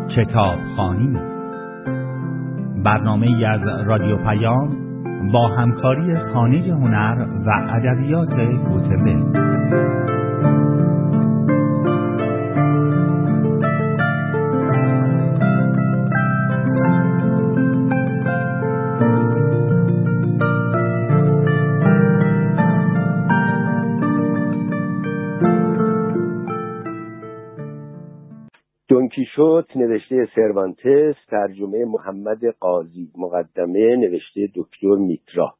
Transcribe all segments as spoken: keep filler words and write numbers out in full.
کتابخوانی، برنامه‌ای از رادیو پیام با همکاری خانه هنر و ادبیات گوتنبرگ. دون کیشوت نوشته سروانتس، ترجمه محمد قاضی، مقدمه نوشته دکتر میترا.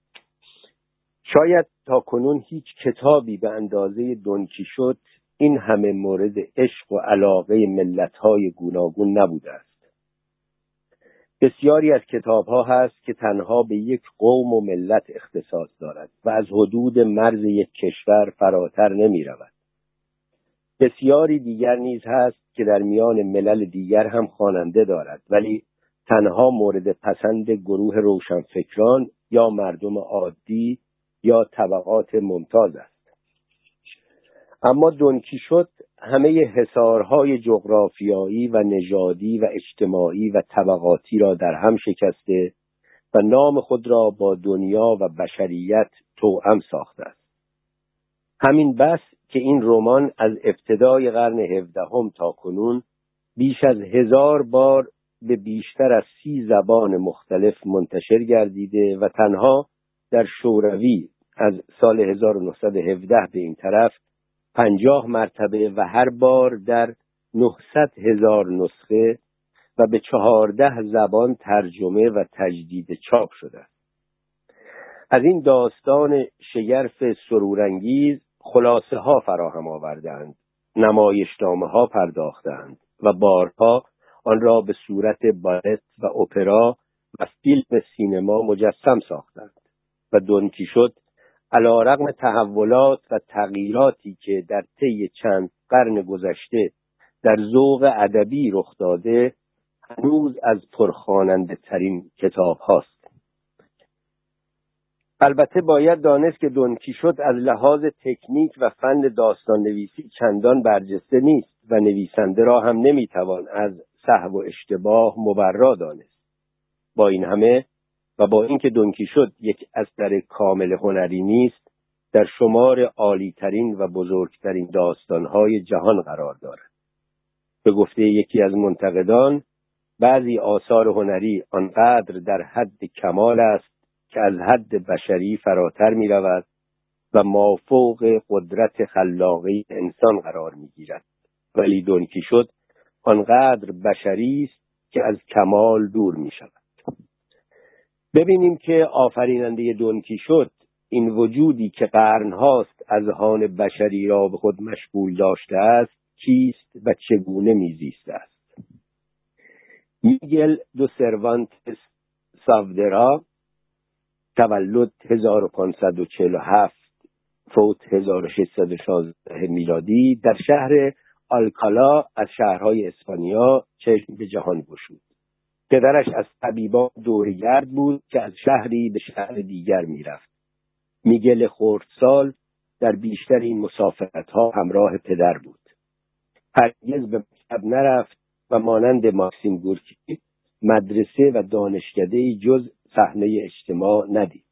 شاید تا کنون هیچ کتابی به اندازه دون کیشوت این همه مورد عشق و علاقه ملت‌های گوناگون نبوده است. بسیاری از کتاب‌ها هست که تنها به یک قوم و ملت اختصاص دارد و از حدود مرز یک کشور فراتر نمی‌رود. بسیاری دیگر نیز هست که در میان ملل دیگر هم خواننده دارد، ولی تنها مورد پسند گروه روشنفکران یا مردم عادی یا طبقات ممتاز است. اما دون کیشوت همه حصارهای جغرافیایی و نژادی و اجتماعی و طبقاتی را در هم شکسته و نام خود را با دنیا و بشریت توأم ساخته است. همین بس که این رمان از ابتدای قرن هفدهم تا کنون بیش از هزار بار به بیشتر از سی زبان مختلف منتشر گردیده و تنها در شوروی از سال هزار و نهصد و هفده به این طرف پنجاه مرتبه و هر بار در نهصد هزار نسخه و به چهارده زبان ترجمه و تجدید چاپ شده است. از این داستان شگرف سرورانگیز خلاصه ها فراهم آوردند، نمایشنامه ها پرداختند و بارها آن را به صورت بالت و اپرا و فیلم سینما مجسم ساختند و دون کیشوت علیرغم تحولات و تغییراتی که در طی چند قرن گذشته در ذوق ادبی رخ داده، هنوز از پرخواننده ترین کتاب هاست. البته باید دانست که دون کیشوت از لحاظ تکنیک و فن داستان نویسی چندان برجسته نیست و نویسنده را هم نمیتوان از سهو و اشتباه مبرا دانست. با این همه و با اینکه دون کیشوت یک اثر کامل هنری نیست، در شمار عالی‌ترین و بزرگترین داستان‌های جهان قرار دارد. به گفته یکی از منتقدان، بعضی آثار هنری آنقدر در حد کمال است که از حد بشری فراتر می رود و مافوق قدرت خلاقه انسان قرار می گیرد. ولی دون کیشوت آنقدر بشری است که از کمال دور می شود. ببینیم که آفریننده دون کیشوت، این وجودی که قرنهاست اذهان بشری را به خود مشغول داشته است، کیست و چگونه می زیسته است. میگل دو سروانتس ساودرا، تولد هزار و پانصد و چهل و هفت، فوت هزار و ششصد و شانزده میلادی، در شهر آلکالا از شهرهای اسپانیا چشم به جهان گشود. پدرش از طبیبان دورگرد بود که از شهری به شهر دیگر میرفت. میگل خردسال در بیشتر این مسافرت‌ها همراه پدر بود. هرگز به مکتب نرفت و مانند ماکسیم گورکی مدرسه و دانشکده‌ای جز صحنه اجتماع ندید.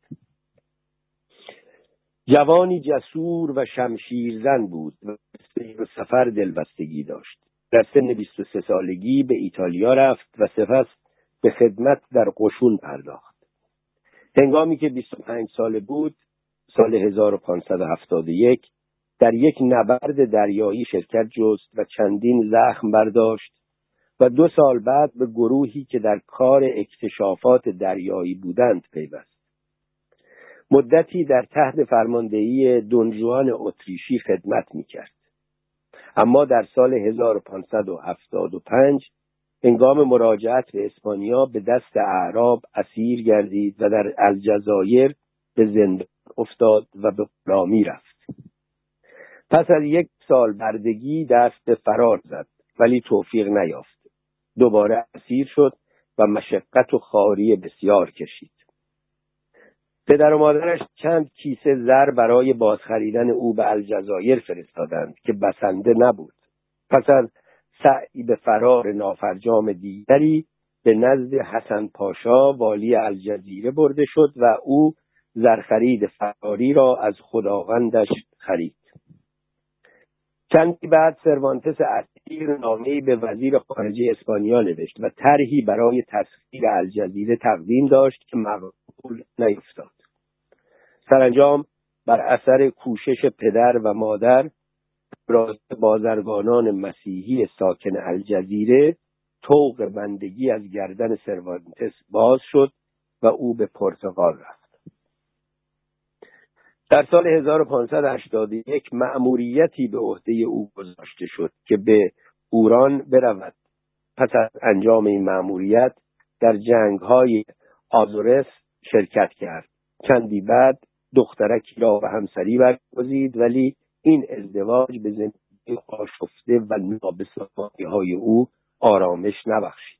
جوانی جسور و شمشیرزن بود و سیر و سفر دلبستگی داشت. در سن بیست و سه سالگی به ایتالیا رفت و سپس به خدمت در قشون پرداخت. هنگامی که بیست و پنج ساله بود، سال هزار و پانصد و هفتاد و یک، در یک نبرد دریایی شرکت جست و چندین زخم برداشت و دو سال بعد به گروهی که در کار اکتشافات دریایی بودند پیوست. مدتی در تحت فرماندهی دون ژوان اتریشی خدمت می‌کرد. اما در سال هزار و پانصد و هفتاد و پنج هنگام مراجعت به اسپانیا به دست اعراب اسیر گردید و در الجزایر به زندان افتاد و به غلامی رفت. پس از یک سال بردگی دست به فرار زد، ولی توفیق نیافت. دوباره اسیر شد و مشقت و خواری بسیار کشید. پدر و مادرش چند کیسه زر برای بازخریدن او به الجزایر فرستادند که بسنده نبود. پس از سعی به فرار نافرجام دیگری به نزد حسن پاشا والی الجزیره برده شد و او زرخرید فراری را از خداوندش خرید. چندی بعد سروانتس اسیر نامه‌ای به وزیر خارجه اسپانیا نوشت و طرحی برای تسخیر الجزیره تقدیم داشت که مقبول نیفتاد. سرانجام بر اثر کوشش پدر و مادر برای بازرگانان مسیحی ساکن الجزیره طوق بندگی از گردن سروانتس باز شد و او به پرتغال رفت. در سال هزار و پانصد و هشتاد و یک مأموریتی به عهده او گذاشته شد که به اوران برود. پس از انجام این مأموریت در جنگ‌های آزورس شرکت کرد. چندی بعد دخترکی را به همسری برگزید، ولی این ازدواج به زندگی آشفته و نابسامانی‌های او آرامش نبخشید.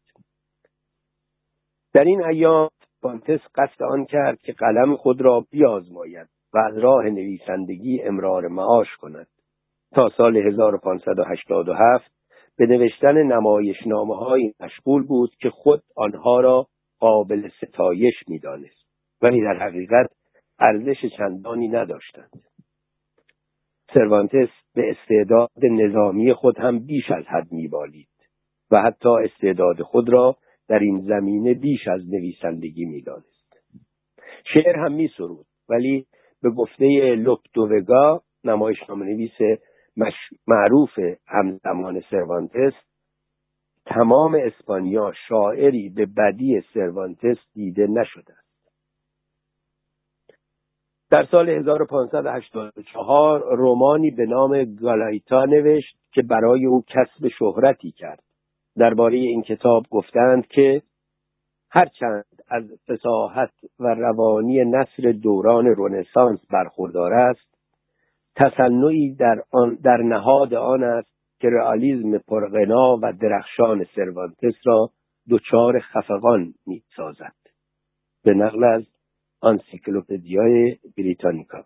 در این ایام سروانتس قصد آن کرد که قلم خود را بیازماید و از راه نویسندگی امرار معاش کند. تا سال هزار و پانصد و هشتاد و هفت به نوشتن نمایشنامه‌هایی مشغول بود که خود آنها را قابل ستایش می‌دانست، ولی در حقیقت ارزش چندانی نداشتند. سروانتس به استعداد نظامی خود هم بیش از حد می‌بالید و حتی استعداد خود را در این زمینه بیش از نویسندگی می‌دانست. شعر هم می‌سرود، ولی به گفته لوپ دو وگا، نمایشنامه‌نویس مش... معروف همزمان سروانتس، تمام اسپانیا شاعری به بدی سروانتس دیده نشده است. در سال هزار و پانصد و هشتاد و چهار رمانی به نام گالایتا نوشت که برای او کسب شهرتی کرد. درباره این کتاب گفتند که هرچند از فصاحت و روانی نثر دوران رنسانس برخوردار است، تصنعی در آن در نهاد آن است که رئالیسم پرغنا و درخشان سروانتس را دچار خفقان می‌سازد. به نقل از انسیکلوپدیای بریتانیکا.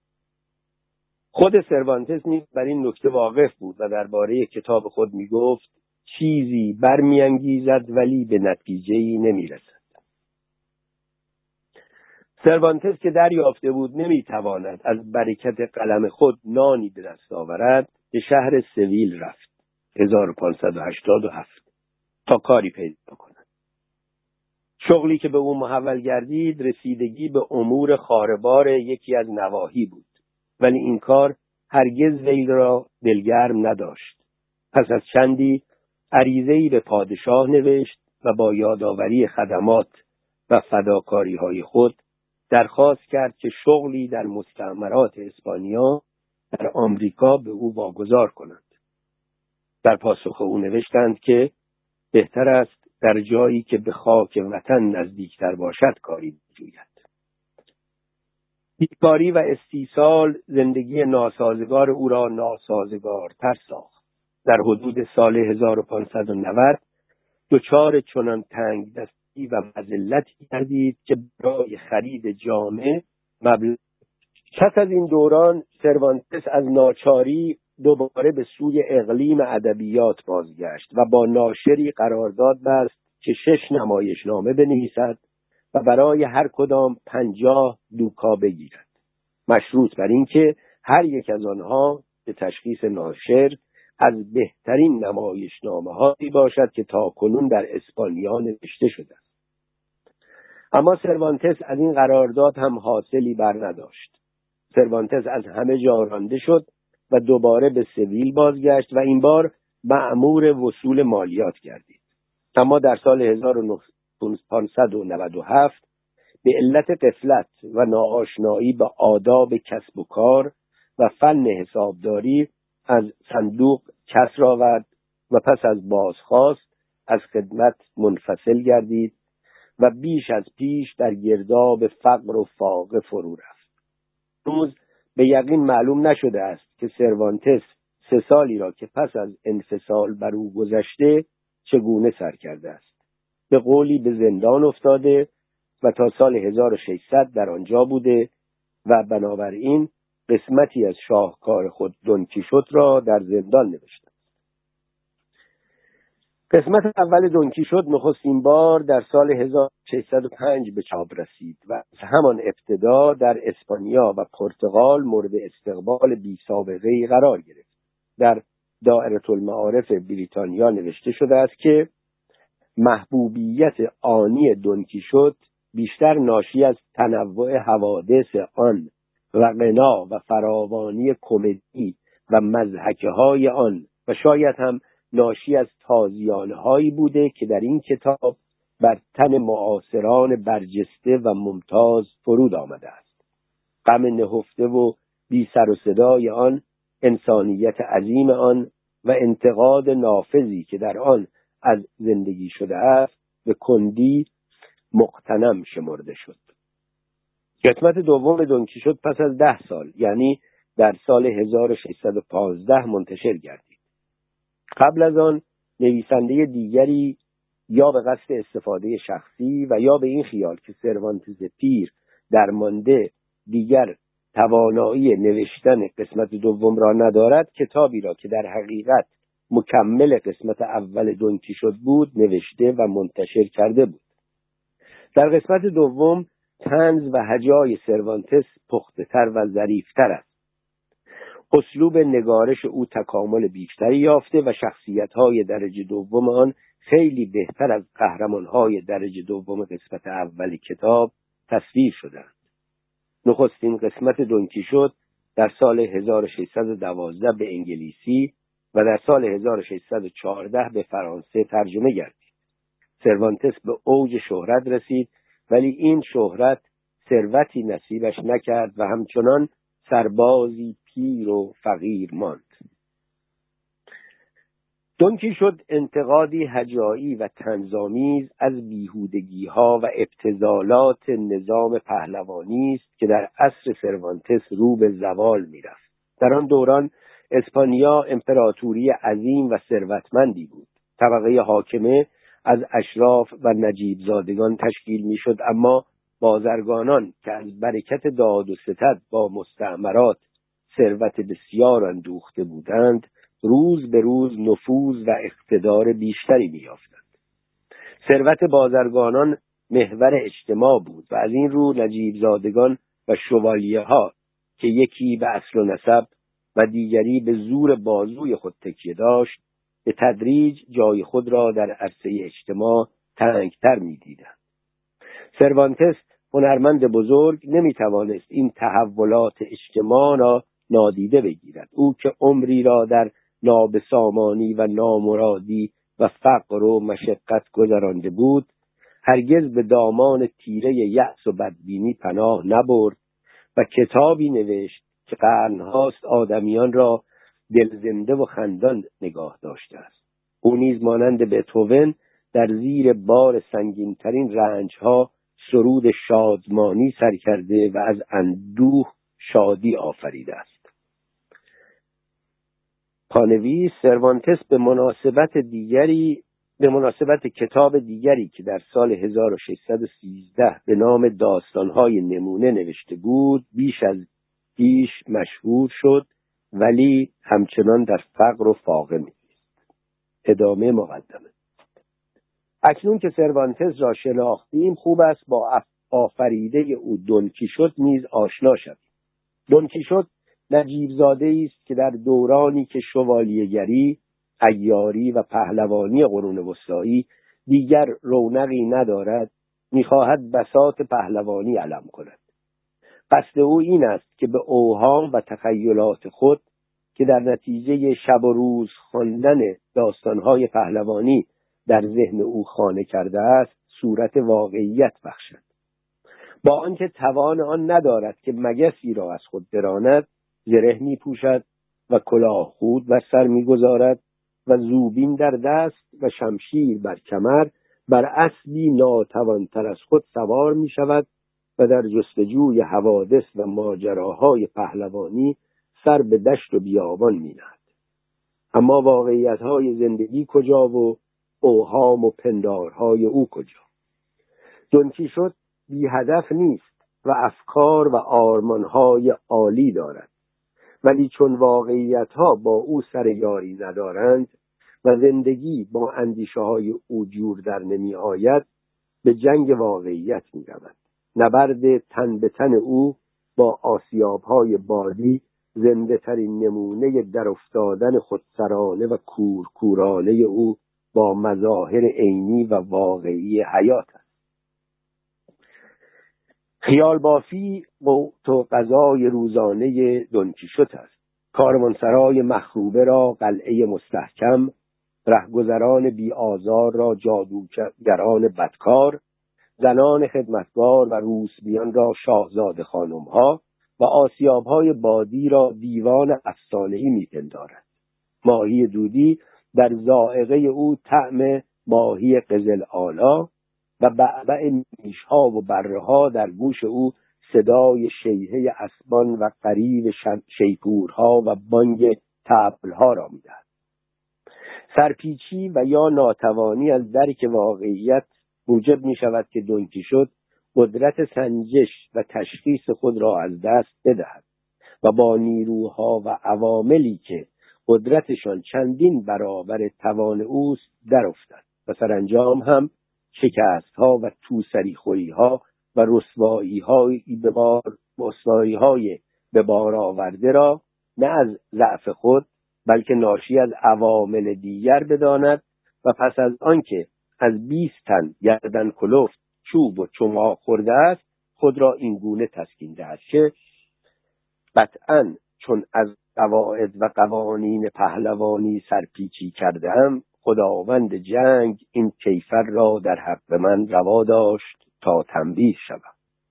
خود سروانتس نیز بر این نکته واقف بود و درباره کتاب خود می‌گفت چیزی برمی‌انگیزد ولی به نتیجه‌ای نمی‌رسد. سروانتس که دریافته بود نمی‌تواند از برکت قلم خود نانی به دست آورد، به شهر سویل رفت هزار و پانصد و هشتاد و هفت تا کاری پیدا کند. شغلی که به او محول گردید رسیدگی به امور خاربار یکی از نواحی بود، ولی این کار هرگز وی را دلگرم نداشت. پس از چندی عریضه‌ای به پادشاه نوشت و با یادآوری خدمات و فداکاری‌های خود درخواست کرد که شغلی در مستعمرات اسپانیا در آمریکا به او واگذار کنند. در پاسخ او نوشتند که بهتر است در جایی که به خاک وطن نزدیکتر باشد کاری بجوید. بیکاری و استیصال زندگی ناسازگار او را ناسازگارتر ساخت. در حدود سال هزار و پانصد و نود دچار چنان تنگ دستی و مذلتی گردید که برای خرید جامه مبلغ. پس از این دوران سروانتس از ناچاری دوباره به سوی اقلیم ادبیات بازگشت و با ناشری قرارداد بست که شش نمایشنامه بنویسد و برای هر کدام پنجاه دوکا بگیرد، مشروط بر این که هر یک از آنها به تشخیص ناشر از بهترین نمایشنامه‌هایی باشد که تاکنون در اسپانیا نوشته شده است. اما سروانتس از این قرارداد هم حاصلی بر نداشت. سروانتس از همه جا رانده شد و دوباره به سویل بازگشت و این بار مأمور وصول مالیات گردید. اما در سال هزار و پانصد و نود و هفت به علت غفلت و ناآشنایی به آداب کسب و کار و فن حسابداری از صندوق کسر آورد و پس از بازخواست از خدمت منفصل گردید و بیش از پیش در گرداب فقر و فاقه فرو رفت. روز به یقین معلوم نشده است که سروانتس سه سالی را که پس از انفصال بر او گذشته چگونه سر کرده است. به قولی به زندان افتاده و تا سال هزار و ششصد در آنجا بوده و بنابراین قسمتی از شاهکار خود دون کیشوت را در زندان نوشته. قسمت اول دونکیشوت نخستین بار در سال هزار و ششصد و پنج به چاپ رسید و از همان ابتدا در اسپانیا و پرتغال مورد استقبال بی سابقه‌ای قرار گرفت. در دائره المعارف بریتانیا نوشته شده است که محبوبیت آنی دونکیشوت بیشتر ناشی از تنوع حوادث آن و غنا و فراوانی کمدی و مضحکه‌های آن و شاید هم ناشی از تازیانه‌هایی بوده که در این کتاب بر تن معاصران برجسته و ممتاز فرود آمده است. غم نهفته و بی سر و صدای آن، انسانیت عظیم آن و انتقاد نافذی که در آن از زندگی شده است به کندی مقتنم شمرده شد. قسمت دوم دونکیشوت پس از ده سال یعنی در سال هزار و ششصد و پانزده منتشر گردید. قبل از آن نویسنده دیگری یا به قصد استفاده شخصی و یا به این خیال که سروانتز پیر درمانده دیگر توانایی نوشتن قسمت دوم را ندارد، کتابی را که در حقیقت مکمل قسمت اول دونکیشوت بود نوشته و منتشر کرده بود. در قسمت دوم طنز و هجای سروانتس پخته‌تر و ظریف‌تر است. اسلوب نگارش او تکامل بیشتری یافته و شخصیت‌های درجه دوم آن خیلی بهتر از قهرمان‌های درجه دوم قسمت اول کتاب تصویر شدند. نخستین قسمت دونکیشوت در سال هزار و ششصد و دوازده به انگلیسی و در سال هزار و ششصد و چهارده به فرانسه ترجمه گردید. سروانتس به اوج شهرت رسید، ولی این شهرت ثروتی نصیبش نکرد و همچنان سربازی پیر و فقیر ماند. دونکیشوت انتقادی هجایی و طنزآمیز از بیهودگی‌ها و ابتذالات نظام پهلوانی است که در عصر سروانتس رو به زوال می‌رفت. در آن دوران اسپانیا امپراتوری عظیم و ثروتمندی بود. طبقه حاکمه از اشراف و نجیب زادگان تشکیل می‌شد، اما بازرگانان که از برکت داد و ستد با مستعمرات ثروت بسیار اندوخته بودند، روز به روز نفوذ و اقتدار بیشتری می‌یافتند. ثروت بازرگانان محور اجتماع بود و از این رو نجیب زادگان و شوالیه‌ها که یکی به اصل و نسب و دیگری به زور بازوی خود تکیه داشت، به تدریج جای خود را در عرصه اجتماع تنگتر می‌دیدند. سروانتس هنرمند بزرگ نمی‌توانست این تحولات اجتماع را نادیده بگیرد. او که عمری را در نابسامانی و نامرادی و فقر و مشقت گذرانده بود، هرگز به دامان تیره یأس و بدبینی پناه نبرد و کتابی نوشت که قرن‌هاست آدمیان را دلزنده و خندان نگاه داشته است. او نیز مانند بتهوون در زیر بار سنگین‌ترین رنج‌ها سرود شادمانی سر کرده و از اندوه شادی آفریده است. پانویس سروانتس به مناسبت دیگری به مناسبت کتاب دیگری که در سال هزار و ششصد و سیزده به نام داستان‌های نمونه نوشته بود بیش از پیش مشهور شد، ولی همچنان در فقر و فاقه می‌ایست. ادامه مقدمه. اکنون که سروانتس را شناختیم، خوب است با آفریده او دونکیشوت نیز آشنا شویم. دونکیشوت نجیب زاده است که در دورانی که شوالیه‌گری، عیاری و پهلوانی قرون وسطایی دیگر رونقی ندارد، می‌خواهد بساط پهلوانی علم کند. قصد او این است که به اوهام و تخیلات خود که در نتیجه شب و روز خواندن داستان‌های پهلوانی در ذهن او خانه کرده است صورت واقعیت بخشد. با آنکه توان آن ندارد که مگسی را از خود براند، زره می‌پوشد و کلاه خود بر سر می‌گذارد و زوبین در دست و شمشیر بر کمر بر اسبی ناتوانتر از خود سوار می‌شود و در جستجوی حوادث و ماجراهای پهلوانی سر به دشت و بیابان می‌نهد. اما واقعیت‌های زندگی کجا و اوهام و پندارهای او کجا؟ دونکیشوت بی هدف نیست و افکار و آرمان‌های عالی دارد، ولی چون واقعیت‌ها با او سر یاری ندارند، و زندگی با اندیشه های او جور در نمی آید، به جنگ واقعیت می رود. نبرد تن به تن او با آسیاب های بادی زنده ترین نمونه در افتادن خودسرانه و کورکورانه او با مظاهر عینی و واقعی حیات است. خیال بافی قوت و غذای روزانه دون کیشوت است. کاروانسرای مخروبه را قلعه مستحکم، رهگذران بی آزار را جادوگران بدکار، زنان خدمتگار و روسبیان را شاهزاده خانم‌ها و آسیاب‌های بادی را دیوان افسانه‌ای می‌پندارد. ماهی دودی در ذائقه او طعم ماهی قزل آلا و بعبع میش‌ها و بره‌ها در گوش او صدای شیهه اسبان و قریب شیپورها و بانگ طبل‌ها را می‌دهد. سرپیچی و یا ناتوانی از درک واقعیت موجب می شود که دون کیشوت قدرت سنجش و تشخیص خود را از دست بدهد و با نیروها و عواملی که قدرتشان چندین برابر توان اوست در افتد و سرانجام هم شکستها و توسری خوریها و رسوایی‌های به بار رسوایی‌های به بار آورده را نه از ضعف خود بلکه ناشی از عوامل دیگر بداند و پس از آنکه از بیست تن گردن کلفت چوب و چماق خورده است خود را این گونه تسکین دهد که قطعاً چون از قواعد و قوانین پهلوانی سرپیچی کردم، خداوند جنگ این کیفر را در حق من روا داشت تا تنبیه شود.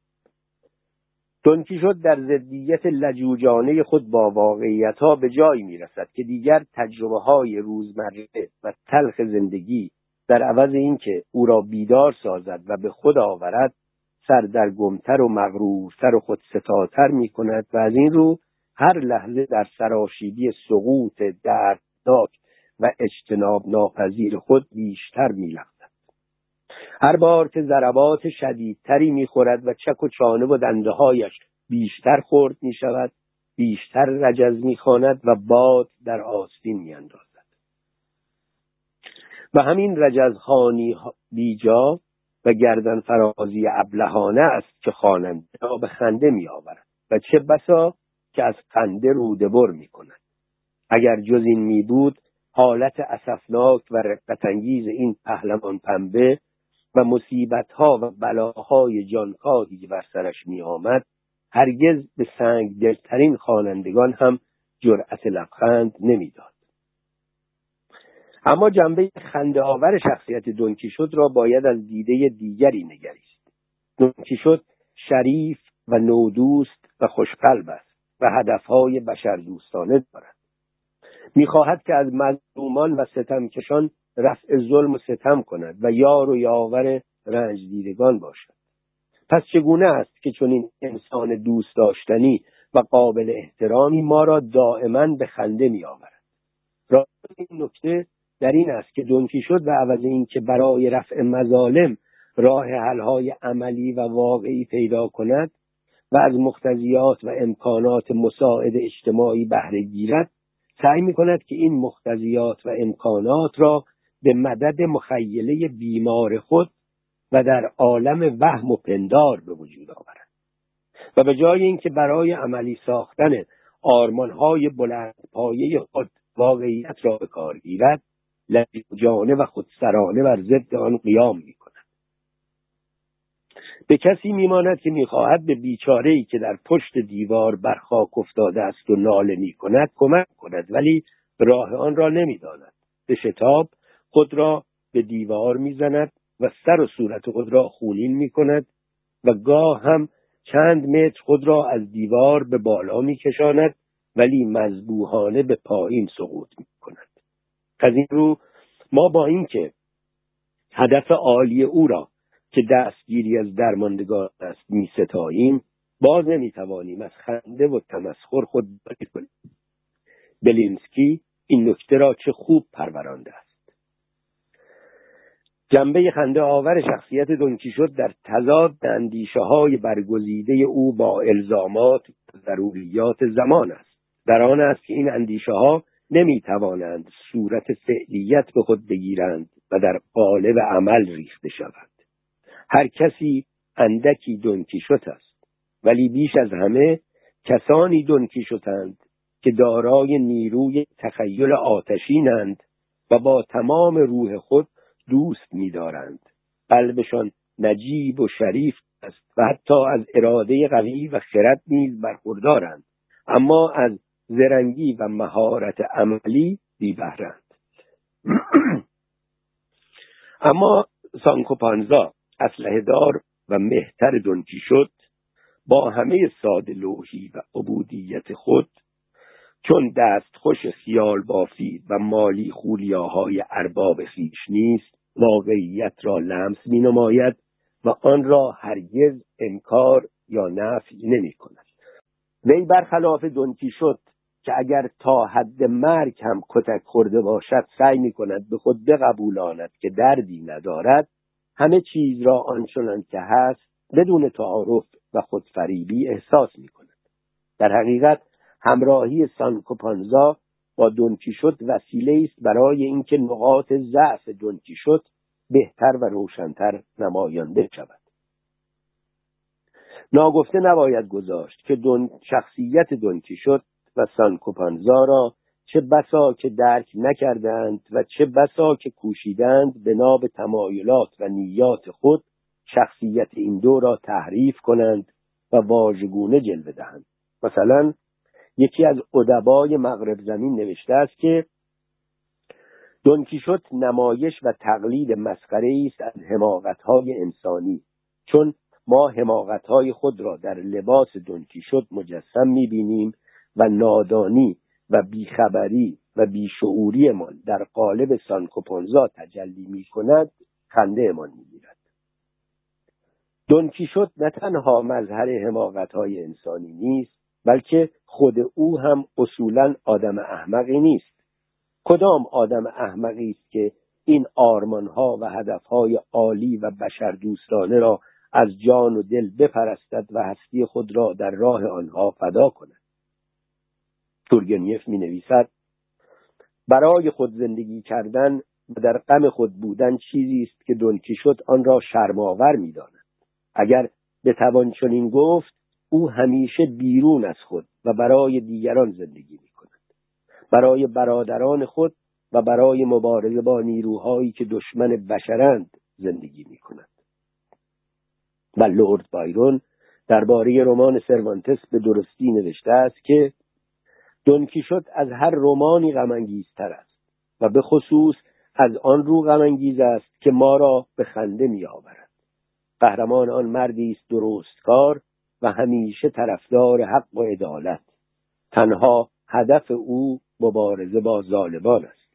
دون کیشوت در ضدیت لجوجانه خود با واقعیت‌ها به جایی می‌رسد که دیگر تجربه‌های روزمره و تلخ زندگی در عوض اینکه او را بیدار سازد و به خود آورد، سردرگمتر و مغرورتر و خودستاتر می‌کند و از این رو هر لحظه در سراشیبی سقوط دردناک و اجتناب ناپذیر خود بیشتر می‌لغزد. هر بار که ضربات شدیدتری می‌خورد و چک و چانه و دنده‌هایش بیشتر خرد می‌شود، بیشتر رجز می‌خواند و باد در آستین می‌اندازد. و همین رجزخوانی بیجا و گردن فرازی ابلهانه است که خواننده را به خنده می‌آورد و چه بسا که از خنده روده‌بر می‌کند. اگر جز این می‌بود، حالت اسفناک و رقت‌انگیز این پهلوان پنبه و مصیبت‌ها و بلاهای جانکاهی بر سرش می‌آمد، هرگز به سنگ دلترین خوانندگان هم جرأت لبخند نمی‌داد. اما جنبه خنده‌آور شخصیت دون کیشوت را باید از دیده دیگری نگریست. دون کیشوت شریف و نودوست و خوشقلب است و هدف‌های بشردوستانه دارد. می‌خواهد که از مظلومان و ستمکشان رفع ظلم و ستم کند و یار و یاور رنج دیدگان باشد. پس چگونه است که چنین انسان دوست داشتنی و قابل احترامی ما را دائما به خنده می‌آورد؟ راز این نکته در این است که دون کیشوت به عوض این که برای رفع مظالم راه حل‌های عملی و واقعی پیدا کند و از مقتضیات و امکانات مساعد اجتماعی بهره گیرد، سعی می‌کند که این مقتضیات و امکانات را به مدد مخیله بیمار خود و در عالم وهم و پندار به وجود آورد و به جای اینکه برای عملی ساختن آرمان‌های بلند پایه خود واقعیت را به کار گیرد، لجوجانه و خودسرانه بر ضد آن قیام می‌کند. به کسی می‌ماند که می‌خواهد به بیچاره‌ای که در پشت دیوار بر خاک افتاده است و ناله می‌کند کمک کند، ولی راه آن را نمی‌داند. به شتاب خود را به دیوار می‌زند و سر و صورت خود را خونین می‌کند و گاه هم چند متر خود را از دیوار به بالا می‌کشاند ولی مذبوحانه به پایین سقوط می‌کند. از این رو ما با اینکه هدف عالی او را که دستگیری از درماندگان است می‌ستاییم، باز نمی‌توانیم از خنده و تمسخر خود باکی کنیم. بلینسکی این نکته را چه خوب پرورانده است. جنبه خنده آور شخصیت دون کیشوت در تضاد اندیشه‌های برگزیده او با الزامات و ضروریات زمان است. در آن است که این اندیشه‌ها نمیتوانند صورت فعلیت به خود بگیرند و در قالب عمل ریخته شوند. هر کسی اندکی دونکیشوت است، ولی بیش از همه کسانی دونکیشوتند که دارای نیروی تخیل آتشینند و با تمام روح خود دوست می‌دارند. قلبشان نجیب و شریف است و حتی از اراده قوی و خرد نیز برخوردارند، اما از زرنگی و مهارت عملی بی بهره‌اند. اما سانکو پانزا، اسلحه دار و مهتر دونکیشوت، با همه ساده لوحی و عبودیت خود، چون دست خوش خیال بافی و مالی خولیاهای ارباب خویش نیست، واقعیت را لمس می نماید و آن را هرگز انکار یا نفی نمی کند. وی برخلاف دونکیشوت که اگر تا حد مرگ هم کتک خورده باشد سعی می کند به خود بقبولاند که دردی ندارد، همه چیز را آنچنان که هست بدون تعارف و خودفریبی احساس می کند. در حقیقت همراهی سانکو پانزا با دونکیشوت وسیله است برای اینکه نقاط ضعف دونکیشوت بهتر و روشن‌تر نمایانده شود. ناگفته نباید گذاشت که دون شخصیت دونکیشوت و سانکو پانزا را چه بسا که درک نکردند و چه بسا که کوشیدند بنا به تمایلات و نیات خود شخصیت این دو را تحریف کنند و واژگونه جلوه دهند. مثلا یکی از ادبای مغرب زمین نوشته است که دونکیشوت نمایش و تقلید مسخره‌ای است از حماقت‌های انسانی، چون ما حماقت‌های خود را در لباس دونکیشوت مجسم می‌بینیم و نادانی و بیخبری و بیشعوریمان در قالب سانکو پانزا تجلی می‌کند، خنده‌مان می‌گیرد. دونکیشوت نه تنها مظهر حماقت‌های انسانی نیست، بلکه خود او هم اصولاً آدم احمقی نیست. کدام آدم احمقی است که این آرمان‌ها و هدف‌های عالی و بشردوستانه را از جان و دل بپرستد و هستی خود را در راه آنها فدا کند؟ تورگنیف می‌نویسد: برای خود زندگی کردن و در غم خود بودن چیزی است که دونکیشوت آن را شرم‌آور می‌داند. اگر بتوان چنین گفت، او همیشه بیرون از خود و برای دیگران زندگی می‌کند، برای برادران خود و برای مبارزه با نیروهایی که دشمن بشرند زندگی می‌کند. و لورد بایرون درباره رمان سروانتس به درستی نوشته است که دونکیشوت از هر رمانی غم‌انگیزتر است و به خصوص از آن رو غم‌انگیز است که ما را به خنده می‌آورد. قهرمان آن مردی است درستکار و همیشه طرفدار حق و عدالت. تنها هدف او مبارزه با ظالمان است.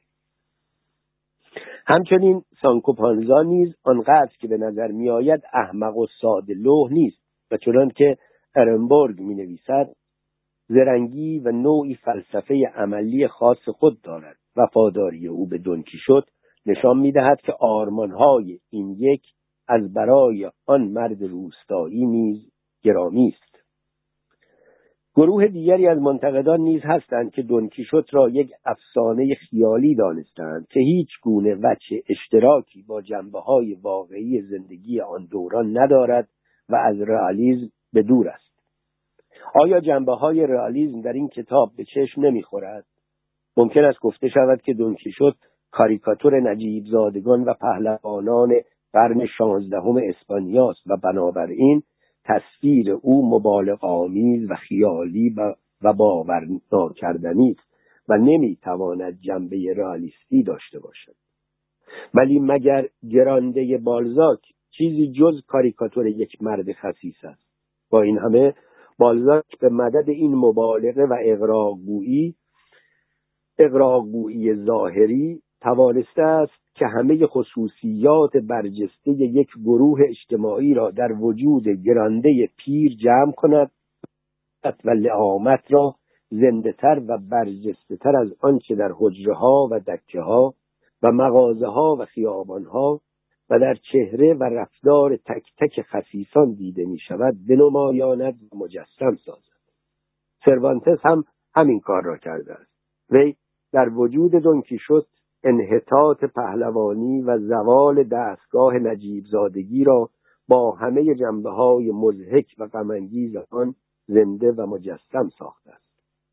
همچنین سانکو پانزا نیز آنقدر که به نظر می آید احمق و ساده لوح نیست و چنان که ارنبورگ می نویسد زرنگی و نوعی فلسفه عملی خاص خود دارد. وفاداری او به دونکیشوت نشان می دهد که آرمانهای این یک از برای آن مرد روستایی نیز گرامی است. گروه دیگری از منتقدان نیز هستند که دونکیشوت را یک افسانه خیالی دانستند که هیچ گونه وجه اشتراکی با جنبه‌های واقعی زندگی آن دوران ندارد و از رئالیسم به دور است. آیا جنبه‌های رئالیسم در این کتاب به چشم نمی‌خورد؟ ممکن است گفته شود که دونکیشوت کاریکاتور نجیب زادگان و پهلوانان قرن شانزدهم اسپانیاست و بنابراین تصویر او مبالغه‌آمیز و خیالی و باور ناکردنی است و نمی‌تواند جنبه رئالیستی داشته باشد. ولی مگر گرانده بالزاک چیزی جز کاریکاتور یک مرد خسیس است؟ با این همه بالزاک به مدد این مبالغه و اغراق‌گویی اغراق‌گویی ظاهری توانسته است که همه خصوصیات برجسته یک گروه اجتماعی را در وجود گرانده پیر جمع کند و لعامت را زنده‌تر و برجسته‌تر از آنچه در حجره‌ها و دکه‌ها و مغازه‌ها و خیابان‌ها و در چهره و رفتار تک تک خسیسان دیده می‌شود بنمایاند و مجسم سازد. سروانتس هم همین کار را کرده است. وی در وجود دون کیشوت انحطاط پهلوانی و زوال دستگاه نجیب زادگی را با همه جنبه‌های مضحک و غم‌انگیز آن زنده و مجسم ساخته است.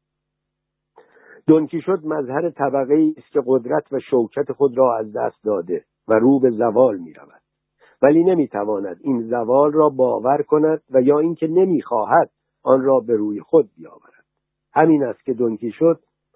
دون کیشوت مظهر طبقه‌ای است که قدرت و شوکت خود را از دست داده و رو به زوال می‌رود، ولی نمی‌تواند این زوال را باور کند و یا اینکه نمی‌خواهد آن را به روی خود بیاورد. همین است که دون کیشوت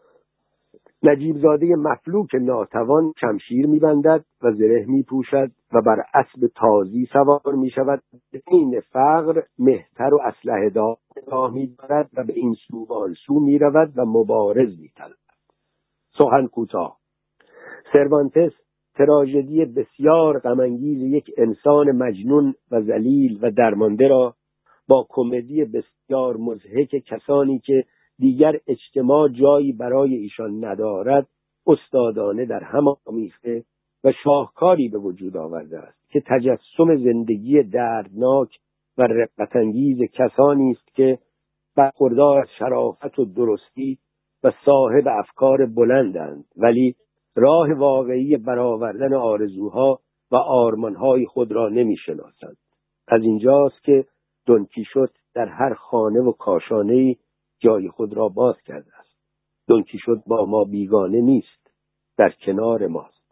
نجیب زاده مفلوک ناتوان شمشیر می‌بندد و زره می‌پوشد و بر اسب تازی سوار می‌شود، این فقر مهتر و اسلحه دار راه می‌برد و به این سو و آن سو می‌رود و مبارز می‌طلبد. سخن کوتاه، سروانتس تراژدی بسیار غم‌انگیز یک انسان مجنون و ذلیل و درمانده را با کمدی بسیار مضحک کسانی که دیگر اجتماع جایی برای ایشان ندارد استادانه در هم آمیخته و شاهکاری به وجود آورده است که تجسم زندگی دردناک و رقت‌انگیز کسانی است که برخوردار از شرافت و درستی و صاحب افکار بلندند، ولی راه واقعی برآوردن آرزوها و آرمانهای خود را نمی‌شناسند. از اینجاست که دون کیشوت در هر خانه و کاشانه‌ای جای خود را باز کرده است. دون کیشوت با ما بیگانه نیست، در کنار ماست.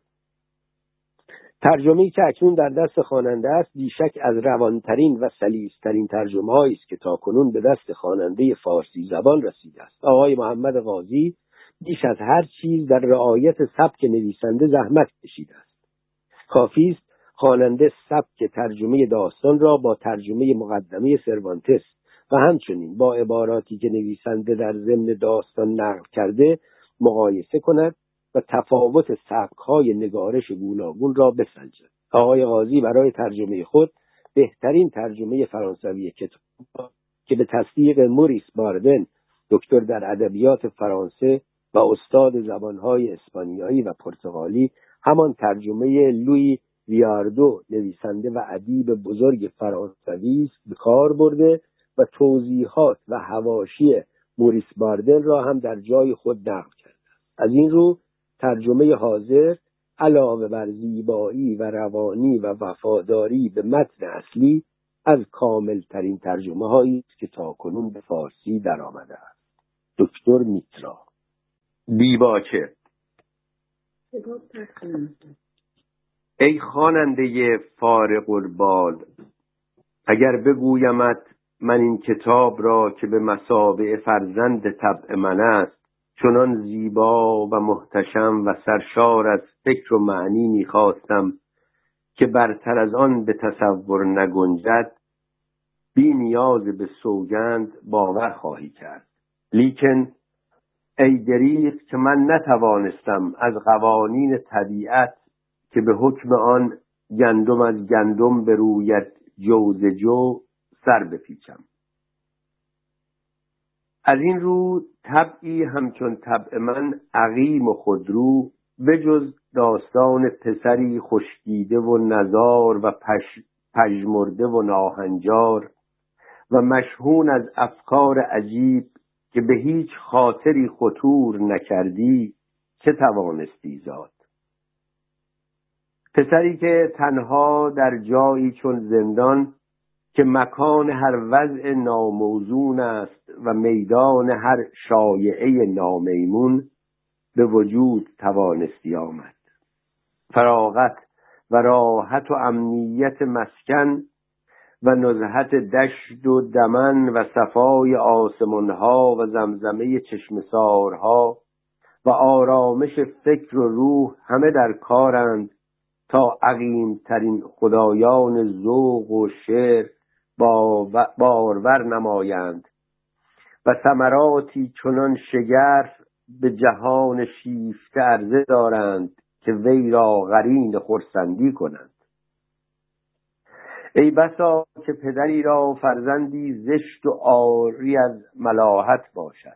ترجمه‌ای که اکنون در دست خواننده است بیشک از روانترین و سلیس‌ترین ترجمه‌هایی است که تاکنون به دست خواننده فارسی زبان رسیده است. آقای محمد قاضی بیش از هر چیز در رعایت سبک نویسنده زحمت کشیده است. کافی است خواننده سبک ترجمه داستان را با ترجمه مقدمه سروانتس و همچنین با عباراتی که نویسنده در ضمن داستان نقل کرده مقایسه کند و تفاوت سبک‌های نگارش گوناگون را بسنجد. آقای قاضی برای ترجمه خود بهترین ترجمه فرانسوی کتاب که به تصدیق موریس باردن، دکتر در ادبیات فرانسه و استاد زبان‌های اسپانیایی و پرتغالی، همان ترجمه لویی ویاردو نویسنده و ادیب بزرگ فرانسوی است به کار برده و توضیحات و حواشی موریس باردن را هم در جای خود نقل کرده. از این رو ترجمه حاضر علاوه بر زیبایی و روانی و وفاداری به متن اصلی از کاملترین ترجمه هایی است که تاکنون به فارسی در آمده است. دکتر میترا. دیباچه. ای خواننده فارغ البال، اگر بگویمت من این کتاب را که به مثابه فرزند طبع من است چنان زیبا و محتشم و سرشار از فکر و معنی می‌خواستم که برتر از آن به تصور نگنجد، بی نیاز به سوگند باور خواهی کرد. لیکن ای دریغ که من نتوانستم از قوانین طبیعت که به حکم آن گندم از گندم بروید جو ز جو سر بپیچم. از این رو طبعی همچون طبع من عقیم و خودرو بجز داستان پسری خشکیده و نزار و پش پژمرده و ناهنجار و مشحون از افکار عجیب که به هیچ خاطری خطور نکردی چه توانستی زاد؟ پسری که تنها در جایی چون زندان که مکان هر وضع ناموزون است و میدان هر شایعه نامیمون به وجود توانستی آمد. فراغت و راحت و امنیت مسکن و نزهت دشت و دمن و صفای آسمانها و زمزمه چشمسارها و آرامش فکر و روح همه در کارند تا عظیم ترین خدایان ذوق و شعر با بارور نمایند و ثمراتی چنان شگرف به جهان شیفته عرضه دارند که وی را قرین خرسندی کنند. ای بسا که پدری را فرزندی زشت و عاری از ملاحت باشد،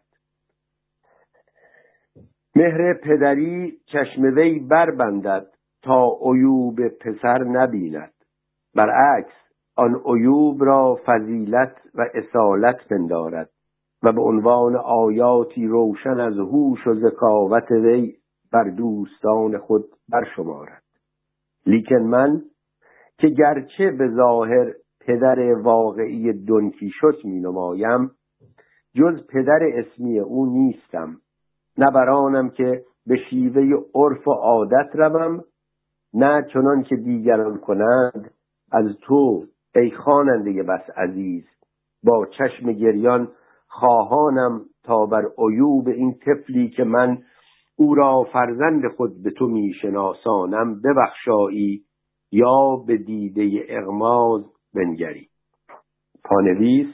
مهر پدری چشم وی بربندد تا عیوب پسر نبیند، برعکس آن عیوب را فضیلت و اصالت پندارد و به عنوان آیاتی روشن از هوش و ذکاوت وی بر دوستان خود برشمارد. لیکن من که گرچه به ظاهر پدر واقعی دون کیشوت می نمایم، جز پدر اسمی او نیستم، نه برانم که به شیوه عرف و عادت روم، نه چنان که دیگران کنند. از تو ای خواننده بس عزیز با چشم گریان خواهانم تا بر عیوب این طفلی که من او را فرزند خود به تو می شناسانم ببخشایی یا به دیده اغماض بنگری. پانویس: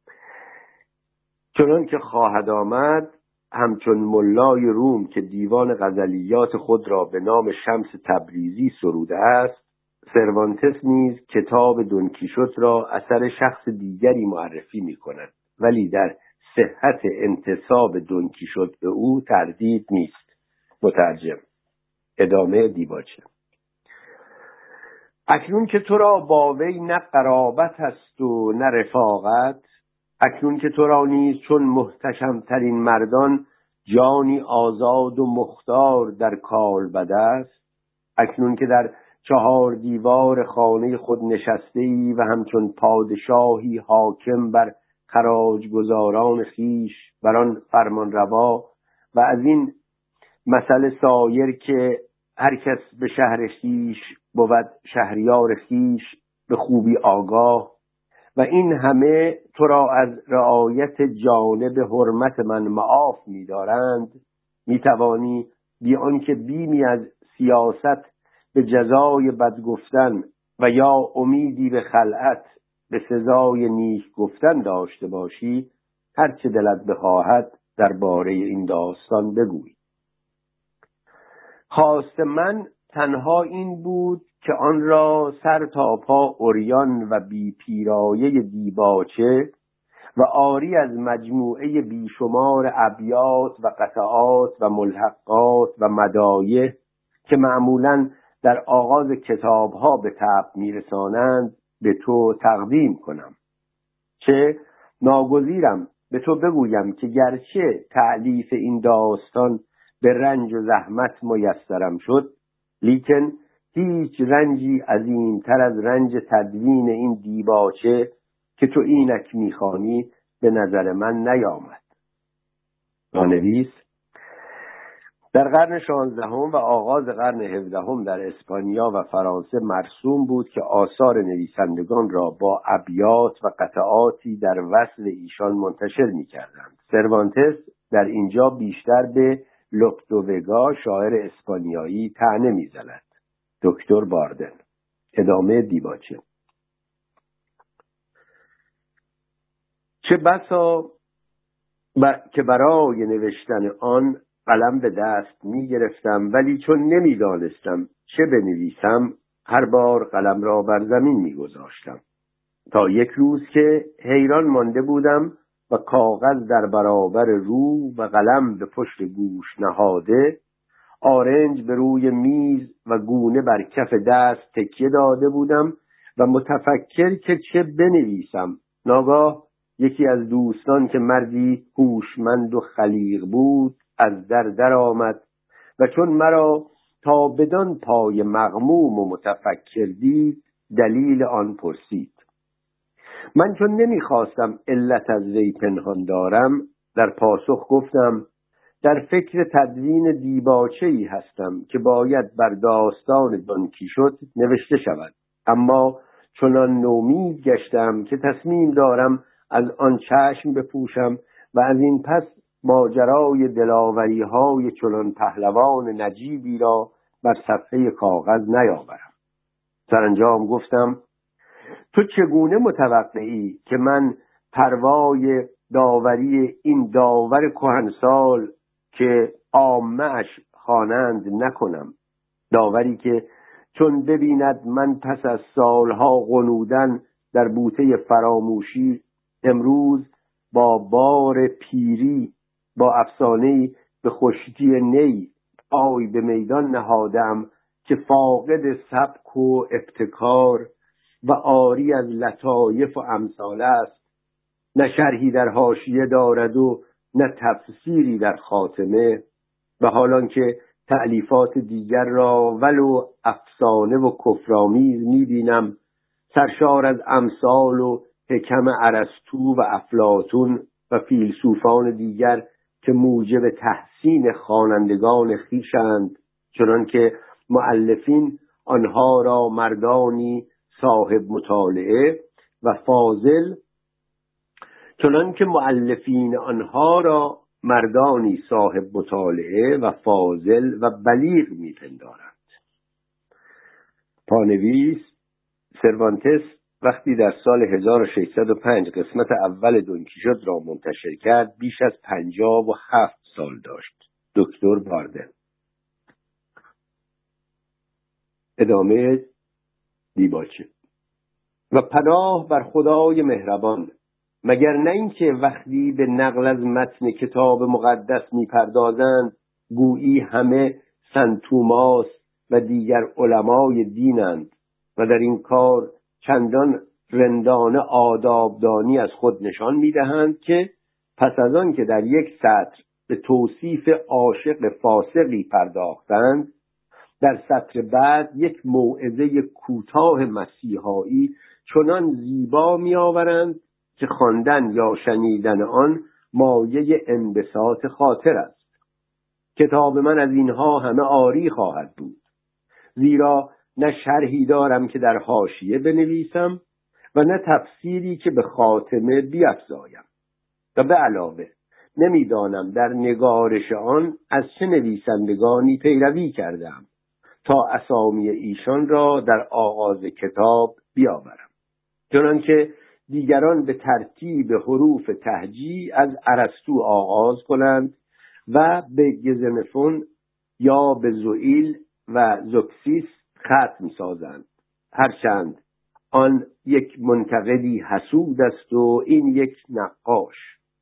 چنان که خواهد آمد، همچون ملای روم که دیوان غزلیات خود را به نام شمس تبریزی سروده است، سروانتس نیز کتاب دون کیشوت را اثر شخص دیگری معرفی می کند، ولی در صحت انتساب دون کیشوت به او تردید نیست. مترجم. ادامه دیباچه. اکنون که تو را با وی نه قرابت است و نه رفاقت، اکنون که تو را نیز چون محتشم ترین مردان جانی آزاد و مختار در کالبد است، اکنون که در چهار دیوار خانه خود نشسته ای و همچون پادشاهی حاکم بر خراجگزاران خیش بر آن فرمان روا و از این مسئله سایر که هر کس به شهر خیش بود شهریار خیش به خوبی آگاه و این همه تو را از رعایت جانب حرمت من معاف می دارند، می توانی بی آنکه بیمی از سیاست به جزای بد گفتن و یا امیدی به خلعت به سزای نیک گفتن داشته باشی، هر چه دلت بخواهد درباره این داستان بگوی. خواست من تنها این بود که آن را سر تا پا عریان و بی پیرایه دیباچه و عاری از مجموعه بیشمار ابیات و قطعات و ملحقات و مدایح که معمولاً در آغاز کتاب‌ها به طبع می‌رسانند به تو تقدیم کنم. چه ناگزیرم به تو بگویم که گرچه تألیف این داستان به رنج و زحمت میسرم شد، لیکن هیچ رنجی عظیمتر از رنج تدوین این دیباچه که تو اینک می‌خوانی به نظر من نیامد. نانویس: در قرن شانزدهم و آغاز قرن هفدهم در اسپانیا و فرانسه مرسوم بود که آثار نویسندگان را با ابیات و قطعاتی در وصل ایشان منتشر می‌کردند. سروانتس در اینجا بیشتر به لوپ دو وگا شاعر اسپانیایی طعنه می‌زند. دکتر باردن. ادامه دیباچه. چه بسا ب... که برای نوشتن آن قلم به دست می گرفتم، ولی چون نمی دانستم چه بنویسم هر بار قلم را بر زمین می گذاشتم، تا یک روز که حیران مانده بودم و کاغذ در برابر رو و قلم به پشت گوش نهاده، آرنج به روی میز و گونه بر کف دست تکیه داده بودم و متفکر که چه بنویسم، ناگاه یکی از دوستان که مردی هوشمند و خلیق بود از در در آمد و چون مرا تا بدان پای مغموم و متفکر دید دلیل آن پرسید. من چون نمیخواستم علت از وی پنهان دارم در پاسخ گفتم در فکر تدوین دیباچه‌ای هستم که باید بر داستان دون کیشوت نوشته شود، اما چنان نومید گشتم که تصمیم دارم از آن چشم بپوشم و از این پس ماجرای دلاوری‌های چنان پهلوان نجیبی را بر صفحه کاغذ نیاورم. سرانجام گفتم تو چگونه متوقعی که من پروای داوری این داور کهنسال که عامه‌اش خوانند نکنم، داوری که چون ببیند من پس از سالها غنودن در بوته فراموشی امروز با بار پیری با افسانه‌ای به خشکی نی پای به میدان نهادم که فاقد سبک و ابتکار و عاری از لطایف و امثال است، نه شرحی در حاشیه دارد و نه تفسیری در خاتمه، و حالان که تألیفات دیگر را ولو افسانه و کفرآمیز می‌بینم، سرشار از امثال و حکم ارسطو و افلاطون و فیلسوفان دیگر که موجب تحسین خوانندگان خویشند، چنان که مؤلفین آنها را مردانی صاحب مطالعه و فاضل چنان که مؤلفین آنها را مردانی صاحب مطالعه و فاضل و بلیغ می‌پندارند. پانویس: سروانتس وقتی در سال هزار و ششصد و پنج قسمت اول دونکیشوت را منتشر کرد بیش از پنجاه و هفت سال داشت. دکتر باردن. ادامه دیباچه: و پناه بر خدای مهربان، مگر نه اینکه وقتی به نقل از متن کتاب مقدس می‌پردازند گویی همه سنت توماس و دیگر علمای دینند و در این کار چندان رندانه آدابدانی از خود نشان می‌دهند که پس از آن که در یک سطر به توصیف عاشق فاسقی پرداختند، در سطر بعد یک موعظه کوتاه مسیحایی چنان زیبا می‌آورند که خواندن یا شنیدن آن مایه انبساط خاطر است. کتاب من از اینها همه عاری خواهد بود، زیرا نه شرحی دارم که در حاشیه بنویسم و نه تفسیری که به خاتمه بیفزایم، و به علاوه نمیدانم در نگارش آن از چه نویسندگانی پیروی کردم تا اسامی ایشان را در آغاز کتاب بیاورم، چنانکه دیگران به ترتیب حروف تهجی از ارسطو آغاز کنند و به گزنفون یا به زوئیل و زوکسیس ختم سازند، هرچند آن یک منتقدی حسود است و این یک نقاش.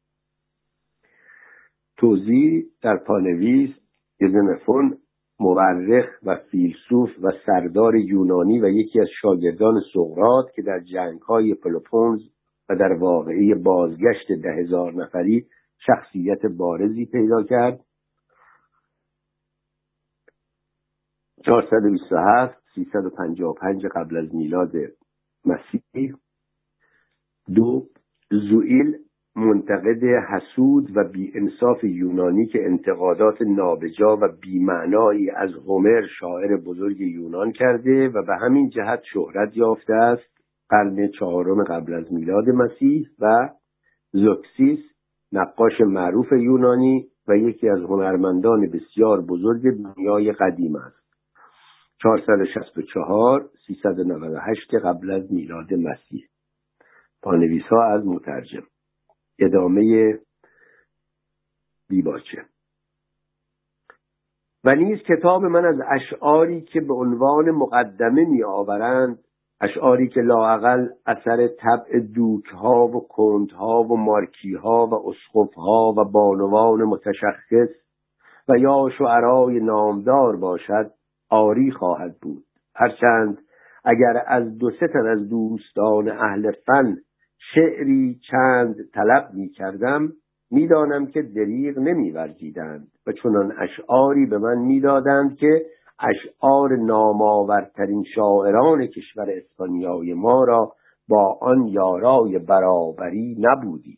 توضیح در پانویس: گزنفون مورخ و فیلسوف و سردار یونانی و یکی از شاگردان سقراط که در جنگ‌های پلوپونز و در واقعه بازگشت ده هزار نفری شخصیت بارزی پیدا کرد. چهارصد و بیست و هفت سیصد و پنجاه و پنج قبل از میلاد مسیح. دو، زوئیل منتقد حسود و بی انصاف یونانی که انتقادات نابجا و بی‌معنایی از هومر شاعر بزرگ یونان کرده و به همین جهت شهرت یافته است، قرن چهارم قبل از میلاد مسیح. و زوکسیس نقاش معروف یونانی و یکی از هنرمندان بسیار بزرگ دنیای قدیم است. چهارصد و شصت و چهار سیصد و نود و هشت قبل از میلاد مسیح. پانویس‌ها از مترجم. ادامه دیباچه: و نیز کتاب من از اشعاری که به عنوان مقدمه می آورند، اشعاری که لااقل اثر طبع دوک‌ها و کندها و مارکی‌ها و اسقف‌ها و بانوان متشخص و یا شعرای نامدار باشد، عاری خواهد بود، هرچند اگر از دو سه تن از دوستان اهل فن شعری چند طلب می کردم، می دانم که دریغ نمی ورزیدند و چنان اشعاری به من می دادند که اشعار نامآورترین شاعران کشور اسپانیای ما را با آن یارای برابری نبودی.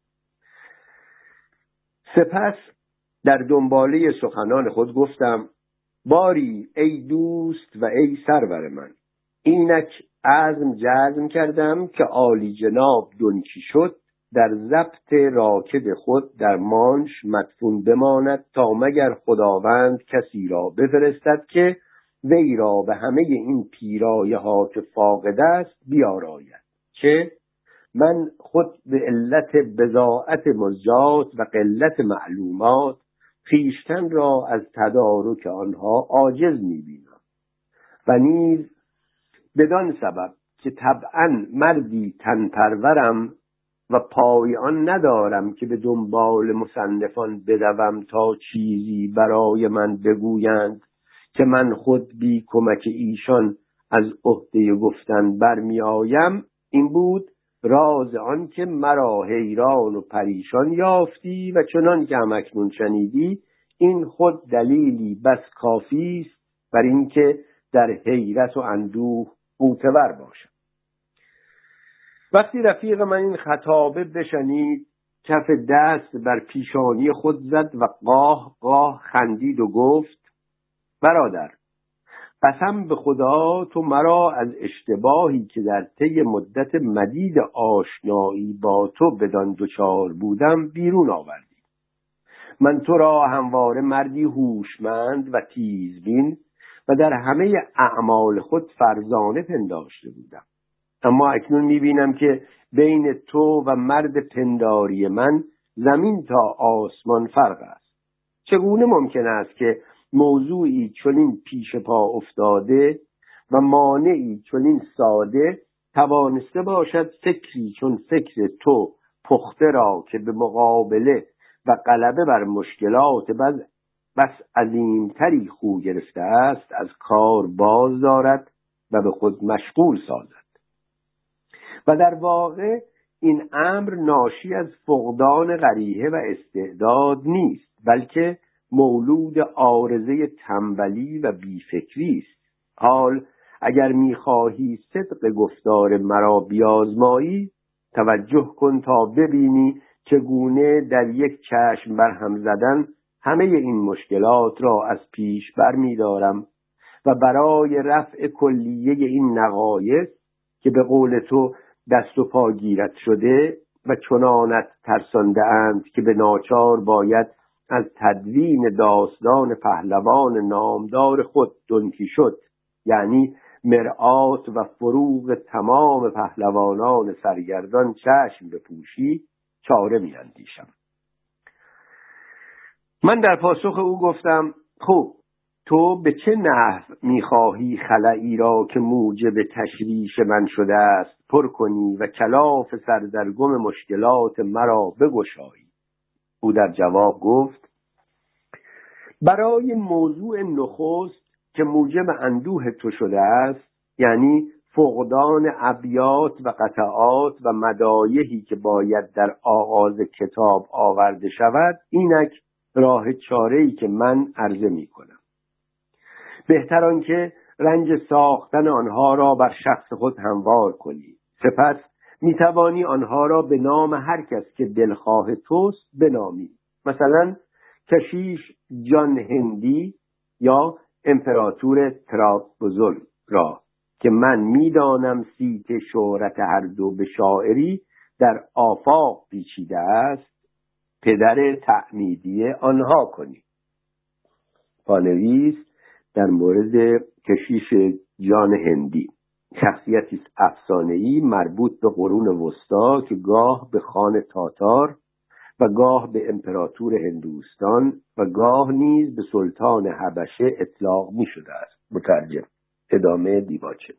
سپس در دنباله سخنان خود گفتم: باری ای دوست و ای سرور من، اینک عزم جزم کردم که عالی جناب دونکیشوت در ضبط راکد خود در مانش مدفون بماند تا مگر خداوند کسی را بفرستد که وی را به همه این پیرایه ها که فاقد است بیاراید، که من خود به علت بضاعت مزجات و قلت معلومات خویشتن را از تدارک آنها عاجز می‌بینم و نیز بدان سبب که طبعاً مردی تن پرورم و پای آن ندارم که به دنبال مصنفان بدوم تا چیزی برای من بگویند که من خود بی کمک ایشان از عهده گفتن برمی آیم، این بود راز آن که مرا حیران و پریشان یافتی و چنان که هم اکنون شنیدی، این خود دلیلی بس کافی است بر این که در حیرت و اندوه غوطه‌ور باشم. وقتی رفیق من این خطابه بشنید، کف دست بر پیشانی خود زد و قاه قاه خندید و گفت: برادر، قسم به خدا تو مرا از اشتباهی که در طی مدت مدید آشنایی با تو بدان دچار بودم بیرون آوردی. من تو را همواره مردی هوشمند و تیزبین و در همه اعمال خود فرزانه پنداشته بودم، اما اکنون می‌بینم که بین تو و مرد پنداری من زمین تا آسمان فرق است. چگونه ممکن است که موضوعی چنین پیش پا افتاده و مانعی چنین ساده توانسته باشد فکری چون فکر تو پخته را که به مقابله و غلبه بر مشکلات بس, بس عظیمتری خو گرفته است از کار باز دارد و به خود مشغول سازد؟ و در واقع این امر ناشی از فقدان غریحه و استعداد نیست، بلکه مولود عارضه تنبلی و بیفکری است. حال اگر می‌خواهی صدق گفتار مرا بیازمایی، توجه کن تا ببینی چگونه در یک چشم برهم زدن همه این مشکلات را از پیش برمی‌دارم و برای رفع کلیه این نقایص که به قول تو دست و پا گیرت شده و چنانت ترسانده اند که به ناچار باید از تدوین داستان پهلوان نامدار خود دونکیشوت، یعنی مرآت و فروغ تمام پهلوانان سرگردان، چشم بپوشی، چاره می‌اندیشم. من در پاسخ او گفتم: خوب، تو به چه نحو می‌خواهی خلایی را که موجب تشویش من شده است پر کنی و کلاف سردرگم مشکلات مرا بگشایی؟ او در جواب گفت: برای موضوع نخست که موجب اندوه تو شده است، یعنی فقدان ابیات و قطعات و مدایحی که باید در آغاز کتاب آورده شود، اینک راه چاره‌ای که من عرضه می‌کنم. بهتر آن که رنج ساختن آنها را بر شخص خود هموار کنی. سپس می‌توانی آنها را به نام هر کس که دلخواه توست بنامی. مثلا کشیش جان هندی یا امپراتور تراپزون را که من می‌دانم صیت شهرت هر دو به شاعری در آفاق پیچیده است، پدر تعمیدی آنها کنی. پانویس در مورد کشیش جان هندی: شخصیتی افسانه‌ای مربوط به قرون وسطا که گاه به خان تاتار و گاه به امپراتور هندوستان و گاه نیز به سلطان حبشه اطلاق می شده است. مترجم. ادامه دیباچه.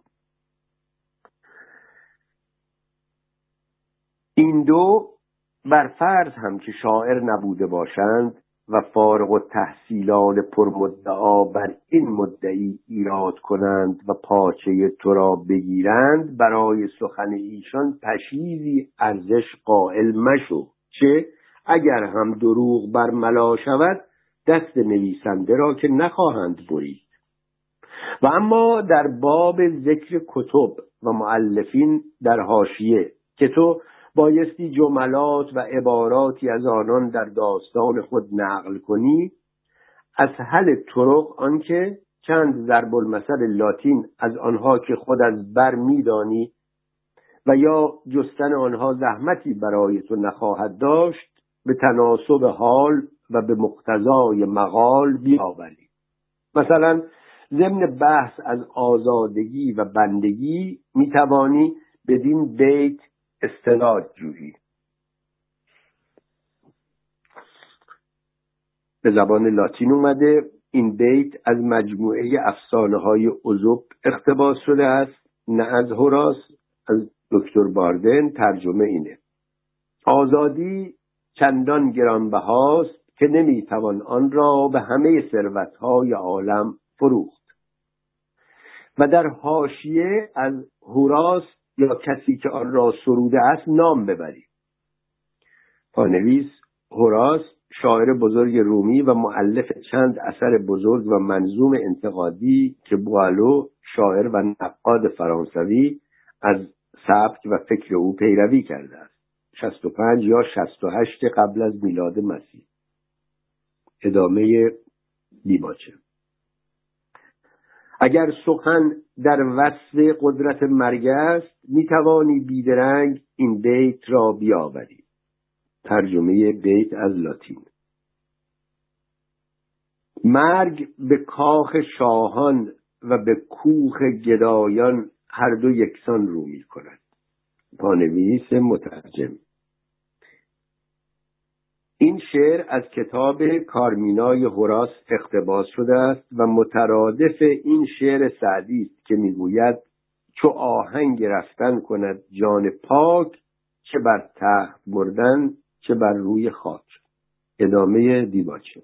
این دو بر فرض هم که شاعر نبوده باشند و فارغ التحصیلان پرمدعا بر این مدعی ایراد کنند و پاچه تو را بگیرند، برای سخن ایشان پشیزی ارزش قائل مشو، چه اگر هم دروغ برملا شود دست نویسنده را که نخواهند برید. و اما در باب ذکر کتب و مؤلفین در حاشیه که تو بایستی جملات و عباراتی از آنان در داستان خود نقل کنی، اسهل طرق آنکه چند ضرب المثل لاتین از آنها که خود از بر میدانی و یا جستن آنها زحمتی برای تو نخواهد داشت، به تناسب حال و به مقتضای مقال بیاوری. مثلا ضمن بحث از آزادگی و بندگی میتوانی بدین بیت استناد جویی: به زبان لاتین اومده. این بیت از مجموعه افسانه های اوزوپ اقتباس شده است، نه از هوراس، از دکتر باردن. ترجمه اینه: آزادی چندان گرانبهاست که نمیتوان آن را به همه ثروت‌های عالم فروخت. و در حاشیه از هوراس یا کسی که آن را سروده است نام ببریم. پانویس هوراس، شاعر بزرگ رومی و مؤلف چند اثر بزرگ و منظوم انتقادی که بوالو، شاعر و نقاد فرانسوی، از سبک و فکر او پیروی کرده است. شصت و پنج یا شصت و هشت قبل از میلاد مسیح. ادامه دیباچه. اگر سخن در وصف قدرت مرگ است، میتوانی بیدرنگ این بیت را بیاوری. ترجمه بیت از لاتین. مرگ به کاخ شاهان و به کوخ گدایان هر دو یکسان رو می کند. پانویس مترجم. این شعر از کتاب کارمینای هوراس اقتباس شده است و مترادف این شعر سعدی است که میگوید چو آهنگ رفتن کند جان پاک، چه بر تخت مردن چه بر روی خاک. ادامه دیباچه.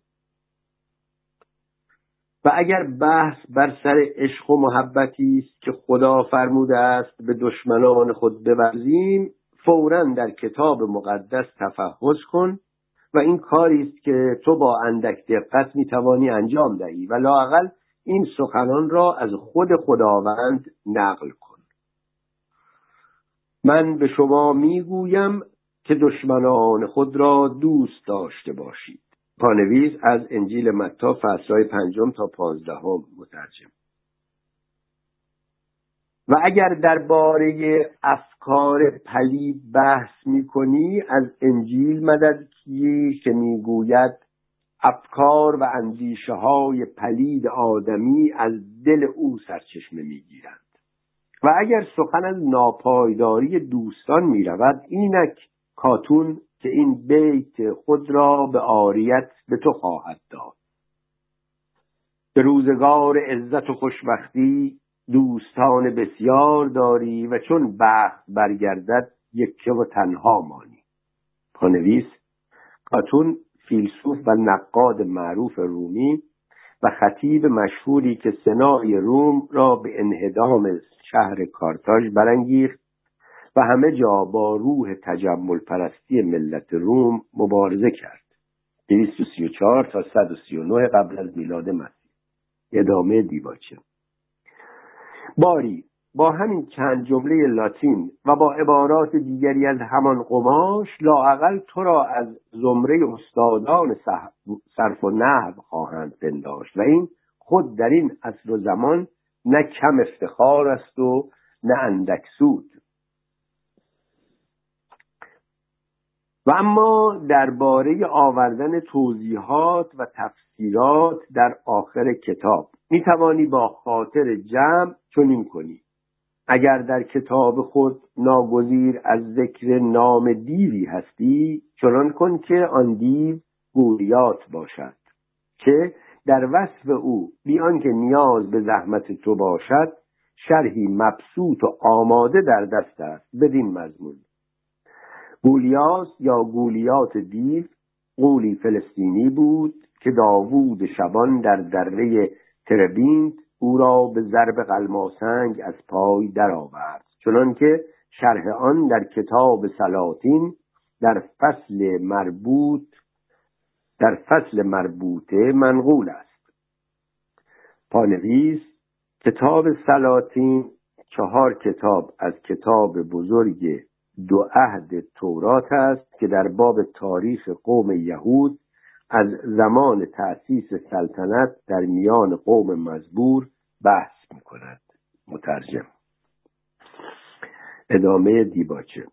و اگر بحث بر سر عشق و محبتی است که خدا فرموده است به دشمنان خود بورزیم، فوراً در کتاب مقدس تفحص کن و این کاری است که تو با اندک دقت میتوانی انجام دهی و لااقل این سخنان را از خود خداوند نقل کن. من به شما میگویم که دشمنان خود را دوست داشته باشید. پانویس از انجیل متی فصل‌های پنجم تا پانزدهم مترجم. و اگر درباره افکار پلید بحث می‌کنی، از انجیل مدد گیر که می‌گوید افکار و اندیشه‌های پلید آدمی از دل او سرچشمه می‌گیرند. و اگر سخن از ناپایداری دوستان می‌رود، اینک کاتون که این بیت خود را به عاریت به تو خواهد داد. به روزگار عزت و خوشبختی دوستان بسیار داری و چون بخت برگردد یکه و تنها مانی. پانویس کاتون، فیلسوف و نقاد معروف رومی و خطیب مشهوری که سنای روم را به انهدام شهر کارتاژ برانگیخت و همه جا با روح تجمل پرستی ملت روم مبارزه کرد. دویست و سی و چهار تا صد و سی و نه قبل از میلاد مسیح. ادامه دیباچه. باری با همین چند جمله لاتین و با عبارات دیگری از همان قماش لااقل تو را از زمره استادان صرف و نحو خواهند پنداشت و این خود در این عصر و زمان نه کم افتخار است و نه اندک سود. و اما درباره آوردن توضیحات و تفسیرات در آخر کتاب می توانی با خاطر جمع چنین کنی: اگر در کتاب خود ناگزیر از ذکر نام دیوی هستی، چنان کن که آن دیو گولیات باشد که در وصف او بی آنکه نیاز به زحمت تو باشد شرحی مبسوط و آماده در دست است بدین مضمون: گولیاس یا گولیات دیو غولی فلسطینی بود که داوود شبان در دره تربینت او را به ضرب قلماسنگ از پای درآورد، چنان که شرح آن در کتاب سلاطین در فصل مربوط در فصل مربوطه منقول است. پانویس کتاب سلاطین چهار کتاب از کتاب بزرگ دو عهد تورات است که در باب تاریخ قوم یهود از زمان تأسیس سلطنت در میان قوم مزبور بحث می‌کند. مترجم. ادامه دیباچه.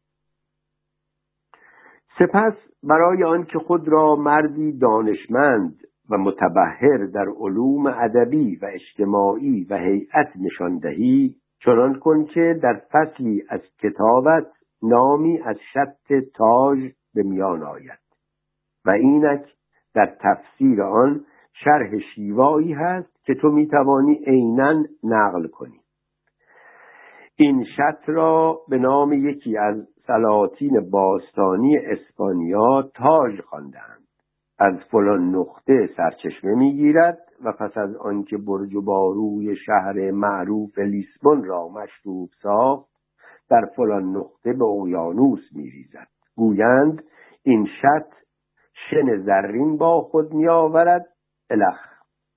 سپس برای آن که خود را مردی دانشمند و متبحر در علوم ادبی و اجتماعی و هیئت نشان دهی، چنان کن که در فصلی از کتابت نامی از شط تاج به میان آید و اینک در تفسیر آن شرح شیوایی هست که تو میتوانی عیناً نقل کنی. این شط را به نام یکی از سلاطین باستانی اسپانیا تاج خواندند. از فلان نقطه سرچشمه میگیرد و پس از آنکه برج و باروی شهر معروف لیسبون را مشروب ساخت در فلان نقطه به اقیانوس می‌ریزد. گویند این شط شن زرین با خود می‌آورد الخ.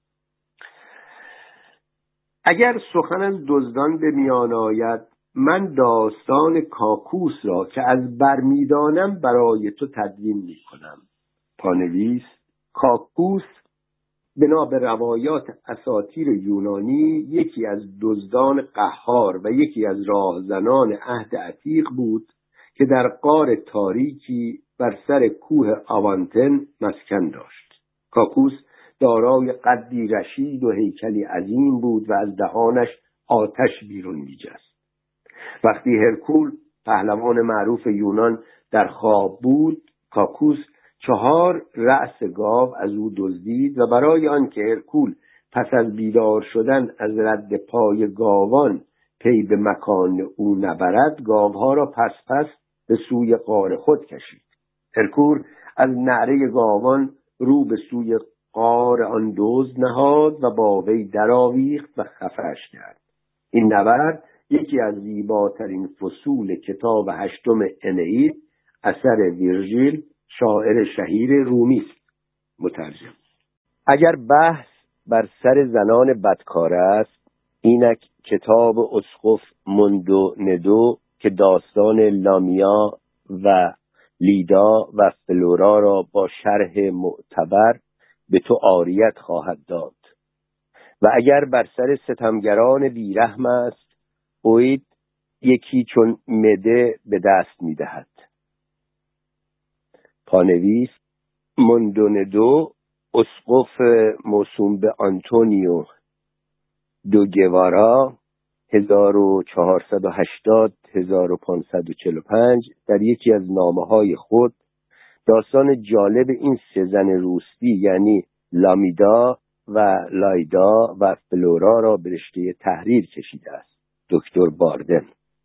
اگر سخن از دزدان به میان آید، من داستان کاکوس را که از بر می‌دانم برای تو تدوین می‌کنم. پانویس: کاکوس بنا به روایات اساطیر یونانی یکی از دزدان قهار و یکی از راهزنان عهد عتیق بود که در غار تاریکی بر سر کوه آوانتن مسکن داشت. کاکوس دارای قدی رشید و هیکلی عظیم بود و از دهانش آتش بیرون می‌جست. وقتی هرکول پهلوان معروف یونان در خواب بود، کاکوس چهار رأس گاو از او دزدید و برای آنکه هرکول پس از بیدار شدن از رد پای گاوان پی به مکان او نبرد، گاوها را پس پس به سوی غار خود کشید. هرکول از نعره گاوان رو به سوی غار آن دزد نهاد و با وی درآویخت و خفه‌اش کرد. این نبرد یکی از زیباترین فصول کتاب هشتم انئید اثر ویرژیل شاعر شهیر رومی است. مترجم: اگر بحث بر سر زنان بدکار است، اینک کتاب اسقف مندوندو که داستان لامیا و لیدا و فلورا را با شرح معتبر به تو عاریت خواهد داد. و اگر بر سر ستمگران بیرحم است، اوید یکی چون مده به دست می دهد. پانویس: مندوندو اسقف موسوم به آنتونیو دو گوارا هزار و چهارصد و هشتاد تا هزار و پانصد و چهل و پنج در یکی از نامه‌های خود داستان جالب این سه زن روستی یعنی لامیدا و لایدا و فلورا را به رشته تحریر کشیده است. دکتر باردن.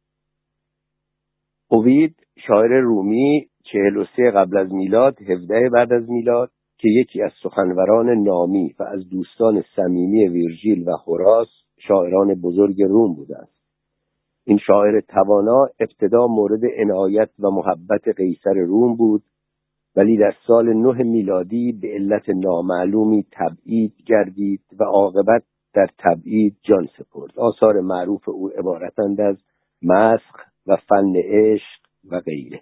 اوید شاعر رومی چهل و سه قبل از میلاد هفده بعد از میلاد که یکی از سخنوران نامی و از دوستان صمیمی ویرژیل و هوراس شاعران بزرگ روم بوده است. این شاعر توانا ابتدا مورد عنایت و محبت قیصر روم بود، ولی در سال نه میلادی به علت نامعلومی تبعید گردید و عاقبت در تبعید جان سپرد. آثار معروف او عبارتند از مسخ و فن عشق و غیره.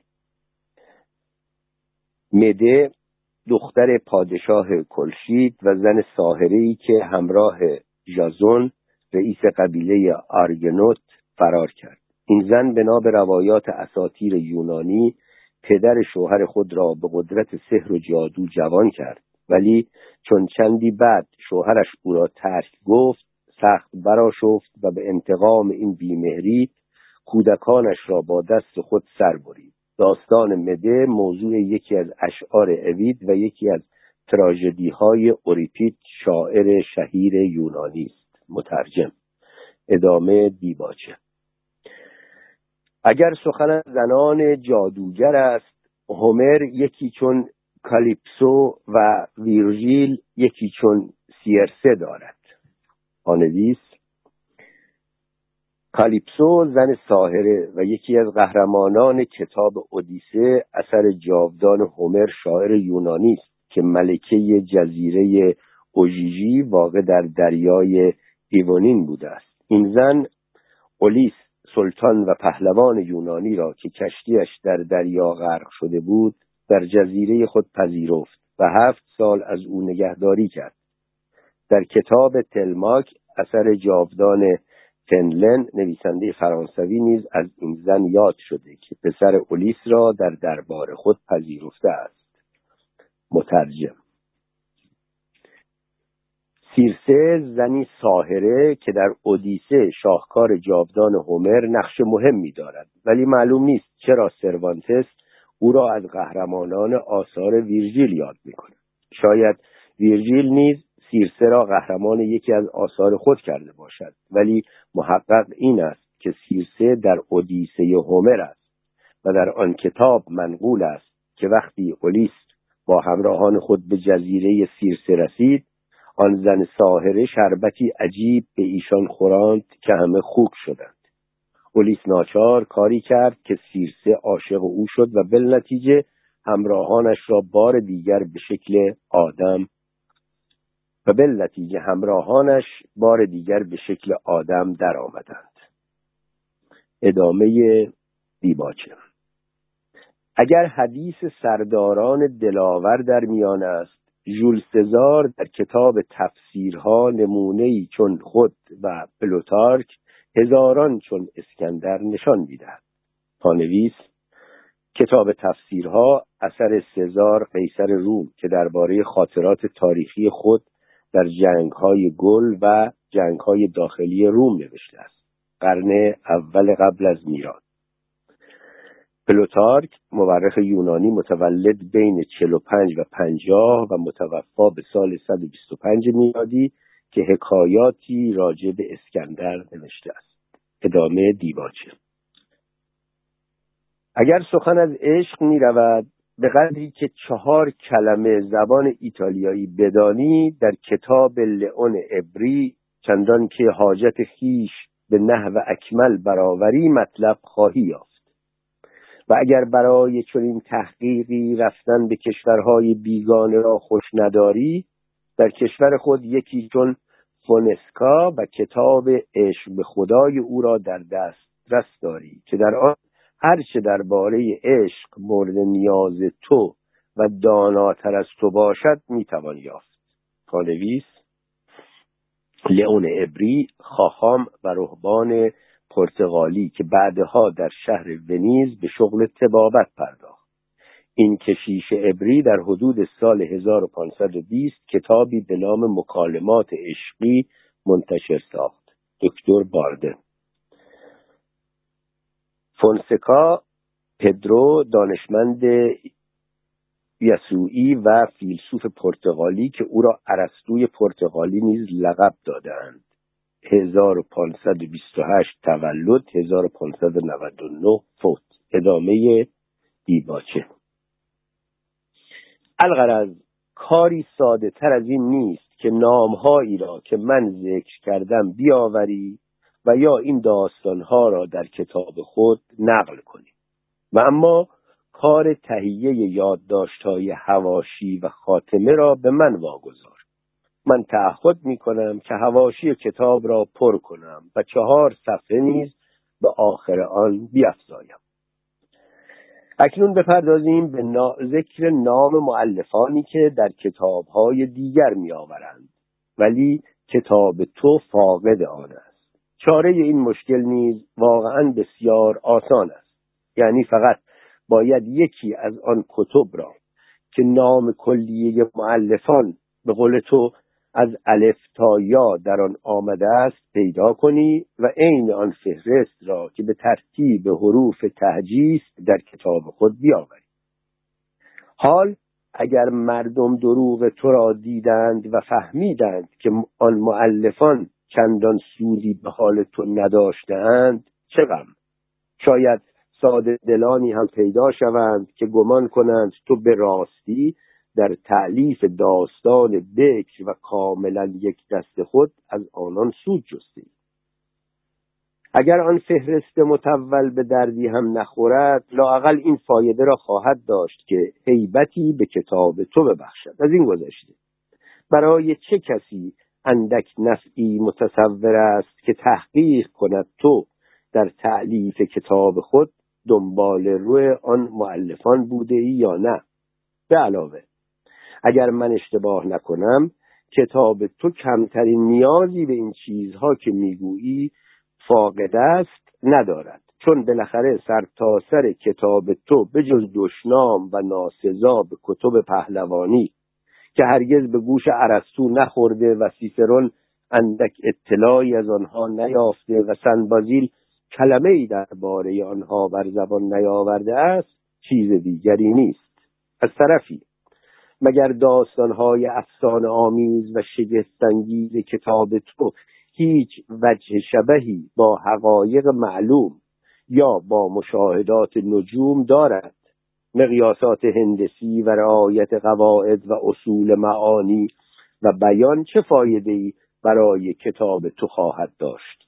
مده دختر پادشاه کلشید و زن ساحره‌ای که همراه ژازون رئیس قبیله آرگنوت فرار کرد. این زن بنا به روایات اساطیر یونانی پدر شوهر خود را به قدرت سحر و جادو جوان کرد، ولی چون چندی بعد شوهرش او را ترک گفت، سخت برآشفت و به انتقام این بیمهری کودکانش را با دست خود سر برید. داستان مده موضوع یکی از اشعار اوید و یکی از تراژدی‌های اوریپید شاعر شهیر یونانی است. مترجم. ادامه دیباچه. اگر سخن زنان جادوگر است، هومر یکی چون کالیپسو و ویرژیل یکی چون سیرسه دارد. پانویس: کالیپسو زن ساحره و یکی از قهرمانان کتاب اودیسه اثر جاودان هومر شاعر یونانی است که ملکه جزیره اوژیژی واقع در دریای ایونین بوده است. این زن اولیس سلطان و پهلوان یونانی را که کشتیش در دریا غرق شده بود در جزیره خود پذیرفت و هفت سال از او نگهداری کرد. در کتاب تلماک اثر جاودان فنلن نویسنده فرانسوی نیز از این زن یاد شده که پسر اولیس را در دربار خود پذیرفته است. مترجم. سیرسه زنی ساحره که در اودیسه شاهکار جاودان هومر نقش مهمی دارد، ولی معلوم نیست چرا سروانتس او را از قهرمانان آثار ویرژیل یاد می‌کند. شاید ویرژیل نیز سیرسه را قهرمان یکی از آثار خود کرده باشد، ولی محقق این است که سیرسه در اودیسه هومر است و در آن کتاب منقول است که وقتی اولیس با همراهان خود به جزیره سیرسه رسید، آن زن ساحره شربتی عجیب به ایشان خوراند که همه خوک شدند. پلیس ناچار کاری کرد که سیرسه عاشق او شد و بالنتیجه همراهانش را بار دیگر به شکل آدم و بالنتیجه همراهانش بار دیگر به شکل آدم در آمدند. ادامه دیباچه. اگر حدیث سرداران دلاور در میان است، ژول سزار در کتاب تفسیرها نمونه‌ای چون خود و پلوتارک هزاران چون اسکندر نشان می‌دهد. پانویس: کتاب تفسیرها اثر سزار قیصر روم که درباره خاطرات تاریخی خود در جنگ‌های گل و جنگ‌های داخلی روم نوشته است. قرن اول قبل از میلاد. پلوتارک مورخ یونانی متولد بین چهل و پنج و پنجاه و متوفا به سال صد و بیست و پنج میلادی که حکایاتی راجع به اسکندر نوشته است. ادامه دیباچه. اگر سخن از عشق می رود، به قدری که چهار کلمه زبان ایتالیایی بدانی در کتاب لئون عبری چندان که حاجت خیش به نحو اکمل برآوری مطلب خواهی یافت. و اگر برای چنین تحقیقی رفتن به کشورهای بیگانه را خوش نداری، در کشور خود یکی چون فونسکا و کتاب عشق به خدای او را در دست رس داری که در آن هر چه درباره عشق مورد نیاز تو و داناتر از تو باشد میتوان یافت. پانویس: لئون عبری خاخام و رهبان پرتغالی که بعدها در شهر ونیز به شغل طبابت پرداخت. این کشیش عبری در حدود سال هزار و پانصد و بیست کتابی به نام مکالمات عشقی منتشر ساخت. دکتر باردن. فونسکا پدرو دانشمند یسوعی و فیلسوف پرتغالی که او را ارسطوی پرتغالی نیز لقب دادند. هزار و پانصد و بیست و هشت تولد، هزار و پانصد و نود و نه فوت. ادامه دیباچه. الغرض کاری ساده تر از این نیست که نامهایی را که من ذکر کردم بیاوری و یا این داستانها را در کتاب خود نقل کنی. و اما کار تهیه یادداشت‌های حواشی و خاتمه را به من واگذار. من تعهد می‌کنم که حواشی کتاب را پر کنم و چهار صفحه نیز به آخر آن بیفزایم. اکنون بپردازیم به نا... ذکر نام مؤلفانی که در کتاب‌های دیگر می‌آورند، ولی کتاب تو فاقد آن است. چاره این مشکل نیز واقعاً بسیار آسان است. یعنی فقط باید یکی از آن کتب را که نام کلیه مؤلفان به قول تو از الف تا یا در آن آمده است پیدا کنی و عین آن فهرست را که به ترتیب حروف تهجی است در کتاب خود بیاوری. حال اگر مردم دروغ تو را دیدند و فهمیدند که آن مؤلفان چندان سودی به حال تو نداشتند، چه غم. شاید ساده دلانی هم پیدا شوند که گمان کنند تو به راستی در تألیف داستان بکر و کاملا یک دست خود از آنان سود جستی. اگر آن فهرست متول به دردی هم نخورد، لااقل این فایده را خواهد داشت که هیبتی به کتاب تو ببخشد. از این گذشته برای چه کسی اندک نفعی متصور است که تحقیق کند تو در تألیف کتاب خود دنبال روی آن مؤلفان بوده ای یا نه؟ به علاوه اگر من اشتباه نکنم کتاب تو کمترین نیازی به این چیزها که میگویی فاقد است ندارد، چون بالاخره سر تا سر کتاب تو به جز دشنام و ناسزا به کتب پهلوانی که هرگز به گوش ارسطو نخورده و سیسرون اندک اطلاعی از آنها نیافته و سن بازیل کلمه‌ای درباره آنها بر زبان نیاورده است، چیز دیگری نیست. از طرفی مگر داستان‌های افسانه آمیز و شگفت‌انگیز کتاب تو هیچ وجه شبهی با حقایق معلوم یا با مشاهدات نجوم دارد؟ مقیاسات هندسی و رعایت قواعد و اصول معانی و بیان چه فایده‌ای برای کتاب تو خواهد داشت؟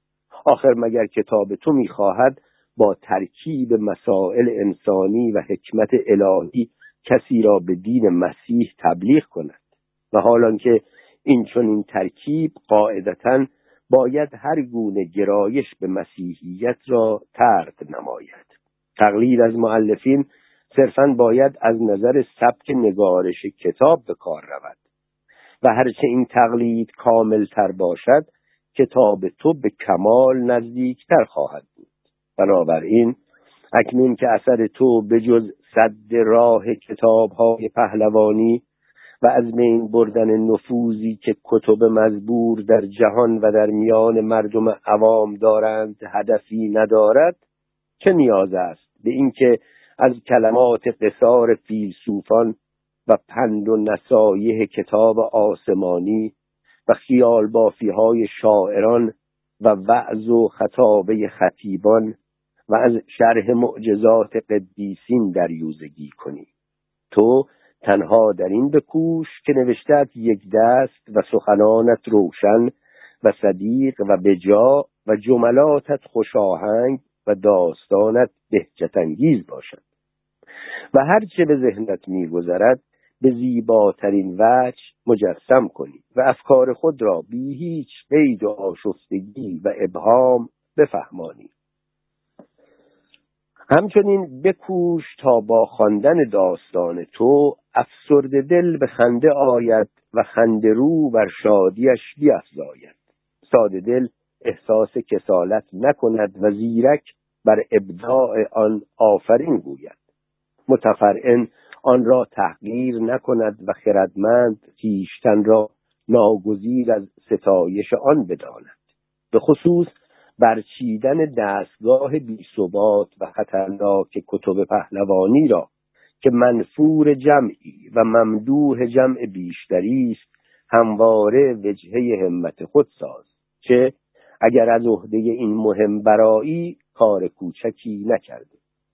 آخر مگر کتاب تو می‌خواهد با ترکیب مسائل انسانی و حکمت الهی کسی را به دین مسیح تبلیغ کند؟ و حالان که این چون این ترکیب قاعدتاً باید هر گونه گرایش به مسیحیت را طرد نماید. تقلید از مؤلفین صرفاً باید از نظر سبک نگارش کتاب به کار رود و هرچه این تقلید کامل تر باشد کتاب تو به کمال نزدیکتر خواهد بود. بنابراین اکنون که اثر تو به جز سد راه کتاب‌های پهلوانی و از بین بردن نفوذی که کتب مزبور در جهان و در میان مردم عوام دارند هدفی ندارد، چه نیاز است به اینکه از کلمات قصار فیلسوفان و پند و نصایح کتاب آسمانی و خیال بافی‌های شاعران و وعظ و خطابه خطیبان و از شرح معجزات قدیسین دریوزگی کنی؟ تو تنها در این بکوش که نوشته‌ات یک دست و سخنانت روشن و صدیق و بجا و جملاتت خوشاهنگ و داستانت بهجت انگیز باشد و هر چه به ذهنت می‌گذرد به زیباترین وجه مجسم کنی و افکار خود را بی هیچ قید و آشفتگی و ابهام بفهمانی. همچنین بکوش تا با خواندن داستان تو افسرده دل به خنده آید و خنده رو بر شادیش بیفزاید. ساده دل احساس کسالت نکند و زیرک بر ابداع آن آفرین گوید. متفرعن آن را تحقیر نکند و خردمند خویشتن را ناگزیر از ستایش آن بداند. به خصوص برچیدن دستگاه بی‌ثبات و خطرناک کتب پهلوانی را که منفور جمعی و ممدوح جمع بیشتری است همواره وجهه همت خود ساز، چه اگر از عهده این مهم برایی کار کوچکی نکرده.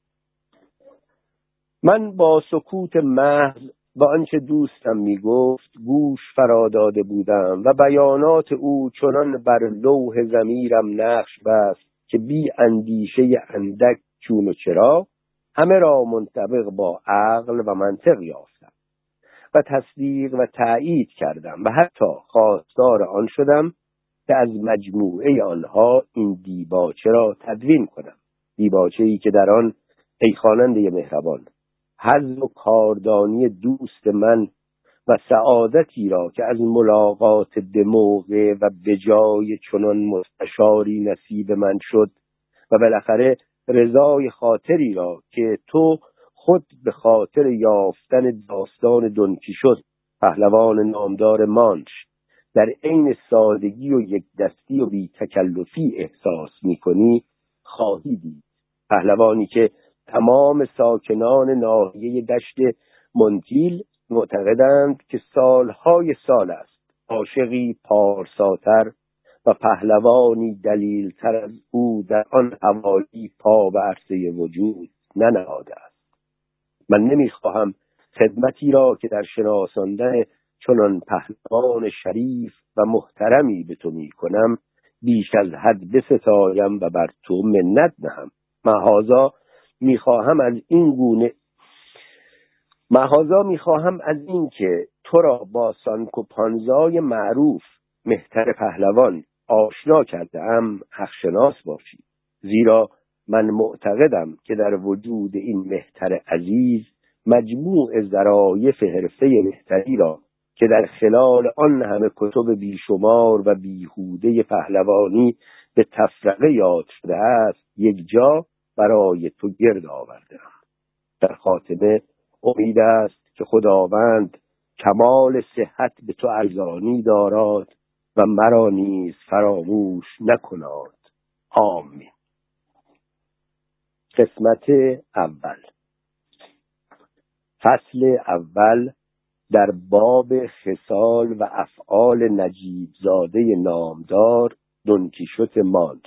من با سکوت محض و آنچه دوستم میگفت گوش فرا داده بودم و بیانات او چنان بر لوح ضمیرم نقش بست که بی اندیشه اندک چون و چرا همه را منطبق با عقل و منطق یافتم و تصدیق و تأیید کردم و حتی خواستار آن شدم که از مجموعه آنها این دیباچه را تدوین کنم. دیباچه‌ای که در آن ای خواننده مهربان حظ و کاردانی دوست من و سعادتی را که از ملاقات دموقع و بجای چنان مستشاری نصیب من شد و بالاخره رضای خاطری را که تو خود به خاطر یافتن داستان دون کیشوت پهلوان نامدار مانچ در عین سادگی و یک دستی و بی تکلفی احساس می‌کنی خواهی دید. پهلوانی که تمام ساکنان ناحیه دشت مونتیل معتقدند که سالهای سال است عاشقی پارساتر و پهلوانی دلیلتر از او در آن حوالی پا به عرصه وجود ننهاده است. من نمیخواهم خدمتی را که در شناساندن چنان پهلوان شریف و محترمی به تو میکنم بیش از حد بستایم و بر تو منت نهم. محاذا میخواهم از این گونه محاذا میخواهم از این که تو را با سانکو پانزای معروف مهتر پهلوان آشنا کردم حقشناس باشی، زیرا من معتقدم که در وجود این مهتر عزیز مجموع ظرایف حرفه مهتری را که در خلال آن همه کتب بیشمار و بیهوده پهلوانی به تفرقه یاد شده است یک جا برای تو گرد آوردم. در خاتمه امید است که خداوند کمال صحت به تو ارزانی دارد و مرا نیز فراموش نکناد. آمین. قسمت اول. فصل اول در باب خصال و افعال نجیب زاده نامدار دون کیشوت مانچ.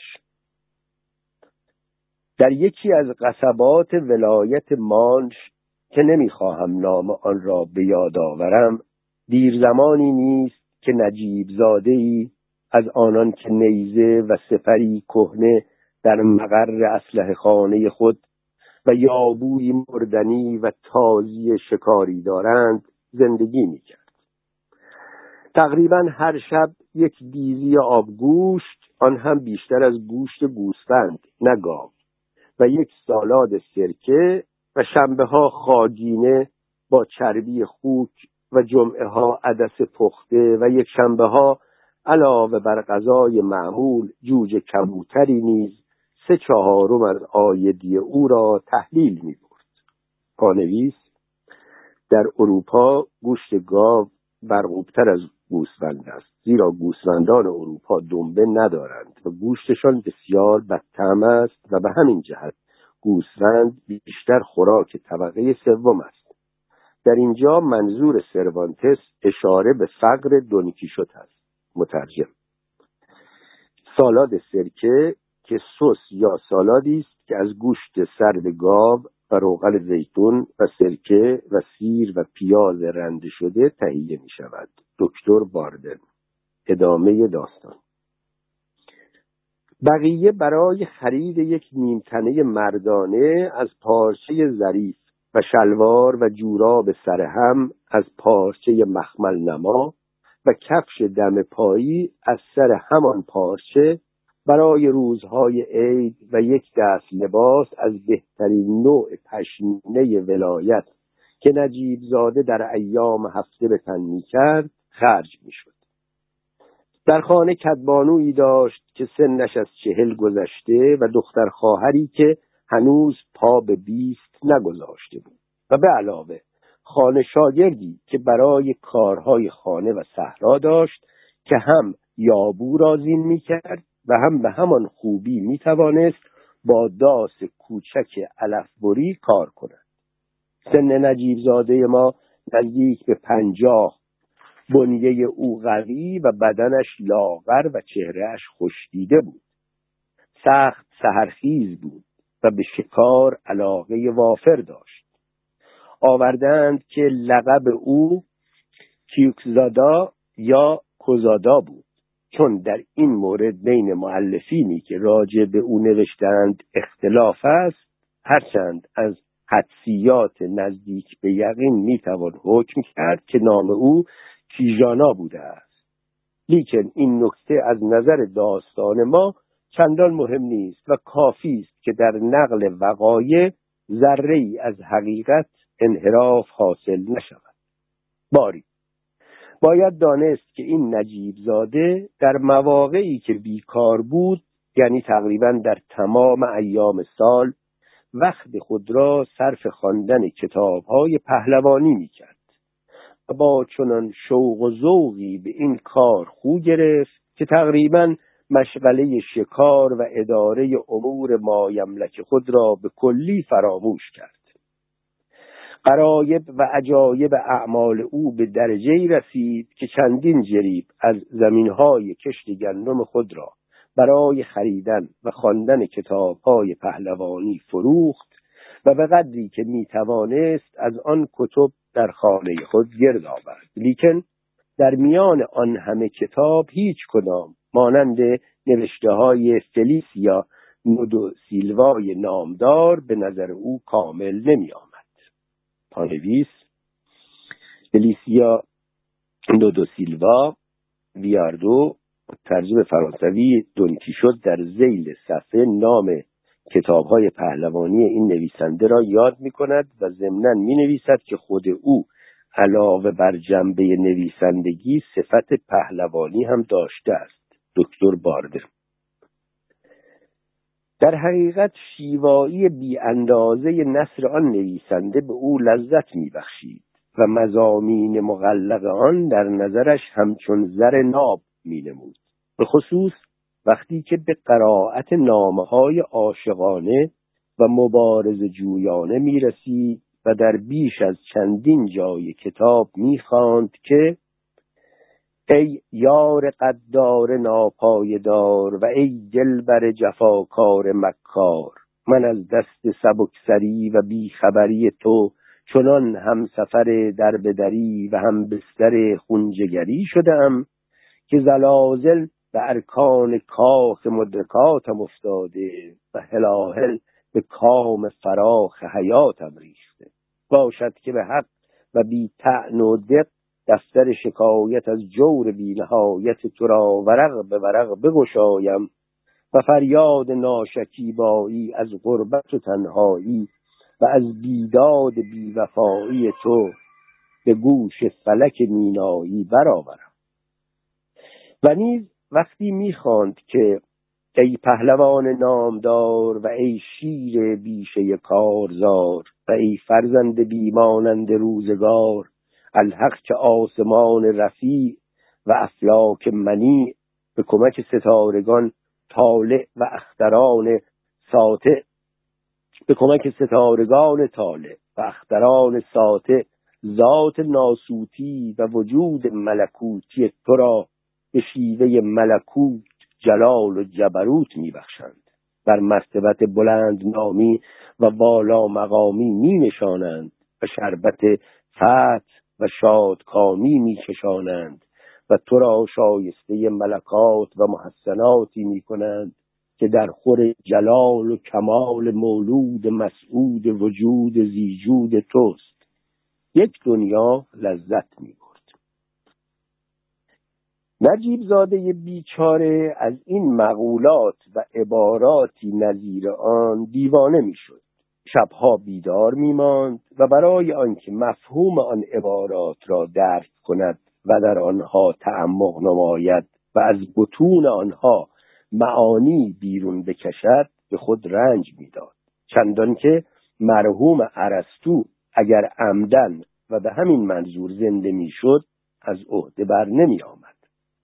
در یکی از قصبات ولایت مانچ که نمیخواهم نام آن را به یاد آورم دیر زمانی نیست که نجیب زاده‌ای از آنان که نیزه و سپری کهنه در مقر اسلحه خانه خود و یابوی مردنی و تازی شکاری دارند زندگی می‌کرد. تقریباً هر شب یک دیزی آبگوشت، آن هم بیشتر از گوشت گوسفند نه گاو، و یک سالاد سرکه و شنبه ها خاگینه با چربی خوک و جمعه ها عدس پخته و یک شنبه ها علاوه بر غذای معمول جوجه کبوتری نیز سه چهارم از عایدی او را تحلیل می برد. پانویس: در اروپا گوشت گاو برغوبتر از گوسفند است، زیرا گوسفندان اروپا دنبه ندارند و گوشتشان بسیار بدطعم است و به همین جهت گوسفند بیشتر خوراک طبقه سوم است. در اینجا منظور سروانتس اشاره به فقر دونکیشوت است. مترجم: سالاد سرکه که سس یا سالادی است که از گوشت سرد گاو و روغن زیتون و سرکه و سیر و پیاز رنده شده تهیه می شود. دکتر باردن. ادامه داستان. بقیه برای خرید یک نیمتنه مردانه از پارچه ظریف و شلوار و جوراب سرهم از پارچه مخمل نما و کفش دم پایی از سر همان پارچه برای روزهای عید و یک دست لباس از بهترین نوع پشمینه ولایت که نجیب زاده در ایام هفته به تن می‌کرد خرج می‌شد. در خانه کدبانویی داشت که سنش از چهل گذشته و دختر خواهری که هنوز پا به بیست نگذاشته بود و به علاوه خانه شاگردی که برای کارهای خانه و صحرا داشت که هم یابو را زین می‌کرد و هم به همان خوبی می‌توانست با داس کوچک علفبری کار کند. سن نجیب زاده ما نزدیک به پنجاه، بنیه او قوی و بدنش لاغر و چهرهش خشکیده بود. سخت سحرخیز بود و به شکار علاقه وافر داشت. آوردند که لقب او کیوکزادا یا کوزادا بود، چون در این مورد بین مؤلفینی که راجع به او نوشتند اختلاف است، هرچند از حدسیات نزدیک به یقین میتوان حکم کرد که نام او کیژانا بوده است. لیکن این نکته از نظر داستان ما چندان مهم نیست و کافی است که در نقل وقایع ذره‌ای از حقیقت انحراف حاصل نشود. باری باید دانست که این نجیب زاده در مواقعی که بیکار بود، یعنی تقریباً در تمام ایام سال، وقت خود را صرف خواندن کتاب‌های پهلوانی می‌کرد و با چنان شوق و ذوقی به این کار خو گرفت که تقریباً مشغله شکار و اداره امور مایملک خود را به کلی فراموش کرد. غرایب و عجایب اعمال او به درجه‌ای رسید که چندین جریب از زمین‌های کشت گندم خود را برای خریدن و خواندن کتاب‌های پهلوانی فروخت و به قدری که می‌توانست از آن کتب در خانه خود گرد آورد. لیکن در میان آن همه کتاب هیچ کدام مانند نوشته‌های فلیسیا نودو سیلوای نامدار به نظر او کامل نمی‌آمد. پانویس: فلیسیا نودو سیلوا ویاردو، ترجمه فرانسوی دونکیشوت، در ذیل صفحه نام کتاب‌های پهلوانی این نویسنده را یاد می‌کند و ضمناً می‌نویسد که خود او علاوه بر جنبه نویسندگی صفت پهلوانی هم داشته است. دکتر باردن. در حقیقت شیوایی بی اندازه نثر آن نویسنده به او لذت می‌بخشید و مضامین مغلق آن در نظرش همچون زر ناب می‌نمود، به خصوص وقتی که به قرائت نامه‌های عاشقانه و مبارزه جویانه می‌رسید و در بیش از چندین جای کتاب می‌خواند که ای یار قدار ناپایدار و ای دلبر جفاکار مکار، من از دست سبکسری و بیخبری تو چنان هم سفر دربدری و هم بستر خونجگری شدم که زلازل به ارکان کاخ مدرکاتم افتاده و هلاهل به کام فراخ حیاتم ریخته. باشد که به حق و بی طعن و دق دفتر شکایت از جور بی نهایت تو را ورق به ورق بگشایم و فریاد ناشکیبایی از غربت و تنهایی و از بیداد بی وفایی تو به گوش فلک مینایی برآورم. و نیز وقتی می‌خواند که ای پهلوان نامدار و ای شیر بیشه کارزار و ای فرزند بیمانند روزگار، الحق که آسمان رفیع و افلاک منیع به کمک ستارگان طالع و اختران ساطع به کمک ستارگان طالع و اختران ساطع ذات ناسوتی و وجود ملکوتی تو را به شیوه ملکوت جلال و جبروت میبخشند، بر مرتبت بلند نامی و والا مقامی می نشانند و شربت فتح و شادکامی می کشانند و تو را شایسته ملکات و محسناتی می کنند که در خور جلال و کمال مولود مسعود وجود زیجود توست. یک دنیا لذت می برد. نجیب زاده بیچاره از این مقولات و عباراتی نظیر آن دیوانه می شد. شبها بیدار می ماند و برای آنکه مفهوم آن عبارات را درک کند و در آنها تعمق نماید و از بطون آنها معانی بیرون بکشد به خود رنج می داد، چندان که مرحوم ارسطو اگر عمدن و به همین منظور زنده می شد از عهده بر نمی آمد.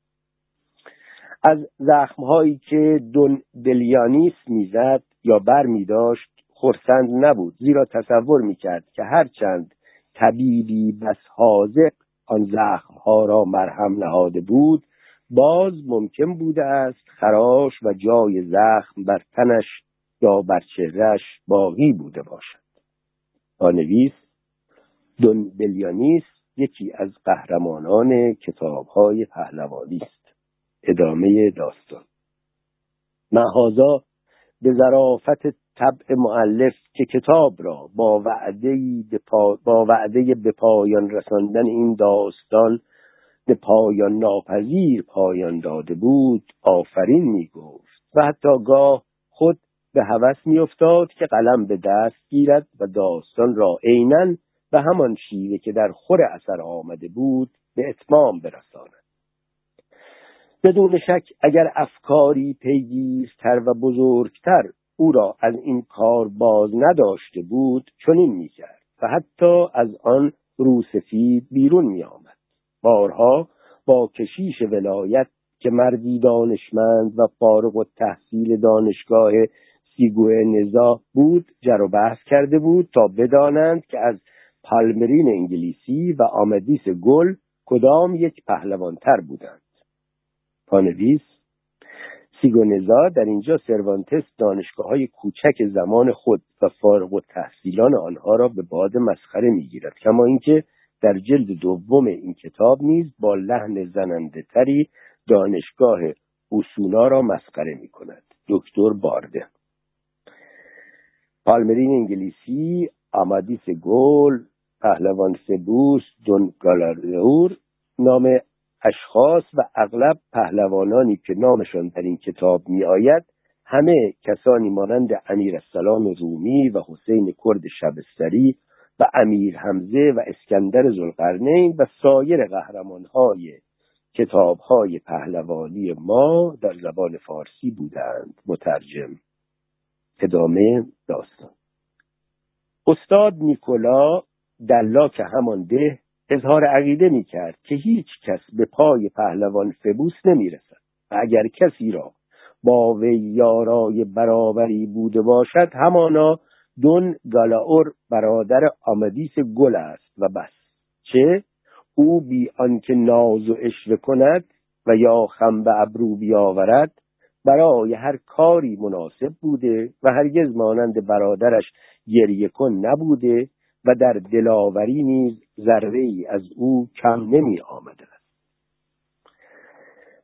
از زخمهایی که دون دلیانیس میزد یا بر می داشت خرسند نبود، زیرا تصور می کرد که هرچند طبیبی بس حاذق آن زخمها را مرهم نهاده بود، باز ممکن بوده است خراش و جای زخم بر تنش یا بر چهرهش باقی بوده باشد. پانویس دون دلیانیس یکی از قهرمانان کتاب‌های پهلوانی است. ادامه داستان. مهازا به ظرافت طبع مؤلف که کتاب را با وعده‌ای به پا... با وعده به پایان رساندن این داستان به پایان ناپذیر پایان داده بود آفرین می گفت و حتی گاه خود به هوس می افتاد که قلم به دست گیرد و داستان را عیناً به همان شیوه که در خور اثر آمده بود به اتمام برساند. بدون شک اگر افکاری پیگیرتر و بزرگتر او را از این کار باز نداشته بود چنین می‌کرد و حتی از آن روسفید بیرون می‌آمد. بارها با کشیش ولایت که مردی دانشمند و فارغ التحصیل دانشگاه سیگوئنزا بود جر و بحث کرده بود تا بدانند که از پالمرین انگلیسی و آمدیس گل کدام یک پهلوانتر بودند. پانویس سیگونزا در اینجا سروانتس دانشگاه‌های کوچک زمان خود و فارغ التحصیلان آنها را به باد مسخره می‌گیرد، کما اینکه در جلد دوم این کتاب نیز با لحن زننده تری دانشگاه اوسونا را مسخره می‌کند. دکتر بارده. پالمرین انگلیسی، آمادیس گل، پهلوان سبوس، دون گالارور نام اشخاص و اغلب پهلوانانی که نامشان در این کتاب می آید همه کسانی مانند امیر السلام رومی و حسین کرد شبستری و امیر حمزه و اسکندر ذوالقرنین و سایر قهرمانهای کتابهای پهلوانی ما در زبان فارسی بودند. مترجم. ادامه داستان. استاد نیکولا دلاک همان ده اظهار عقیده می کرد که هیچ کس به پای پهلوان فبوس نمی رسد و اگر کسی را با وی یارای برابری بوده باشد همانا دون گالاور برادر آمدیس گل است و بس، چه او بی آنکه ناز و عشوه کند و یا خم به ابرو بیاورد برای هر کاری مناسب بوده و هرگز مانند برادرش گریه کن نبوده و در دلاوری نیز ذره‌ای از او کم نمی آمده.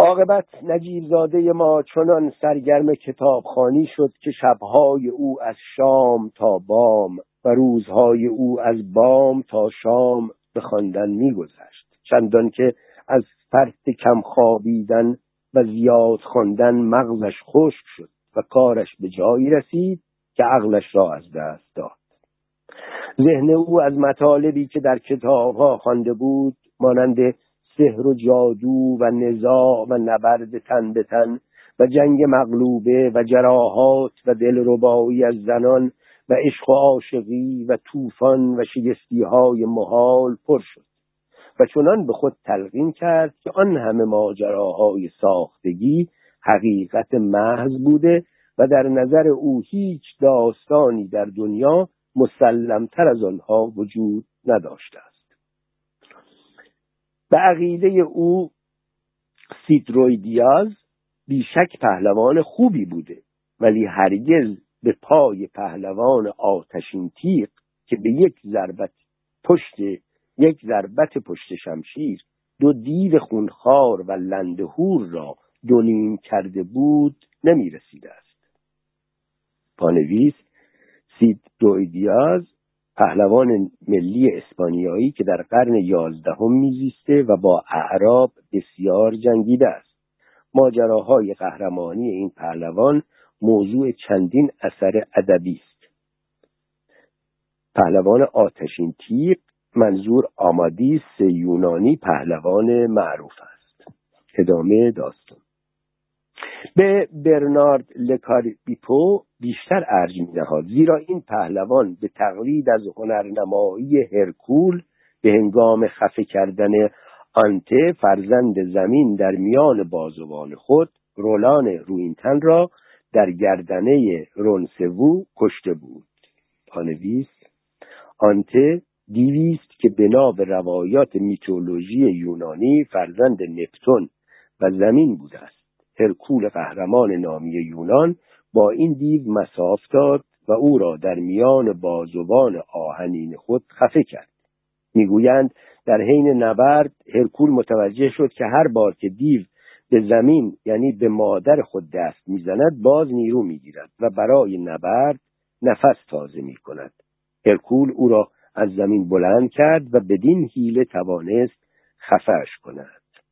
عاقبت نجیب زاده ما چنان سرگرم کتابخوانی شد که شبهای او از شام تا بام و روزهای او از بام تا شام به خواندن می‌گذشت، چندان که از فرط کم خوابیدن و زیاد خواندن مغزش خشک شد و کارش به جایی رسید که عقلش را از دست داد. ذهن او از مطالبی که در کتاب‌ها خوانده بود، مانند سحر و جادو و نزاع و نبرد تن به تن و جنگ مغلوبه و جراحات و دلربایی از زنان و عشق و عاشقی و طوفان و شگفتی‌های محال پر شد و چنان به خود تلقین کرد که آن همه ماجراهای ساختگی حقیقت محض بوده و در نظر او هیچ داستانی در دنیا مسلم‌تر از آنها وجود نداشته است. به عقیده او سید روی دیاز بیشک پهلوان خوبی بوده، ولی هرگز به پای پهلوان آتشین تیغ که به یک ضربت پشت یک ضربت پشت شمشیر دو دیو خونخوار و لندهور را دو نیم کرده بود نمی رسیده است. پانویس سید روی دیاز پهلوان ملی اسپانیایی که در قرن یازدهم میزیسته و با اعراب بسیار جنگیده است. ماجراهای قهرمانی این پهلوان موضوع چندین اثر ادبی است. پهلوان آتشین تیغ منظور آمادیس یونانی پهلوان معروف است. ادامه داستان. به برنارد لکاربیپو بیشتر ارج می‌نهاد، زیرا این پهلوان به تقلید از هنرنمایی هرکول به هنگام خفه کردن آنته فرزند زمین در میان بازوان خود رولان روینتن را در گردنه رونسوو کشته بود. پانویس آنته دیویست که بنا به روایات میتولوژی یونانی فرزند نپتون و زمین بوده است. هرکول قهرمان نامی یونان با این دیو مصاف داد و او را در میان بازوان آهنین خود خفه کرد. میگویند در حین نبرد هرکول متوجه شد که هر بار که دیو به زمین یعنی به مادر خود دست میزند باز نیرو میگیرد و برای نبرد نفس تازه میکند. هرکول او را از زمین بلند کرد و بدین حیله توانست خفه‌اش کند.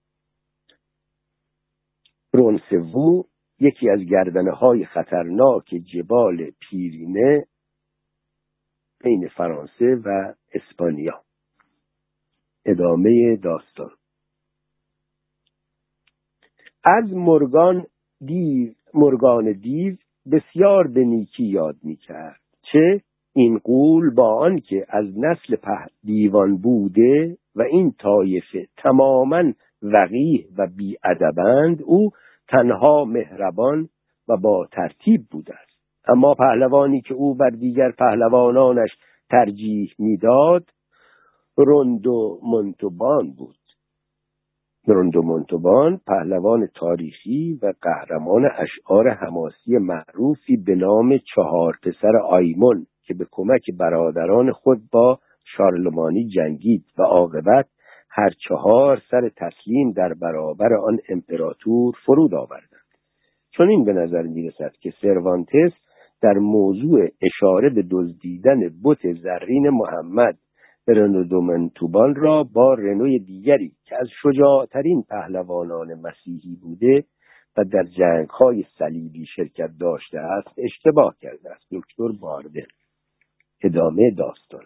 رونسوو یکی از گردنه‌های خطرناک جبال پیرینه بین فرانسه و اسپانیا. ادامه داستان. از مورگان دیو مورگان دیو بسیار به نیکی یاد می‌کرد، چه این غول با آن که از نسل دیوان بوده و این طایفه تماماً وقیح و بی‌ادبند، او تنها مهربان و با ترتیب بوده است. اما پهلوانی که او بر دیگر پهلوانانش ترجیح میداد روندو مونتوبان بود. روندو مونتوبان پهلوان تاریخی و قهرمان اشعار حماسی معروفی به نام چهار پسر آیمون که به کمک برادران خود با شارلمانی جنگید و عاقبت هر چهار سر تسلیم در برابر آن امپراتور فرود آوردند. چون این به نظر می‌رسد که سروانتس در موضوع اشاره به دزدیدن بت زرین محمد رنو مونتوبان را با رنوی دیگری که از شجاعترین پهلوانان مسیحی بوده و در جنگ‌های صلیبی شرکت داشته است اشتباه کرده است. دکتر باردل. ادامه داستان.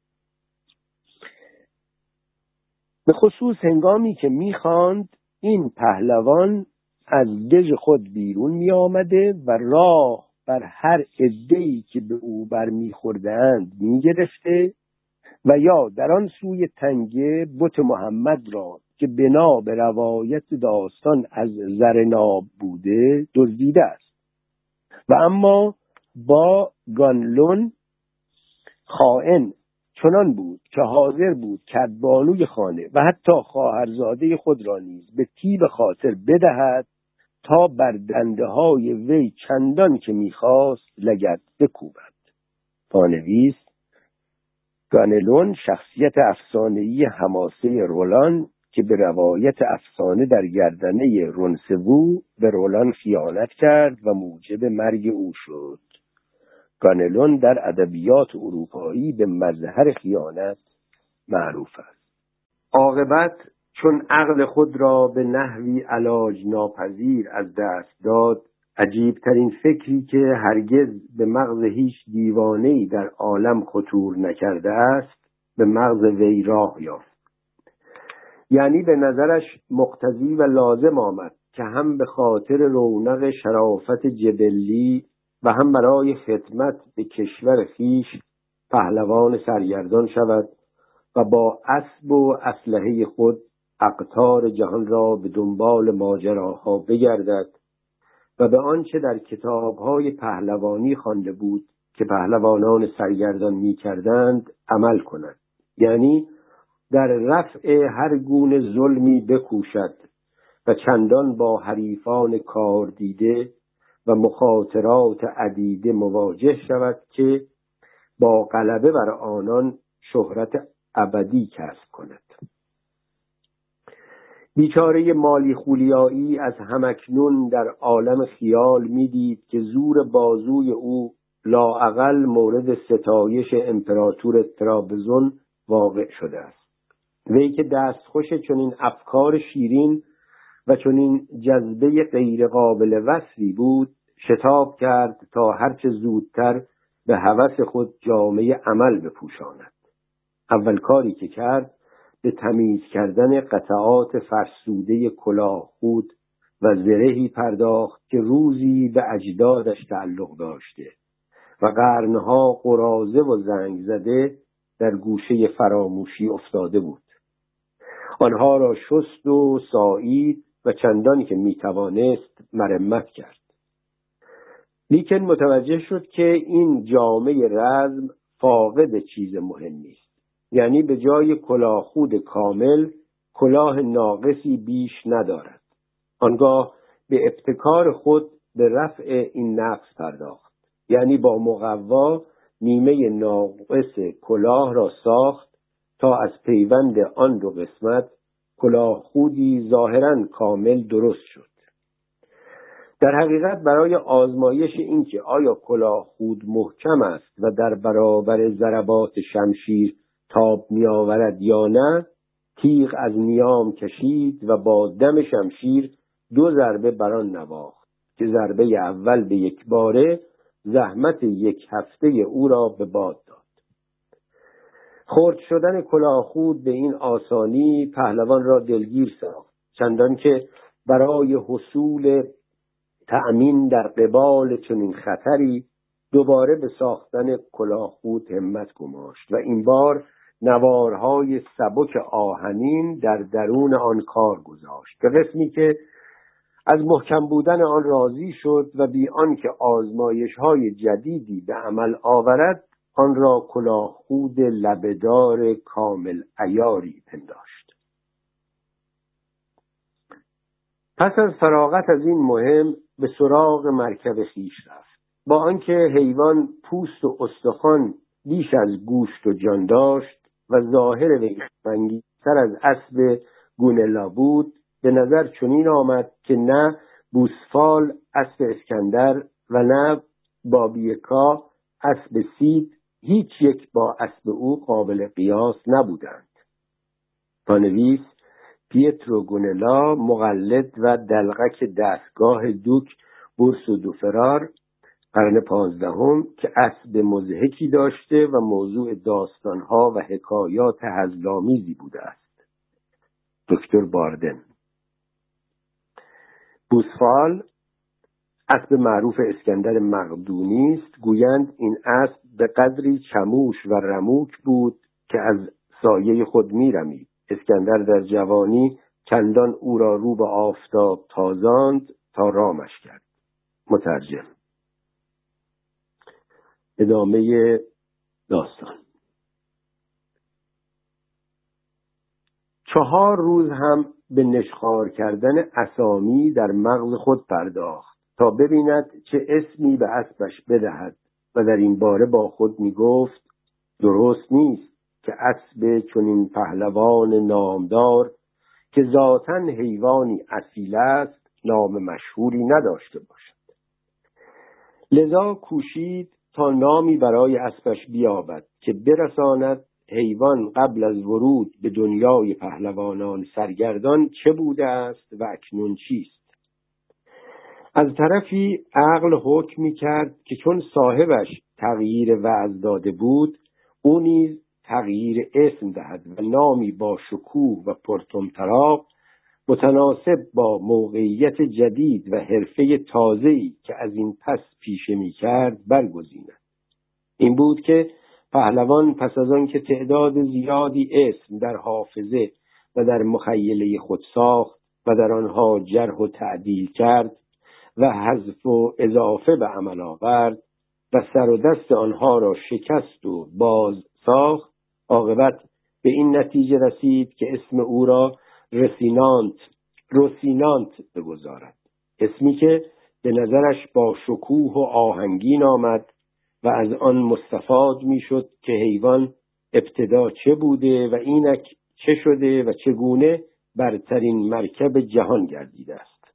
به خصوص هنگامی که می‌خواند این پهلوان از دژ خود بیرون می آمده و راه بر هر عده‌ای که به او برمی‌خوردند می‌گرفته و یا در آن سوی تنگه بت محمد را که بنا به روایت داستان از زرناب بوده دزدیده است. و اما با گانلون خائن چنان بود که حاضر بود کدبانوی خانه و حتی خواهرزاده خود را نیز به تیب خاطر بدهد تا بر دنده های وی چندان که میخواست لگد بکوبد. پانویس گانلون شخصیت افسانه‌ای حماسه رولان که به روایت افسانه در گردنه رونسوو به رولان خیانت کرد و موجب مرگ او شد. گانلون در ادبیات اروپایی به مظهر خیانت معروف است. عاقبت چون عقل خود را به نحوی علاج ناپذیر از دست داد، عجیبترین فکری که هرگز به مغز هیچ دیوانه‌ای در عالم خطور نکرده است به مغز وی راه یافت. یعنی به نظرش مقتضی و لازم آمد که هم به خاطر رونق شرافت جبلی و هم برای خدمت به کشور خویش پهلوان سرگردان شود و با اسب و اسلحه خود اقطار جهان را به دنبال ماجراها بگردد و به آنچه در کتاب‌های پهلوانی خوانده بود که پهلوانان سرگردان می‌کردند عمل کند. یعنی در رفع هر گونه ظلمی بکوشد و چندان با حریفان کار دیده و مخاطرات عدیده مواجه شود که با غلبه بر آنان شهرت ابدی کسب کند. بیچاره مالی خولیایی از همکنون در عالم خیال می‌دید که زور بازوی او لااقل مورد ستایش امپراتور ترابزون واقع شده است. وی که دستخوش چنین افکار شیرین و چنین جذبه غیر قابل وصفی بود، شتاب کرد تا هرچه زودتر به هوس خود جامه عمل بپوشاند. اول کاری که کرد به تمیز کردن قطعات فرسوده کلاه خود و زرهی پرداخت که روزی به اجدادش تعلق داشته و قرنها قراضه و زنگ زده در گوشه فراموشی افتاده بود. آنها را شست و سایید و چندانی که میتوانست مرمت کرد. لیکن متوجه شد که این جامه رزم فاقد چیز مهمی است. یعنی به جای کلاه خود کامل کلاه ناقصی بیش ندارد. آنگاه به ابتکار خود به رفع این نقص پرداخت. یعنی با مقوا نیمه ناقص کلاه را ساخت تا از پیوند آن دو قسمت کلاه خودی ظاهراً کامل درست شد. در حقیقت برای آزمایش اینکه آیا کلاه خود محکم است و در برابر ضربات شمشیر تاب می آورد یا نه، تیغ از نیام کشید و با دم شمشیر دو ضربه بران نواخت که ضربه اول به یک باره زحمت یک هفته او را به باد داد. خرد شدن کلاه خود به این آسانی پهلوان را دلگیر ساخت، چندان که برای حصول تأمین در قبال چنین خطری دوباره به ساختن کلاه خود همت گماشت و این بار نوارهای سبک آهنین در درون آن کار گذاشت به قسمی که از محکم بودن آن راضی شد و بی آنکه آزمایش‌های جدیدی به عمل آورد آن را کلاه خود لبه‌دار کامل عیاری پنداشت. پس از فراغت از این مهم به سراغ مرکب خویش رفت. با آنکه حیوان پوست و استخوان بیش از گوشت و جان داشت و ظاهر وی رنگین‌تر از اسب گونلا بود، به نظر چنین آمد که نه بوسفال اسب اسکندر و نه بابیکا اسب سید هیچ یک با اسب او قابل قیاس نبودند. پانویس پیترو گونلا، مقلد و دلقک دستگاه دوک بورسو دو فرار، قرن پانزدهم، که اسب مضحکی داشته و موضوع داستانها و حکایات هزل‌آمیزی بوده است. دکتر باردن. بوسفال اسب معروف اسکندر مقدونی است. گویند این اسب به قدری چموش و رموک بود که از سایه خود می‌رمید. اسکندر در جوانی چندان او را رو به آفتاب تازاند تا رامش کرد. مترجم. ادامه داستان. چهار روز هم به نشخوار کردن اسامی در مغز خود پرداخت تا ببیند چه اسمی به اسبش بدهد و در این باره با خود می گفت درست نیست که اسب چنین پهلوان نامدار که ذاتاً حیوانی اصیل است نام مشهوری نداشته باشد. لذا کوشید تا نامی برای اسبش بیابد که برساند حیوان قبل از ورود به دنیای پهلوانان سرگردان چه بوده است و اکنون چیست. از طرفی عقل حکم می‌کرد که چون صاحبش تغییر وضع داده بود، او نیز تغییر اسم دهد و نامی با شکوه و پرطمطراق متناسب با موقعیت جدید و حرفه تازه‌ای که از این پس پیشه می‌کرد برگزیند. این بود که پهلوان پس از آن که تعداد زیادی اسم در حافظه و در مخیله خود ساخت و در آنها جرح و تعدیل کرد و حذف و اضافه به عمل آورد و سر و دست آنها را شکست و باز ساخت، عاقبت به این نتیجه رسید که اسم او را رسینانت روسینانت بگذارد، اسمی که به نظرش با شکوه و آهنگین آمد و از آن مستفاد میشد که حیوان ابتدا چه بوده و اینک چه شده و چگونه برترین مرکب جهان گردیده است.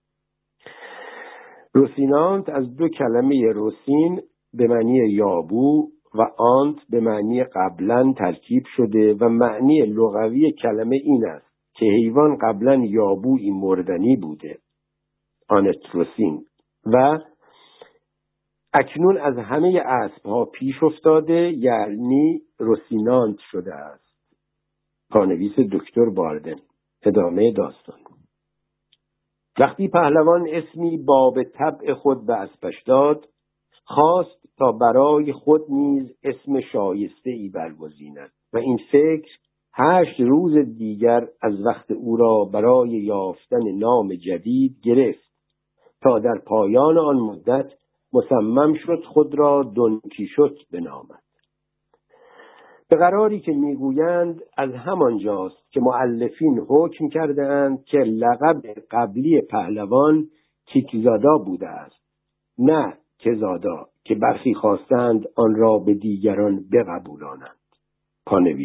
روسینانت از دو کلمه روسین به معنی یابو و آنت به معنی قبلا ترکیب شده و معنی لغوی کلمه این است که حیوان قبلا یابویی مردنی بوده، آنتروسین، و اکنون از همه اسب‌ها پیش افتاده، یعنی روسینانت شده است. پانویس دکتر باردن. ادامه داستان. وقتی پهلوان اسمی با به طبع خود به اسبش داد، خواست تا برای خود نیز اسم شایسته‌ای برگزیند و این فکر هشت روز دیگر از وقت او را برای یافتن نام جدید گرفت تا در پایان آن مدت مصمم شد خود را دون کیشوت بنامد. به قراری که میگویند از همانجاست که مؤلفین حکم کرده اند که لقب قبلی پهلوان کیکزادا بوده است، نه کزادا که برخی خواستند آن را به دیگران بقبولانند. پانویس.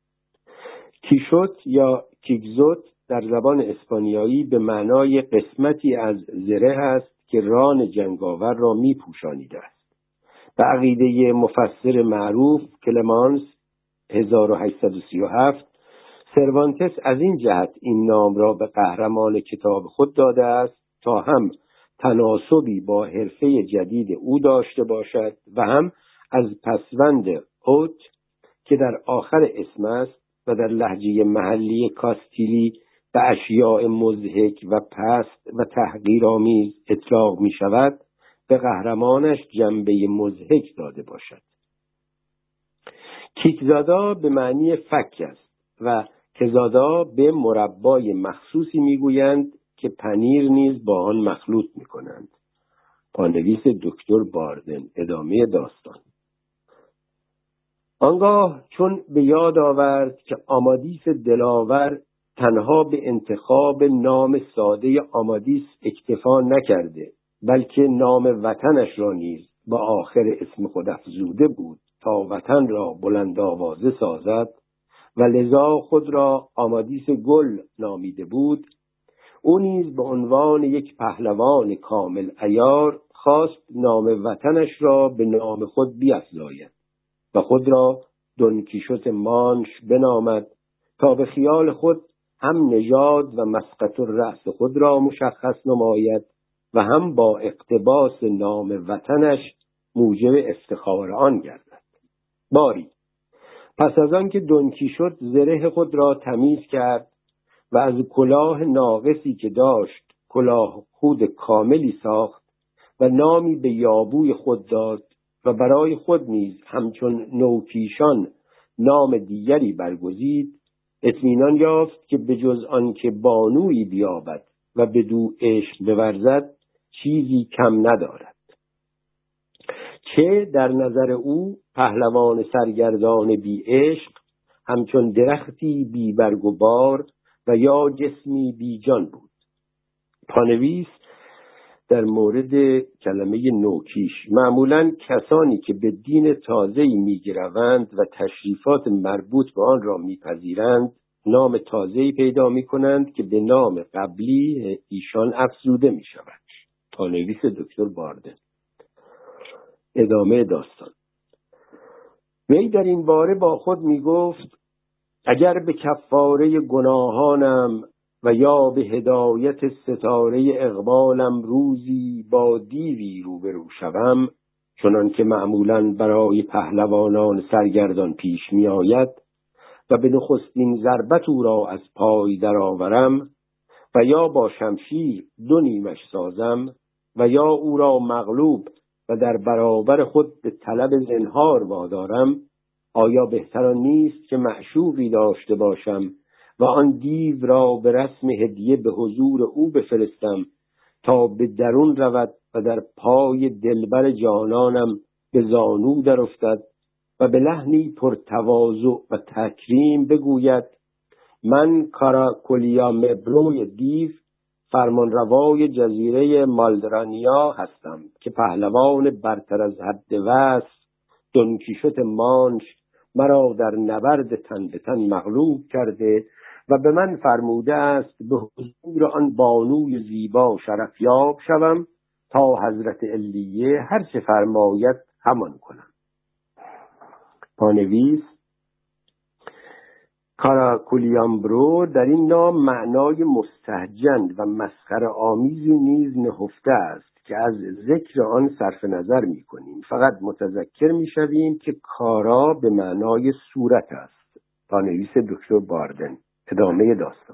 کیشوت یا کیکزوت در زبان اسپانیایی به معنای قسمتی از زره است که ران جنگاور را می پوشانیده است. به عقیده مفسر معروف کلمانس هزار و هشتصد و سی و هفت، سروانتس از این جهت این نام را به قهرمان کتاب خود داده است تا هم تناسبی با حرفه جدید او داشته باشد و هم از پسوند اوت که در آخر اسم است و در لهجه محلی کاستیلی به اشیاء مضحک و پست و تحقیرآمیز اطلاق می شود، به قهرمانش جنبه مضحک داده باشد. کیکزادا به معنی فک است و کزادا به مربای مخصوصی میگویند که پنیر نیز با آن مخلوط میکنند. پانویس دکتر باردن. ادامه داستان. آنگاه چون به یاد آورد که آمادیس دلاور تنها به انتخاب نام ساده آمادیس اکتفا نکرده، بلکه نام وطنش را نیز با آخر اسم خود افزوده بود تا وطن را بلند آوازه سازد و لذا خود را آمادیس گل نامیده بود، او نیز به عنوان یک پهلوان کامل عیار خواست نام وطنش را به نام خود بیفزاید و خود را دون کیشوت مانش بنامد تا به خیال خود هم نژاد و مسقط الرأس خود را مشخص نماید و هم با اقتباس نام وطنش موجب افتخار آن گردد. باری پس از آن که دون کیشوت زره خود را تمیز کرد و از کلاه ناقصی که داشت کلاه خود کاملی ساخت و نامی به یابوی خود داد و برای خود نیز همچون نوکیشان نام دیگری برگزید، اطمینان یافت که به جز آن که بانویی بیابد و بدو عشق بورزد چیزی کم ندارد. چه در نظر او پهلوان سرگردان بی عشق همچون درختی بی برگ و بار و یا جسمی بی جان بود. پانویس در مورد کلمه نوکیش معمولاً کسانی که به دین تازه‌ای می‌گروند و تشریفات مربوط به آن را می‌پذیرند نام تازه‌ای پیدا می‌کنند که به نام قبلی ایشان افزوده می‌شود. پانویس دکتر باردن. ادامه داستان. وی در این باره با خود می‌گفت اگر به کفاره گناهانم و یا به هدایت ستاره اقبالم روزی با دیوی روبرو شوم، چنان که معمولاً برای پهلوانان سرگردان پیش می آید، و به نخستین ضربت او را از پای درآورم و یا با شمشیر دو نیمش سازم و یا او را مغلوب و در برابر خود به طلب زنهار وادارم، آیا بهتر نیست که معشوقی داشته باشم و آن دیو را به رسم هدیه به حضور او بفرستم تا به درون رود و در پای دلبر جانانم به زانو در افتد و به لحنی پرتواضع و تکریم بگوید من کاراکولیامبروی دیو، فرمانروای جزیره مالدرانیا هستم که پهلوان برتر از حد وصف دونکیشوت مانش مرا در نبرد تن به تن مغلوب کرده و به من فرموده است به حضور آن بانوی زیبا شرفیاب شوم تا حضرت علیه هر چه فرماید همان کنم. پانویس: کاراکولیامبرو در این نام معنای مستهجن و مسخره آمیزی نیز نهفته است که از ذکر آن صرف نظر می کنیم. فقط متذکر می شویم که کارا به معنای صورت است. پانویس دکتر باردن. ادامه داستان.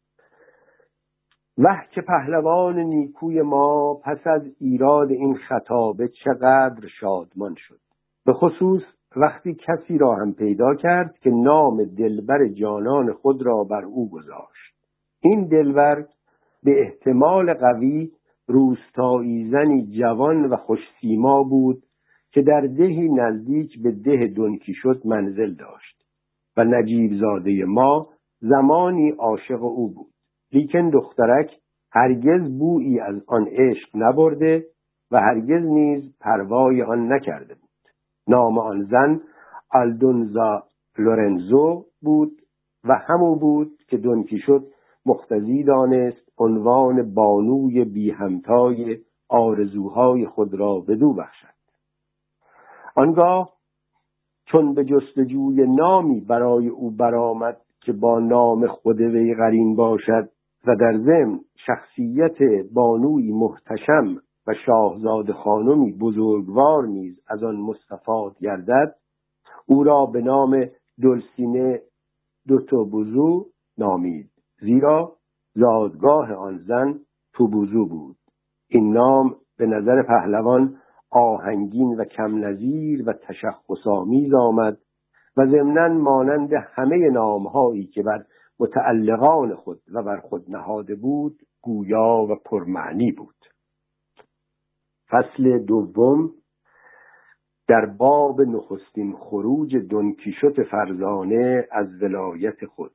وه که پهلوان نیکوی ما پس از ایراد این خطابه چقدر شادمان شد، به خصوص وقتی کسی را هم پیدا کرد که نام دلبر جانان خود را بر او گذاشت. این دلبر به احتمال قوی روستایی زنی جوان و خوش‌سیما بود که در دهی نزدیک به ده دونکیشوت منزل داشت و نجیب زاده ما زمانی عاشق او بود، لیکن دخترک هرگز بویی از آن عشق نبرده و هرگز نیز پروای آن نکرده بود. نام آن زن آلدونزا لورنزو بود و همون بود که دونکیشوت مقتضی دانست عنوان بانوی بی همتای آرزوهای خود را بدو بخشد. آنگاه چون به جستجوی نامی برای او برآمد که با نام خود وی قرین باشد و در ضمن شخصیت بانوی محتشم و شاهزاده خانمی بزرگوار نیز از آن مستفاد گردد، او را به نام دلسینه دوتوبوزو نامید، زیرا زادگاه آن زن توبوزو بود. این نام به نظر پهلوان آهنگین و کم نظیر و تشخص‌آمیز آمد و ضمناً مانند همه نام‌هایی که بر متعلقان خود و بر خود نهاده بود گویا و پرمعنی بود. فصل دوم در باب نخستین خروج دونکیشوت فرزانه از ولایت خود.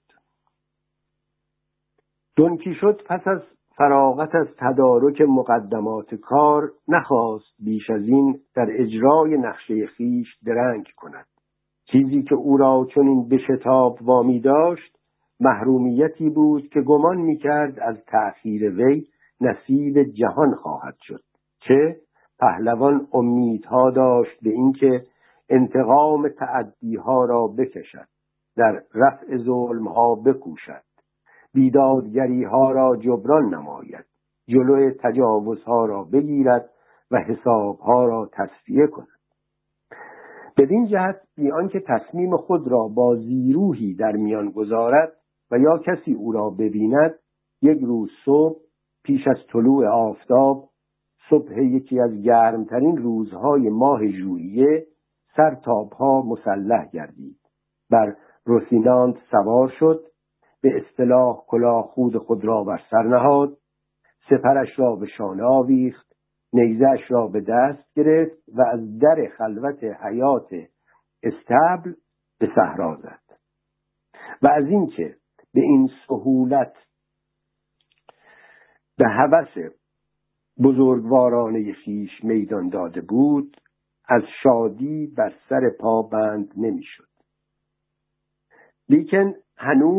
دونکیشوت پس از فراغت از تدارک مقدمات کار نخواست بیش از این در اجرای نقشه خویش درنگ کند. چیزی که او را چنین به شتاب وامی داشت محرومیتی بود که گمان می‌کرد از تأخیر وی نصیب جهان خواهد شد، چه پهلوان امیدها داشت به اینکه انتقام تعدیها را بکشد، در رفع ظلمها بکوشد، بیدادگریها را جبران نماید، جلوی تجاوزها را بگیرد و حسابها را تصفیه کند. بدین جهت بی آنکه تصمیم خود را با زیروحی در میان گذارد و یا کسی او را ببیند، یک روز صبح پیش از طلوع آفتاب، صبح یکی از گرمترین روزهای ماه ژوئیه، سر تا پا مسلح گردید، بر روسینانت سوار شد، به اصطلاح کلاه خود خود را بر سر نهاد، سپرش را به شانه آویخت، نیزه‌اش را به دست گرفت و از در خلوت حیات استبل به صحرا زد و از اینکه به این سهولت به هوس بزرگوارانه خویش میدان داده بود، از شادی بر سر پا بند نمی‌شد. لیکن هنوز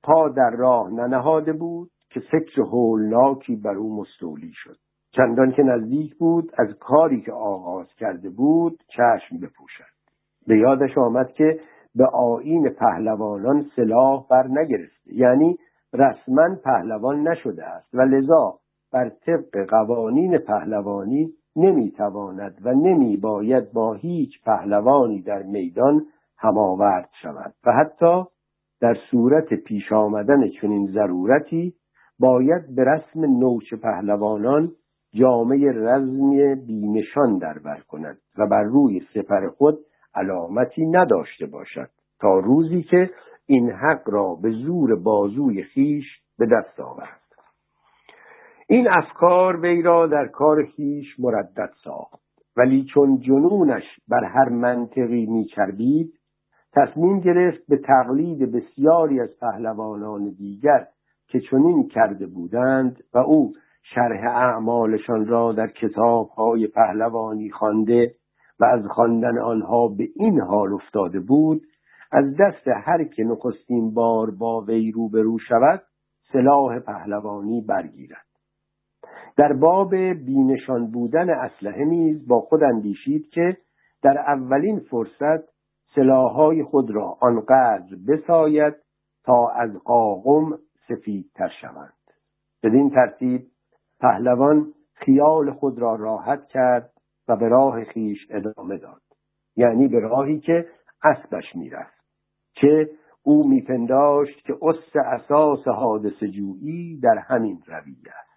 پا در راه ننهاده بود که فکر هولناکی بر او مستولی شد. چندان که نزدیک بود از کاری که آغاز کرده بود چشم بپوشد. به یادش آمد که به آیین پهلوانان سلاح بر نگرفته، یعنی رسما پهلوان نشده است و لذا بر طبق قوانین پهلوانی نمیتواند و نمی باید با هیچ پهلوانی در میدان هماورد شود و حتی در صورت پیش آمدن چنین ضرورتی باید به رسم نوچ پهلوانان جامه رزمی بینشان در بر کند و بر روی سپر خود علامتی نداشته باشد تا روزی که این حق را به زور بازوی خیش به دست آورد. این افکار وی را در کار خیش مردد ساخت، ولی چون جنونش بر هر منطقی میچربید تصمیم گرفت به تقلید بسیاری از پهلوانان دیگر که چنین کرده بودند و او شرح اعمالشان را در کتاب‌های پهلوانی خوانده و از خواندن آنها به این حال افتاده بود، از دست هر که نخستین بار با وی روبرو شود سلاح پهلوانی برگیرد. در باب بینشان بودن اسلحه نیز با خود اندیشید که در اولین فرصت سلاح‌های خود را آنقدر بساید تا از قاقم سفیدتر شوند. بدین ترتیب پهلوان خیال خود را راحت کرد و به راه خیش ادامه داد، یعنی به راهی که اسبش میرفت، که او میپنداشت که اصل اساس حادثه جویی در همین رویه است.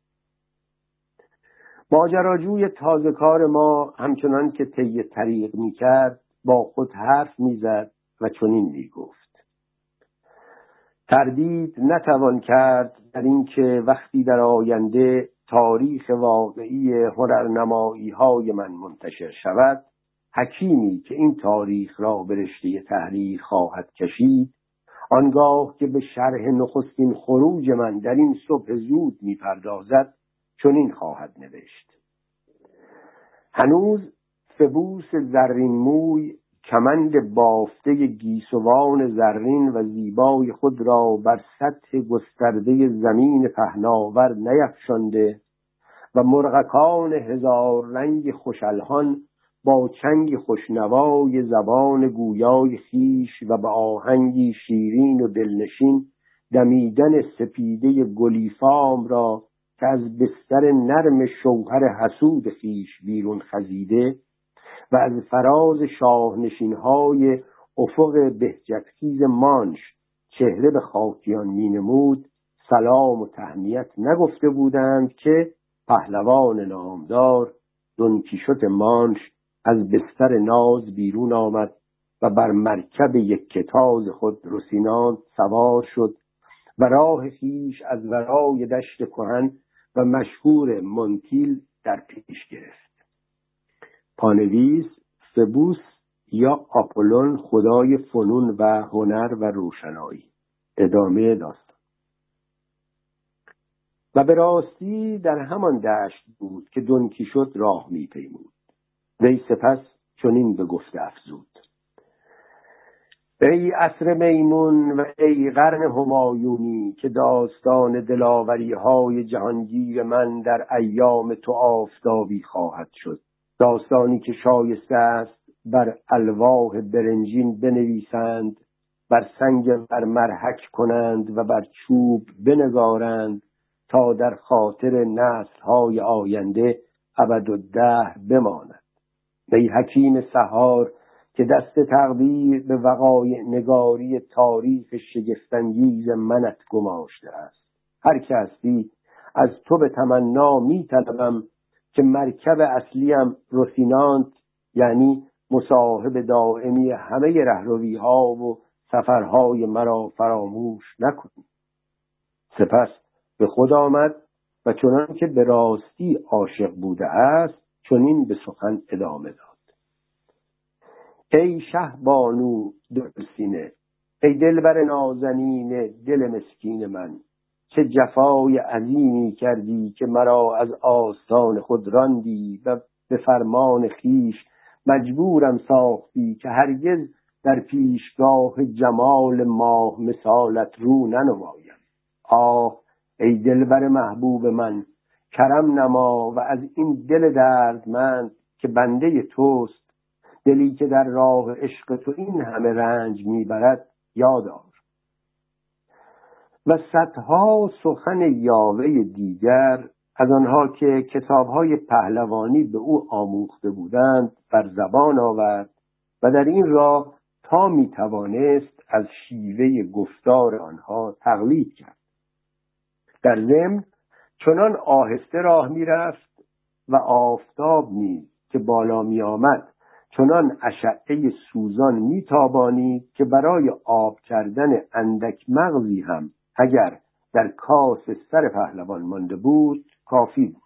ماجراجوی تازه کار ما همچنان که طی طریق میکرد با خود حرف میزد و چنین میگفت: تردید نتوان کرد در این که وقتی در آینده تاریخ واقعی هنرنمایی های من منتشر شود، حکیمی که این تاریخ را به رشته تحریر خواهد کشید، آنگاه که به شرح نخستین خروج من در این صبح زود میپردازد چنین خواهد نوشت: هنوز فبوس زرین موی کمند بافته گیسوان زرین و زیبای خود را بر سطح گسترده زمین پهناور نیفشانده و مرغکان هزار رنگ خوشالهان با چنگ خوشنوای زبان گویای خیش و به آهنگی شیرین و دلنشین دمیدن سپیده گلیفام را که از بستر نرم شوهر حسود خیش بیرون خزیده و از فراز شاهنشین‌های افق بهجتخیز مانش چهره به خاکیان می‌نمود، سلام و تهنیت نگفته بودند که پهلوان نامدار دون کیشوت مانش از بستر ناز بیرون آمد و بر مرکب یک کتاز خود روسینانت سوار شد و راه خیش از ورای دشت کهن و مشهور مونتیل در پیش گرفت. پانویس: فبوس یا آپولون، خدای فنون و هنر و روشنایی. ادامه داستان. و به راستی در همان دشت بود که دون کیشوت راه می‌پیمود. وی سپس چنین به گفته افزود: ای عصر میمون و ای قرن همایونی که داستان دلاوری های جهانگیر من در ایام تو آفتابی خواهد شد، داستانی که شایسته است بر الواح برنجین بنویسند، بر سنگ بر مرحک کنند و بر چوب بنگارند تا در خاطر نسل‌های آینده ابدالدهر بماند. ای حکیم سحار که دست تقدیر به وقایع نگاری تاریخ شگفت‌انگیز منت گماشته است، هر که هستی از تو به تمنا می طلبم که مرکب اصلیم روسینانت، یعنی مصاحب دائمی همه رهروی ها و سفرهای مرا فراموش نکنی. سپس به خود آمد و چنان که به راستی عاشق بوده است چنین به سخن ادامه داد: ای شه بانو دلسینه، ای دلبر نازنین دل مسکین من، چه جفای عظیمی کردی که مرا از آستان خود راندی و به فرمان خیش مجبورم ساختی که هرگز در پیشگاه جمال ماه مثالت رو ننمایم. آه ای دلبر محبوب من، کرم نما و از این دل دردمند که بنده توست، دلی که در راه عشق تو این همه رنج میبرد یادآر. و صدها سخن یاوه دیگر از آنها که کتاب‌های پهلوانی به او آموخته بودند بر زبان آورد و در این راه تا میتوانست از شیوه گفتار آنها تقلید کرد. در ضمن چنان آهسته راه میرفت و آفتاب نیز که بالا می آمد چنان اشعه سوزان میتابانید که برای آب کردن اندک مغزی هم اگر در کاس سر پهلوان مانده بود کافی بود.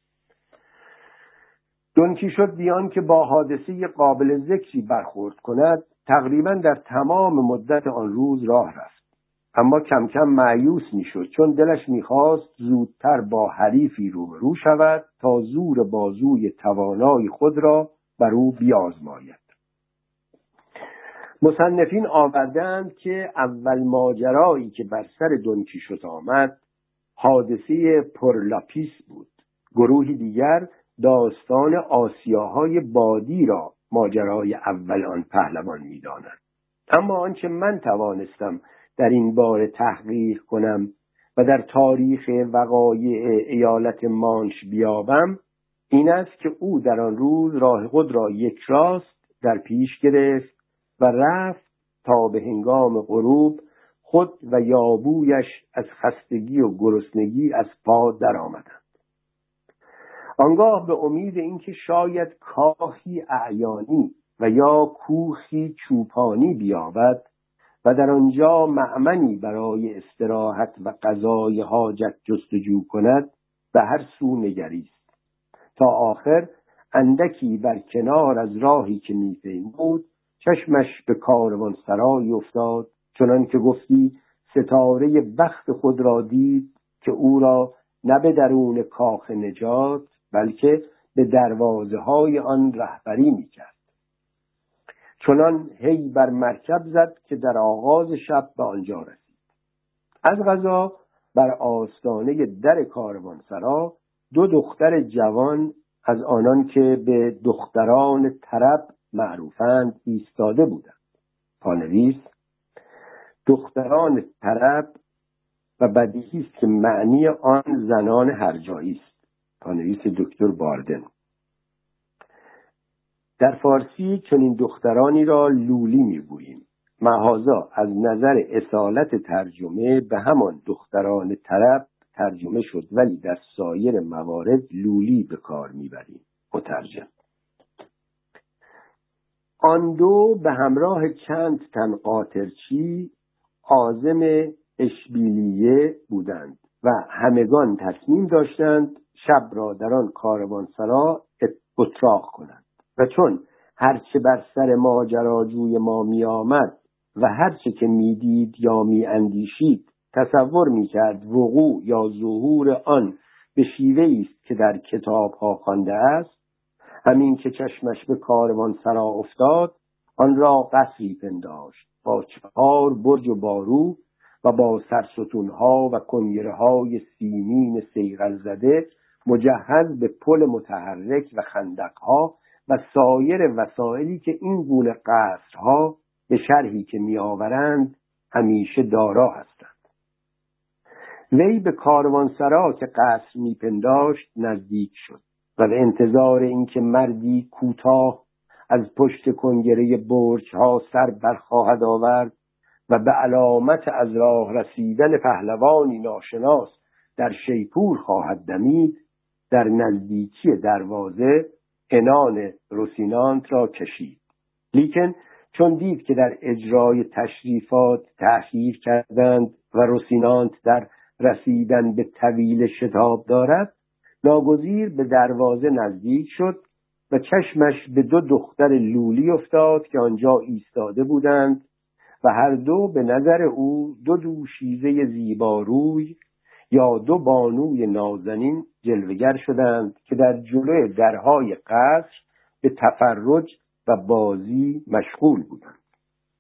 دون کیشوت بیان که با حادثه قابل ذکری برخورد کند تقریبا در تمام مدت آن روز راه رفت، اما کم کم مایوس میشد، چون دلش میخواست زودتر با حریفی روبرو شود تا زور بازوی توانای خود را بر او بیازماید. مصنفین آوردند که اول ماجرایی که بر سر دون کیشوت آمد حادثه پرلاپیس بود. گروهی دیگر داستان آسیاهای بادی را ماجرای اول آن پهلوان می‌دانند. اما آنچه من توانستم در این باره تحقیق کنم و در تاریخ وقایع ایالت مانش بیابم این است که او در آن روز راه خود را یک راست در پیش گرفت و رفت تا به هنگام غروب خود و یابویش از خستگی و گرسنگی از پا در آمدند. آنگاه به امید اینکه شاید کاخی اعیانی و یا کوخی چوپانی بیابد و در آنجا مأمنی برای استراحت و قضای حاجت جستجو کند به هر سو نگریست تا آخر اندکی بر کنار از راهی که می‌پیمود چشمش به کاروان سرای افتاد، چنان که گفتی ستاره بخت خود را دید که او را نه به درون کاخ نجات بلکه به دروازه های آن رهبری می‌کرد. چنان هی بر مرکب زد که در آغاز شب به آنجا رسید. از قضا بر آستانه در کاروانسرا دو دختر جوان از آنان که به دختران طرب معروفند ایستاده بودند. پانویس: دختران طرب و بدیهی است که معنی آن زنان هرجایی است. پانویس دکتر باردن. در فارسی چنین دخترانی را لولی میگوییم. محاذا از نظر اصالت ترجمه به همان دختران طرب ترجمه شد، ولی در سایر موارد لولی به کار میبریم. مترجم. آن دو به همراه چند تن قاطرچی عازم اشبیلیه بودند و همگان تصمیم داشتند شب را در آن کاروانسرا اتراق کنند و چون هرچه بر سر ماجراجوی ما می آمد و هرچه که می دید یا می اندیشید تصور می کرد وقوع یا ظهور آن به شیوه‌ای است که در کتاب‌ها خوانده است، همین که چشمش به کاروانسرا افتاد آن را قصری پنداشت با چهار برج و بارو و با سرستونها و کنگره‌های سیمین صیقل زده مجهز به پل متحرک و خندقها و سایر وسایلی که این گونه قصرها به شرحی که می‌آورند همیشه دارا هستند. وی به کاروانسرا که قصر می‌پنداشت نزدیک شد و به انتظار اینکه مردی کوتاه از پشت کنگره برج‌ها سر برخواهد آورد و به علامت از راه رسیدن پهلوانی ناشناس در شیپور خواهد دمید، در نزدیکی دروازه عنان روسینانت را کشید. لیکن چون دید که در اجرای تشریفات تأخیر کردند و روسینانت در رسیدن به طویل شتاب دارد، ناگزیر به دروازه نزدیک شد و چشمش به دو دختر لولی افتاد که آنجا ایستاده بودند و هر دو به نظر او دو دوشیزه زیباروی یا دو بانوی نازنین جلوگر شدند که در جلوی درهای قصر به تفرج و بازی مشغول بودند.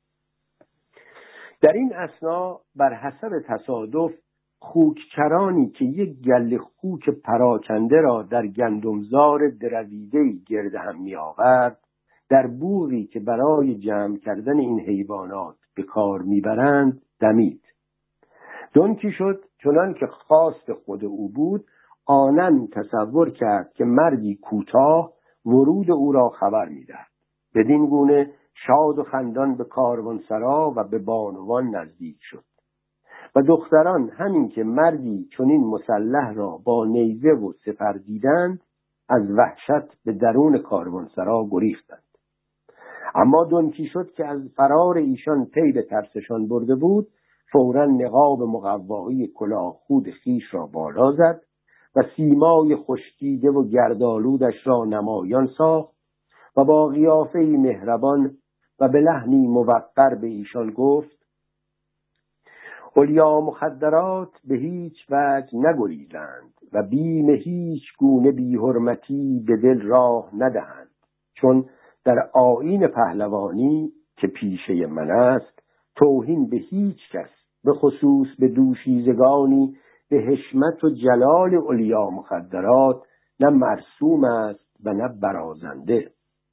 در این اثنا بر حسب تصادف خوکچرانی که یک گله خوک پراکنده را در گندمزار درویده‌ای گرد هم می آورد، در بوقی که برای جمع کردن این حیوانات به کار میبرند دمید. دون کیشوت چنان که خواست خود او بود آنن تصور کرد که مردی کوتاه ورود او را خبر میدهد. بدین گونه شاد و خندان به کاروانسرا و به بانوان نزدیک شد و دختران همین که مردی چنین مسلح را با نیزه و سپر دیدند از وحشت به درون کاروانسرا گریختند. اما دون کیشوت که از فرار ایشان پی به ترسشان برده بود فوراً نقاب مقوایی کلاه خود خیش را بالا زد و سیمای خشکیده و گردآلودش را نمایان ساخت و با قیافه‌ای مهربان و به لحنی موقر به ایشان گفت: اولیا مخدرات به هیچ وجه نگریزند و بیم هیچ گونه بی حرمتی به دل راه ندهند، چون در آیین پهلوانی که پیشه من است توهین به هیچ کس به خصوص به دوشیزگانی به حشمت و جلال اولیا مخدرات نه مرسوم است و نه برازنده.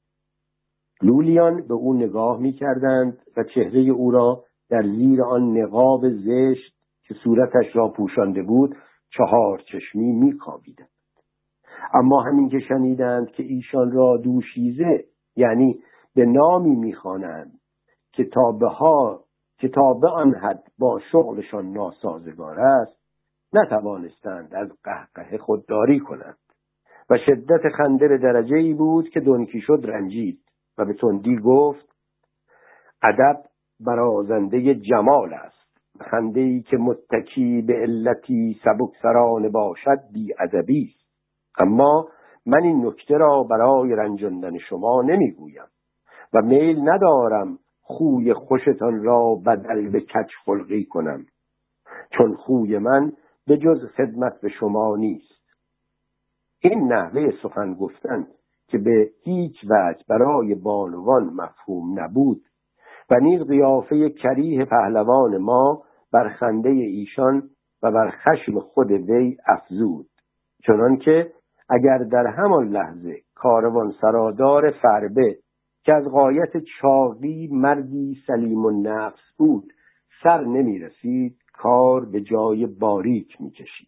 لولیان به او نگاه می کردند و چهره او را در زیر آن نقاب زشت که صورتش را پوشانده بود چهار چشمی می کاویدند. اما همین که شنیدند که ایشان را دوشیزه یعنی به نامی می خوانند که تا به ها که تا به آن حد با شغلشان ناسازگار است نتوانستند از قهقه خودداری کنند و شدت خنده به درجه‌ای بود که دون کیشوت رنجید و به تندی گفت: ادب برازنده جمال است. خنده‌ای که متکی به علتی سبکسرانه باشد بی ادبی است. اما من این نکته را برای رنجاندن شما نمیگویم و میل ندارم خوی خوشتان را بدل به کج خلقی کنم، چون خوی من به جز خدمت به شما نیست. این نحوه سخن گفتن که به هیچ وجه برای بانوان مفهوم نبود و نیز قیافه کریه پهلوان ما بر خنده ایشان و بر خشم خود وی افزود، چنان که اگر در همان لحظه کاروان سرادار فربه که از غایت چاقی مردی سلیم النفس بود سر نمی رسید کار به جای باریک می کشید.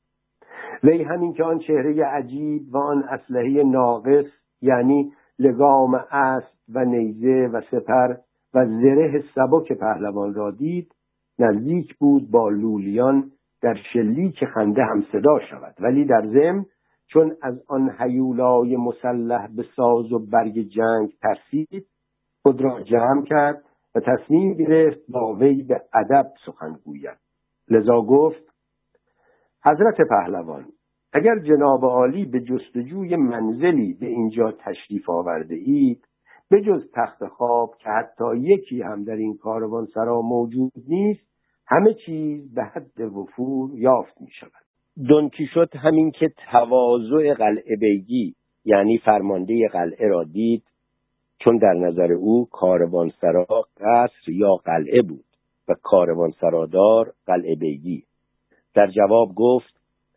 وی همین که آن چهره عجیب و آن اسلحه ناقص یعنی لگام اسب و نیزه و سپر و زره سبک پهلوان را دید نزدیک بود با لولیان در شلیک خنده هم صدا شود، ولی در ضمن چون از آن هیولای مسلح به ساز و برگ جنگ ترسید خود را جمع کرد و تصمیم گرفت با وی به ادب سخن گوید. لذا گفت: حضرت پهلوان، اگر جناب عالی به جستجوی منزلی به اینجا تشریف آورده اید به جز تخت خواب که حتی یکی هم در این کاروانسرا موجود نیست همه چیز به حد وفور یافت می شود. دون کیشوت همین که تواضع قلعه بیگی یعنی فرمانده قلعه را دید، چون در نظر او کاروانسرا قصر یا قلعه بود و کاروانسرادار قلعه بیگی، در جواب گفت: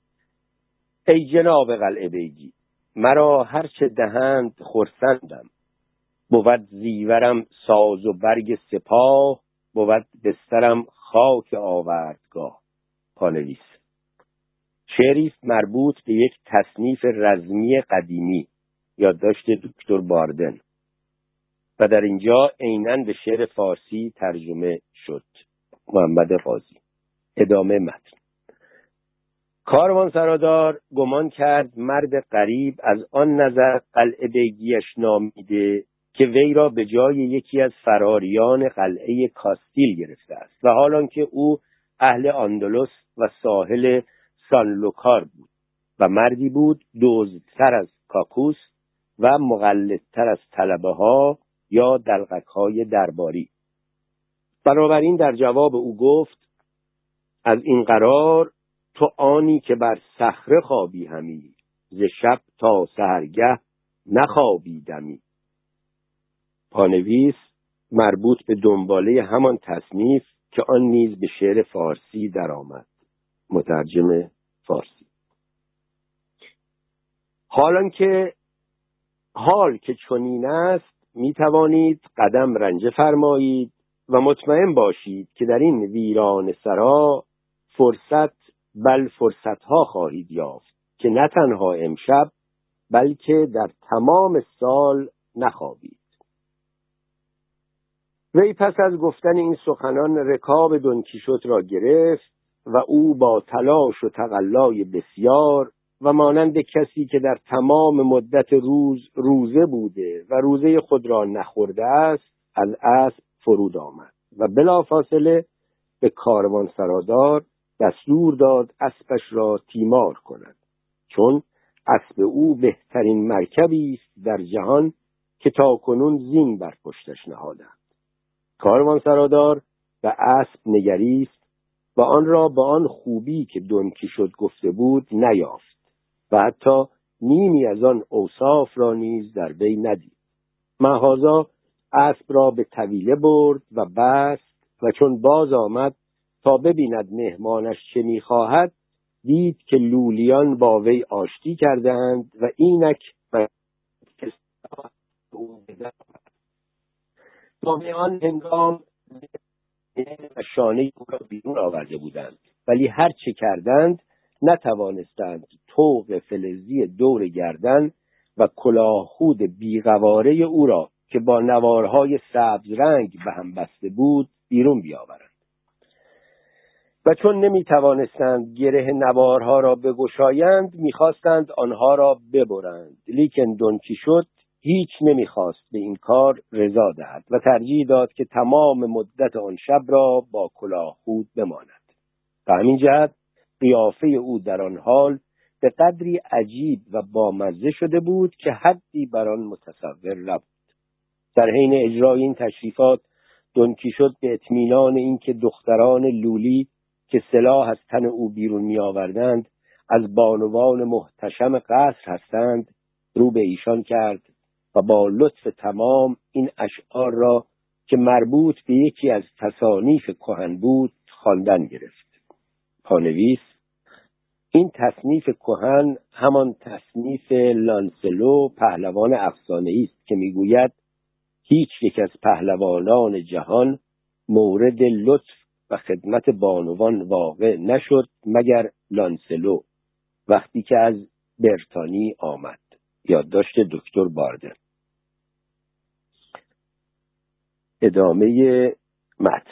ای جناب قلعه بیگی، مرا هر چه دهند خرسندم. بود زیورم ساز و برگ سپاه، بود بسترم خاک آوردگاه. پانویس: شعری است مربوط به یک تصنیف رزمی قدیمی یادداشت دکتر باردن و در اینجا عیناً به شعر فارسی ترجمه شد. محمد قاضی. ادامه متن. کاروانسرادار گمان کرد مرد غریب از آن نظر قلعه بیگیش نامیده که وی را به جای یکی از فراریان قلعه کاستیل گرفته است و حالان که او اهل اندلس و ساحل سانلوکار بود و مردی بود دزدتر از کاکوس و مغلظتر از طلبه ها یا دلقک های درباری. بنابراین در جواب او گفت: از این قرار تو آنی که بر صخره خوابی همی، ز شب تا سحرگه نخوابی دمی. پانویس مربوط به دنباله همان تصنیف که آن نیز به شعر فارسی درآمد. مترجم فارسی. حالان که حال که چنین است، می توانید قدم رنجه فرمایید و مطمئن باشید که در این ویران سرا فرصت بل فرصتها خواهید یافت که نه تنها امشب بلکه در تمام سال نخوابید. وی پس از گفتن این سخنان رکاب دون کیشوت را گرفت و او با تلاش و تقلای بسیار و مانند کسی که در تمام مدت روز روزه بوده و روزه خود را نخورده است از اسب فرود آمد و بلافاصله به کاروان سرادار دستور داد اسبش را تیمار کند، چون اسب او بهترین مرکبی است در جهان که تاکنون زین بر پشتش نهادند. کاروان سرادار به اسب نگریست و آن را با آن خوبی که دون کیشوت گفته بود نیافت و حتی نیمی از آن اوصاف را نیز در وی ندید. مهازا اسب را به طویله برد و بست و چون باز آمد تا ببیند مهمانش چه می‌خواهد، دید که لولیان با وی آشتی کردند و اینک و به آن هنگام شانه او را بیرون آورده بودند، ولی هر چه کردند نتوانستند طوق فلزی دور گردن و کلاهخود بیقواره او را که با نوارهای سبز رنگ به هم بسته بود بیرون بیاورند. و چون نمی توانستند گره نوارها را بگشایند میخواستند آنها را ببرند، لیکن دون کیشوت هیچ نمیخواست به این کار رضا دهد و ترجیح داد که تمام مدت آن شب را با کلاهخود بماند. به همین جهت قیافه او در آن حال به قدری عجیب و بامزه شده بود که حدی بر آن متصور نبود. در حین اجرای این تشریفات دون کیشوت به اطمینان اینکه دختران لولی که سلاح از تن او بیرون می آوردند از بانوان محتشم قصر هستند رو به ایشان کرد و با لطف تمام این اشعار را که مربوط به یکی از تصانیف کهن بود خواندن گرفت. پانویس: این تصنیف کهن همان تصنیف لانسلو پهلوان افسانه‌ای است که میگوید هیچ یک از پهلوانان جهان مورد لطف و خدمت بانوان واقع نشد مگر لانسلو وقتی که از برتانی آمد. یادداشت دکتر باردن. ادامه متن.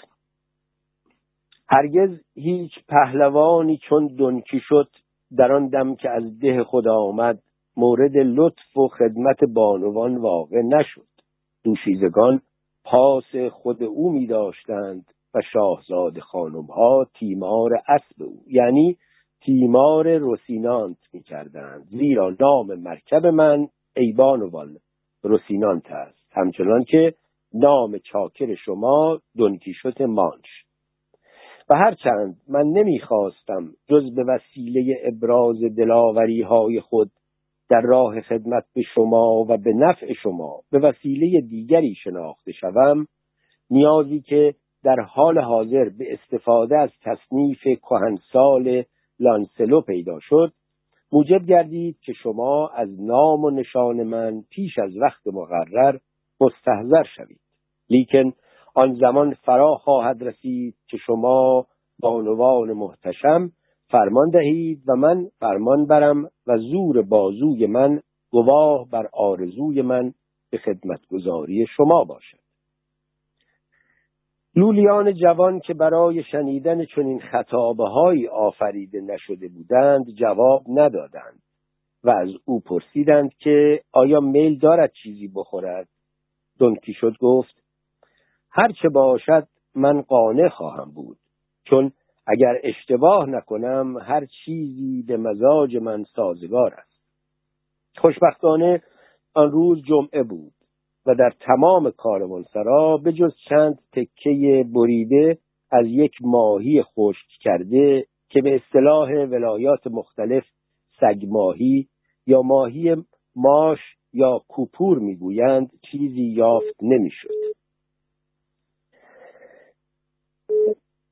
هرگز هیچ پهلوانی چون دون کیشوت در آن دم که از ده خود آمد مورد لطف و خدمت بانوان واقع نشد. دوشیزگان پاس خود او می داشتند و شاهزاده خانم‌ها تیمار اسب او یعنی تیمار روسینانت می کردند، زیرا نام مرکب من ای بانوان روسینانت است، همچنان که نام چاکر شما دون کیشوت مانش. و هرچند من نمیخواستم جز به وسیله ابراز دلاوری های خود در راه خدمت به شما و به نفع شما به وسیله دیگری شناخته شوم، نیازی که در حال حاضر به استفاده از تصنیف کهنسال لانسلو پیدا شد، موجب گردید که شما از نام و نشان من پیش از وقت مقرر مستحضر شوید. لیکن آن زمان فرا خواهد رسید که شما بانوان محتشم فرمان دهید و من فرمان برم و زور بازوی من گواه بر آرزوی من به خدمتگزاری شما باشد. لولیان جوان که برای شنیدن چنین خطابه‌هایی آفریده نشده بودند جواب ندادند و از او پرسیدند که آیا میل دارد چیزی بخورد؟ دون کیشوت گفت هر چه باشد من قانع خواهم بود، چون اگر اشتباه نکنم هر چیزی به مزاج من سازگار است. خوشبختانه آن روز جمعه بود و در تمام کاروانسرا به جز چند تکه بریده از یک ماهی خشک کرده که به اصطلاح ولایات مختلف سگ ماهی یا ماهی ماش یا کوپور میگویند چیزی یافت نمیشد.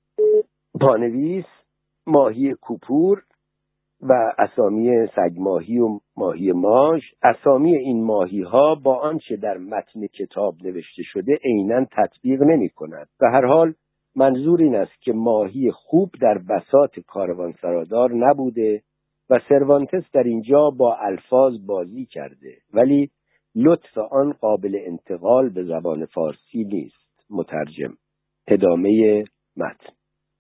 پانویس ماهی کوپور و اسامی سگماهی و ماهی ماژ، اسامی این ماهی ها با آنچه در متن کتاب نوشته شده عیناً تطبیق نمی کند. به هر حال منظور این است که ماهی خوب در بساط کاروانسرادار نبوده و سروانتس در اینجا با الفاظ بازی کرده، ولی لطف آن قابل انتقال به زبان فارسی نیست. مترجم. ادامه متن.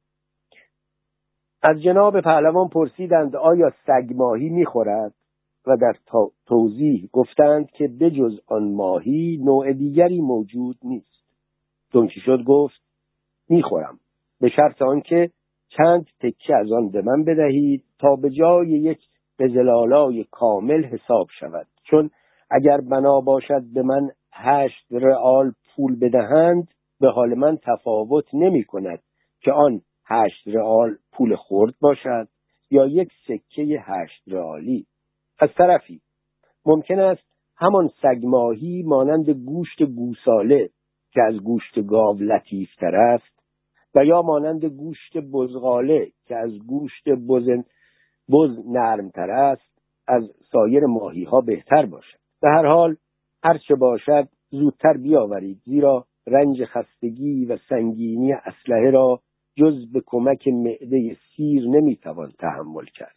از جناب پهلوان پرسیدند آیا سگ ماهی می‌خورد و در توضیح گفتند که بجز آن ماهی نوع دیگری موجود نیست. دون کیشوت گفت می‌خورم، به شرط آنکه چند تکه از آن به من بدهید تا به جای یک قزل‌آلای کامل حساب شود، چون اگر بنا باشد به من هشت رئال پول بدهند به حال من تفاوت نمی کند که آن هشت رئال پول خرد باشد یا یک سکه هشت رئالی. از طرفی ممکن است همان سگ ماهی مانند گوشت گوساله که از گوشت گاو لطیفتر است و یا مانند گوشت بزغاله که از گوشت بز بز نرمتر است از سایر ماهی ها بهتر باشد. به هر حال هر چه باشد زودتر بیاورید، زیرا رنج خستگی و سنگینی اسلحه را جز به کمک معده سیر نمیتوان تحمل کرد.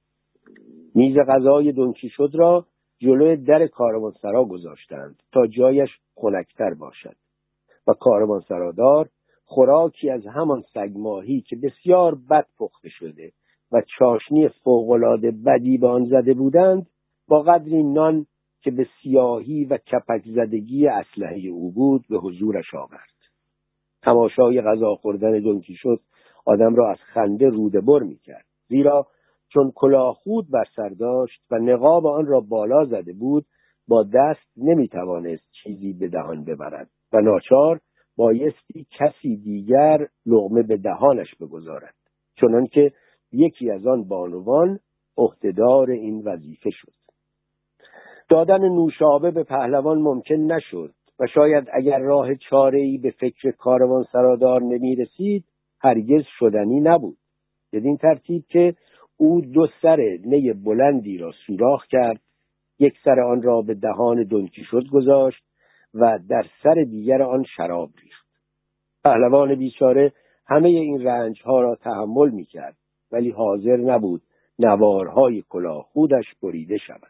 میز غذای دون کیشوت را جلوی در کاروانسرا گذاشتند تا جایش خنک‌تر باشد و کاروانسرادار خوراکی از همان سگ ماهی که بسیار بد پخته شده و چاشنی فوق‌العاده بدی به آن زده بودند با قدری نان که به سیاهی و کپک زدگی اسلحه او بود به حضورش آورد. تماشای غذا خوردن دون کیشوت آدم را از خنده روده بر می‌کرد، زیرا چون کلاهخود بر سر داشت و نقاب آن را بالا زده بود با دست نمی‌توانست چیزی به دهان ببرد و ناچار بایستی کسی دیگر لقمه به دهانش بگذارد، چنانکه یکی از آن بانوان عهدهدار این وظیفه شد. دادن نوشابه به پهلوان ممکن نشد و شاید اگر راه چاره‌ای به فکر کاروانسرادار نمی‌رسید هرگز شدنی نبود، بدین ترتیب که او دو سر نی بلندی را سوراخ کرد، یک سر آن را به دهان دون کیشوت گذاشت و در سر دیگر آن شراب ریخت. پهلوان بیچاره همه این رنج‌ها را تحمل می‌کرد، ولی حاضر نبود نوارهای کلاهخودش بریده شود.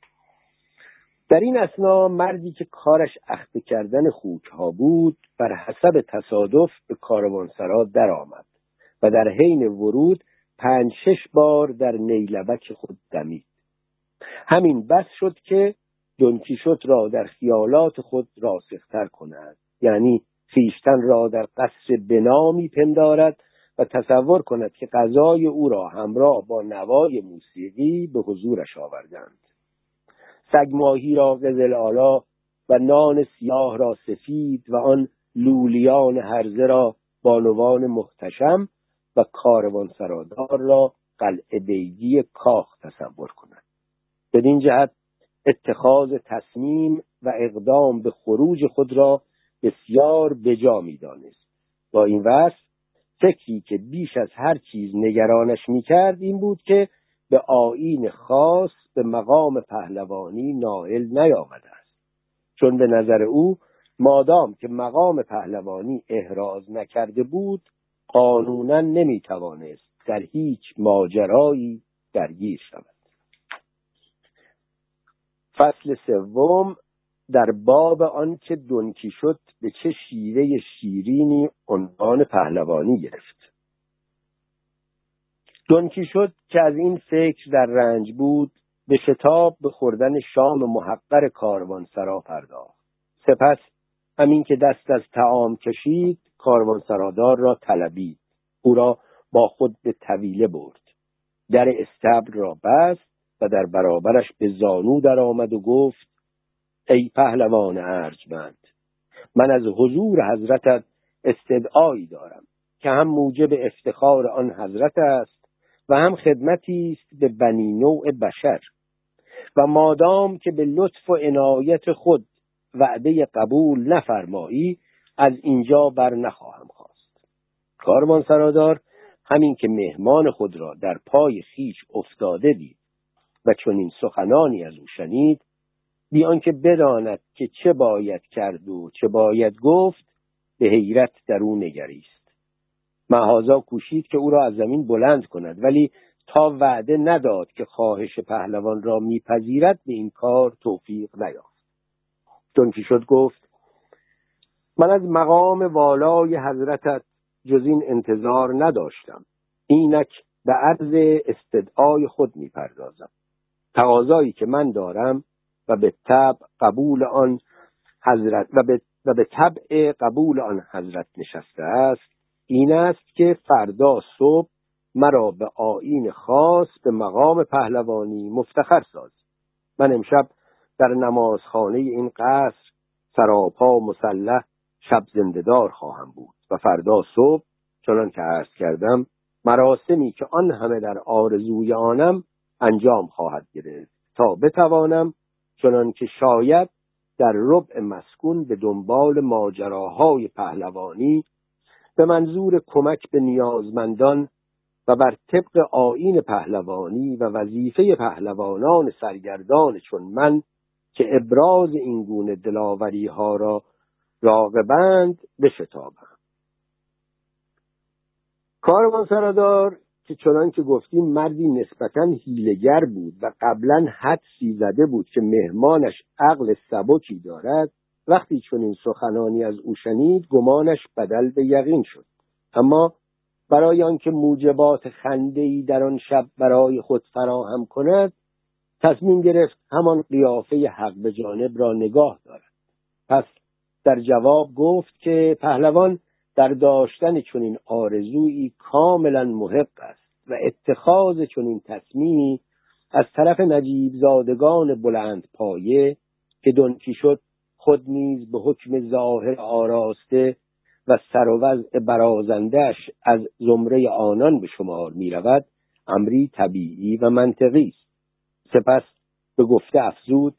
در این اثنا مردی که کارش اخته کردن خوک‌ها بود بر حسب تصادف به کاروانسرا در آمد و در حین ورود پنج شش بار در نیلبک خود دمید. همین بس شد که دون کیشوت را در خیالات خود راسختر کند، یعنی خویشتن را در قصر بنامی پندارد و تصور کند که غذای او را همراه با نوای موسیقی به حضورش آوردند. سگ ماهی را قزل آلا و نان سیاه را سفید و آن لولیان هرزه را بانوان محتشم و کاروانسرادار را قلعه بیگی کاخ تصور کنند. بدین جهت اتخاذ تصمیم و اقدام به خروج خود را بسیار بجا می‌دانست. با این وصف فکری که بیش از هر چیز نگرانش می‌کرد این بود که به آیین خاص به مقام پهلوانی نائل نیامده است، چون به نظر او مادام که مقام پهلوانی احراز نکرده بود قانوناً نمی‌توانست در هیچ ماجرایی درگیر شود. فصل سوم در باب آن که دون کیشوت به چه شیوه شیرینی عنوان پهلوانی گرفت. دون کیشوت که از این فکر در رنج بود به شتاب به خوردن شام محقر کاروانسرا پرداخت. سپس همین که دست از طعام کشید کاروانسرادار را طلبید، او را با خود به طویله برد، در استبل را بست و در برابرش به زانو در آمد و گفت ای پهلوان ارجمند، من از حضور حضرتت استدعایی دارم که هم موجب افتخار آن حضرت است و هم خدمتی است به بنی نوع بشر، و مادام که به لطف و عنایت خود وعده قبول نفرمایی از اینجا بر نخواهم خواست. کاروانسرادار همین که مهمان خود را در پای خیش افتاده دید و چون این سخنانی از او شنید، بی آنکه بداند که چه باید کرد و چه باید گفت، به حیرت در او نگریست. مهازا کوشید که او را از زمین بلند کند، ولی تا وعده نداد که خواهش پهلوان را میپذیرد به این کار توفیق نیافت. دون کیشوت گفت: من از مقام والای حضرتت جز این انتظار نداشتم. اینک به عرض استدعای خود میپردازم. تقاضایی که من دارم و به طبع قبول آن حضرت و به و به طبع قبول آن حضرت نشسته است، این است که فردا صبح مرا به آیین خاص به مقام پهلوانی مفتخر ساز. من امشب در نمازخانه این قصر سراپا مسلح شب زنده‌دار خواهم بود و فردا صبح چنان که عرض کردم مراسمی که آن همه در آرزوی آنم انجام خواهد گرفت تا بتوانم چنان که شاید در ربع مسکون به دنبال ماجراهای پهلوانی به منظور کمک به نیازمندان و بر طبق آیین پهلوانی و وظیفه پهلوانان سرگردان چون من که ابراز این گونه دلاوری ها را راغبند بشتابم. کاروانسرادار که چنان که گفتیم مردی نسبتاً حیله‌گر بود و قبلاً حدسی زده بود که مهمانش عقل سبکی دارد، وقتی چنین سخنانی از او شنید گمانش بدل به یقین شد. اما برای آنکه موجبات خنده‌ای در آن شب برای خود فراهم کند، تصمیم گرفت همان قیافه حق به جانب را نگاه دارد. پس در جواب گفت که پهلوان در داشتن چنین آرزویی کاملا محق است و اتخاذ چنین تصمیمی از طرف نجیب زادگان بلند پایه که دون کیشوت خود نیز به حکم ظاهر آراسته و سر و وضع برازندش از زمره آنان به شمار می رود، امری طبیعی و منطقی است. سپس به گفته افزود: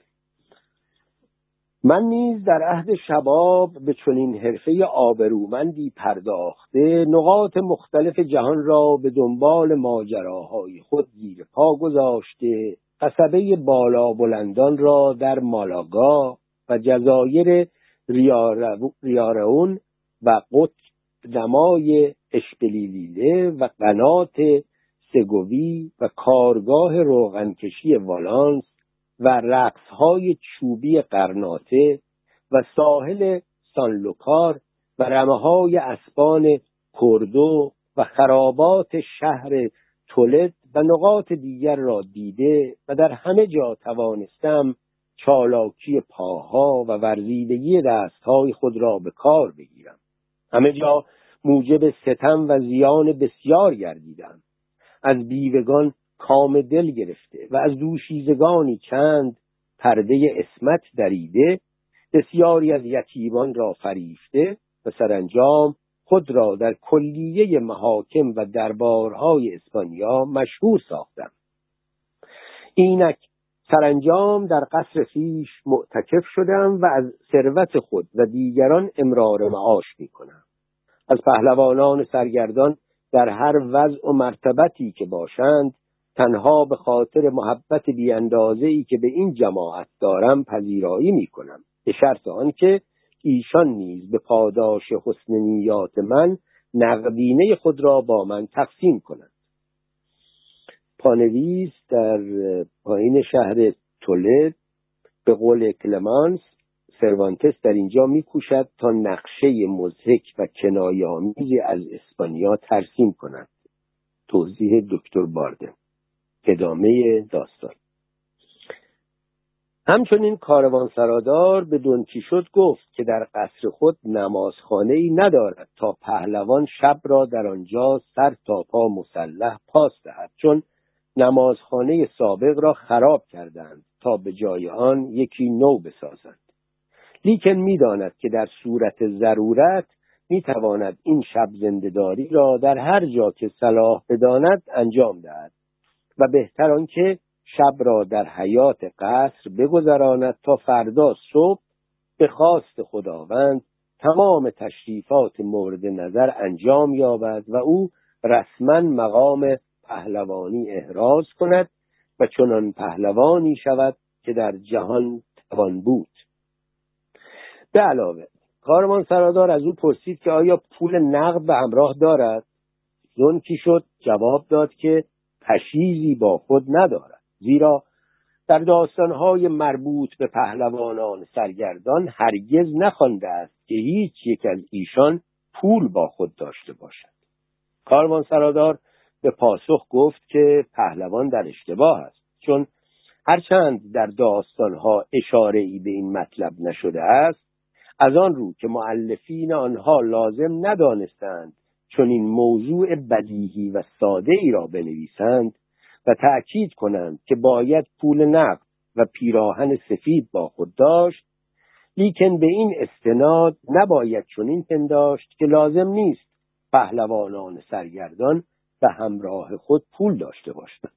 من نیز در عهد شباب به چنین حرفه آبرومندی پرداخته نقاط مختلف جهان را به دنبال ماجراهای خود زیر پا گذاشته، قصبه بالا بلندان را در مالاگا و جزایر ریارئون و قطب نمای اشپلیلیله و قنات سگوی و کارگاه روغنکشی والانس و رقصهای چوبی قرناطه و ساحل سانلوکار و رمه‌های اسبان کردو و خرابات شهر تولد و نقاط دیگر را دیده و در همه جا توانستم چالاکی پاها و ورزیدگی دستهای خود را به کار بگیرم. همه جا موجب ستم و زیان بسیار گردیدم. از بیوگان کام دل گرفته و از دوشیزگانی چند پرده عصمت دریده، بسیاری از یتیمان را فریفته و سرانجام خود را در کلیه محاکم و دربارهای اسپانیا مشهور ساختم. اینک سرانجام در قصر خویش معتکف شدم و از ثروت خود و دیگران امرار معاش می کنم. از پهلوانان سرگردان در هر وضع و مرتبتی که باشند تنها به خاطر محبت بی اندازه‌ای که به این جماعت دارم پذیرایی می کنم، به شرط آنکه ایشان نیز به پاداش حسن نیات من نقدینه خود را با من تقسیم کنند. پانویس در پایین شهر تولد به قول کلمانس، سروانتس در اینجا می‌کوشد تا نقشه مضحک و کنایه‌آمیزی از اسپانیا ترسیم کند. توضیح دکتر باردن. ادامه داستان. همچنین کاروانسرادار به دون کیشوت گفت که در قصر خود نمازخانه‌ای ندارد تا پهلوان شب را در آنجا سر تا پا مسلح پاس دهد، چون نمازخانه سابق را خراب کردند تا به جای آن یکی نو بسازند. لیکن می‌داند که در صورت ضرورت می‌تواند این شب زنده‌داری را در هر جا که صلاح بداند انجام دهد و بهتر آنکه شب را در حیاط قصر بگذراند تا فردا صبح به خواست خداوند تمام تشریفات مورد نظر انجام یابد و او رسما مقام پهلوانی احراز کند و چنان پهلوانی شود که در جهان توان بود. به علاوه کاروان سرادار از او پرسید که آیا پول نقد به همراه دارد؟ دون کیشوت جواب داد که پشیزی با خود ندارد، زیرا در داستانهای مربوط به پهلوانان سرگردان هرگز نخوانده است که هیچ یک از ایشان پول با خود داشته باشد. کاروان سرادار به پاسخ گفت که پهلوان در اشتباه است، چون هرچند در داستانها اشاره‌ای به این مطلب نشده است، از آن رو که مؤلفین آنها لازم ندانستند چون این موضوع بدیهی و ساده ای را بنویسند و تأکید کنند که باید پول نقد و پیراهن سفید با خود داشت، لیکن به این استناد نباید چنین پنداشت که لازم نیست پهلوانان سرگردان به همراه خود پول داشته باشند.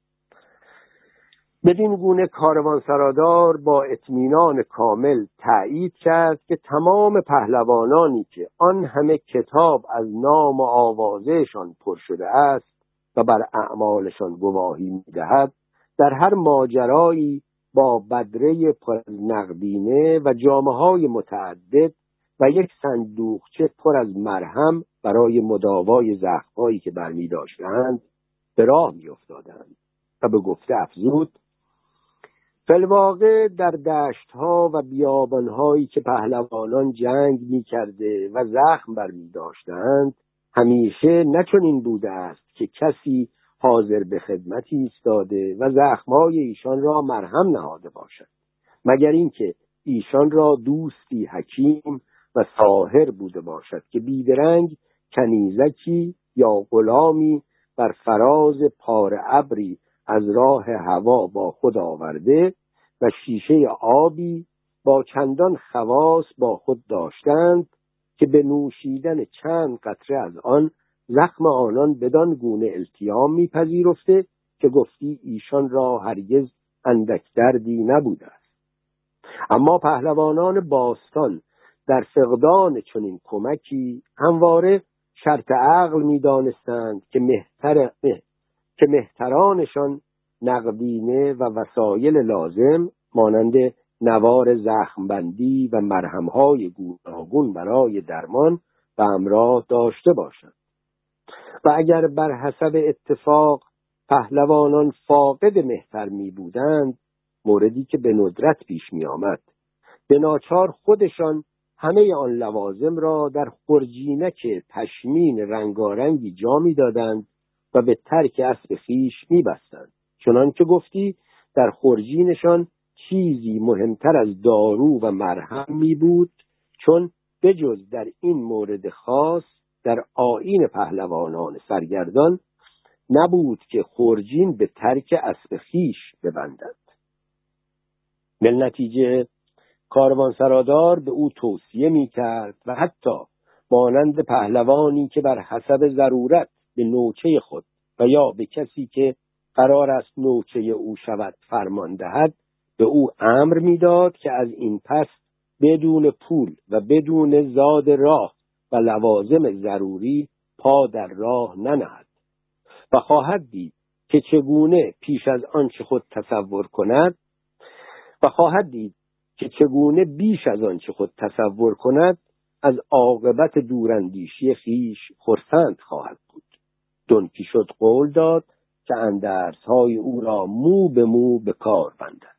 بدین گونه کاروان سرادار با اطمینان کامل تأیید کرد که تمام پهلوانانی که آن همه کتاب از نام و آوازهشان پر شده است و بر اعمالشان گواهی می‌دهد، در هر ماجرایی با بدره پر از نقدینه و جامه‌های متعدد و یک صندوقچه پر از مرهم برای مداوای زخم‌هایی که برمی داشتند به راه می‌افتادند و به گفته افزود: فی‌الواقع در دشت‌ها و بیابان‌هایی که پهلوانان جنگ می‌کرده و زخم برمی داشتند همیشه نچنین بوده است که کسی حاضر به خدمتی ایستاده و زخم‌های ایشان را مرهم نهاده باشد، مگر اینکه ایشان را دوستی حکیم و ساحر بوده باشد که بیدرنگ کنیزکی یا غلامی بر فراز پاره ابری از راه هوا با خود آورده و شیشه آبی با چندان خواص با خود داشتند که به نوشیدن چند قطره از آن زخم آنان بدان گونه التیام میپذیرفته که گفتی ایشان را هرگز اندک دردی نبوده است. اما پهلوانان باستان در فقدان چنین کمکی همواره شرط عقل می‌دانستند که مهتر مه... که مهترانشان نقدینه و وسایل لازم مانند نوار زخمبندی و مرهم‌های گوناگون برای درمان و همراه داشته باشند. و اگر بر حسب اتفاق پهلوانان فاقد مهتر می بودند، موردی که به ندرت پیش می آمد، به ناچار خودشان همه آن لوازم را در خرجینک پشمین رنگارنگی جا می دادند و به ترک اسب خویش می بستند، چنان که گفتی در خرجینشان چیزی مهمتر از دارو و مرهم می بود، چون بجز در این مورد خاص در آیین پهلوانان سرگردان نبود که خرجین به ترک اسب خویش ببندند. بالنتیجه کاروان سرادار به او توصیه می کرد و حتی مانند پهلوانی که بر حسب ضرورت به نوچه خود و یا به کسی که قرار است نوچه او شود فرمان دهد، به او امر می داد که از این پس بدون پول و بدون زاد راه و لوازم ضروری پا در راه ننهد و خواهد دید که چگونه پیش از آنچه خود تصور کند و خواهد دید که چگونه بیش از آنچه خود تصور کند از عاقبت دوراندیشی خیش خرسند خواهد بود. دون کیشوت قول داد که اندرس‌های او را مو به مو به کار بندد.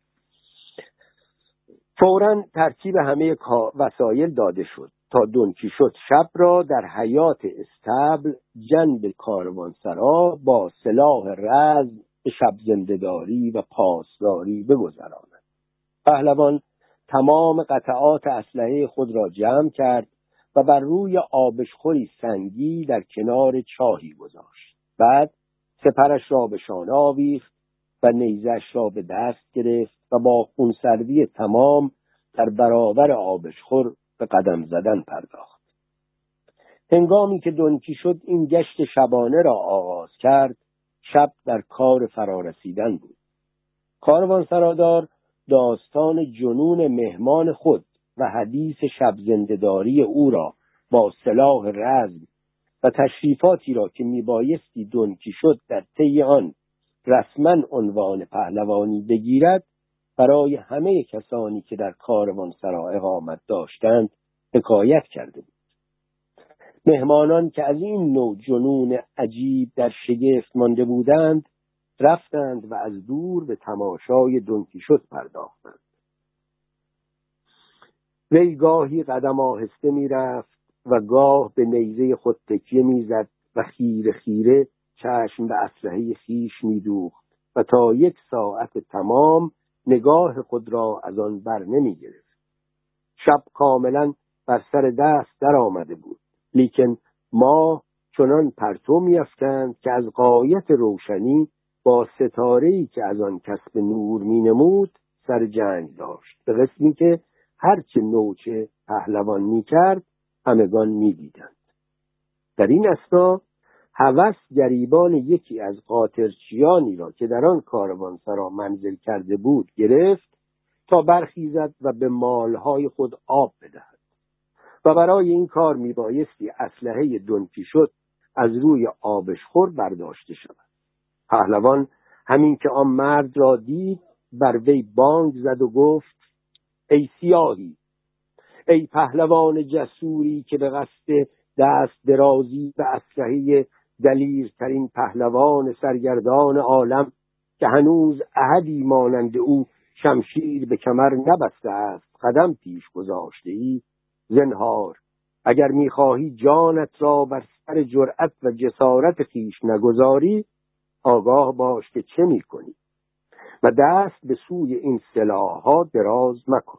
فوراً ترتیب همه وسایل داده شد تا دون کیشوت شب را در حیاط استبل جنب کاروانسرا با سلاح رزم به شب زنده‌داری و پاسداری بگذراند. پهلوان تمام قطعات اسلحه خود را جمع کرد و بر روی آبشخوری سنگی در کنار چاهی گذاشت. بعد سپرش را به شانه آویخت و نیزش را به دست گرفت و با خونسردی تمام در برابر آبشخور به قدم زدن پرداخت. هنگامی که دون کیشوت این گشت شبانه را آغاز کرد، شب در کار فرارسیدن بود. کاروان سرادار داستان جنون مهمان خود و حدیث شب زنده‌داری او را با سلاح رزم و تشریفاتی را که میبایستی دون کیشوت در طی آن رسما عنوان پهلوانی بگیرد برای همه کسانی که در کاروانسرا اقامت داشتند حکایت کرده بود. مهمانان که از این نوع جنون عجیب در شگفت مانده بودند رفتند و از دور به تماشای دون کیشوت پرداختند. وی گاهی قدم آهسته می رفت و گاه به نیزه خود تکیه می زد و خیره خیره چشم به اسلحه خویش می دوخت و تا یک ساعت تمام نگاه خود را از آن بر نمی گرفت. شب کاملا بر سر دست در آمده بود، لیکن ماه چنان پرتو می افکند که از غایت روشنی با ستاره‌ای که از آن کسب نور می نمود سر جنگ داشت، به قسمی که هر که نوچه پهلوان می کرد همگان می دیدند. در این اثنا هوس گریبان یکی از قاطرچیانی را که در آن کاروانسرا منزل کرده بود گرفت تا برخیزد و به مالهای خود آب بدهد و برای این کار می بایستی اسلحه دون کیشوت از روی آبشخور برداشته شود. پهلوان همین که آن مرد را دید بر وی بانگ زد و گفت: ای سیاهی، ای پهلوان جسوری که به قصد دست درازی به اسلحه دلیرترین پهلوان سرگردان عالم که هنوز احدی مانند او شمشیر به کمر نبسته است قدم پیش گذاشته ای، زنهار اگر میخواهی جانت را بر سر جرأت و جسارت خویش نگذاری آگاه باش که چه میکنی و دست به سوی این سلاح‌ها دراز مکن.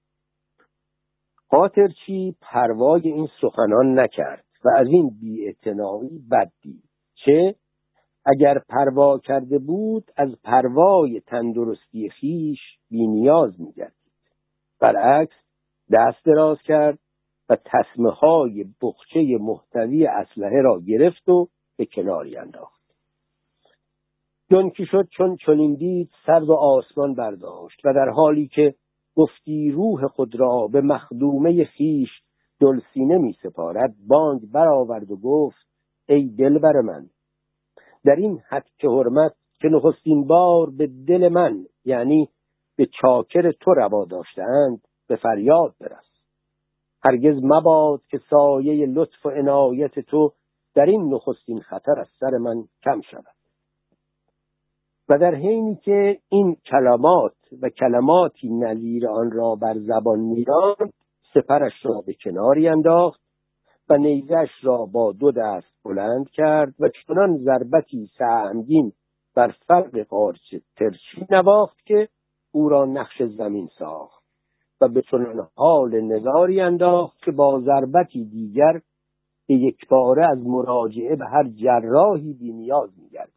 قاطرچی پروای این سخنان نکرد و از این بی‌اعتنایی بد دید، چه اگر پروا کرده بود از پروای تندرستی خویش بی‌نیاز می‌گردید. برعکس دست دراز کرد و تسمه‌های بخچه محتوی اسلحه را گرفت و به کناری انداخت. دون کیشوت چون چنین دید سر به آسمان برداشت و در حالی که گفتی روح خود را به مخدومه خویش دلسینه می سپارد بانگ برآورد و گفت: ای دلبر من، در این حد که حرمت که نخستین بار به دل من یعنی به چاکر تو روا داشتند به فریاد برس. هرگز مباد که سایه لطف و عنایت تو در این نخستین خطر از سر من کم شود. و در حینی که این کلمات و کلماتی نظیر آن را بر زبان می‌راند سپرش را به کناری انداخت و نیزش را با دو دست بلند کرد و چنان ضربتی سهمگین بر فرق قاطرچی نواخت که او را نقش زمین ساخت و به چنان حال نزاری انداخت که با ضربتی دیگر به یک باره از مراجعه به هر جراحی بی نیاز می‌گردید.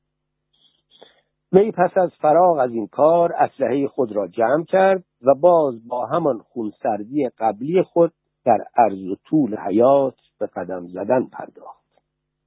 وی پس از فراغ از این کار اسلحه خود را جمع کرد و باز با همان خونسردی قبلی خود در عرض و طول حیات به قدم زدن پرداخت.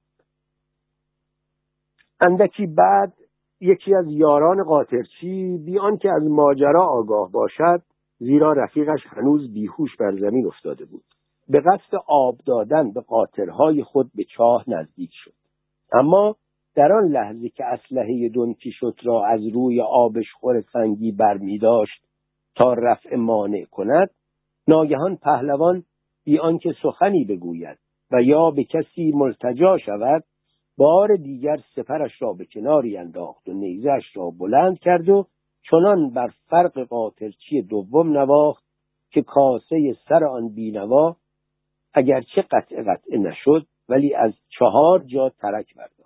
اندکی بعد یکی از یاران قاطرچی بی آنکه از ماجرا آگاه باشد، زیرا رفیقش هنوز بیهوش بر زمین افتاده بود، به قصد آب دادن به قاطرهای خود به چاه نزدیک شد. اما در آن لحظه که اسلحه دون کیشوت را از روی آبشخور سنگی برمی داشت تا رفع مانع کند، ناگهان پهلوان بی آنکه سخنی بگوید و یا به کسی ملتجا شود بار دیگر سپرش را به کناری انداخت و نیزش را بلند کرد و چنان بر فرق قاطرچی دوم نواخت که کاسه سر آن بینوا اگرچه قطع قطع نشد ولی از چهار جا ترک برداشت.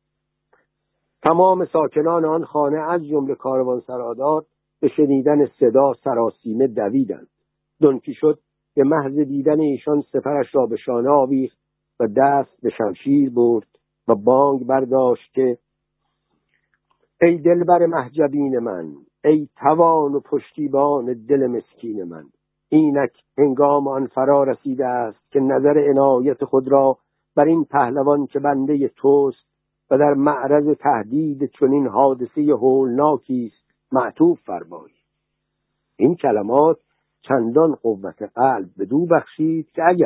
تمام ساکنان آن خانه از جمله کاروانسرادار به شنیدن صدا سراسیمه دویدند. دون کیشوت به محض دیدن ایشان سپرش را به شانه آویخت و دست به شمشیر برد و بانگ برداشت که: ای دلبر محجبین من، ای توان و پشتیبان دل مسکین من، اینک هنگام آن فرا رسیده است که نظر عنایت خود را بر این پهلوان که بنده توست و در معرض تهدید چنین حادثه هولناکی است معطوف فرمایی. این کلمات چندان قوت قلب بدو بخشید که اگر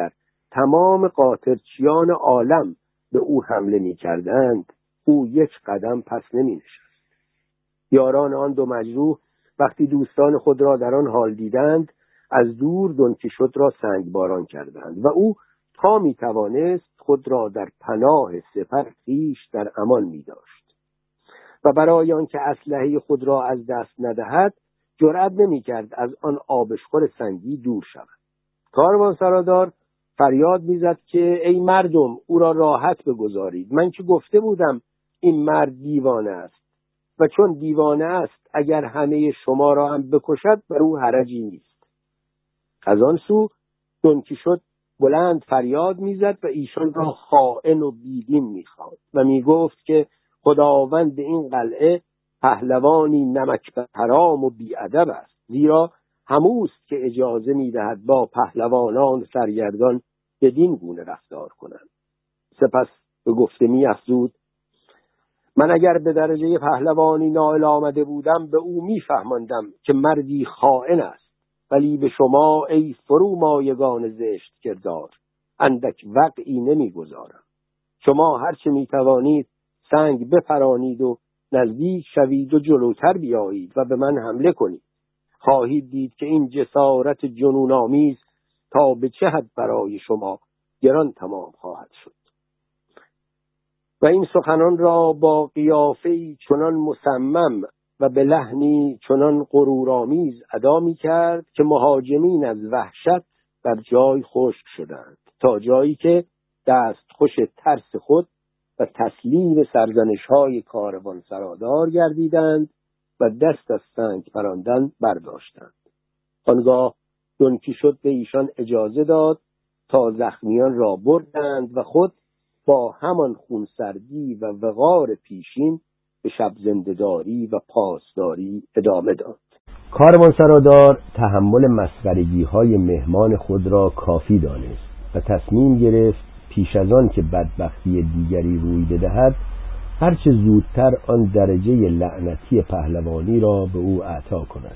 تمام قاطرچیان عالم به او حمله می کردند، او یک قدم پس نمی نشست. یاران آن دو مجروح وقتی دوستان خود را در آن حال دیدند، از دور دون کیشوت را سنگباران کردند و او تا می توانست خود را در پناه سپر خویش در امان می داشت و برای آنکه اسلحه خود را از دست ندهد جرأت نمی کرد از آن آبشخور سنگی دور شود. کاروانسرادار فریاد می زد که ای مردم، او را راحت بگذارید. من که گفته بودم این مرد دیوانه است و چون دیوانه است اگر همه شما را هم بکشد بر او حرجی نیست. از آن سو دون کیشوت بلند فریاد میزد و ایشان را خائن و بیدین میخواند و میگفت که خداوند این قلعه پهلوانی نمک به حرام و بیادب است، زیرا هموست که اجازه میدهد با پهلوانان سرگردان بدین گونه رفتار کنند. سپس به گفته میافزود من اگر به درجه پهلوانی نائل آمده بودم به او میفهماندم که مردی خائن است، ولی به شما ای فرومایگان زشت کردار اندک وقعی نمیگذارم. شما هرچه میتوانید سنگ بپرانید و نزدیک شوید و جلوتر بیایید و به من حمله کنید. خواهید دید که این جسارت جنون آمیز تا به چه حد برای شما گران تمام خواهد شد. و این سخنان را با قیافه‌ای چنان مصمم و به لحنی چنان غرورآمیز ادا می‌کرد که مهاجمین از وحشت در جای خشک شدند، تا جایی که دستخوش ترس خود و تسلیم سرزنش‌های کاروان سرادار گردیدند و دست از سنگ پراندن برداشتند. آنگاه دون کیشوت به ایشان اجازه داد تا زخمیان را بردند و خود با همان خونسردی و وقار پیشین به شب زنده‌داری و پاسداری ادامه داد. کاروانسرادار تحمل مسخرگی‌های مهمان خود را کافی دانست و تصمیم گرفت پیش از آن که بدبختی دیگری روی بدهد هرچه زودتر آن درجه لعنتی پهلوانی را به او اعطا کند.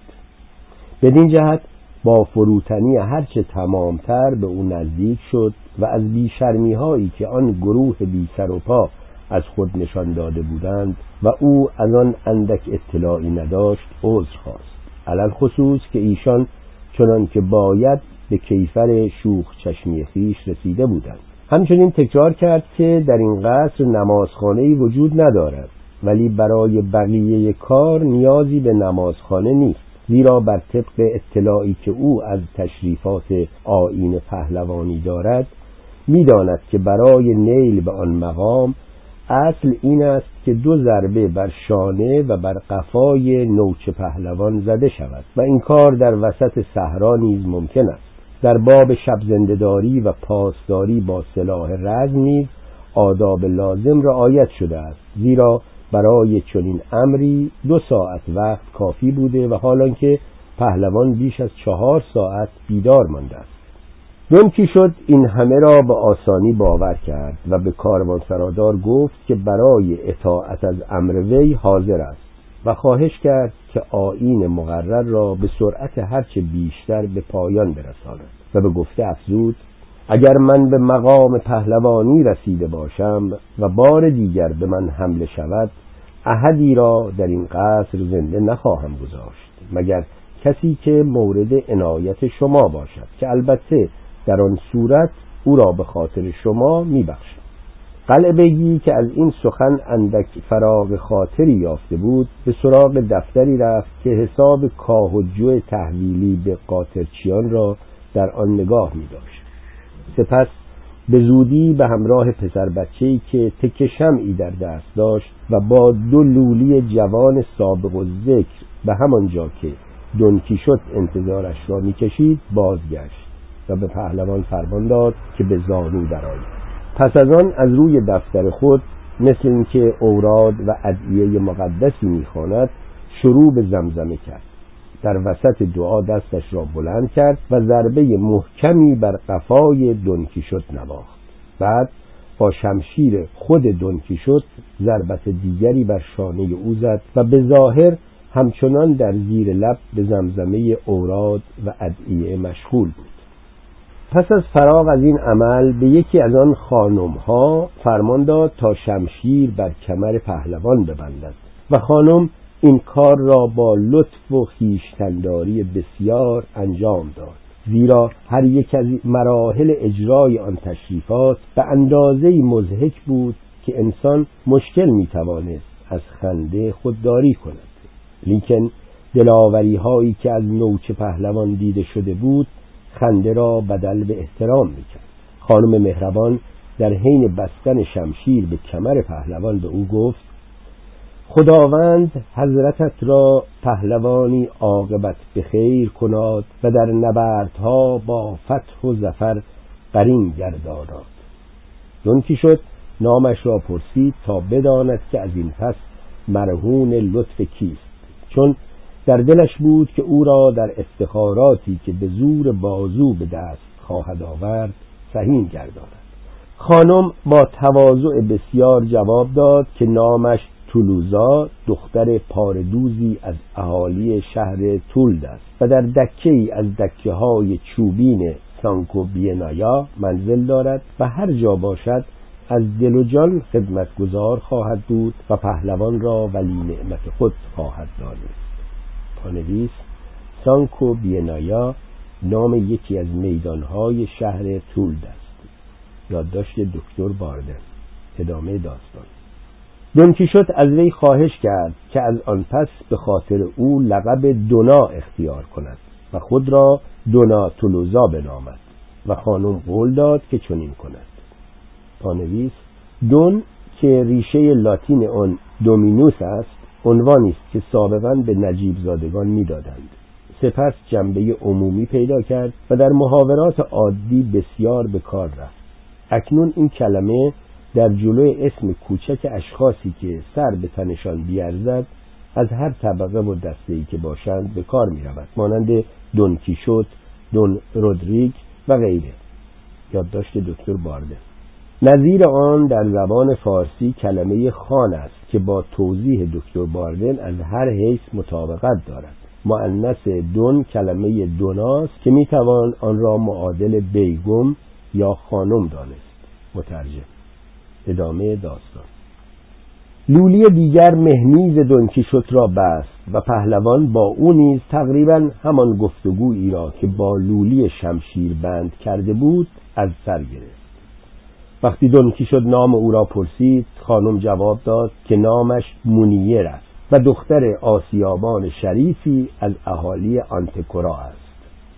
بدین جهت با فروتنی هرچه تمامتر به او نزدیک شد و از بیشرمی‌هایی که آن گروه بی سر و پا از خود نشان داده بودند و او از آن اندک اطلاعی نداشت عذر خواست، علل خصوص که ایشان چنان که باید به کیفر شوخ چشمی خویش رسیده بودند. همچنین تکرار کرد که در این قصر نمازخانه‌ای وجود ندارد، ولی برای بقیه کار نیازی به نمازخانه نیست، زیرا بر طبق اطلاعی که او از تشریفات آیین پهلوانی دارد می‌داند که برای نیل به آن مقام اصل این است که دو ضربه بر شانه و بر قفای نوچ پهلوان زده شود و این کار در وسط صحرا نیز ممکن است. در باب شب زنده‌داری و پاسداری با سلاح رزم نیز آداب لازم رعایت شده است، زیرا برای چنین امری دو ساعت وقت کافی بوده و حالان که پهلوان بیش از چهار ساعت بیدار مانده است. دون کیشوت این همه را به آسانی باور کرد و به کاروانسرادار گفت که برای اطاعت از امر وی حاضر است و خواهش کرد که آیین مقرر را به سرعت هرچه بیشتر به پایان برساند و به گفته افزود اگر من به مقام پهلوانی رسیده باشم و بار دیگر به من حمله شود احدی را در این قصر زنده نخواهم گذاشت مگر کسی که مورد عنایت شما باشد که البته در آن صورت او را به خاطر شما میبخشم. قلعه بیگی که از این سخن اندک فراغ خاطری یافته بود به سراغ دفتری رفت که حساب کاه و جو تحویلی به قاطرچیان را در آن نگاه می‌داشت. سپس به زودی به همراه پسر بچه‌ای که تکه شمعی در دست داشت و با دو لولی جوان سابق الذکر به همان جا که دون کیشوت انتظارش را می‌کشید بازگشت و به پهلوان فرمان داد که به زانو درآید. پس از آن از روی دفتر خود مثل اینکه اوراد و ادعیه مقدسی می‌خواند شروع به زمزمه کرد. در وسط دعا دستش را بلند کرد و ضربه محکمی بر قفای دون کیشوت نواخت. بعد با شمشیر خود دون کیشوت ضربت دیگری بر شانه او زد و به ظاهر همچنان در زیر لب به زمزمه اوراد و ادعیه مشغول بود. پس از فراغ از این عمل به یکی از آن خانم‌ها فرمان داد تا شمشیر بر کمر پهلوان ببندد و خانم این کار را با لطف و خویشتن‌داری بسیار انجام داد، زیرا هر یک از مراحل اجرای آن تشریفات به اندازه‌ای مضحک بود که انسان مشکل می‌توانست از خنده خودداری کند. لیکن دلاوری هایی که از نوچه پهلوان دیده شده بود خنده را بدل به احترام می‌کرد. خانم مهربان در حین بستن شمشیر به کمر پهلوان به او گفت: خداوند حضرتت را پهلوانی عاقبت بخیر کناد و در نبردها با فتح و ظفر قرین گرداند. دون کیشوت نامش را پرسید تا بداند که از این پس مرهون لطف کیست، چون در دلش بود که او را در افتخاراتی که به زور بازو به دست خواهد آورد سهیم گرداند. خانم با تواضع بسیار جواب داد که نامش تولوزا دختر پاردوزی از اهالی شهر تولد است و در دکه‌ای از دکه‌های چوبین سانکو بینایا منزل دارد و هر جا باشد از دل و جان خدمتگزار خواهد بود و پهلوان را ولی نعمت خود خواهد دانست. پانویس: سانکو بینایا نام یکی از میدانهای شهر تولد است. یادداشت دکتر باردن. ادامه داستان. دون کیشوت از وی خواهش کرد که از آن پس به خاطر او لقب دونا اختیار کند و خود را دونا تولوزا بنامد و خانم قول داد که چنین کند. پانویس: دون که ریشه لاتین آن دومینوس است، عنوانی است که سابقاً به نجیب زادگان می‌دادند. سپس جنبه عمومی پیدا کرد و در محاورات عادی بسیار به کار رفت. اکنون این کلمه در جلوی اسم کوچک اشخاصی که سر به تنشان بیارزد از هر طبقه و دسته‌ای که باشند به کار می‌رود، مانند دون کیشوت، دون رودریگ و غیره. یادداشت دکتر بارده. نظیر آن در زبان فارسی کلمه خان است که با توضیح دکتر باردن از هر حیث مطابقت دارد. مؤنث دون کلمه دوناست که میتوان آن را معادل بیگم یا خانم دانست. مترجم. ادامه داستان. لولی دیگر مهمیز دون کیشوت را بست و پهلوان با او نیز تقریبا همان گفتگویی را که با لولی شمشیر بند کرده بود از سر گرفت. وقتی دون کیشوت نام او را پرسید، خانم جواب داد که نامش مونیر است و دختر آسیابان شریفی از اهالی آنتکورا است.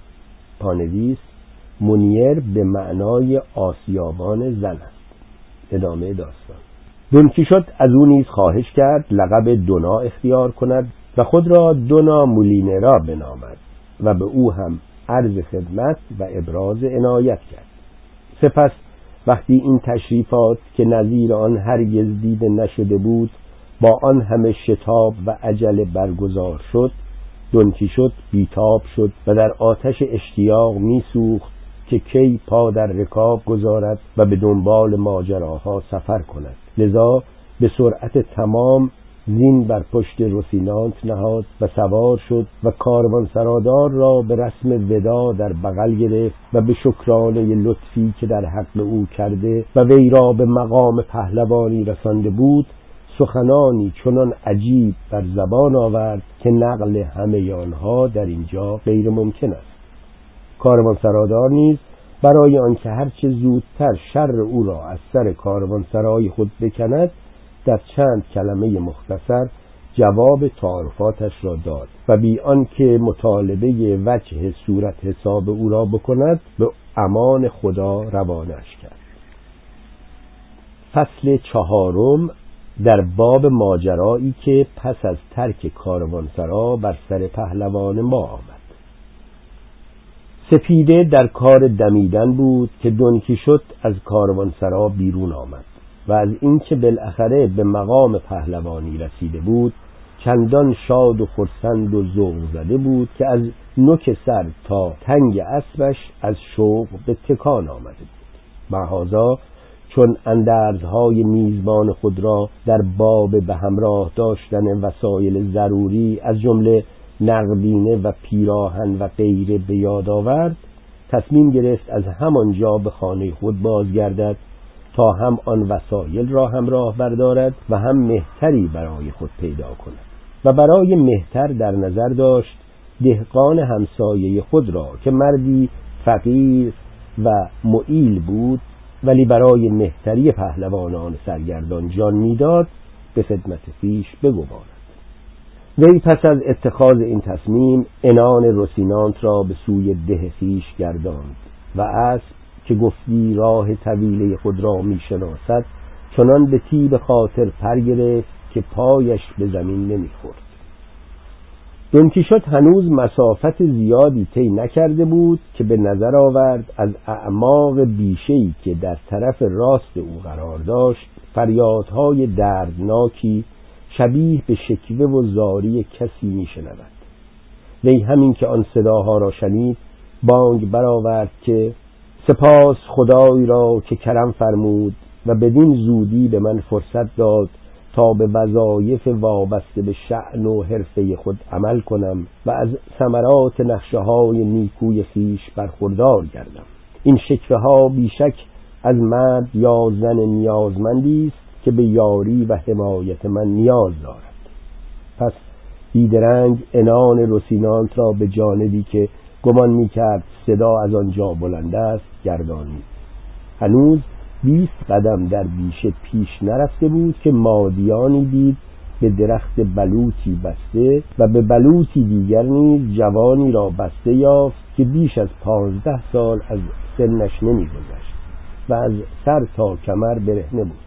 پانویس: مونیر به معنای آسیابان زن است. ادامه داستان. دون کیشوت از او نیز خواهش کرد لقب دونا اختیار کند و خود را دونا مولینرا بنامد و به او هم عرض خدمت و ابراز عنایت کرد. سپس وقتی این تشریفات که نظیر آن هرگز دیده نشده بود با آن همه شتاب و عجله برگزار شد، دون کیشوت بیتاب شد و در آتش اشتیاق میسوخت که کی پا در رکاب گذارد و به دنبال ماجراها سفر کند. لذا به سرعت تمام زین بر پشت روسینانت نهاد و سوار شد و کاروان سرادار را به رسم ودا در بغل گرفت و به شکرانه لطفی که در حق او کرده و وی را به مقام پهلوانی رسانده بود سخنانی چنان عجیب بر زبان آورد که نقل همه آنها در اینجا غیر ممکن است. کاروان سرادار نیز برای آنکه هرچه زودتر شر او را از سر کاروان سرای خود بکند در چند کلمه مختصر جواب تعارفاتش را داد و بی آنکه مطالبه وجه صورت حساب او را بکند به امان خدا روانش کرد. فصل چهارم در باب ماجرایی که پس از ترک کاروانسرا بر سر پهلوان ما آمد. سپیده در کار دمیدن بود که دون کیشوت از کاروانسرا بیرون آمد و از اینکه بالاخره به مقام پهلوانی رسیده بود چندان شاد و خرسند و ذوق زده بود که از نوک سر تا تنگ اسبش از شوق به تکان آمده بود. محاذا چون اندرزهای میزبان خود را در باب به همراه داشتن وسایل ضروری از جمله نقدینه و پیراهن و غیره به یاد آورد، تصمیم گرفت از همانجا به خانه خود بازگردد تا هم آن وسایل را همراه بردارد و هم مهتری برای خود پیدا کند و برای مهتر در نظر داشت دهقان همسایه خود را که مردی فقیر و معیل بود ولی برای مهتری پهلوانان سرگردان جان میداد به خدمت خویش بگمارد. وی پس از اتخاذ این تصمیم عنان روسینانت را به سوی ده خویش گرداند و اسب که گفتی راه طویله خود را می شناسد چنان به طیب خاطر پر گرفت که پایش به زمین نمی خورد. دون کیشوت هنوز مسافت زیادی طی نکرده بود که به نظر آورد از اعماق بیشه‌ای که در طرف راست او قرار داشت فریادهای دردناکی شبیه به شکوه و زاری کسی می شنود. وی همین که آن صداها را شنید بانگ برآورد که سپاس خدای را که کرم فرمود و بدین زودی به من فرصت داد تا به وظایف وابسته به شأن و حرفه خود عمل کنم و از ثمرات نقشه‌های نیکوی خویش برخوردار گردم. این شکوه ها بیشک از مرد یا زن نیازمندی است که به یاری و حمایت من نیاز دارد. پس بیدرنگ عنان روسینانت را به جانبی که گمان می‌کرد صدا از آنجا بلند است گردانید. هنوز بیست قدم در بیشه پیش نرفته بود که مادیانی دید به درخت بلوطی بسته و به بلوطی دیگر نیز جوانی را بسته یافت که بیش از پانزده سال از سنش نمی‌گذشت و از سر تا کمر برهنه بود.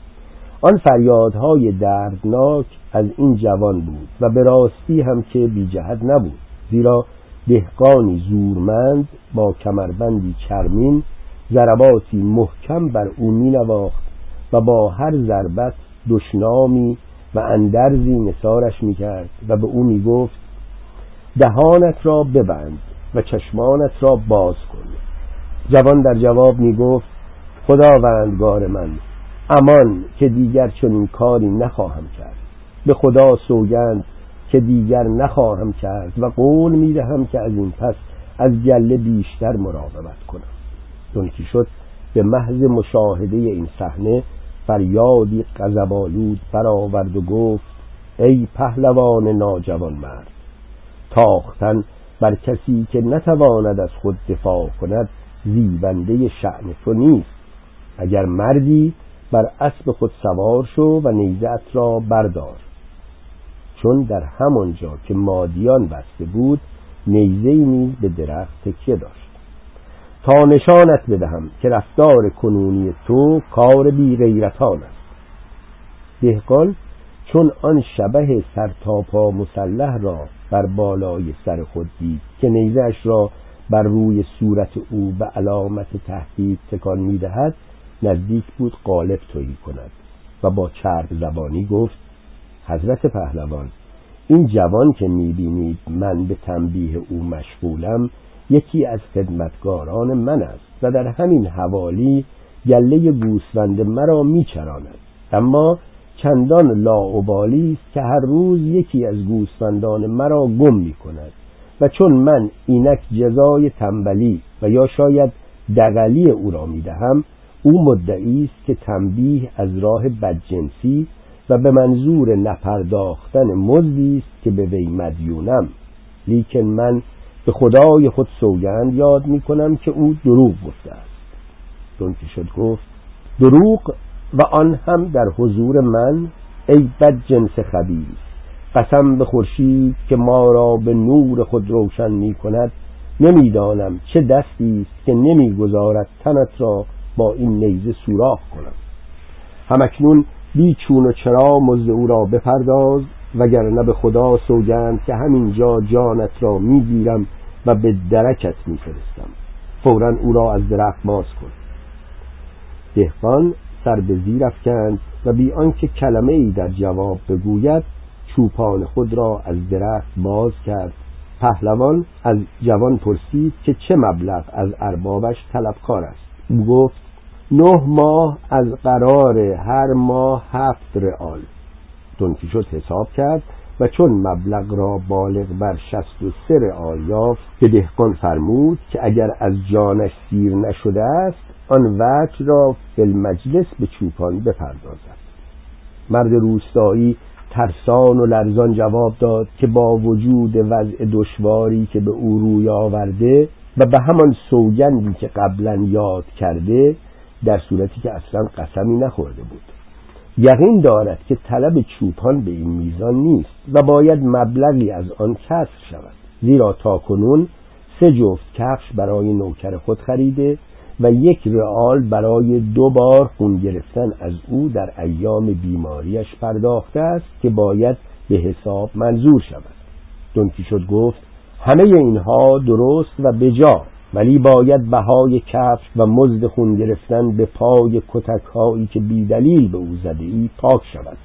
آن فریادهای دردناک از این جوان بود و به راستی هم که بی جهت نبود، زیرا دهقانی زورمند با کمربندی چرمین ضرباتی محکم بر او می نواخت و با هر ضربت دشنامی و اندرزی نثارش می کرد و به او می گفت دهانت را ببند و چشمانت را باز کن. جوان در جواب می گفت خداوندگار من، امان که دیگر چنین کاری نخواهم کرد. به خدا سوگند که دیگر نخواهم کرد و قول می دهم که از این پس از گله بیشتر مراقبت کنم. دون کیشوت به محض مشاهده این صحنه فریادی غضب‌آلود برآورد و گفت ای پهلوان ناجوان مرد، تاختن بر کسی که نتواند از خود دفاع کند زیبنده شأن تو نیست. اگر مردی بر اسب خود سوار شو و نیزه‌ات را بردار. چون در همانجا که مادیان بسته بود نیزه‌ای نیز به درخت تکیه داشت. تا نشانت بدهم که رفتار کنونی تو کار بی غیرتان است. دهقان چون آن شبح سر تا پا مسلح را بر بالای سر خود دید که نیزه‌اش را بر روی صورت او به علامت تهدید تکان می‌دهد، نزدیک بود غالب تویی کند و با چرب زبانی گفت حضرت پهلوان، این جوان که می‌بینید من به تنبیه او مشغولم یکی از خدمتگاران من است و در همین حوالی گله گوسفند مرا می‌چراند، اما چندان لاابالی است که هر روز یکی از گوسفندان مرا گم می‌کند و چون من اینک جزای تنبلی و یا شاید دغلی او را می‌دهم، او مدعی است که تنبیه از راه بدجنسی و به منظور نپرداختن مزدی است که به وی مدیونم. لیکن من به خدای خود سوگند یاد می کنم که او دروغ گفته است. دون کیشوت گفت دروغ و آن هم در حضور من؟ ای بدجنس خبیث، قسم به خورشید که ما را به نور خود روشن می کند، نمیدانم چه دستی است که نمیگذارد تنت را با این نیزه سوراخ کنم. همکنون بی چون و چرا مزد او را بپرداز، وگرنه به خدا سوگند که همینجا جانت را میگیرم و به درکت میفرستم. فوراً او را از درخت باز کن. دهقان سر به زیر افکند و بی آنکه کلمه ای در جواب بگوید چوپان خود را از درخت باز کرد. پهلوان از جوان پرسید که چه مبلغ از اربابش طلبکار است. او گفت نه ماه از قرار هر ماه هفت رئال. دون کیشوت حساب کرد و چون مبلغ را بالغ بر شصت و سه رعال یافت به دهقان فرمود که اگر از جانش سیر نشده است آن وجه را فی المجلس به چوپان بپردازد. مرد روستایی ترسان و لرزان جواب داد که با وجود وضع دشواری که به او روی آورده و به همان سوگندی که قبلا یاد کرده، در صورتی که اصلا قسمی نخورده بود، یقین دارد که طلب چوپان به این میزان نیست و باید مبلغی از آن کسر شود، زیرا تاکنون سه جفت کفش برای نوکر خود خریده و یک رعال برای دو بار خون گرفتن از او در ایام بیماریش پرداخته است که باید به حساب منظور شود. دون کیشوت گفت همه اینها درست و بجا، ولی باید بهای کفش و مزد خون گرفتن به پای کتک هایی که بی دلیل به او زده ای پاک شود.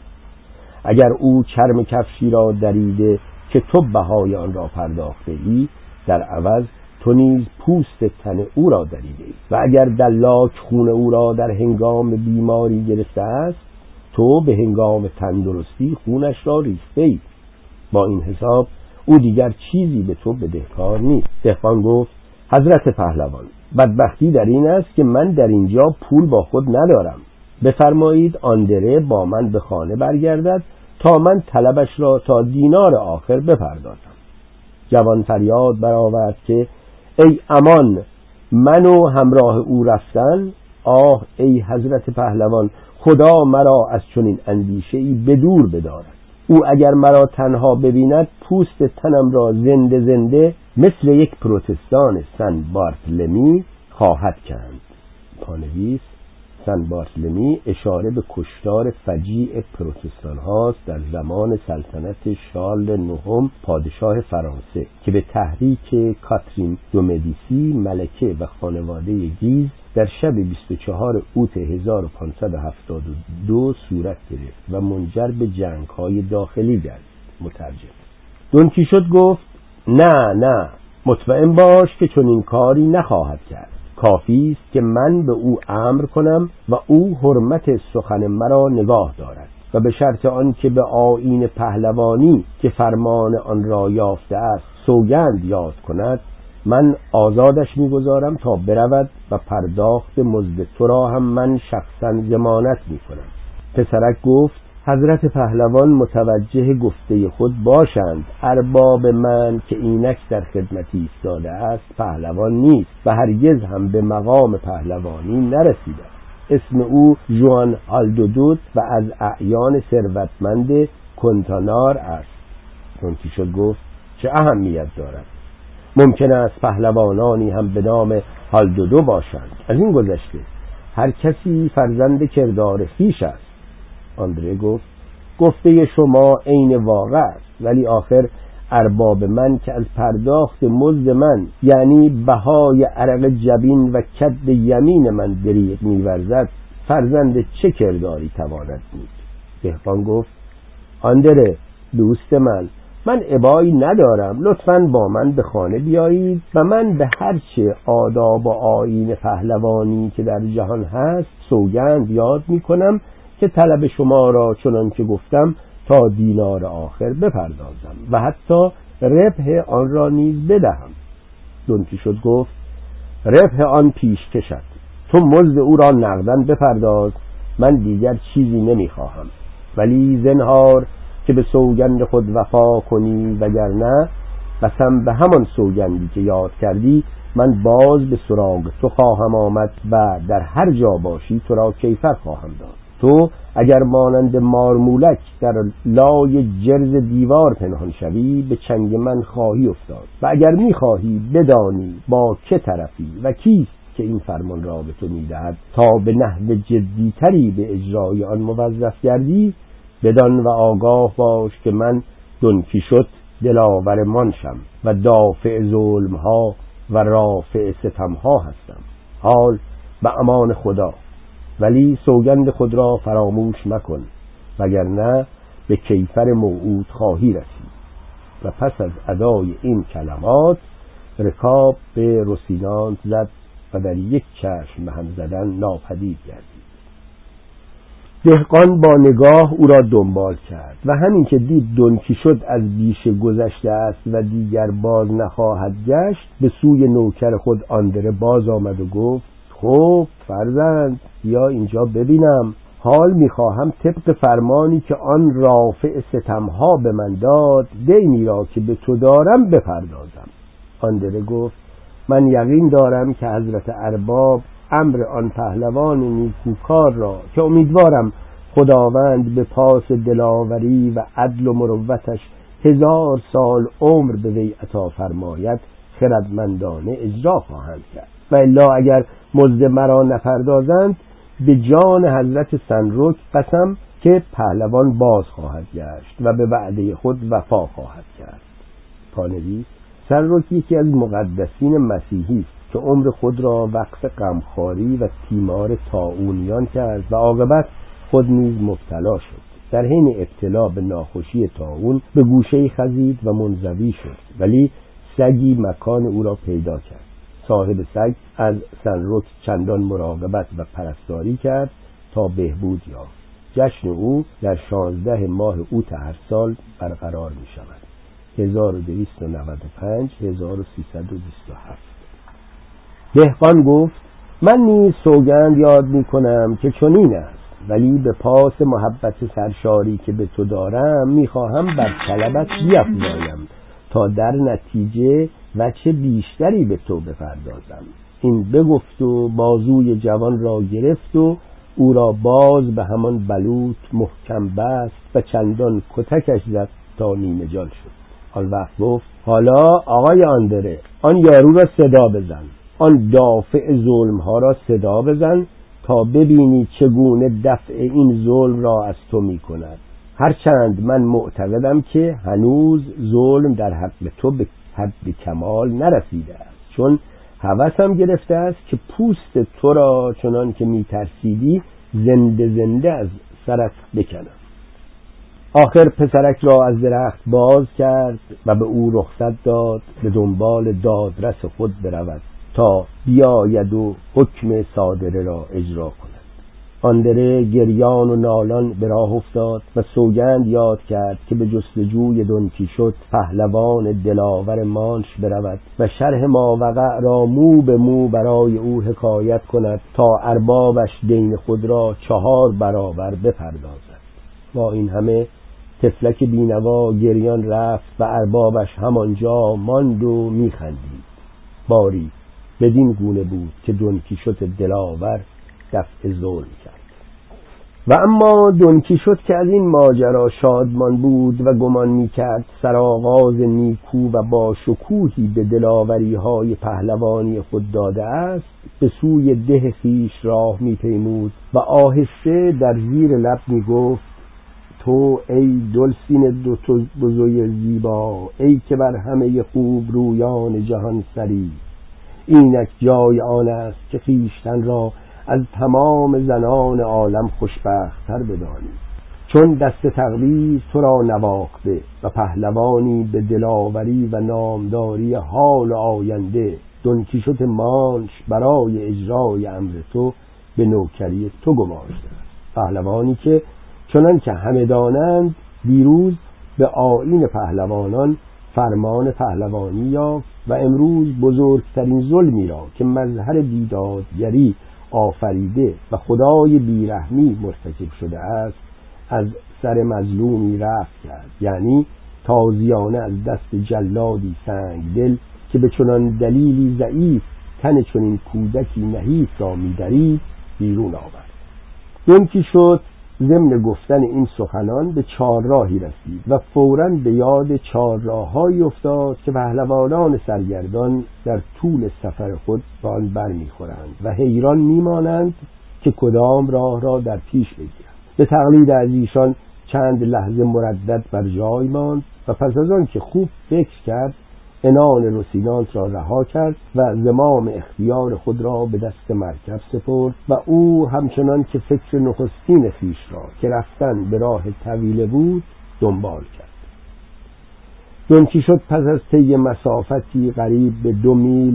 اگر او چرم کفشی را دریده که تو بهای آن را پرداخته ای، در عوض تو نیز پوست تن او را دریده ای، و اگر دلاک خون او را در هنگام بیماری گرفته است، تو به هنگام تندرستی خونش را ریخته ای. با این حساب او دیگر چیزی به تو بدهکار نیست. دهقان گفت حضرت پهلوان، بدبختی در این است که من در اینجا پول با خود ندارم. بفرمایید آندره با من به خانه برگردد تا من طلبش را تا دینار آخر بپردازم. جوان فریاد برآورد که ای امان، من و همراه او رفتن؟ آه ای حضرت پهلوان، خدا مرا از چنین اندیشه‌ای بدور بدارد. او اگر مرا تنها ببیند پوست تنم را زنده زنده مثل یک پروتستان سن بارتلمی خواهد کند. پانویس: سن بارتلمی اشاره به کشتار فجیع پروتستان هاست در زمان سلطنت شارل نهم پادشاه فرانسه که به تحریک کاترین دو مدیسی ملکه و خانواده گیز در شب بیست و چهارم اوت هزار و پانصد و هفتاد و دو صورت گرفت و منجر به جنگ‌های داخلی گردید. مترجم. دون کیشوت گفت نه نه، مطمئن باش که چنین کاری نخواهد کرد. کافی است که من به او امر کنم و او حرمت سخن مرا نگاه دارد و به شرط آن که به آیین پهلوانی که فرمان آن را یافته است سوگند یاد کند، من آزادش می‌گذارم تا برود و پرداخت مزد تو را هم من شخصا ضمانت می‌کنم. پسرک گفت حضرت پهلوان متوجه گفته خود باشند، ارباب من که اینک در خدمت ایستاده است پهلوان نیست و هرگز هم به مقام پهلوانی نرسیده. اسم او ژوان آلدودود و از اعیان ثروتمند کنتانار است. دون کیشوت گفت چه اهمیت دارد؟ ممکن است پهلوانانی هم به نام آلدودو باشند. از این گذشته هر کسی فرزند کردار خویش است. آندره گفت گفته شما عین واقع است، ولی آخر ارباب من که از پرداخت مزد من یعنی بهای عرق جبین و کد یمین من دریغ می‌ورزد، فرزند چه کرداری تواند بود؟ دهقان گفت آندره دوست من، من ابایی ندارم، لطفاً با من به خانه بیایید و من به هر چه آداب و آیین پهلوانی که در جهان هست سوگند یاد می‌کنم که طلب شما را چنان که گفتم تا دینار آخر بپردازم و حتی ربح آن را نیز بدهم. دون کیشوت گفت ربح آن پیش کشد، تو مزد او را نقدن بپرداز، من دیگر چیزی نمیخواهم، ولی زنهار که به سوگند خود وفا کنی، وگرنه قسم به همان سوگندی که یاد کردی من باز به سراغ تو خواهم آمد و در هر جا باشی تو را کیفر خواهم داد. تو اگر مانند مارمولک در لای جرز دیوار پنهان شوی به چنگ من خواهی افتاد و اگر میخواهی بدانی با که طرفی و کیست که این فرمان را به تو میدهد تا به نحو جدیتری به اجرای آن موظف گردی، بدان و آگاه باش که من دون کیشوت دلاور مانشم و دافع ظلم ها و رافع ستم ها هستم. حال به امان خدا، ولی سوگند خود را فراموش مکن، وگرنه به کیفر موعود خواهی رسید. و پس از ادای این کلمات رکاب به روسینانت زد و در یک چشم هم زدن ناپدید گردید. دهقان با نگاه او را دنبال کرد و همین که دید دونکیشوت از بیشه گذشته است و دیگر باز نخواهد گشت، به سوی نوکر خود آندره باز آمد و گفت: خب فرزند، یا اینجا ببینم، حال میخواهم طبق فرمانی که آن رافع ستمها به من داد دینی را که به تو دارم بپردازم. آندره گفت: من یقین دارم که حضرت ارباب امر آن پهلوان نیکوکار را که امیدوارم خداوند به پاس دلاوری و عدل و مروتش هزار سال عمر به وی عطا فرماید خردمندانه اجرا خواهند کرد، و الا اگر مزد مرا نپردازند به جان حضرت سنرک قسم که پهلوان باز خواهد گشت و به وعده خود وفا خواهد کرد. پانویس: سنرک یکی از مقدسین مسیحی است که عمر خود را وقف غمخواری و تیمار طاعونیان کرد و عاقبت خود نیز مبتلا شد. در حین ابتلا به ناخوشی طاعون به گوشه‌ای خزید و منزوی شد، ولی سگی مکان او را پیدا کرد. صاحب سگ از سنرک چندان مراقبت و پرستاری کرد تا بهبود یافت. جشن او در شانزده ماه اوت هر سال برقرار می شود. هزار و دویست و نود و پنج هزار و سیصد و بیست و هفت. دهقان گفت: من نیز سوگند یاد می کنم که چنین است، ولی به پاس محبت سرشاری که به تو دارم می خواهم بر طلبت بیفزایم تا در نتیجه وجه بیشتری به تو بپردازم. این بگفت و بازوی جوان را گرفت و او را باز به همان بلوط محکم بست و چندان کتکش زد تا نیمه جان شد. آن وقت گفت: حالا آقای آندره، آن یارو را صدا بزن، آن دافع ظلم ها را صدا بزن تا ببینی چگونه دفع این ظلم را از تو می کند. هرچند من معتقدم که هنوز ظلم در حق تو به حد کمال نرسیده است، چون هوسم گرفته است که پوست تو را چنان که می ترسیدی زنده زنده از سرت بکنم. آخر پسرک را از درخت باز کرد و به او رخصت داد به دنبال دادرس خود برود تا بیاید و حکم صادره را اجرا کند. آندره گریان و نالان به راه افتاد و سوگند یاد کرد که به جستجوی دونکیشوت پهلوان دلاور مانش برود و شرح ماوقع را مو به مو برای او حکایت کند تا اربابش دین خود را چهار برابر بپردازد. با این همه طفلک بینوا گریان رفت و اربابش همانجا ماند و میخندید. باری بدین گونه بود که دونکیشوت دلاور دفع ظلم کرد. و اما دونکیشوت که از این ماجرا شادمان بود و گمان می‌کرد سرآغاز نیکو و با شکوهی به دلاوری های پهلوانی خود داده است، به سوی ده خویش راه می‌پیمود و آهسته در زیر لب می‌گفت: تو ای دلسین دو تو بزوی زیبا، ای که بر همه خوب رویان جهان سری، اینک جای آن است که خویشتن را از تمام زنان عالم خوشبخت‌تر بدانی، چون دست تقدیر تو را نواخته و پهلوانی به دلاوری و نامداری حال آینده دونکیشوت مانش برای اجرای امر تو به نوکری تو گماشته است. پهلوانی که چنان که همه دانند دیروز به آیین پهلوانان فرمان پهلوانی یافت و امروز بزرگترین ظلمی را که مظهر بیدادگری آفریده و خدای بیرحمی مرتکب شده است از سر مظلومی رفع کرد، یعنی تازیانه از دست جلادی سنگ دل که به چنان دلیلی ضعیف تن چنین کودکی نحیف را می‌درید بیرون آورد. دونکیشوت ضمن گفتن این سخنان به چهارراهی رسید و فوراً به یاد چهارراه‌هایی افتاد که پهلوانان سرگردان در طول سفر خود به آن برمیخورند و حیران میمانند که کدام راه را در پیش بگیرند. به تقلید از ایشان چند لحظه مردد بر جای ماند و پس از آن که خوب فکر کرد عنان روسینانت را رها کرد و زمام اختیار خود را به دست مرکب سپرد و او همچنان که فکر نخستین خویش را که رفتن به راه طویله بود دنبال کرد. دونکیشوت پس از طی مسافتی قریب به دو میل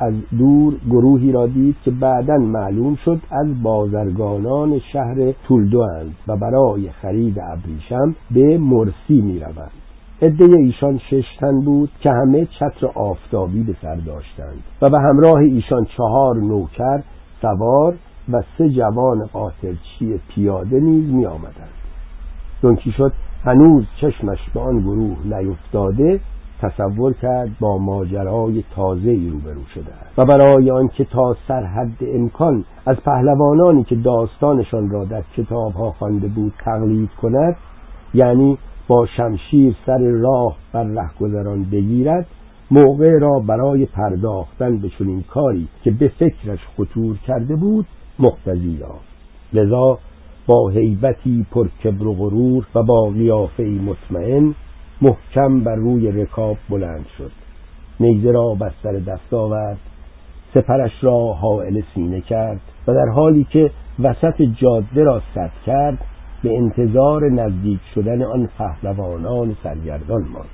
از دور گروهی را دید که بعداً معلوم شد از بازرگانان شهر تولدواند و برای خرید ابریشم به مرسی می روند. عده ایشان شش تن بود که همه چتر آفتابی به سر داشتند و به همراه ایشان چهار نوکر سوار و سه جوان قاطرچی پیاده نیز می آمدند. دون کیشوت هنوز چشمش به آن گروه نیفتاده تصور کرد با ماجرای تازه‌ای روبرو شده است و برای آنکه تا سرحد امکان از پهلوانانی که داستانشان را در کتاب‌ها خوانده بود تقلید کند، یعنی با شمشیر سر راه بر رهگذران بگیرد، موقع را برای پرداختن به چنین کاری که به فکرش خطور کرده بود مقتضی یافت. لذا با هیبتی پر کبر و غرور و با قیافه‌ای مطمئن محکم بر روی رکاب بلند شد، نیزه را بر سر دست آورد، سپرش را حائل سینه کرد و در حالی که وسط جاده را سد کرد به انتظار نزدیک شدن آن پهلوانان سرگردان ماند،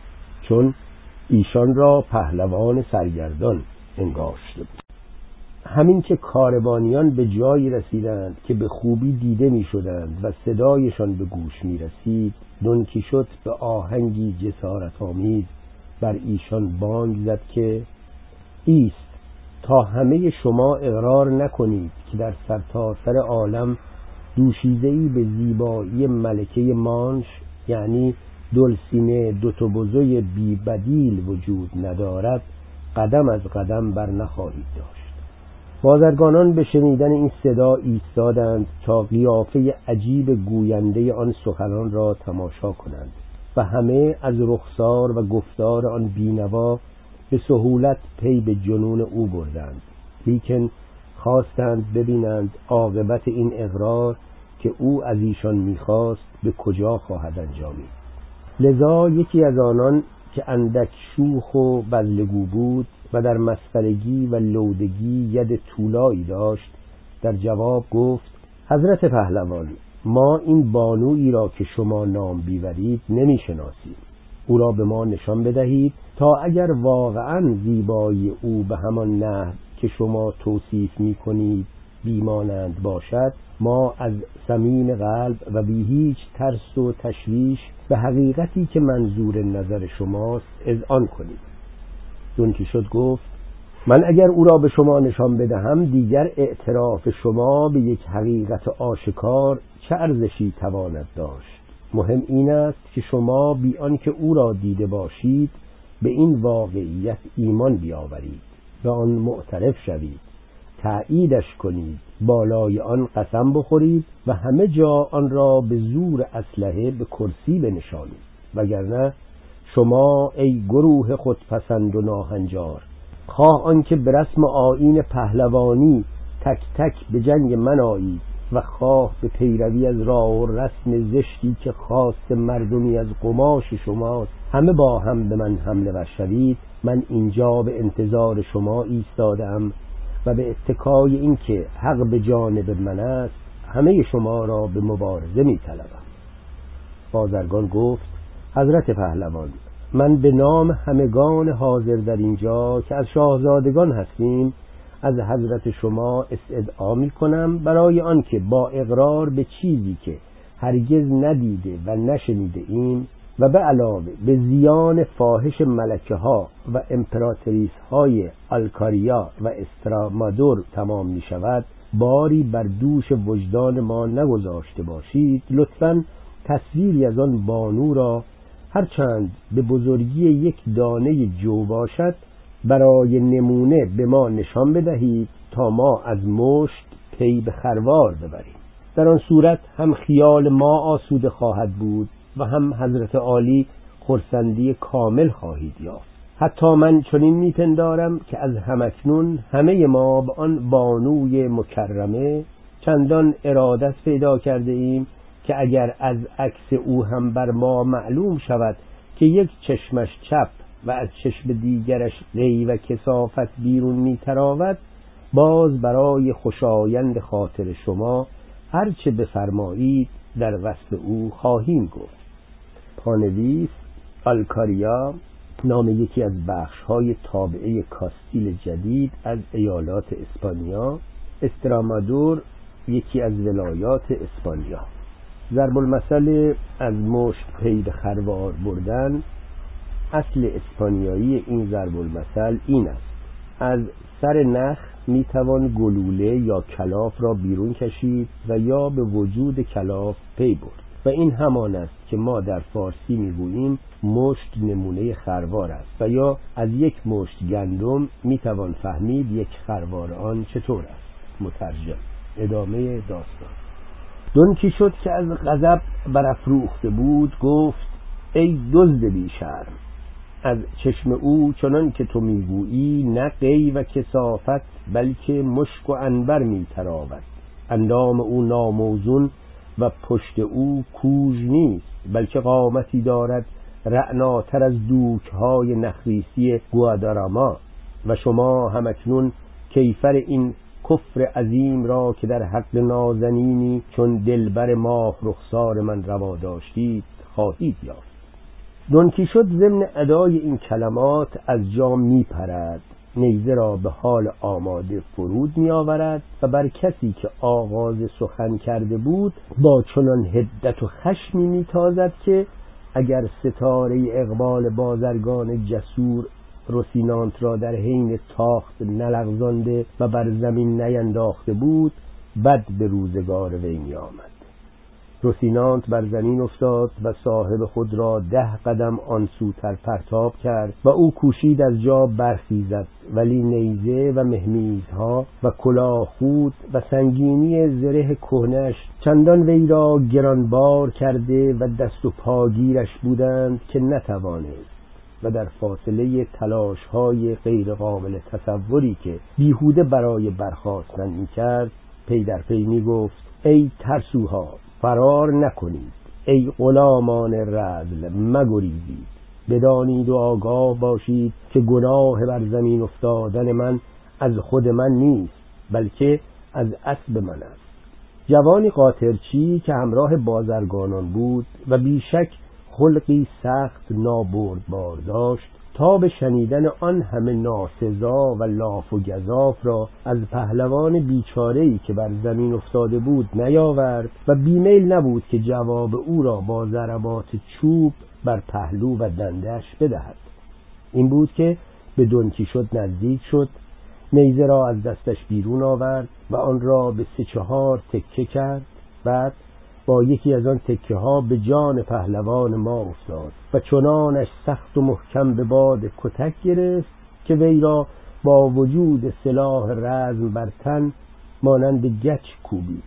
چون ایشان را پهلوان سرگردان انگاشته بود. همین که کاروانیان به جایی رسیدند که به خوبی دیده می شدند و صدایشان به گوش می رسید، دون کیشوت به آهنگی جسارت آمیز بر ایشان بانگ زد که ایست تا همه شما اقرار نکنید که در سرتاسر عالم دوشیزه‌ای به زیبایی ملکه مانش یعنی دلسینه دوتوبوزوی بی بدیل وجود ندارد، قدم از قدم بر نخواهید داشت. بازرگانان به شنیدن این صدا ایستادند تا قیافه عجیب گوینده آن سخنان را تماشا کنند و همه از رخسار و گفتار آن بینوا به سهولت پی به جنون او بردند، لیکن خواستند ببینند عاقبت این اقرار که او از ایشان می‌خواست به کجا خواهد انجامید. لذا یکی از آنان که اندک شوخ و بزلگو بود و در مسخرگی و لودگی ید طولایی داشت در جواب گفت: حضرت پهلوان، ما این بانویی را که شما نام بیورید نمی‌شناسیم. او را به ما نشان بدهید تا اگر واقعاً زیبایی او به همان نحو که شما توصیف می‌کنید بیمانند باشد، ما از صمیم قلب و بی هیچ ترس و تشویش به حقیقتی که منظور نظر شماست اذعان کنید. دون کیشوت گفت: من اگر او را به شما نشان بدهم دیگر اعتراف شما به یک حقیقت آشکار چه ارزشی تواند داشت؟ مهم این است که شما بی آنکه او را دیده باشید به این واقعیت ایمان بیاورید، به آن معترف شوید، تأییدش کنید، بالای آن قسم بخورید و همه جا آن را به زور اسلحه به کرسی بنشانید، وگرنه شما ای گروه خودپسند و ناهنجار، خواه آنکه به رسم آیین پهلوانی تک تک به جنگ من آیید و خواه به پیروی از راه و رسم زشتی که خاص مردمی از قماش شماست همه با هم به من حمله ور شوید، من اینجا به انتظار شما ایستادم و به اتکای این که حق به جانب من است همه شما را به مبارزه می طلبم. بازرگان گفت: حضرت پهلوان، من به نام همگان حاضر در اینجا که از شاهزادگان هستیم از حضرت شما استدعا می کنم برای آنکه با اقرار به چیزی که هرگز ندیده و نشنیده ایم و به علاوه به زیان فاحش ملکه ها و امپراتریس های آلکاریا و استرامادور تمام می شود باری بر دوش وجدان ما نگذاشته باشید، لطفاً تصویری از آن بانو را هرچند به بزرگی یک دانه جو باشد برای نمونه به ما نشان بدهید تا ما از مشت پی به خروار ببریم. در آن صورت هم خیال ما آسوده خواهد بود و هم حضرت عالی خرسندی کامل خواهید یافت. حتی من چنین میپندارم که از همکنون همه ما به آن بانوی مکرمه چندان ارادت پیدا کرده ایم که اگر از عکس او هم بر ما معلوم شود که یک چشمش چپ و از چشم دیگرش ری و کثافت بیرون میتراود، باز برای خوشایند خاطر شما هرچه بفرمایید در وصف او خواهیم گفت. پانویس: آلکاریا، نام یکی از بخش‌های تابعه کاستیل جدید از ایالات اسپانیا، استرامادور یکی از ولایات اسپانیا. ضرب المثل از مشت پی به خروار بردن. اصل اسپانیایی این ضرب المثل این است: از سر نخ میتوان گلوله یا کلاف را بیرون کشید و یا به وجود کلاف پی برد و این همان است که ما در فارسی میگوییم مشت نمونه خروار است و یا از یک مشت گندم میتوان فهمید یک خروار آن چطور است. مترجم. ادامه داستان. دون کیشوت که از غضب برافروخته بود گفت: ای دزد بی شرم، از چشم او چنان که تو میگویی نه قی و کثافت بلکه مشک و عنبر میتراود. اندام او ناموزون و پشت او کوژ نیست، بلکه قامتی دارد رعناتر از دوکهای نخریسی گواداراما. و شما همکنون کیفر این کفر عظیم را که در حق نازنینی چون دلبر ماه رخسار من روا داشتید خواهید یافت. دون کیشوت ضمن ادای این کلمات از جا می پرد، نیزه را به حال آماده فرود می آورد و بر کسی که آغاز سخن کرده بود با چنان حدت و خشمی می تازد که اگر ستاره اقبال بازرگان جسور روسینانت را در حین تاخت نلغزانده و بر زمین نینداخته بود بد به روزگار وی می آمد. روسینانت بر زمین افتاد و صاحب خود را ده قدم آن سوتر پرتاب کرد و او کوشید از جا برخیزد، ولی نیزه و مهمیزها و کلاه خود و سنگینی زره کهنش چندان وی را گرانبار کرده و دست و پاگیرش بودند که نتوانست و در فاصله تلاش‌های غیر قابل تصوری که بیهوده برای برخاستن می‌کرد پی در پی می‌گفت: ای ترسوها، فرار نکنید، ای غلامان رذل مگریزید، بدانید و آگاه باشید که گناه بر زمین افتادن من از خود من نیست بلکه از اسب من است. جوانی قاطرچی که همراه بازرگانان بود و بیشک خلقی سخت نابردبار داشت تا به شنیدن آن همه ناسزا و لاف و گزاف را از پهلوان بیچاره‌ای که بر زمین افتاده بود نیاورد و بیمیل نبود که جواب او را با ضربات چوب بر پهلو و دندش بدهد. این بود که به دون کیشوت نزدیک شد، نیزه را از دستش بیرون آورد و آن را به سه چهار تکه کرد. بعد با یکی از آن تکه ها به جان پهلوان ما افتاد و چنانش سخت و محکم به باد کتک گرفت که وی را با وجود سلاح رزم بر تن مانند گچ کوبید.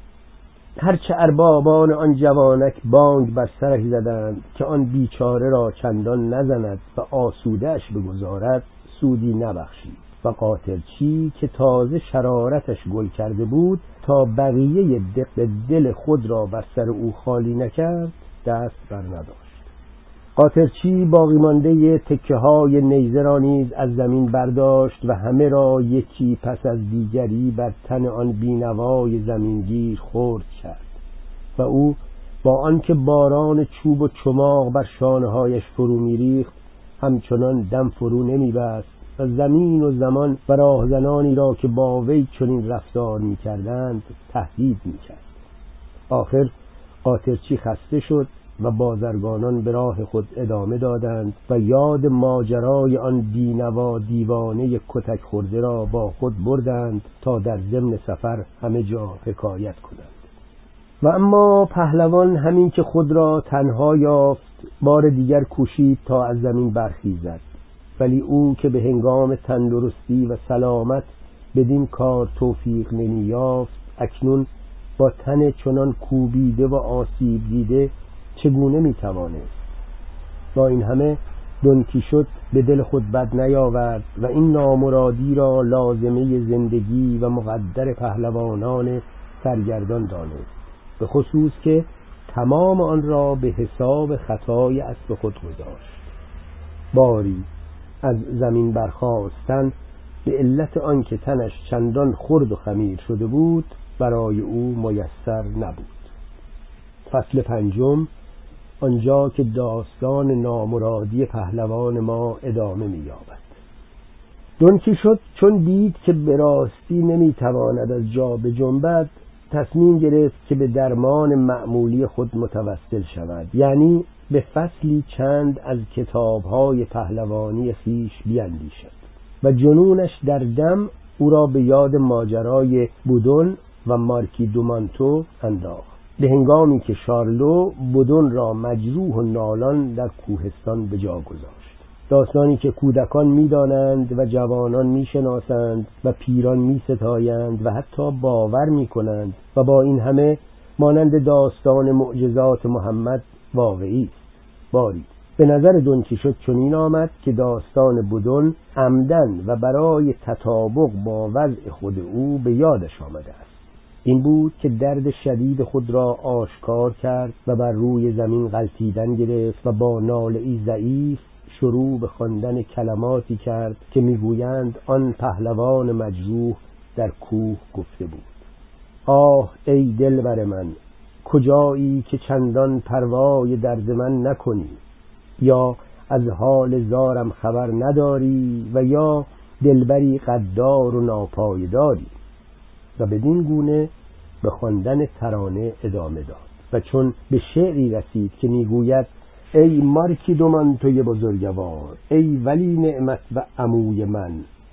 هرچه اربابان آن جوانک بانگ بر سرش زدند که آن بیچاره را چندان نزند و آسودهش بگذارد سودی نبخشید و قاطرچی که تازه شرارتش گل کرده بود تا بقیه دق دل خود را بر سر او خالی نکرد دست بر نداشت. قاطرچی باقی مانده تکه های نیزه را نیز از زمین برداشت و همه را یکی پس از دیگری بر تن آن بینوای زمینگیر خرد کرد و او با آنکه باران چوب و چماق بر شانه‌هایش فرو می‌ریخت همچنان دم فرو نمی‌بست و زمین و زمان و راهزنانی را که با وی چنین رفتار می‌کردند تهدید می‌کرد. آخر قاطرچی خسته شد و بازرگانان به راه خود ادامه دادند و یاد ماجرای آن بینوا دیوانه کتک خورده را با خود بردند تا در ضمن سفر همه جا حکایت کنند. و اما پهلوان همین که خود را تنها یافت بار دیگر کوشید تا از زمین برخیزد، ولی او که به هنگام تندرستی و سلامت بدین کار توفیق نمی یافت اکنون با تن چنان کوبیده و آسیب دیده چگونه می توانست؟ با این همه دون کیشوت به دل خود بد نیاورد و این نامرادی را لازمه زندگی و مقدر پهلوانان سرگردان دانست، به خصوص که تمام آن را به حساب خطای اسب خود گذاشت. باری از زمین برخاستن به علت آنکه تنش چندان خرد و خمیر شده بود برای او میسر نبود. فصل پنجم، آنجا که داستان نامرادی پهلوان ما ادامه می‌یابد. دون کیشوت چون دید که به راستی نمی‌تواند از جا بجنبد، تصمیم گرفت که به درمان معمولی خود متوسل شود، یعنی به فصلی چند از کتاب‌های پهلوانی خویش بیندیشد و جنونش در دم او را به یاد ماجرای بودون و مارکی دومانتو انداخت، به هنگامی که شارلو بودون را مجروح و نالان در کوهستان به جا گذاشت. داستانی که کودکان می‌دانند و جوانان می‌شناسند و پیران می‌ستایند و حتی باور می‌کنند و با این همه مانند داستان معجزات محمد واقعی است. باری به نظر دون کیشوت چنین آمد که داستان بودون عمدن و برای تطابق با وضع خود او به یادش آمده است. این بود که درد شدید خود را آشکار کرد و بر روی زمین غلتیدن گرفت و با ناله‌ای ضعیف شروع به خواندن کلماتی کرد که میگویند آن پهلوان مجروح در کوه گفته بود: آه ای دلبر من، کجایی که چندان پروای درد من نکنی، یا از حال زارم خبر نداری و یا دلبری قدار و ناپایداری. و بدین گونه به خواندن ترانه ادامه داد و چون به شعری رسید که میگوید: ای مارکی دومانتوی بزرگوار، ای ولی نعمت و عموی من،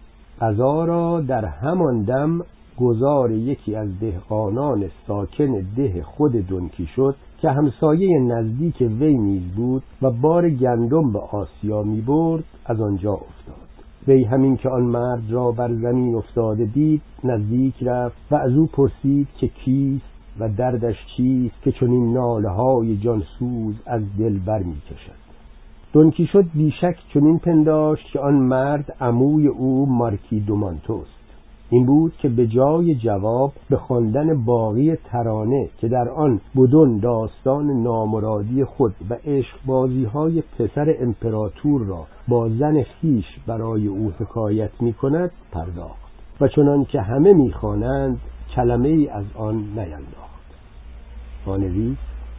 قضا را در همان دم گذار یکی از دهقانان ساکن ده خود دون کیشوت که همسایه نزدیک وی نیز بود و بار گندم به آسیا می برد از آنجا افتاد. وی همین که آن مرد را بر زمین افتاده دید نزدیک رفت و از او پرسید که کیست و دردش چیست که چنین ناله های جانسوز از دل بر می کشد. دون کیشوت بیشک چنین پنداشت که آن مرد عموی او مارکی دومانتوست. این بود که به جای جواب به خواندن باقی ترانه که در آن بودون داستان نامرادی خود و عشقبازی های پسر امپراتور را با زن خویش برای او حکایت می کند پرداخت و چنان که همه می خوانند کلمه ای از آن نینداخت. پانویس: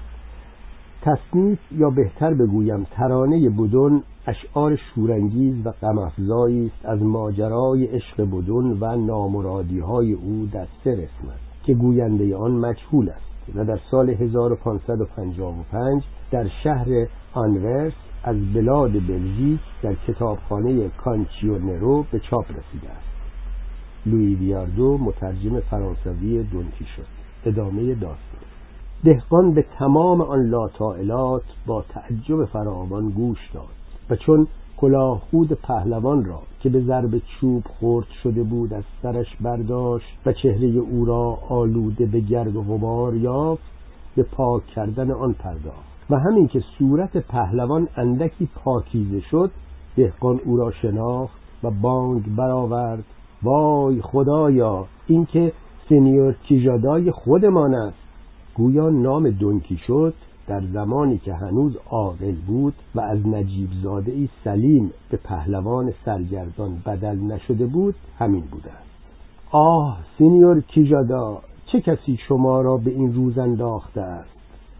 تصنیف یا بهتر بگویم ترانه بودون اشعار شورانگیز و غم‌افزایی است از ماجرای عشق بودون و نامرادی‌های او در سه قسمت که گوینده آن مجهول است و در سال هزار و پانصد و پنجاه و پنج در شهر آنورس از بلاد بلژیک در کتابخانه کانچیونرو به چاپ رسیده است. لویی ویاردو، مترجم فرانسوی دون کیشوت. ادامه داستان. دهقان به تمام آن لاطائلات با تعجب فراوان گوش داد و چون کلاهخود پهلوان را که به ضرب چوب خرد شده بود از سرش برداشت و چهره او را آلوده به گرد و غبار یافت، به پاک کردن آن پرداخت و همین که صورت پهلوان اندکی پاکیزه شد، دهقان او را شناخت و بانگ برآورد: وای خدایا، این که سینیور کیژادای خودمان است. گویا نام دون کیشوت در زمانی که هنوز عاقل بود و از نجیب زاده ای سلیم به پهلوان سرگردان بدل نشده بود همین بوده است. آه سینیور کیژادا، چه کسی شما را به این روز انداخته است؟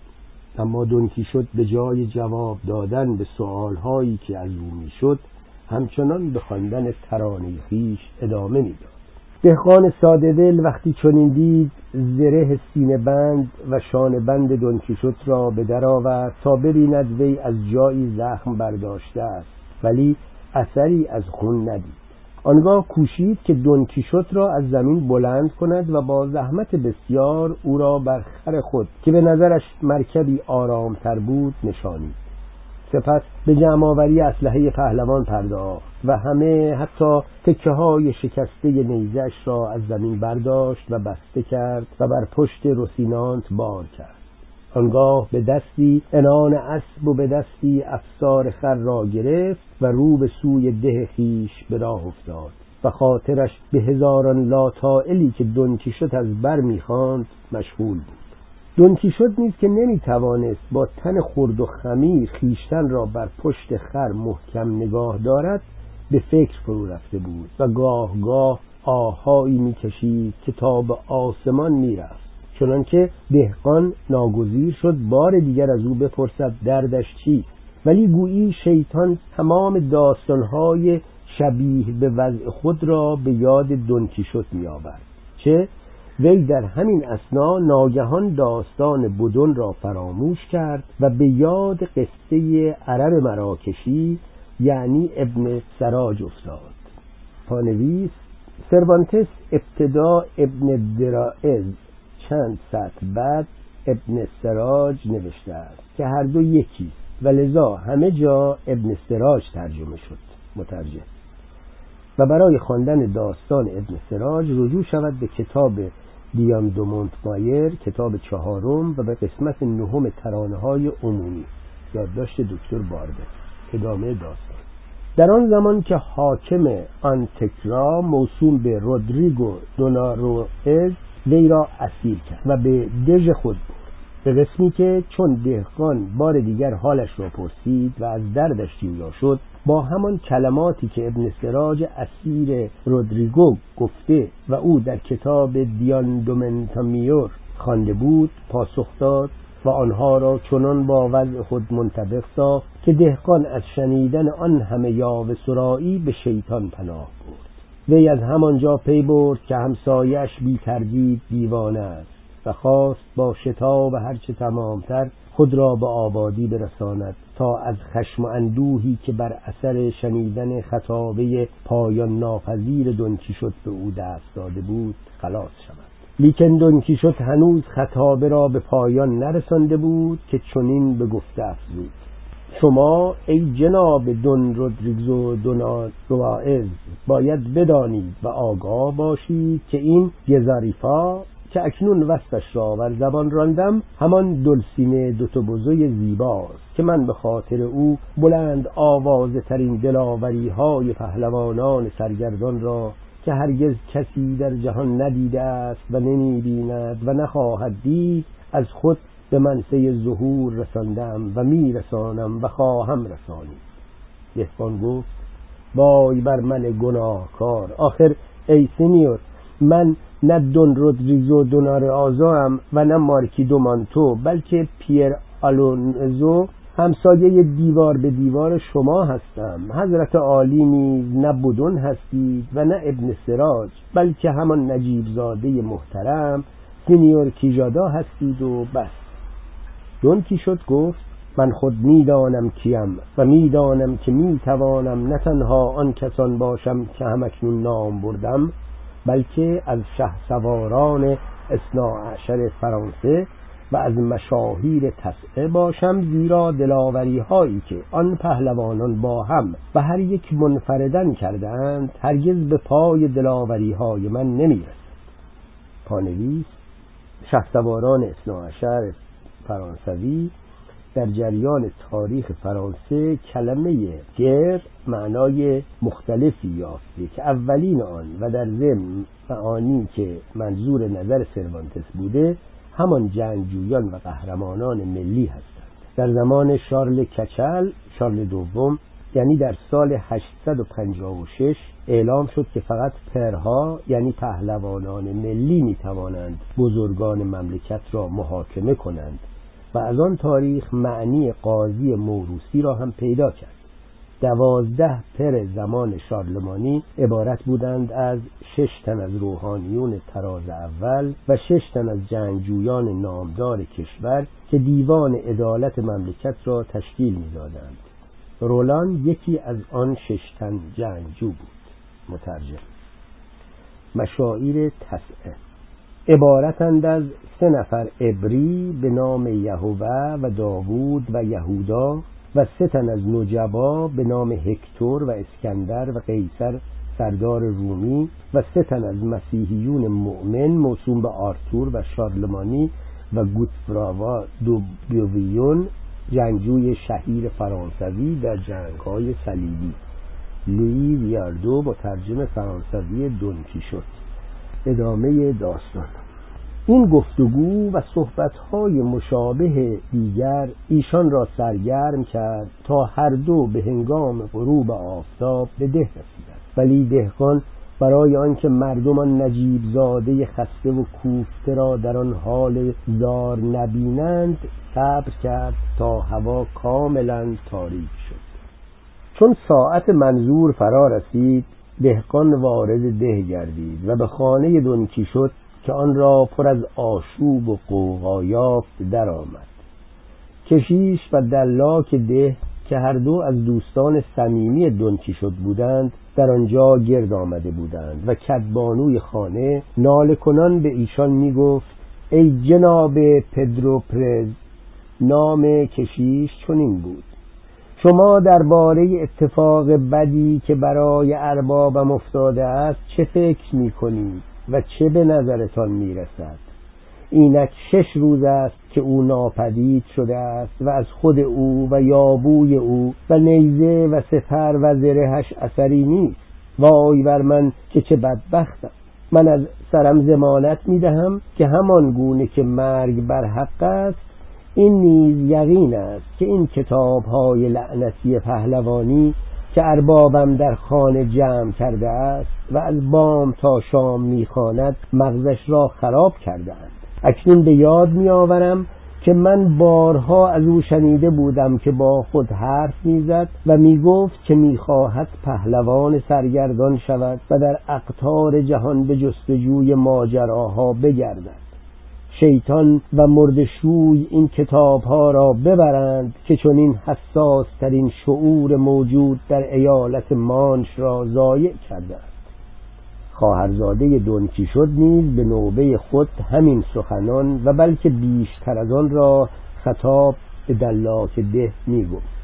اما دون کیشوت به جای جواب دادن به سؤالهایی که از او میشد همچنان به خواندن ترانه خویش ادامه میداد. دهقان ساده دل وقتی چنین دید زره سینه بند و شانه بند دون کیشوت را به در آورد تا ببیند وی از جایی زخم برداشته است، ولی اثری از خون ندید. آنگاه کوشید که دون کیشوت را از زمین بلند کند و با زحمت بسیار او را بر خر خود که به نظرش مرکبی آرامتر بود نشانید. سپس به جمع‌آوری اسلحه پهلوان پرداخت و همه حتی تکه های شکسته نیزش را از زمین برداشت و بسته کرد و بر پشت روسینانت بار کرد. آنگاه به دستی عنان اسب و به دستی افسار خر را گرفت و رو به سوی ده خویش به راه افتاد و خاطرش به هزاران لاطائلی که دون کیشوت از بر می‌خواند مشغول بود. دون کیشوت نیز که نمی‌توانست با تن خرد و خمیر خویشتن را بر پشت خر محکم نگاه دارد به فکر فرو رفته بود و گاه گاه آهایی می‌کشید که تا به آسمان می‌رفت، چنانکه دهقان ناگزیر شد بار دیگر از او بپرسد دردش چیست، ولی گویی شیطان تمام داستانهای شبیه به وضع خود را به یاد دون کیشوت می آورد. چه وی در همین اثنا ناگهان داستان بدون را فراموش کرد و به یاد قصه عرب مراکشی یعنی ابن سراج افتاد. پانویس: سروانتس ابتدا ابن درائز، چند سطر بعد ابن سراج نوشته است که هر دو یکی و لذا همه جا ابن سراج ترجمه شد. مترجم: و برای خواندن داستان ابن سراج رجوع شود به کتاب دیان دو مونتمایر، کتاب چهارم، و به قسمت نهم ترانه‌های عمومی، یادداشت دکتر بارده. ادامه داستان: در آن زمان که حاکم آنتکرا موسوم به رودریگو دوناروئز وی را اسیر کرد و به دژ خود برد، به قسمی که چون دهقان بار دیگر حالش را پرسید و از دردش جویا شد، با همان کلماتی که ابن سراج اسیر رودریگو گفته و او در کتاب دیان دو مونتمایر خوانده بود پاسخ داد و آنها را چنان با وضع خود منطبق ساخت که دهقان از شنیدن آن همه یاوه سرایی به شیطان پناه برد. وی از همانجا پی برد که همسایش بی تردید دیوانه است و خواست با شتاب هرچه تمامتر خود را به آبادی برساند تا از خشم و اندوهی که بر اثر شنیدن خطابه پایان ناپذیر دون کیشوت به او دست داده بود خلاص شود. لیکن دون کیشوت هنوز خطابه را به پایان نرسانده بود که چنین به گفته افزود: شما ای جناب دون رودریگو دوناروئز باید بدانید و آگاه باشید که این گزاریفا که اکنون وصفش را بر زبان راندم همان دلسینه دوتوبوزوی زیباست که من به خاطر او بلند آوازه ترین دلاوری های پهلوانان سرگردان را که هرگز کسی در جهان ندیده است و نمی بیند و نخواهد دید از خود به منصه ظهور رساندم و می رسانم و خواهم رسانید. دهقان گفت: وای بر من گناهکار، آخر ای سینیور، من نه دون رودریگو دوناروئز ام و نه مارکی دو مانتو، بلکه پیر آلونزو همسایه دیوار به دیوار شما هستم. حضرت عالی نیز نه بدون هستید و نه ابن سراج، بلکه همان نجیب زاده محترم سینیور کیژادا هستید و بس. دون کیشوت گفت: من خود میدانم کیم و میدانم که میتوانم نه تنها آن کسان باشم که همکنون نام بردم، بلکه از شهسواران اثنا عشر فرانسه و از مشاهیر تسعه باشم، زیرا دلاوری هایی که آن پهلوانان با هم و هر یک منفردن کردند هرگز به پای دلاوری های من نمیرسد. پانویس: شهسواران اثنا عشر فرانسوی در جریان تاریخ فرانسه کلمه گر معنای مختلفی یافته که اولین آن و در ضمن معانی که منظور نظر سروانتس بوده همان جنگجویان و قهرمانان ملی هستند. در زمان شارل کچل، شارل دوم، یعنی در سال هشتصد و پنجاه و شش اعلام شد که فقط پرها یعنی پهلوانان ملی می توانند بزرگان مملکت را محاکمه کنند و از آن تاریخ معنی قاضی موروثی را هم پیدا کرد. دوازده پر زمان شارلمانی عبارت بودند از شش تن از روحانیون طراز اول و شش تن از جنگجویان نامدار کشور که دیوان عدالت مملکت را تشکیل می‌دادند. رولان یکی از آن شش تن جنگجو بود. مترجم: مشاعیر تسعه عبارتند از سه نفر عبری به نام یهوه و داوود و یهودا و سه تن از نجبا به نام هکتور و اسکندر و قیصر سردار رومی و سه تن از مسیحیون مؤمن موسوم به آرتور و شارلمانی و گوتفراوا دو بیویون جنگجوی شهیر فرانسوی در جنگ‌های صلیبی. لویی ویاردو مترجم فرانسوی دون کیشوت. ادامه داستان. این گفتگو و صحبت‌های مشابه دیگر ایشان را سرگرم کرد تا هر دو به هنگام غروب آفتاب به ده رسیدند، ولی دهقان برای آنکه مردمان نجیب زاده خسته و کوفته را در آن حال زار نبینند صبر کرد تا هوا کاملا تاریک شد. چون ساعت منظور فرا رسید دهقان وارد ده گردید و به خانه دون کیشوت که آن را پر از آشوب و غوغا یافت در آمد. کشیش و دلاک ده که هر دو از دوستان صمیمی دون کیشوت بودند در آنجا گرد آمده بودند و کدبانوی خانه ناله کنان به ایشان می گفت ای جناب پدرو پرز. نام کشیش چنین بود: شما درباره اتفاق بدی که برای اربابم افتاده است چه فکر می کنید و چه به نظرتان می رسد؟ اینک شش روز است که او ناپدید شده است و از خود او و یابوی او و نیزه و سپر و زرهش اثری نیست. وای بر من که چه بدبختم. من از سرم ضمانت می دهم که همان گونه که مرگ بر حق است این نیز یقین است که این کتاب های لعنتی پهلوانی که اربابم در خانه جمع کرده است و از بام تا شام می خواند مغزش را خراب کردند. اکنون به یاد می آورم که من بارها از او شنیده بودم که با خود حرف می زد و می گفت که می خواهد پهلوان سرگردان شود و در اقطار جهان به جستجوی ماجراها بگردد. شیطان و مردشوی این کتابها را ببرند که چون این حساس ترین شعور موجود در ایالت مانش را ضایع کردند. خواهرزاده دون کیشوت نیز به نوبه خود همین سخنان و بلکه بیشتر از آن را خطاب به دلاک ده می گفت.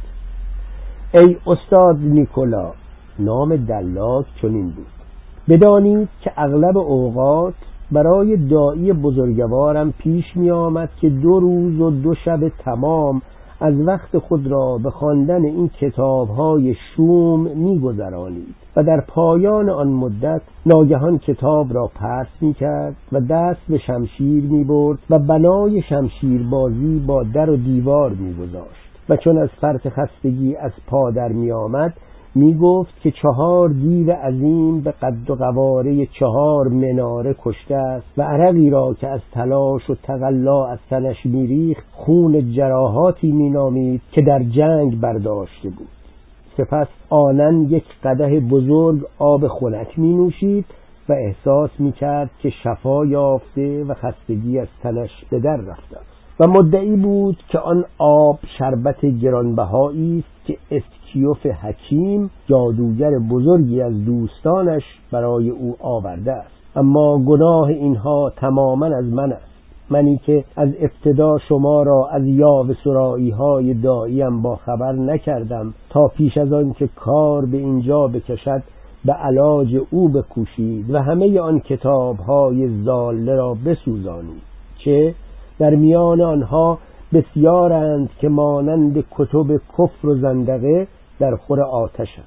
ای استاد نیکولا، نام دلاک چنین بود، بدانید که اغلب اوقات برای داعی بزرگوارم پیش می آمد که دو روز و دو شب تمام از وقت خود را به خواندن این کتاب‌های شوم می‌گذرانید و در پایان آن مدت ناگهان کتاب را پرت می‌کرد و دست به شمشیر می‌برد و بنای شمشیربازی با در و دیوار می‌گذاشت و چون از فرط خستگی از پا در می‌آمد می گفت که چهار دیو عظیم به قد و قواره چهار مناره کشته است و عرقی را که از تلاش و تقلا از تنش می ریخت خون جراحاتی می نامید که در جنگ برداشته بود. سپس آنن یک قدح بزرگ آب خنک می نوشید و احساس می کرد که شفا یافته و خستگی از تنش به در رفته و مدعی بود که آن آب شربت گرانبهایی است که اسکیوف حکیم جادوگر بزرگی از دوستانش برای او آورده است. اما گناه اینها تماما از من است، منی که از ابتدا شما را از یاوه سرایی های داعیم با خبر نکردم تا پیش از آن که کار به اینجا بکشد به علاج او بکوشید و همه آن کتاب های ضاله را بسوزانید، چه در میان آنها بسیارند که مانند کتب کفر و زندقه در خور آتشند.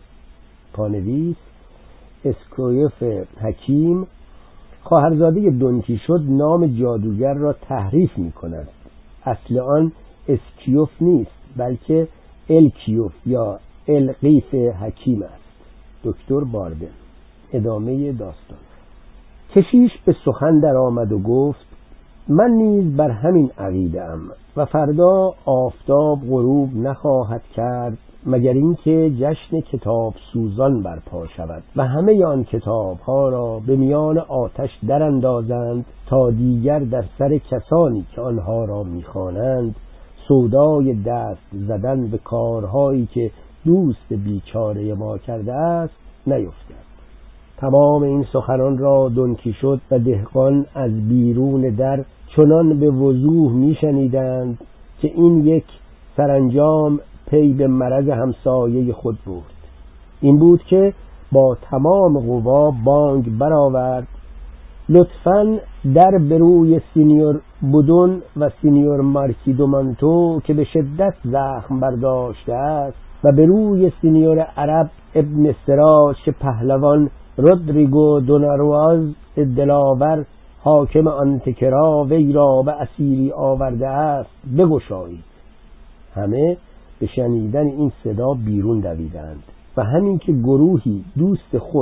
پانویس اسکیوف حکیم خواهرزاده دون کیشوت نام جادوگر را تحریف می کند. اصل آن اسکیوف نیست بلکه الکیوف یا القیف حکیم است. دکتر باردن. ادامه داستان. کشیش به سخن در آمد و گفت من نیز بر همین عقیده ام و فردا آفتاب غروب نخواهد کرد مگر اینکه جشن کتاب سوزان برپا شود و همه آن کتاب ها را به میان آتش در اندازند تا دیگر در سر کسانی که آنها را میخوانند سودای دست زدن به کارهایی که دوست بیچاره ما کرده است نیفتد. تمام این سخنان را دون کیشوت و دهقان از بیرون در چنان به وضوح میشنیدند که این یک سرانجام پی به مرض همسایه خود برد. این بود که با تمام قوا بانگ برآورد لطفاً در بروی سینیور بودون و سینیور مارکیدومانتو که به شدت زخم برداشته است و بروی سینیور عرب ابن سراج که پهلوان رودریگو دونارواز دلاور حاکم آنتکرا وی را به اسیری آورده است بگشایید. همه به شنیدن این صدا بیرون دویدند و همین که گروهی دوست خود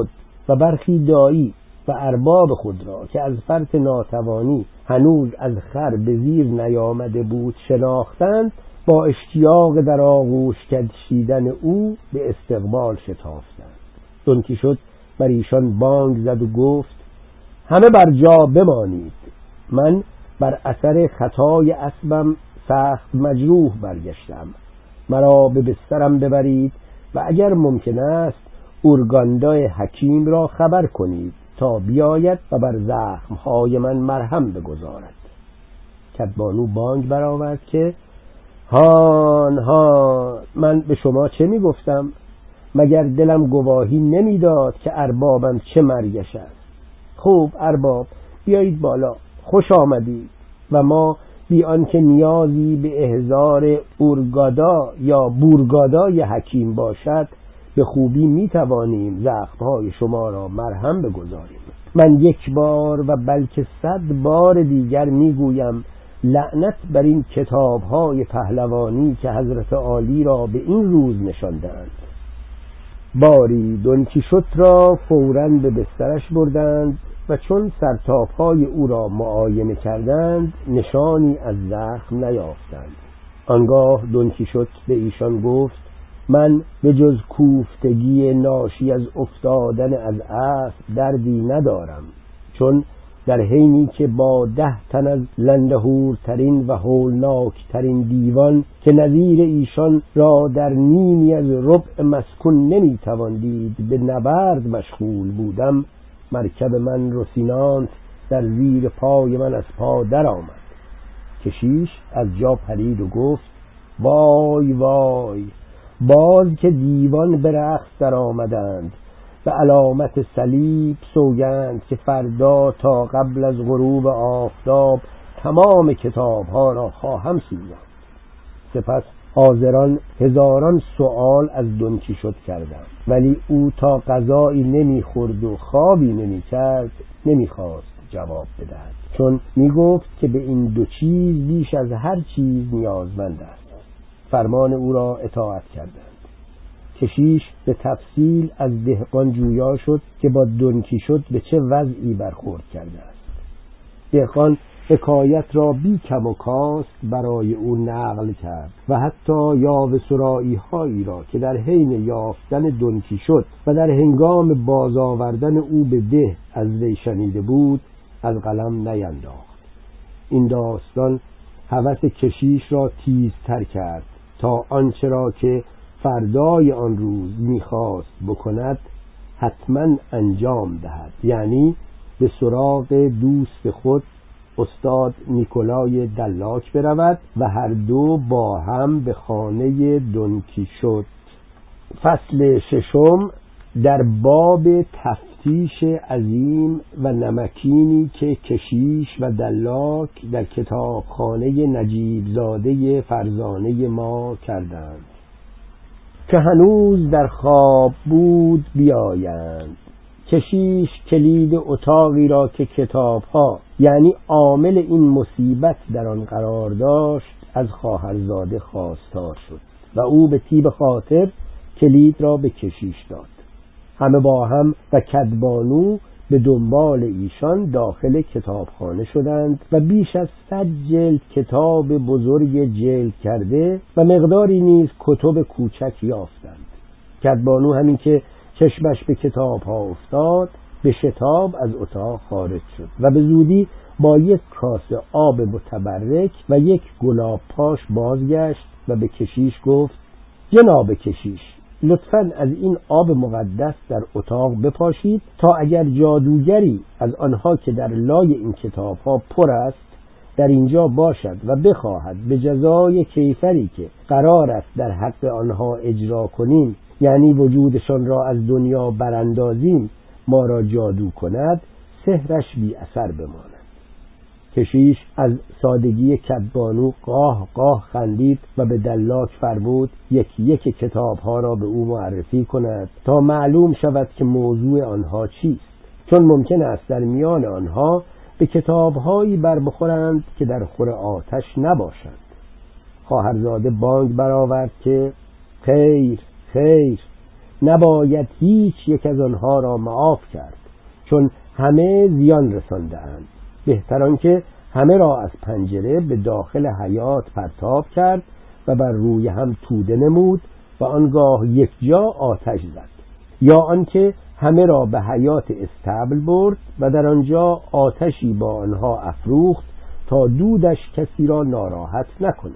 و برخی دایی و ارباب خود را که از فرط ناتوانی هنوز از خر به زیر نیامده بود شناختند، با اشتیاق در آغوش کشیدن او به استقبال شتافتند. دون کیشوت بر ایشان بانگ زد و گفت همه بر جا بمانید، من بر اثر خطای اسبم سخت مجروح برگشتم، مرا به بسترم ببرید و اگر ممکن است اورگاندای حکیم را خبر کنید تا بیاید و بر زخمهای من مرهم بگذارد. کدبانو بانگ برآورد که هان هان، من به شما چه می گفتم؟ مگر دلم گواهی نمی داد که اربابم چه مرگش است؟ خوب ارباب، بیایید بالا، خوش آمدید و ما بی آنکه نیازی به احضار اورگادا یا بورگادای حکیم باشد به خوبی می توانیم زخمهای شما را مرهم بگذاریم. من یک بار و بلکه صد بار دیگر می گویم لعنت بر این کتاب‌های پهلوانی که حضرت عالی را به این روز نشاندند. باری دون کیشوت را فوراً به بسترش بردند و چون سرتاپ‌های او را معاینه کردند نشانی از زخم نیافتند. آنگاه دون کیشوت به ایشان گفت من به جز کوفتگی ناشی از افتادن از اسب دردی ندارم، چون در حینی که با ده تن از لندهورترین و هولناکترین دیوان که نظیر ایشان را در نیمی از ربع مسکون نمیتوان دید به نبرد مشغول بودم، مرکب من روسینانت در زیر پای من از پا در آمد. کشیش از جا پرید و گفت وای وای، باز که دیوان به رقص در آمدند، به علامت صلیب سوگند که فردا تا قبل از غروب آفتاب تمام کتابها را خواهم سوزاند. سپس حاضران هزاران سؤال از دون کیشوت کردند، ولی او تا غذایی نمیخورد و خوابی نمیکرد نمیخواست جواب بدهد، چون میگفت که به این دو چیز بیش از هر چیز نیازمند است. فرمان او را اطاعت کردند. کشیش به تفصیل از دهقان جویا شد که با دون کیشوت به چه وضعی برخورد کرده است. دهقان حکایت را بی کم و کاست برای او نقل کرد و حتی یاوه سرایی هایی را که در حین یافتن دون کیشوت و در هنگام باز آوردن او به ده از وی شنیده بود از قلم نینداخت. این داستان هوس کشیش را تیزتر کرد تا آنچه را که فردای آن روز میخواست بکند حتما انجام دهد، یعنی به سراغ دوست خود استاد نیکولای دلاک برود و هر دو با هم به خانه دون کیشوت. فصل ششم در باب تفتیش عظیم و نمکینی که کشیش و دلاک در کتابخانه نجیب زاده فرزانه ما کردند. که هنوز در خواب بود بیایند. کشیش کلید اتاقی را که کتابها یعنی عامل این مصیبت در آن قرار داشت از خواهرزاده خواستار شد و او به طیب خاطر کلید را به کشیش داد. همه با هم و کدبانو به دنبال ایشان داخل کتابخانه شدند و بیش از صد جلد کتاب بزرگ جلد کرده و مقداری نیز کتب کوچک یافتند. کدبانو همین که چشمش به کتاب ها افتاد به شتاب از اتاق خارج شد و به زودی با یک کاسه آب متبرک و یک گلاب پاش بازگشت و به کشیش گفت جناب کشیش، لطفاً از این آب مقدس در اتاق بپاشید تا اگر جادوگری از آنها که در لای این کتاب ها پر است در اینجا باشد و بخواهد به جزای کیفری که قرار است در حق آنها اجرا کنیم، یعنی وجودشان را از دنیا براندازیم، ما را جادو کند، سحرش بی اثر بماند. کشیش از سادگی کدبانو قاه قاه خندید و به دلاک فرمود یکی یک کتابها را به او معرفی کند تا معلوم شود که موضوع آنها چیست، چون ممکن است در میان آنها به کتابهایی بر بخورند که در خور آتش نباشند. خواهرزاده بانگ برآورد که خیر خیر، نباید هیچ یک از آنها را معاف کرد، چون همه زیان رسانده اند. بهتر آنکه همه را از پنجره به داخل حیاط پرتاب کرد و بر روی هم توده نمود و آنگاه یک جا آتش زد، یا آنکه همه را به حیاط استبل برد و در آنجا آتشی با آنها افروخت تا دودش کسی را ناراحت نکند.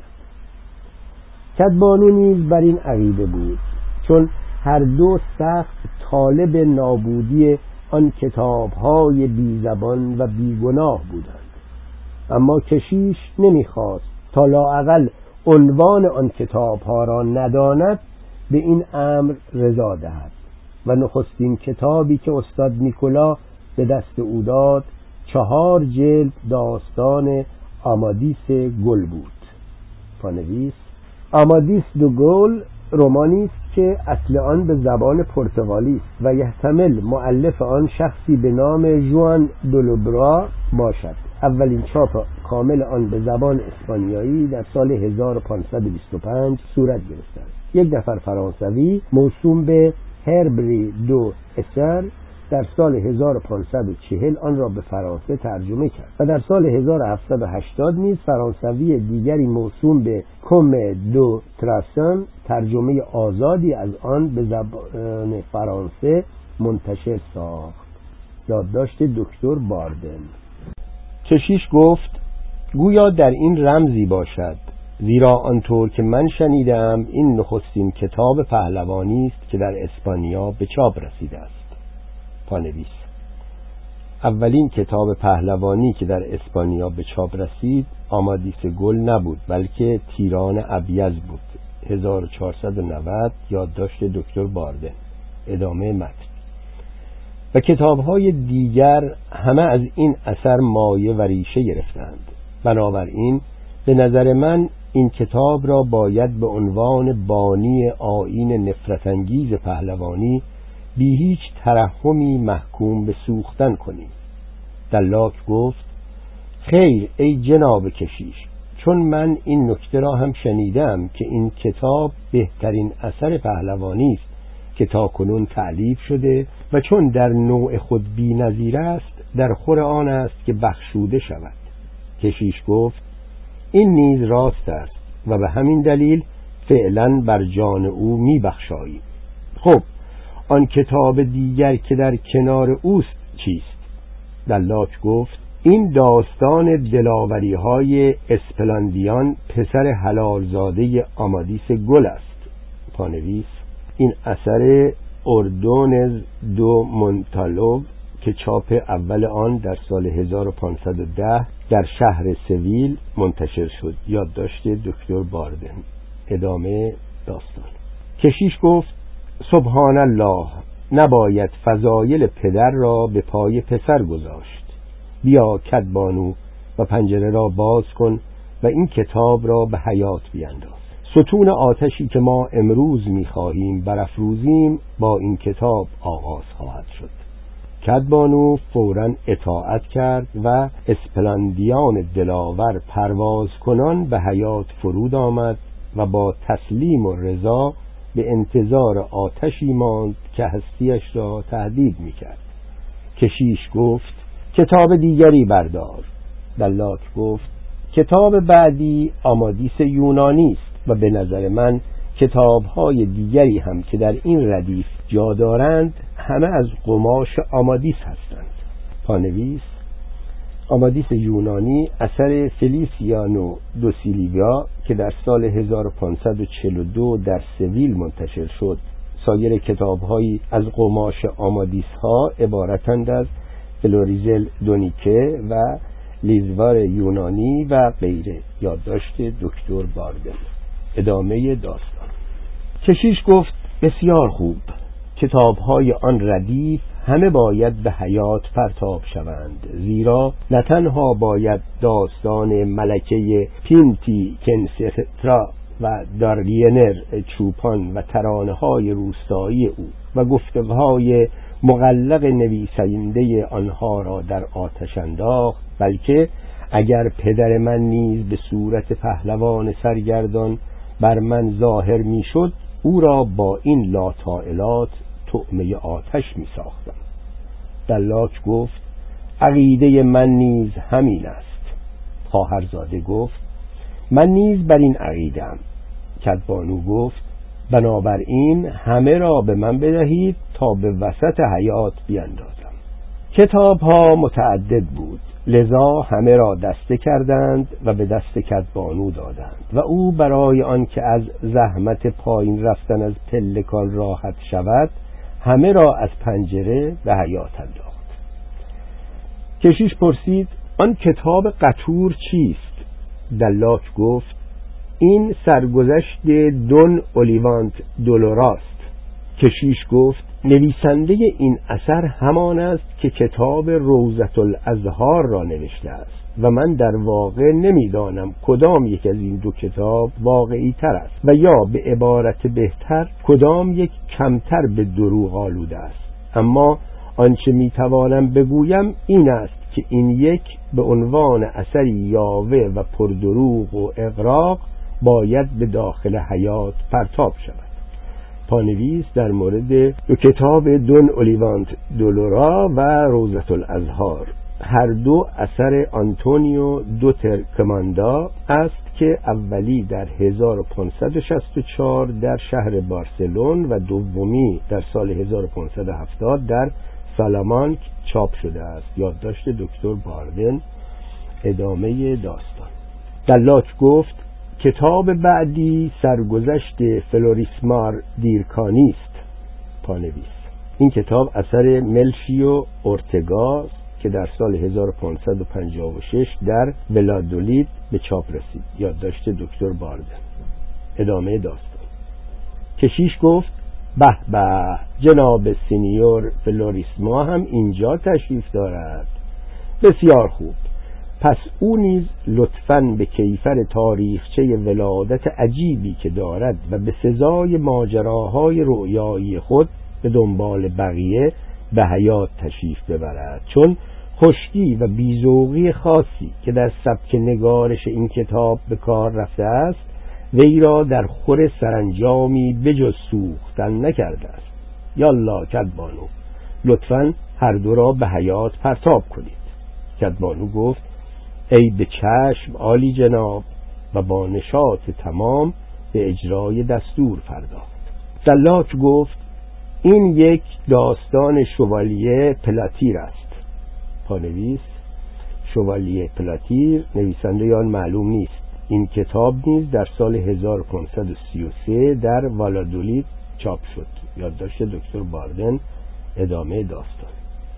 کدبانو نیز بر این عقیده بود، چون هر دو سخت طالب نابودی آن کتاب‌های بی زبان و بی گناه بودند. اما کشیش نمی‌خواست تا لااقل عنوان آن کتاب‌ها را نداند به این امر رضا دهد و نخستین کتابی که استاد نیکولا به دست او داد چهار جلد داستان آمادیس گل بود. پانویس: آمادیس دو گل رمانی است که اصل آن به زبان پرتغالی است و یحتمل مؤلف آن شخصی به نام ژوان دولوبرا باشد. اولین چاپ کامل آن به زبان اسپانیایی در سال هزار و پانصد و بیست و پنج صورت گرفته است. یک نفر فرانسوی موسوم به هربری دو اسر در سال هزار و پانصد و چهل آن را به فرانسه ترجمه کرد و در سال هزار و هفتصد و هشتاد نیز فرانسوی دیگری موسوم به کوم دو تراسن ترجمه آزادی از آن به زبان فرانسه منتشر ساخت. یادداشت دکتر باردن. کشیش گفت: گویا در این رمزی باشد، زیرا آنطور که من شنیدم این نخستین کتاب پهلوانی است که در اسپانیا به چاپ رسیده است. پانویس: اولین کتاب پهلوانی که در اسپانیا به چاپ رسید آمادیس گل نبود، بلکه تیران ابیض بود. هزار و چهارصد و نود. یادداشت دکتر باردن. ادامه متن. و کتاب‌های دیگر همه از این اثر مایه و ریشه گرفتند. بنابراین به نظر من این کتاب را باید به عنوان بانی آیین نفرت انگیز پهلوانی بی هیچ ترحمی محکوم به سوختن کنیم. دلاک گفت: خیر ای جناب کشیش، چون من این نکته را هم شنیدم که این کتاب بهترین اثر پهلوانی است که تاکنون تألیف شده و چون در نوع خود بی نظیر است در خور آن است که بخشوده شود. کشیش گفت: این نیز راست است و به همین دلیل فعلا بر جان او می بخشاییم. خب آن کتاب دیگر که در کنار اوست چیست؟ دلاک گفت: این داستان دلاوری های اسپلاندیان پسر حلالزاده آمادیس گل است. پانویس: این اثر اردونز دو مونتالو که چاپ اول آن در سال هزار و پانصد و ده در شهر سویل منتشر شد. یادداشت دکتر باردن. ادامه داستان. کشیش گفت: سبحان الله، نباید فضایل پدر را به پای پسر گذاشت. بیا کدبانو و پنجره را باز کن و این کتاب را به حیات بینداز. ستون آتشی که ما امروز می‌خواهیم برافروزیم با این کتاب آغاز خواهد شد. کدبانو فوراً اطاعت کرد و اسپلاندیان دلاور پرواز کنان به حیات فرود آمد و با تسلیم و رضا به انتظار آتشی ماند که هستیش را تهدید می‌کرد. کشیش گفت: کتاب دیگری بردار. دلاک گفت: کتاب بعدی آمادیس یونانی است و به نظر من کتاب‌های دیگری هم که در این ردیف جا دارند همه از قماش آمادیس هستند. پانویس: آمادیس یونانی اثر فلیسیانو دو سیلیویا که در سال هزار و پانصد و چهل و دو در سویل منتشر شد. سایر کتاب‌هایی از قماش آمادیس ها عبارتند از فلوریزل دونیکه و لیزوار یونانی و غیره. یادداشت دکتر باردن. ادامه داستان. کشیش گفت: بسیار خوب، کتاب‌های آن ردیف همه باید به حیات پرتاب شوند، زیرا نه تنها باید داستان ملکه پینتی کنسترا و دارگینر چوپان و ترانه‌های روستایی او و گفتگوهای مغلق نویسنده آنها را در آتش انداخت، بلکه اگر پدر من نیز به صورت پهلوان سرگردان بر من ظاهر می شد او را با این لاطائلات طعمه آتش می ساختم. دلاک گفت عقیده من نیز همین است. خواهرزاده گفت من نیز بر این عقیده‌ام. کدبانو گفت بنابراین همه را به من بدهید تا به وسط حیاط بیندازم. کتاب ها متعدد بود، لذا همه را دسته کردند و به دست کدبانو دادند و او برای آنکه از زحمت پایین رفتن از پلکان راحت شود همه را از پنجره به حیاط انداخت. کشیش پرسید آن کتاب قطور چیست؟ دلاک گفت این سرگذشت دون اولیوانت دولوراست. کشیش گفت نویسنده این اثر همان است که کتاب روضة الازهار را نوشته است و من در واقع نمیدانم کدام یک از این دو کتاب واقعی تر است و یا به عبارت بهتر کدام یک کمتر به دروغ آلوده است. اما آنچه میتوانم بگویم این است که این یک به عنوان اثری یاوه و پردروغ و اغراق باید به داخل حیات پرتاب شود. پانویس در مورد دو کتاب دون اولیوانت دولورا و روضة الازهار، هر دو اثر آنتونیو دوتر کماندا است که اولی در هزار و پانصد و شصت و چهار در شهر بارسلون و دومی در سال هزار و پانصد و هفتاد در سالامانک چاپ شده است. یادداشت دکتر باردن. ادامه داستان. دلاک گفت کتاب بعدی سرگذشت فلوریسمار دیرکانی است. پانویس این کتاب اثر ملشیو اورتگا که در سال هزار و پانصد و پنجاه و شش در ولادولید به چاپ رسید. یادداشت دکتر باردن. ادامه داستان. کشیش گفت به به جناب سینیور فلوریسما هم اینجا تشریف دارد. بسیار خوب، پس او نیز لطفاً به کیفر تاریخچه ولادت عجیبی که دارد و به سزای ماجراهای رؤیایی خود به دنبال بقیه به حیات تشریف ببرد، چون خشکی و بیزوقی خاصی که در سبک نگارش این کتاب به کار رفته است وی را در خور سرانجامی بجز سوختن نکرده است. یالا کدبانو، لطفاً هر دو را به حیات پرتاب کنید. کدبانو گفت ای به چشم عالی جناب، و با نشاط تمام به اجرای دستور پرداخت. دلاک گفت این یک داستان شوالیه پلاتیر است. پانویس شوالیه پلاتیر نویسنده آن معلوم نیست. این کتاب نیز در سال هزار و پانصد و سی و سه در والادولید چاپ شد. یادداشت دکتر باردن. ادامه داستان.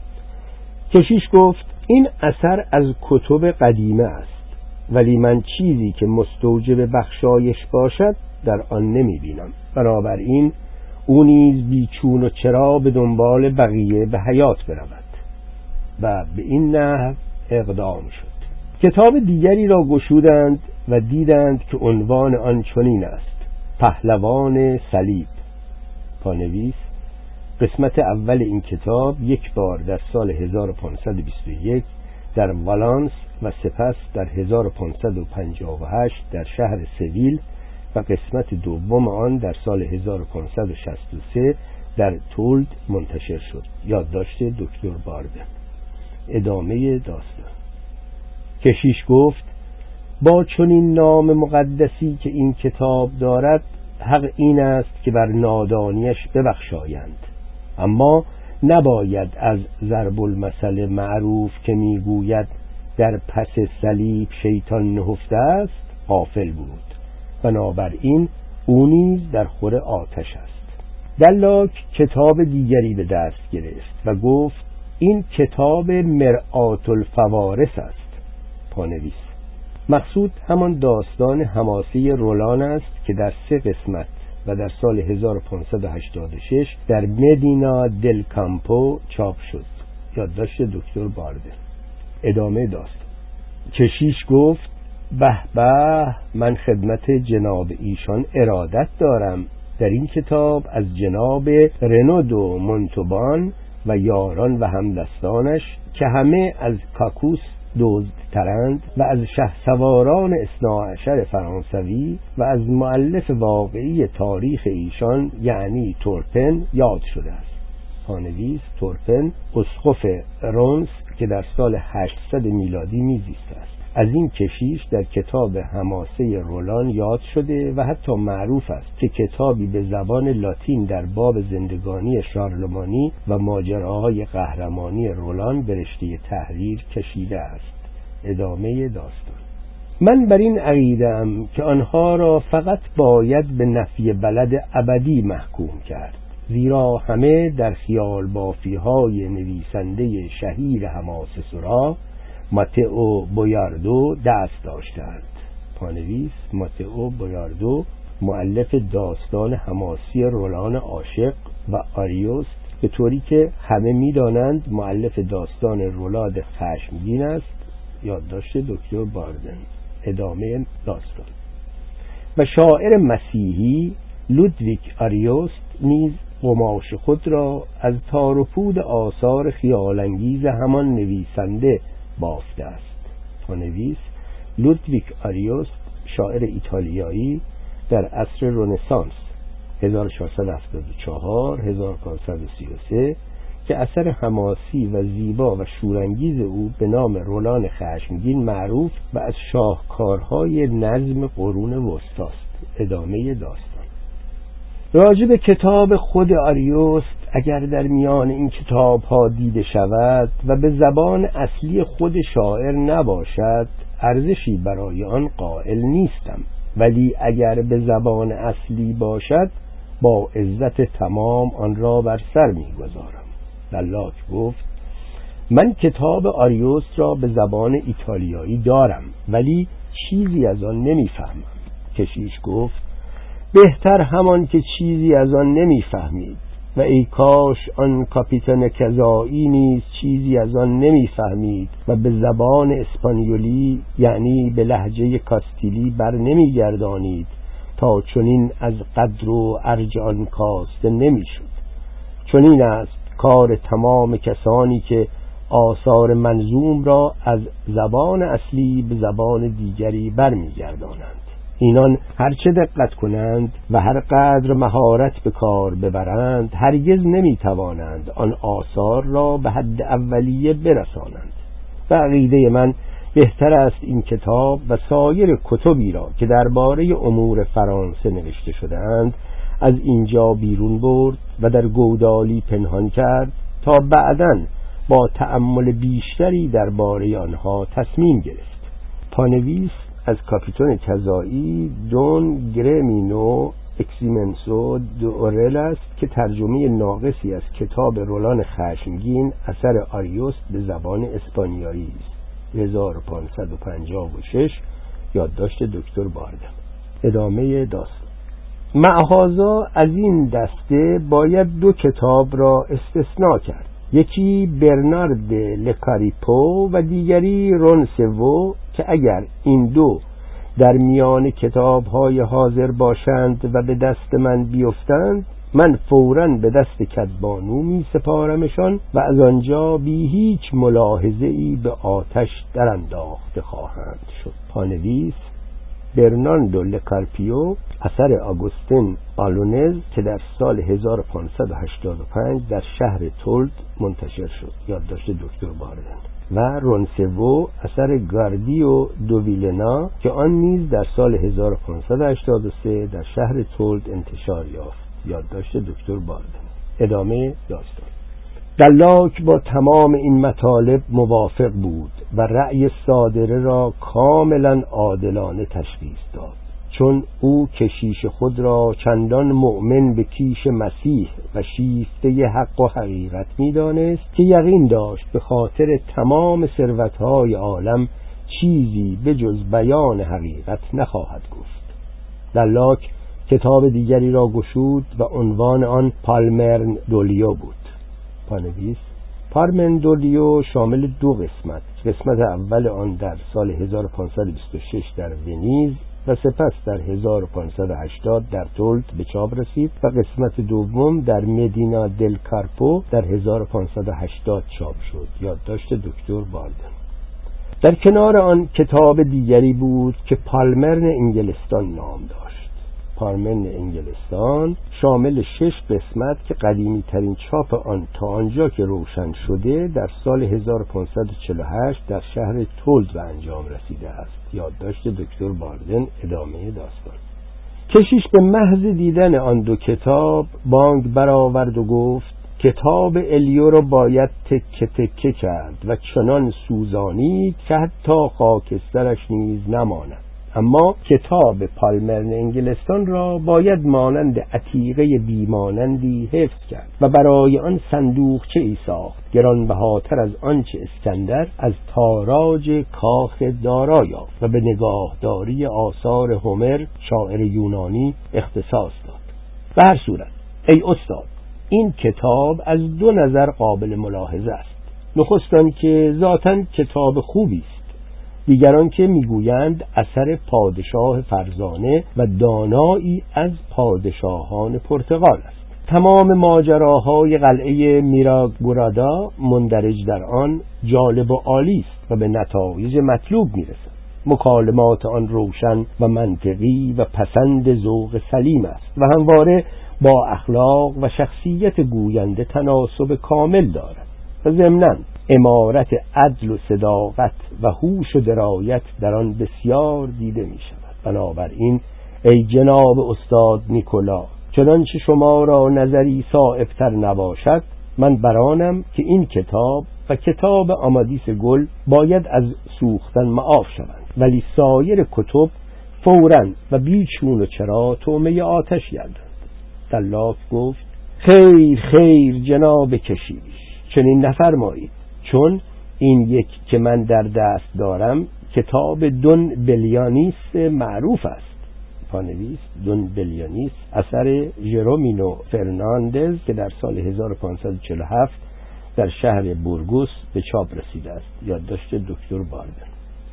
کشیش گفت این اثر از کتب قدیمه است، ولی من چیزی که مستوجب بخشایش باشد در آن نمی بینم. بنابراین او نیز بیچون و چرا به دنبال بقیه به حیات برود و به این نحو اقدام شد. کتاب دیگری را گشودند و دیدند که عنوان آن چنین است: پهلوان صلیب. پانویس قسمت اول این کتاب یک بار در سال هزار و پانصد و بیست و یک در والانس و سپس در هزار و پانصد و پنجاه و هشت در شهر سویل و قسمت دوم آن در سال هزار و پانصد و شصت و سه در تولد منتشر شد. یادداشت دکتر باردن. ادامه داستان. کشیش گفت با چنین نام مقدسی که این کتاب دارد حق این است که بر نادانیش ببخشایند، اما نباید از ضرب المثل معروف که میگوید در پس صلیب شیطان نهفته است غافل بود، بنابراین او نیز در خور آتش است. دلاک کتاب دیگری به دست گرفت و گفت این کتاب مرآت الفوارس است. پانویس مقصود همان داستان حماسی رولان است که در سه قسمت و در سال هزار و پانصد و هشتاد و شش در مدینا دل کامپو چاپ شد. یادداشت دکتر باردن. ادامه داستان. کشیش گفت به به، من خدمت جناب ایشان ارادت دارم. در این کتاب از جناب رنودو مونتوبان و یاران و همدستانش که همه از کاکوس دزدترند و از شهسواران اثنا عشر فرانسوی و از مؤلف واقعی تاریخ ایشان یعنی تورپن یاد شده است. پانویس تورپن اسقف رونس که در سال هشتصد میلادی میزیسته است. از این کشیش در کتاب حماسه رولان یاد شده و حتی معروف است که کتابی به زبان لاتین در باب زندگانی شارلمانی و ماجراهای قهرمانی رولان به رشته تحریر کشیده است. ادامه داستان. من بر این عقیده‌ام که آنها را فقط باید به نفی بلد ابدی محکوم کرد، زیرا همه در خیال بافی های نویسنده شهیر حماسه سرا ماتئو بویاردو دست داشتند. پانویس ماتئو بویاردو مؤلف داستان حماسی رولان عاشق و آریوست، به طوری که همه می‌دانند مؤلف داستان رولاد خشمگین است. یادداشت دکتر باردن. ادامه داستان. و شاعر مسیحی لودویک آریوست نیز قماش خود را از تار و پود آثار خیالانگیز همان نویسنده بافته است. پانویس لودویک آریوست شاعر ایتالیایی در عصر رنسانس هزار و چهارصد و هفتاد و چهار تا هزار و پانصد و سی و سه که اثر حماسی و زیبا و شورانگیز او به نام رولان خشمگین معروف و از شاهکارهای نظم قرون وسطی است. ادامه داستان. راجع به کتاب خود آریوست اگر در میان این کتاب ها دیده شود و به زبان اصلی خود شاعر نباشد، ارزشی برای آن قائل نیستم، ولی اگر به زبان اصلی باشد با عزت تمام آن را بر سر میگذارم. دلاک گفت من کتاب آریوست را به زبان ایتالیایی دارم ولی چیزی از آن نمیفهمم. کشیش گفت بهتر همان که چیزی از آن نمیفهمید و ای کاش آن کاپیتان کزایی نیز چیزی از آن نمیفهمید و به زبان اسپانیولی یعنی به لهجه کاستیلی بر نمیگردانید تا چنین از قدر و ارج آن کاسته نمیشد. چنین است کار تمام کسانی که آثار منظوم را از زبان اصلی به زبان دیگری برمیگردانند. اینان هرچه دقت کنند و هر قدر مهارت به کار ببرند هرگز نمیتوانند آن آثار را به حد اولیه برسانند. و عقیده من بهتر است این کتاب و سایر کتبی را که درباره امور فرانسه نوشته شده‌اند از اینجا بیرون برد و در گودالی پنهان کرد تا بعداً با تأمل بیشتری درباره آنها تصمیم گرفت. پانویس از کاپیتان کزایی دون گرمینو اکسیمنسو دو اورل است که ترجمه ناقصی از کتاب رولان خشمگین اثر آریوست به زبان اسپانیایی است. هزار و پانصد و پنجاه و شش. یادداشت دکتر باردم. ادامه داستان. معهازا از این دسته باید دو کتاب را استثناء کرد. یکی برنارد لکاریپو و دیگری رونسوو که اگر این دو در میان کتاب‌های حاضر باشند و به دست من بیفتند من فوراً به دست کدبانو می سپارمشان و از آنجا بی هیچ ملاحظه‌ای به آتش درانداخته خواهند شد. پانویس برناردو لکارپیو اثر آگوستین آلونز که در سال هزار و پانصد و هشتاد و پنج در شهر تولد منتشر شد. یادداشت دکتر باردن. و رونسوو اثر گاردیو دوویلنا که آن نیز در سال هزار و پانصد و هشتاد و سه در شهر تولد انتشار یافت. یادداشت دکتر باردن. ادامه داستان. دلاک با تمام این مطالب موافق بود و رأی صادره را کاملا عادلانه تشخیص داد، چون او کشیش خود را چندان مؤمن به کیش مسیح و شیفته حق و حقیقت می دانست که یقین داشت به خاطر تمام ثروت‌های عالم چیزی به جز بیان حقیقت نخواهد گفت. دلاک کتاب دیگری را گشود و عنوان آن پالمرن دولیو بود. پانویس پالمرن دولیو شامل دو قسمت، قسمت اول آن در سال هزار و پانصد و بیست و شش در ونیز و سپس در هزار و پانصد و هشتاد در تولد به چاپ رسید و قسمت دوم در مدینا دل کارپو در هزار و پانصد و هشتاد چاپ شد. یادداشت دکتر باردن. در کنار آن کتاب دیگری بود که پالمرن انگلستان نام داشت. پالمرن انگلستان شامل شش قسمت که قدیمی ترین چاپ آن تا آنجا که روشن شده در سال هزار و پانصد و چهل و هشت در شهر تولد به انجام رسیده است. یادداشت دکتر باردن، ادامه داستان. کشیش به محض دیدن آن دو کتاب بانگ برآورد و گفت کتاب الیو را باید تکه تکه کرد و چنان سوزانید که حتی خاکسترش نیز نماند، اما کتاب پالمرن انگلستان را باید مانند عتیقه بیمانندی حفظ کرد و برای آن صندوقچه ای ساخت گرانبهاتر از آنچه اسکندر از تاراج کاخ دارا یافت و به نگاهداری آثار هومر شاعر یونانی اختصاص داد. به هر صورت ای استاد، این کتاب از دو نظر قابل ملاحظه است. نخست آن که ذاتاً کتاب خوبی است، دیگران که میگویند اثر پادشاه فرزانه و دانایی از پادشاهان پرتغال است. تمام ماجراهای قلعه میراگورادا مندرج در آن جالب و عالی است و به نتایج مطلوب میرسد. مکالمات آن روشن و منطقی و پسند ذوق سلیم است و همواره با اخلاق و شخصیت گوینده تناسب کامل دارد و ضمناً امارت عدل و صداقت و هوش و درایت در آن بسیار دیده می شود. بنابراین ای جناب استاد نیکولا، چنانچه شما را نظری صائب‌تر نباشد، من برانم که این کتاب و کتاب آمادیس گل باید از سوختن معاف شوند، ولی سایر کتب فوراً و بیچون و چرا طعمه آتش گردند. سلاف گفت خیر خیر جناب کشیش، چنین نفرمایید، چون این یک که من در دست دارم کتاب دون بلیانیس معروف است. پانویس دون بلیانیس اثر ژرومینو فرناندز که در سال هزار و پانصد و چهل و هفت در شهر بورگوس به چاپ رسیده است. یادداشت دکتر باردن.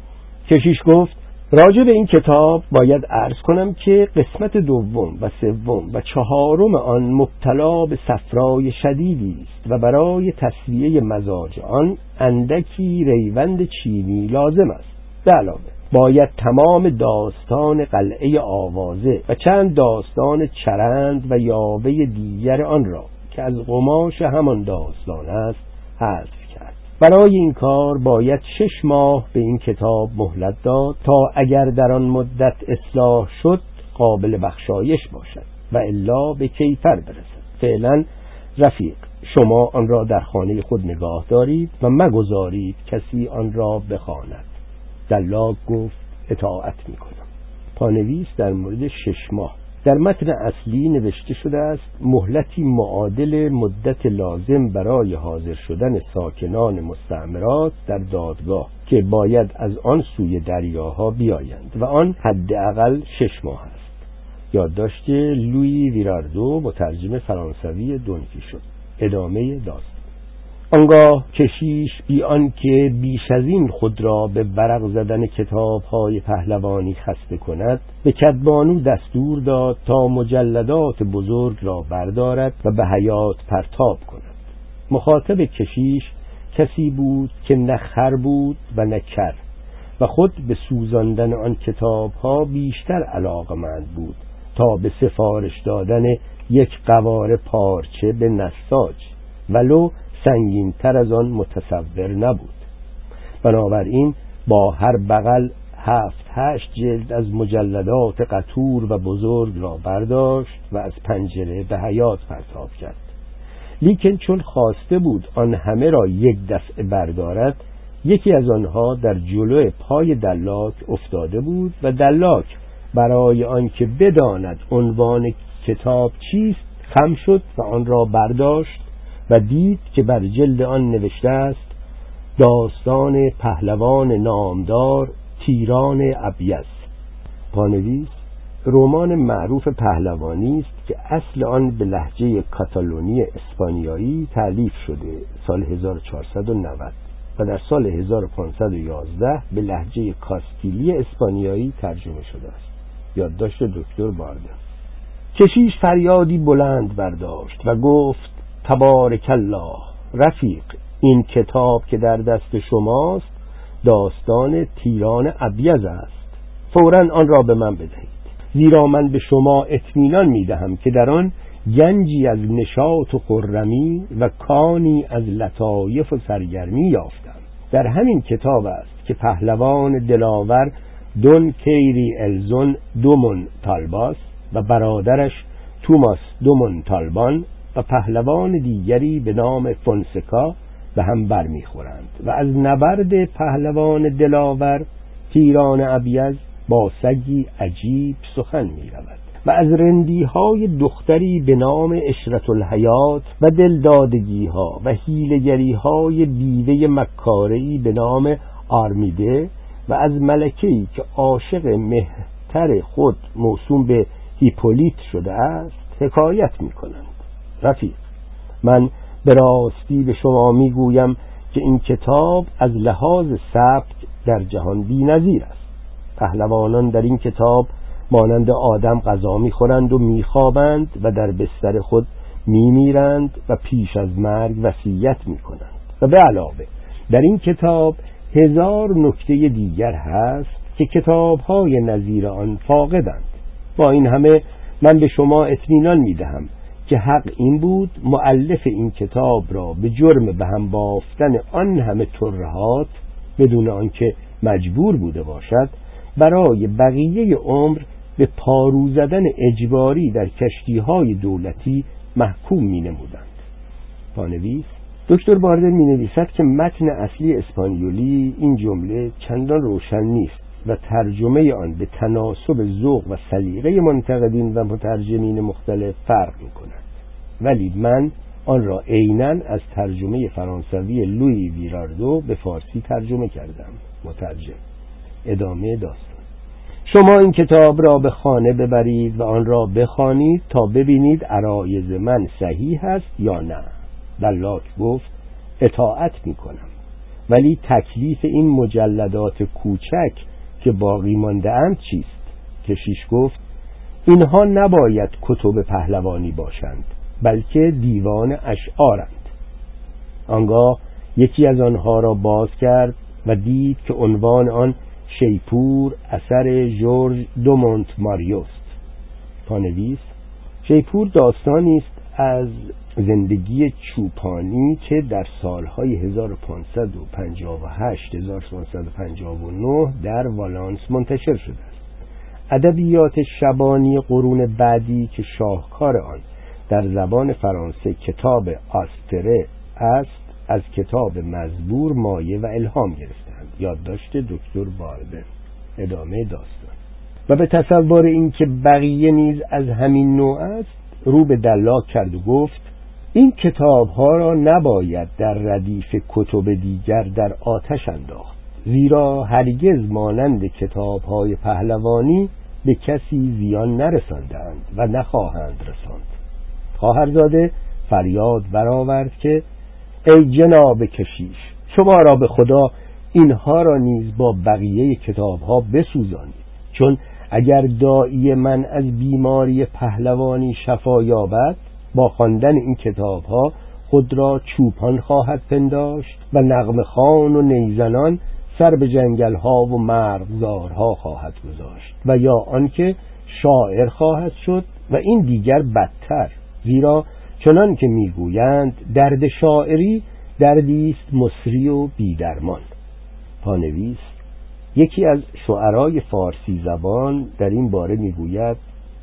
کشیش گفت راجع به این کتاب باید عرض کنم که قسمت دوم و سوم و چهارم آن مبتلا به صفرای شدیدی است و برای تسویه مزاج آن اندکی ریوند چینی لازم است. به علاوه باید تمام داستان قلعه آوازه و چند داستان چرند و یاوه دیگر آن را که از قماش همان داستان است حذف کرد. برای این کار باید شش ماه به این کتاب مهلت داد تا اگر در آن مدت اصلاح شد قابل بخشایش باشد و الا به کیفر برسد. فعلا رفیق، شما آن را در خانه خود نگاه دارید و مگذارید کسی آن را بخواند. دلاگ گفت اطاعت میکنم. پانویس در مورد شش ماه در متن اصلی نوشته شده است مهلتی معادل مدت لازم برای حاضر شدن ساکنان مستعمرات در دادگاه که باید از آن سوی دریاها بیایند و آن حداقل شش ماه است. یادداشت لویی ویراردو، مترجم فرانسوی دون کیشوت. ادامه داستان. آنگاه کشیش بی آنکه بیش از این خود را به ورق زدن کتاب‌های پهلوانی خسته کند به کدبانو دستور داد تا مجلدات بزرگ را بردارد و به حیات پرتاب کند. مخاطب کشیش کسی بود که نه خر بود و نه کر و خود به سوزاندن آن کتاب‌ها بیشتر علاقه‌مند بود تا به سفارش دادن یک قواره پارچه به نساج، ولو سنگین تر از آن متصور نبود. بنابراین با هر بغل هفت هشت جلد از مجلدات قطور و بزرگ را برداشت و از پنجره به حیات پرتاب کرد. لیکن چون خواسته بود آن همه را یک دفعه بردارد، یکی از آنها در جلو پای دلاک افتاده بود و دلاک برای آنکه بداند عنوان کتاب چیست خم شد و آن را برداشت و دید که بر جلد آن نوشته است داستان پهلوان نامدار تیران ابیض. پانویس رمان معروف پهلوانی است که اصل آن به لهجه کاتالونی اسپانیایی تألیف شده سال هزار و چهارصد و نود و در سال هزار و پانصد و یازده به لهجه کاستیلی اسپانیایی ترجمه شده است. یادداشت دکتر باردن. کشیش فریادی بلند برداشت و گفت تبارک الله رفیق، این کتاب که در دست شماست داستان تیران ابیض است. فوراً آن را به من بدهید، زیرا من به شما اطمینان می‌دهم که در آن گنجی از نشاط و خرمی و کانی از لطایف و سرگرمی یافتم. در همین کتاب است که پهلوان دلاور دون کیری الزون دومون تالباس و برادرش توماس دومون تالبان و پهلوان دیگری به نام فونسکا به هم برمیخورند و از نبرد پهلوان دلاور تیران ابیض با سگی عجیب سخن می رود و از رندیهای دختری به نام عشرت الحیات و دلدادگیها و حیله‌گریهای بیوه مکاره‌ای به نام آرمیده و از ملکه‌ای که عاشق مهتر خود موسوم به هیپولیت شده است حکایت می کنند. رفیق، من به راستی به شما می گویم که این کتاب از لحاظ سبک در جهان بی نظیر است. پهلوانان در این کتاب مانند آدم غذا می خورند و می خوابند و در بستر خود می میرند و پیش از مرگ وصیت می کنند و به علاوه در این کتاب هزار نکته دیگر هست که کتاب‌های نظیر آن فاقدند. با این همه من به شما اطمینان می دهم که حق این بود مؤلف این کتاب را به جرم به هم بافتن آن همه ترهات بدون آنکه مجبور بوده باشد برای بقیه عمر به پارو زدن اجباری در کشتی‌های دولتی محکوم می‌نمودند. پانویس دکتر باردن می‌نویسد که متن اصلی اسپانیولی این جمله چندان روشن نیست و ترجمه آن به تناسب ذوق و سلیقه منتقدین و مترجمین مختلف فرق می‌کند، ولی من آن را عیناً از ترجمه فرانسوی لویی ویراردو به فارسی ترجمه کردم. مترجم. ادامه داستان. شما این کتاب را به خانه ببرید و آن را بخوانید تا ببینید عرایض من صحیح است یا نه. دلاک گفت اطاعت میکنم، ولی تکلیف این مجلدات کوچک که باقی مانده اند چیست؟ کشیش گفت اینها نباید کتب پهلوانی باشند، بلکه دیوان اشعارند. آنگاه یکی از آنها را باز کرد و دید که عنوان آن شیپور اثر ژورژ دومونت ماریوست. پانویس شیپور داستانی است از زندگی چوپانی که در سالهای هزار و پانصد و پنجاه و هشت تا هزار و پانصد و پنجاه و نه در والانس منتشر شده است. ادبیات شبانی قرون بعدی که شاهکار آن در زبان فرانسه کتاب آستره است از کتاب مزبور مایه و الهام گرفتند. یادداشت دکتر باردن. ادامه داستان. و به تصور این که بقیه نیز از همین نوع است رو به دلاک کرد و گفت این کتاب ها را نباید در ردیف کتب دیگر در آتش انداخت، زیرا هرگز مانند کتاب های پهلوانی به کسی زیان نرساندند و نخواهند رساند. خواهرزاده فریاد برآورد که ای جناب کشیش، شما را به خدا اینها را نیز با بقیه کتاب ها بسوزانید، چون اگر داعی من از بیماری پهلوانی شفا یابد با خواندن این کتاب ها خود را چوپان خواهد پنداشت و نغمه خوان و نیزنان سر به جنگل ها و مرغزارها خواهد گذاشت و یا آنکه شاعر خواهد شد و این دیگر بدتر، زیرا چنان که میگویند درد شاعری دردی است مصری و بیدرمان. پانویس یکی از شعرای فارسی زبان در این باره میگوید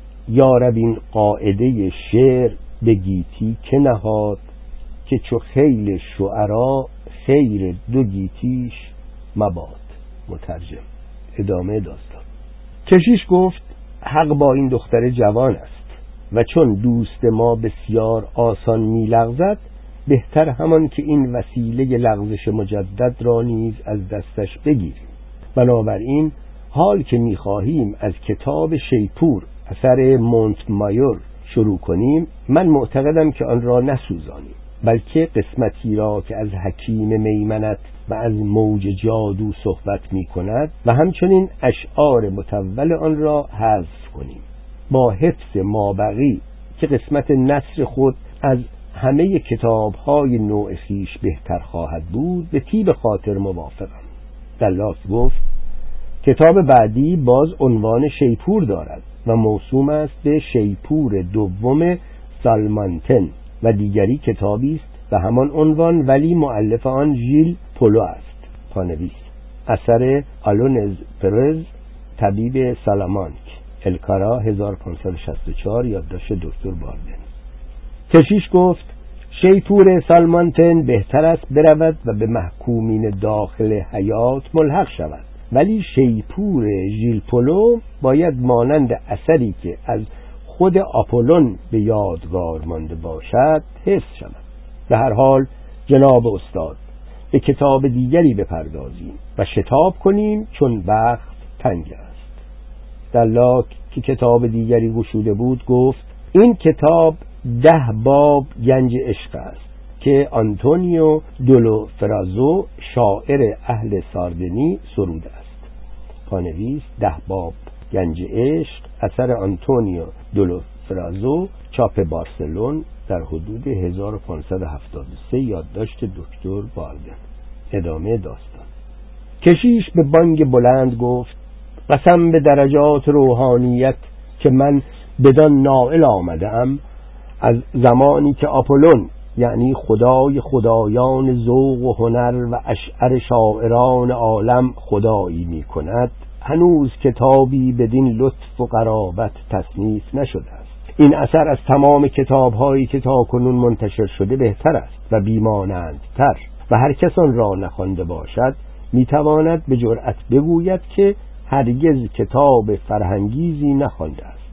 یارب این قاعده شعر به گیتی که نهاد که چو خیل شعرا خیر دو گیتیش مباد. مترجم. ادامه داستان. کشیش گفت حق با این دختر جوان است و چون دوست ما بسیار آسان می لغزد بهتر همان که این وسیله لغزش مجدد را نیز از دستش بگیریم. بنابراین حال که می خواهیم از کتاب شیپور اثر مونت مایور شروع کنیم، من معتقدم که آن را نسوزانیم، بلکه قسمتی را که از حکیم میمنت و از موج جادو صحبت می کند و همچنین اشعار متول آن را حذف کنیم، با حفظ مابقی که قسمت نثر خود از همه کتاب‌های نوع خیش بهتر خواهد بود. به طیب خاطر موافقم. دلاک گفت کتاب بعدی باز عنوان شیپور دارد و موسوم است به شیپور دوم سالمانتن و دیگری کتابی است به همان عنوان ولی مؤلف آن ژیل پولو است. پانویس: اثر آلونز پرز، طبیب سالامانک، الکارا هزار و پانصد و شصت و چهار، یادداشت دکتر باردن. کشیش گفت شیپور سالمانتن بهتر است برود و به محکومین داخل حیات ملحق شود، ولی شیپور ژیل پولو باید مانند اثری که از خود آپولون به یادگار مانده باشد حفظ شود. به هر حال جناب استاد به کتاب دیگری بپردازیم و شتاب کنیم چون وقت تنگ است. دلاک که کتاب دیگری گشوده بود گفت این کتاب ده باب گنج عشق است که آنتونیو دولو فرازو شاعر اهل ساردنی سروده است. پانویس: ده باب گنج عشق، اثر آنتونیو دولو فرازو، چاپ بارسلون در حدود هزار و پانصد و هفتاد و سه، یادداشت دکتر باردن. ادامه داستان. کشیش به بانگ بلند گفت قسم به درجات روحانیت که من بدان نائل آمدم، از زمانی که آپولون یعنی خدای خدایان ذوق و هنر و اشعر شاعران عالم خدایی می کند، هنوز کتابی بدین لطف و قرابت تصنیف نشده است. این اثر از تمام کتاب‌هایی که تا کنون منتشر شده بهتر است و بیمانندتر و هر کس آن را نخوانده باشد میتواند به جرأت بگوید که هرگز کتاب فرهنگیزی نخوانده است.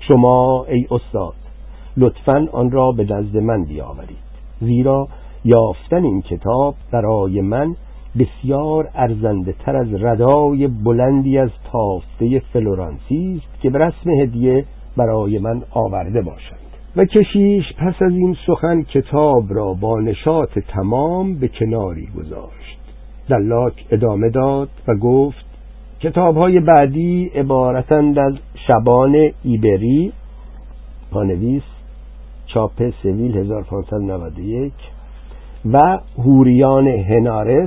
شما ای استاد لطفاً آن را به نزد من بیاورید، زیرا یافتن این کتاب برای من بسیار ارزنده تر از ردای بلندی از تافته فلورانسی است که به رسم هدیه برای من آورده باشند. و کشیش پس از این سخن کتاب را با نشاط تمام به کناری گذاشت. دلاک ادامه داد و گفت کتاب‌های بعدی عبارتند از شبان ایبری، پانویس چاپ سویل هزار و پانصد و نود و یک، و هوریان هنارس،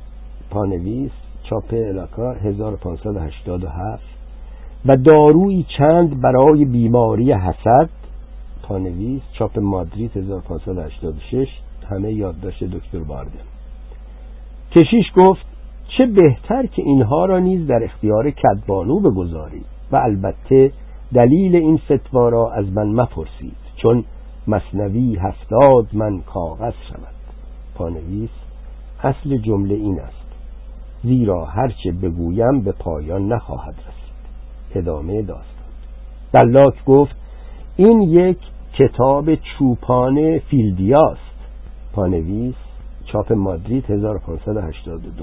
پانویس چاپ الاکا هزار و پانصد و هشتاد و هفت، و دارویی چند برای بیماری حسد، پانویس چاپ مادرید هزار و پانصد و هشتاد و شش، همه یادداشت دکتر باردن. کشیش گفت چه بهتر که اینها را نیز در اختیار کدبانو بگذارید و البته دلیل این فتوا را از من مپرسید چون مثنوی هفتاد من کاغذ شود. پانویس اصل جمله این است زیرا هرچه بگویم به پایان نخواهد رسید. ادامه داستان. دلاک گفت این یک کتاب چوپان فیلدیاست، پانویس چاپ مادرید هزار و پانصد و هشتاد و دو.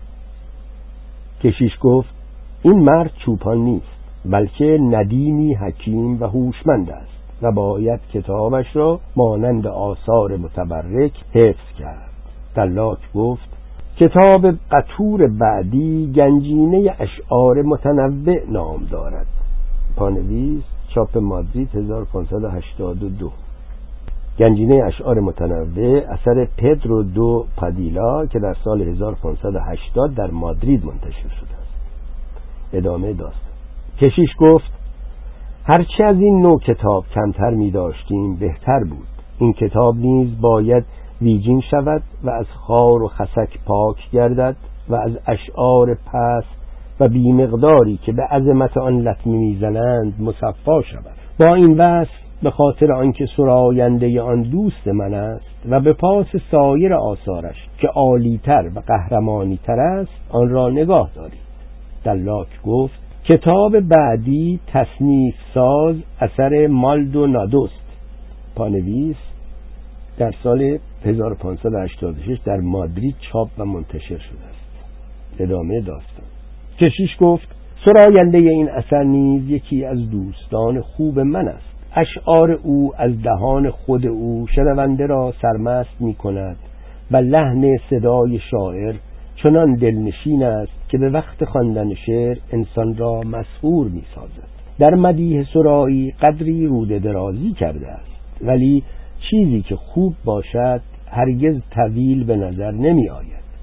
کشیش گفت این مرد چوپان نیست بلکه ندیمی حکیم و هوشمند است و باید کتابش را مانند آثار متبرک حفظ کرد. دلاک گفت کتاب قطور بعدی گنجینه اشعار متنوع نام دارد، پانویس چاپ مادرید هزار و پانصد و هشتاد و دو. گنجینه اشعار متنوع اثر پدرو دو پادیلا که در سال هزار و پانصد و هشتاد در مادرید منتشر شده است. ادامه داستان. کشیش گفت هرچه از این نوع کتاب کمتر می داشتیم بهتر بود. این کتاب نیز باید ویجین شود و از خار و خسک پاک گردد و از اشعار پست و بیمقداری که به عظمت آن لطمه میزنند مصفا شود. با این وصف به خاطر آنکه سراینده آن دوست من است و به پاس سایر آثارش که عالی‌تر و قهرمانی‌تر است آن را نگاه دارید. دلاک گفت کتاب بعدی تصنیف ساز اثر مالدونادوست، پانویس در سال هزار و پانصد و هشتاد و شش در مادرید چاپ و منتشر شده است. ادامه داستان. کشیش گفت سراینده این اثر نیز یکی از دوستان خوب من است. اشعار او از دهان خود او شنونده را سرمست می کند و لحن صدای شاعر چنان دلنشین است که به وقت خواندن شعر انسان را مسحور می سازد. در مدیح سرایی قدری روده درازی کرده است، ولی چیزی که خوب باشد هرگز طویل به نظر نمی آید.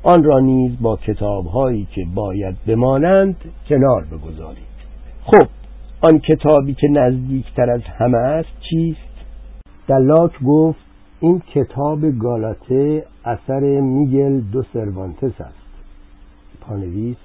آن را نیز با کتاب‌هایی که باید بمانند کنار بگذارید. خب آن کتابی که نزدیکتر از همه است چیست؟ دلاک گفت این کتاب گالاته اثر میگل دو سروانتس است. پانویس: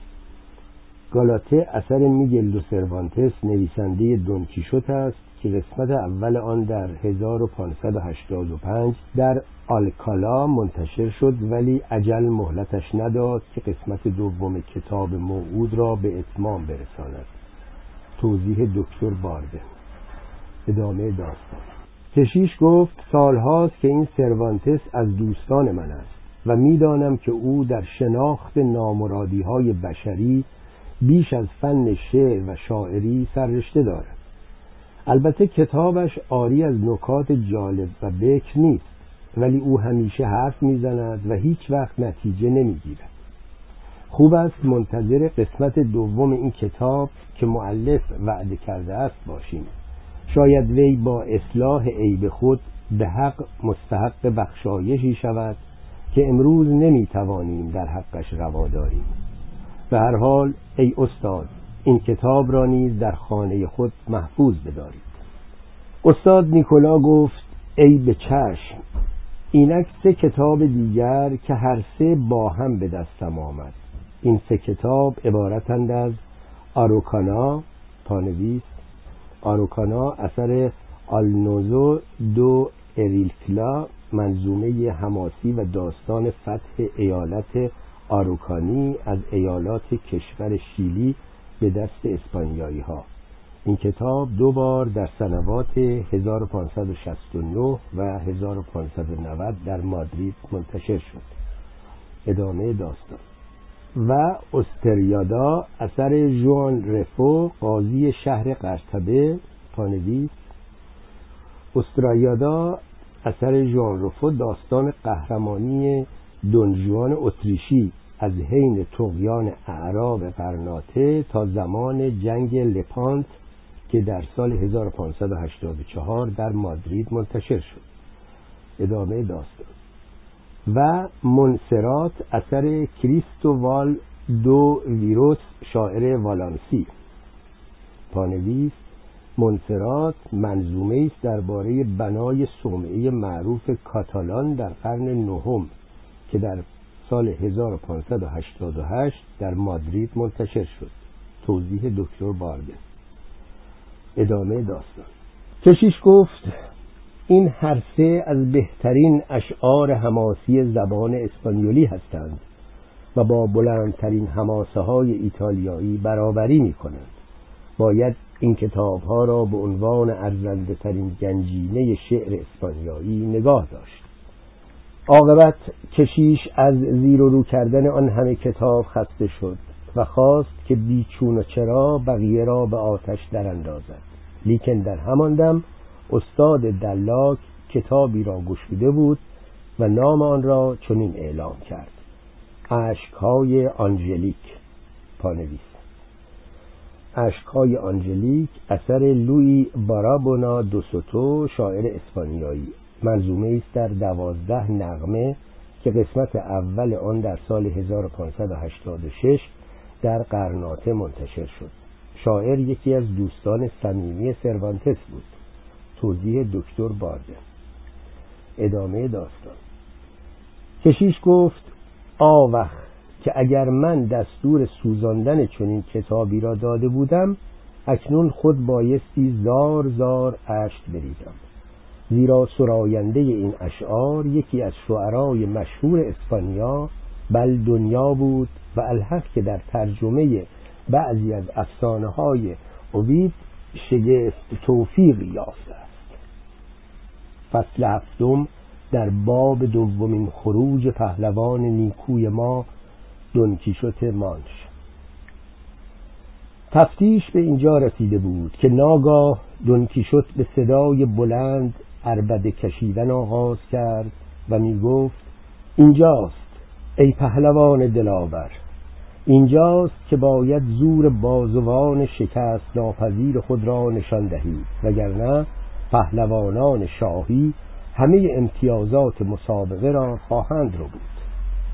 گالاته اثر میگل دو سروانتس نویسنده دون کیشوت است که قسمت اول آن در هزار و پانصد و هشتاد و پنج در آلکالا منتشر شد، ولی اجل مهلتش نداد که قسمت دوم کتاب موعود را به اتمام برساند. توضیح دکتر بارده. ادامه داستان. کشیش گفت سالهاست که این سروانتس از دوستان من است و میدانم که او در شناخت نامرادی‌های بشری بیش از فن شعر و شاعری سررشته دارد. البته کتابش عاری از نکات جالب و بکر نیست، ولی او همیشه حرف میزند و هیچ وقت نتیجه نمیگیرد. خوب است منتظر قسمت دوم این کتاب که مؤلف وعده کرده است باشیم. شاید وی با اصلاح عیب خود به حق مستحق بخشایشی شود که امروز نمیتوانیم در حقش روا داریم. به هر حال ای استاد، این کتاب را نیز در خانه خود محفوظ بدارید. استاد نیکولا گفت ای به چشم. اینک سه کتاب دیگر که هر سه با هم به دستم آمد. این سه کتاب عبارتند از آروکانا، پانویس آروکانا اثر آلنوزو دو اریلکلا، منظومه حماسی و داستان فتح ایالت آروکانی از ایالات کشور شیلی به دست اسپانیایی ها. این کتاب دو بار در سنوات هزار و پانصد و شصت و نه و هزار و پانصد و نود در مادرید منتشر شد. ادامه داستان. و استریادا اثر ژوان رفو، قاضی شهر قرطبه، پانویس استریادا اثر ژوان رفو داستان قهرمانی دون ژوان اتریشی از حین طغیان اعراب غرناطه تا زمان جنگ لپانت که در سال هزار و پانصد و هشتاد و چهار در مادرید منتشر شد. ادامه داستان. و مونسرات اثر کریستووال دو ویروس، شاعر والانسی، پانویس مونسرات منظومه است درباره بنای صومعه معروف کاتالان در قرن نهم که در سال هزار و پانصد و هشتاد و هشت در مادرید منتشر شد. توضیح دکتر بارده. ادامه داستان. کشیش گفت این هر سه از بهترین اشعار حماسی زبان اسپانیولی هستند و با بلندترین حماسه های ایتالیایی برابری می کنند. باید این کتاب ها را به عنوان ارزنده ترین گنجینه شعر اسپانیایی نگاه داشت. عاقبت کشیش از زیر و رو کردن آن همه کتاب خسته شد و خواست که بیچون و چرا بقیه را به آتش در اندازد. لیکن در همان دم استاد دلاک کتابی را گشوده بود و نام آن را چنین اعلام کرد: اشک‌های آنژلیک، پانویس اشک‌های آنژلیک اثر لوئی بارابونا دو سوتو، شاعر اسپانیایی، منظومه است در دوازده نغمه که قسمت اول آن در سال هزار و پانصد و هشتاد و شش در غرناطه منتشر شد. شاعر یکی از دوستان صمیمی سروانتس بود. توضیح دکتر بارده. ادامه داستان. کشیش گفت آوخ که اگر من دستور سوزاندن چنین کتابی را داده بودم، اکنون خود بایستی زار زار اشک بریزم، زیرا سراینده این اشعار یکی از شعرای مشهور اسپانیا بل دنیا بود و الحق که در ترجمه بعضی از افسانه های اوید شگفت توفیق یافته است. فصل هفتم در باب دومین خروج پهلوان نیکوی ما دون کیشوت مانش. تفتیش به اینجا رسیده بود که ناگاه دون کیشوت به صدای بلند عربده کشیدن آغاز کرد و می گفت اینجاست ای پهلوان دلاور، اینجاست که باید زور بازوان شکست ناپذیر خود را نشان دهید، وگرنه پهلوانان شاهی همه امتیازات مسابقه را خواهند رو بود.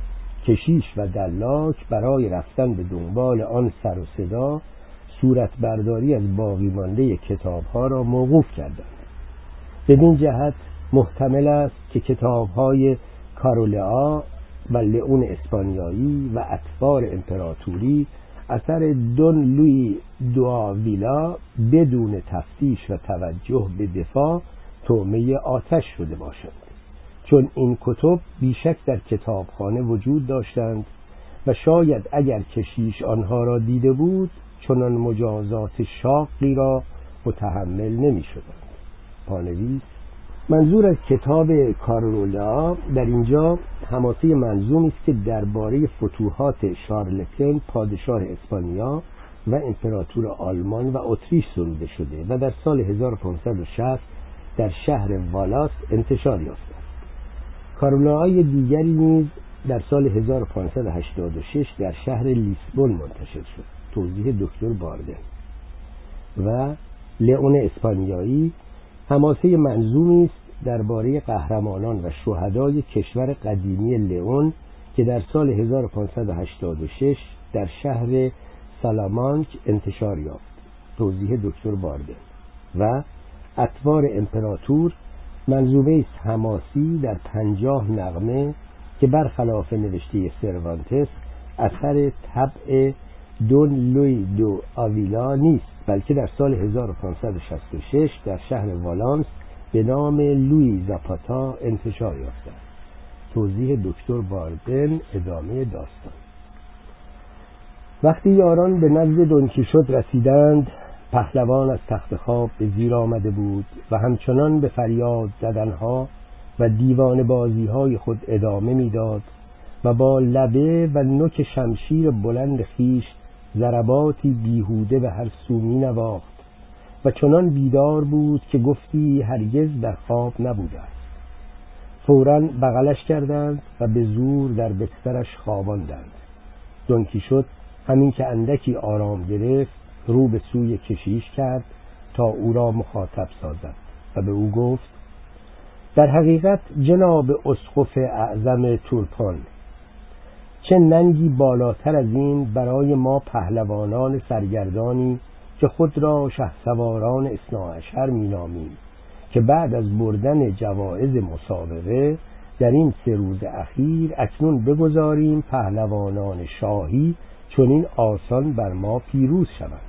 کشیش و دلاک برای رفتن به دنبال آن سر و صدا صورت برداری از باقی مانده کتاب‌ها را موقوف کردند. بدین جهت محتمل است که کتاب‌های کارولئا و لئون اسپانیایی و اطوار امپراتوری اثر دون لویی دو آویلا بدون تفتیش و توجه به دفاع طعمه آتش شده باشند، چون این کتب بیشک در کتابخانه وجود داشتند و شاید اگر کشیش آنها را دیده بود چنان مجازات شاقی را متحمل نمی شدند. پانویس: منظور از کتاب کارولئا در اینجا حماسه منظومی است که درباره فتوحات شارلتن پادشاه اسپانیا و امپراتور آلمان و اتریش سروده شده و در سال هزار و پانصد و شصت در شهر والاس انتشار یافته است. کارولئای دیگری نیز در سال هزار و پانصد و هشتاد و شش در شهر لیسبون منتشر شد. توضیح دکتر باردن. و لئون اسپانیایی حماسه منظومی است درباره قهرمانان و شهدای کشور قدیمی لئون که در سال هزار و پانصد و هشتاد و شش در شهر سالامانک انتشار یافت. توضیح دکتر باردن. و اطوار امپراتور منظومه است حماسی در پنجاه نغمه که برخلاف نوشته سروانتس اثر طبع دون لوی دو آویلا نیست، بلکه در سال هزار و پانصد و شصت و شش در شهر والانس به نام لوی زاپاتا انتشار یافته است. توضیح دکتر باردن. ادامه داستان. وقتی یاران به نزد دون کیشوت رسیدند، پهلوان از تخت خواب به زیر آمده بود و همچنان به فریاد زدنها و دیوان بازیهای خود ادامه میداد و با لبه و نوک شمشیر بلند خیش ضرباتی بیهوده به هر سو می نواخت و چنان بیدار بود که گفتی هرگز در خواب نبوده است. فوراً بغلش کردند و به زور در بسترش خواباندند. دون کیشوت همین که اندکی آرام گرفت رو به سوی کشیش کرد تا او را مخاطب سازد و به او گفت: در حقیقت جناب اسقف اعظم تورپان، چه ننگی بالاتر از این برای ما پهلوانان سرگردانی که خود را شهسواران اثناعشر می‌نامیم که بعد از بردن جوایز مسابقه در این سه روز اخیر اکنون بگذاریم پهلوانان شاهی چنین آسان بر ما پیروز شوند.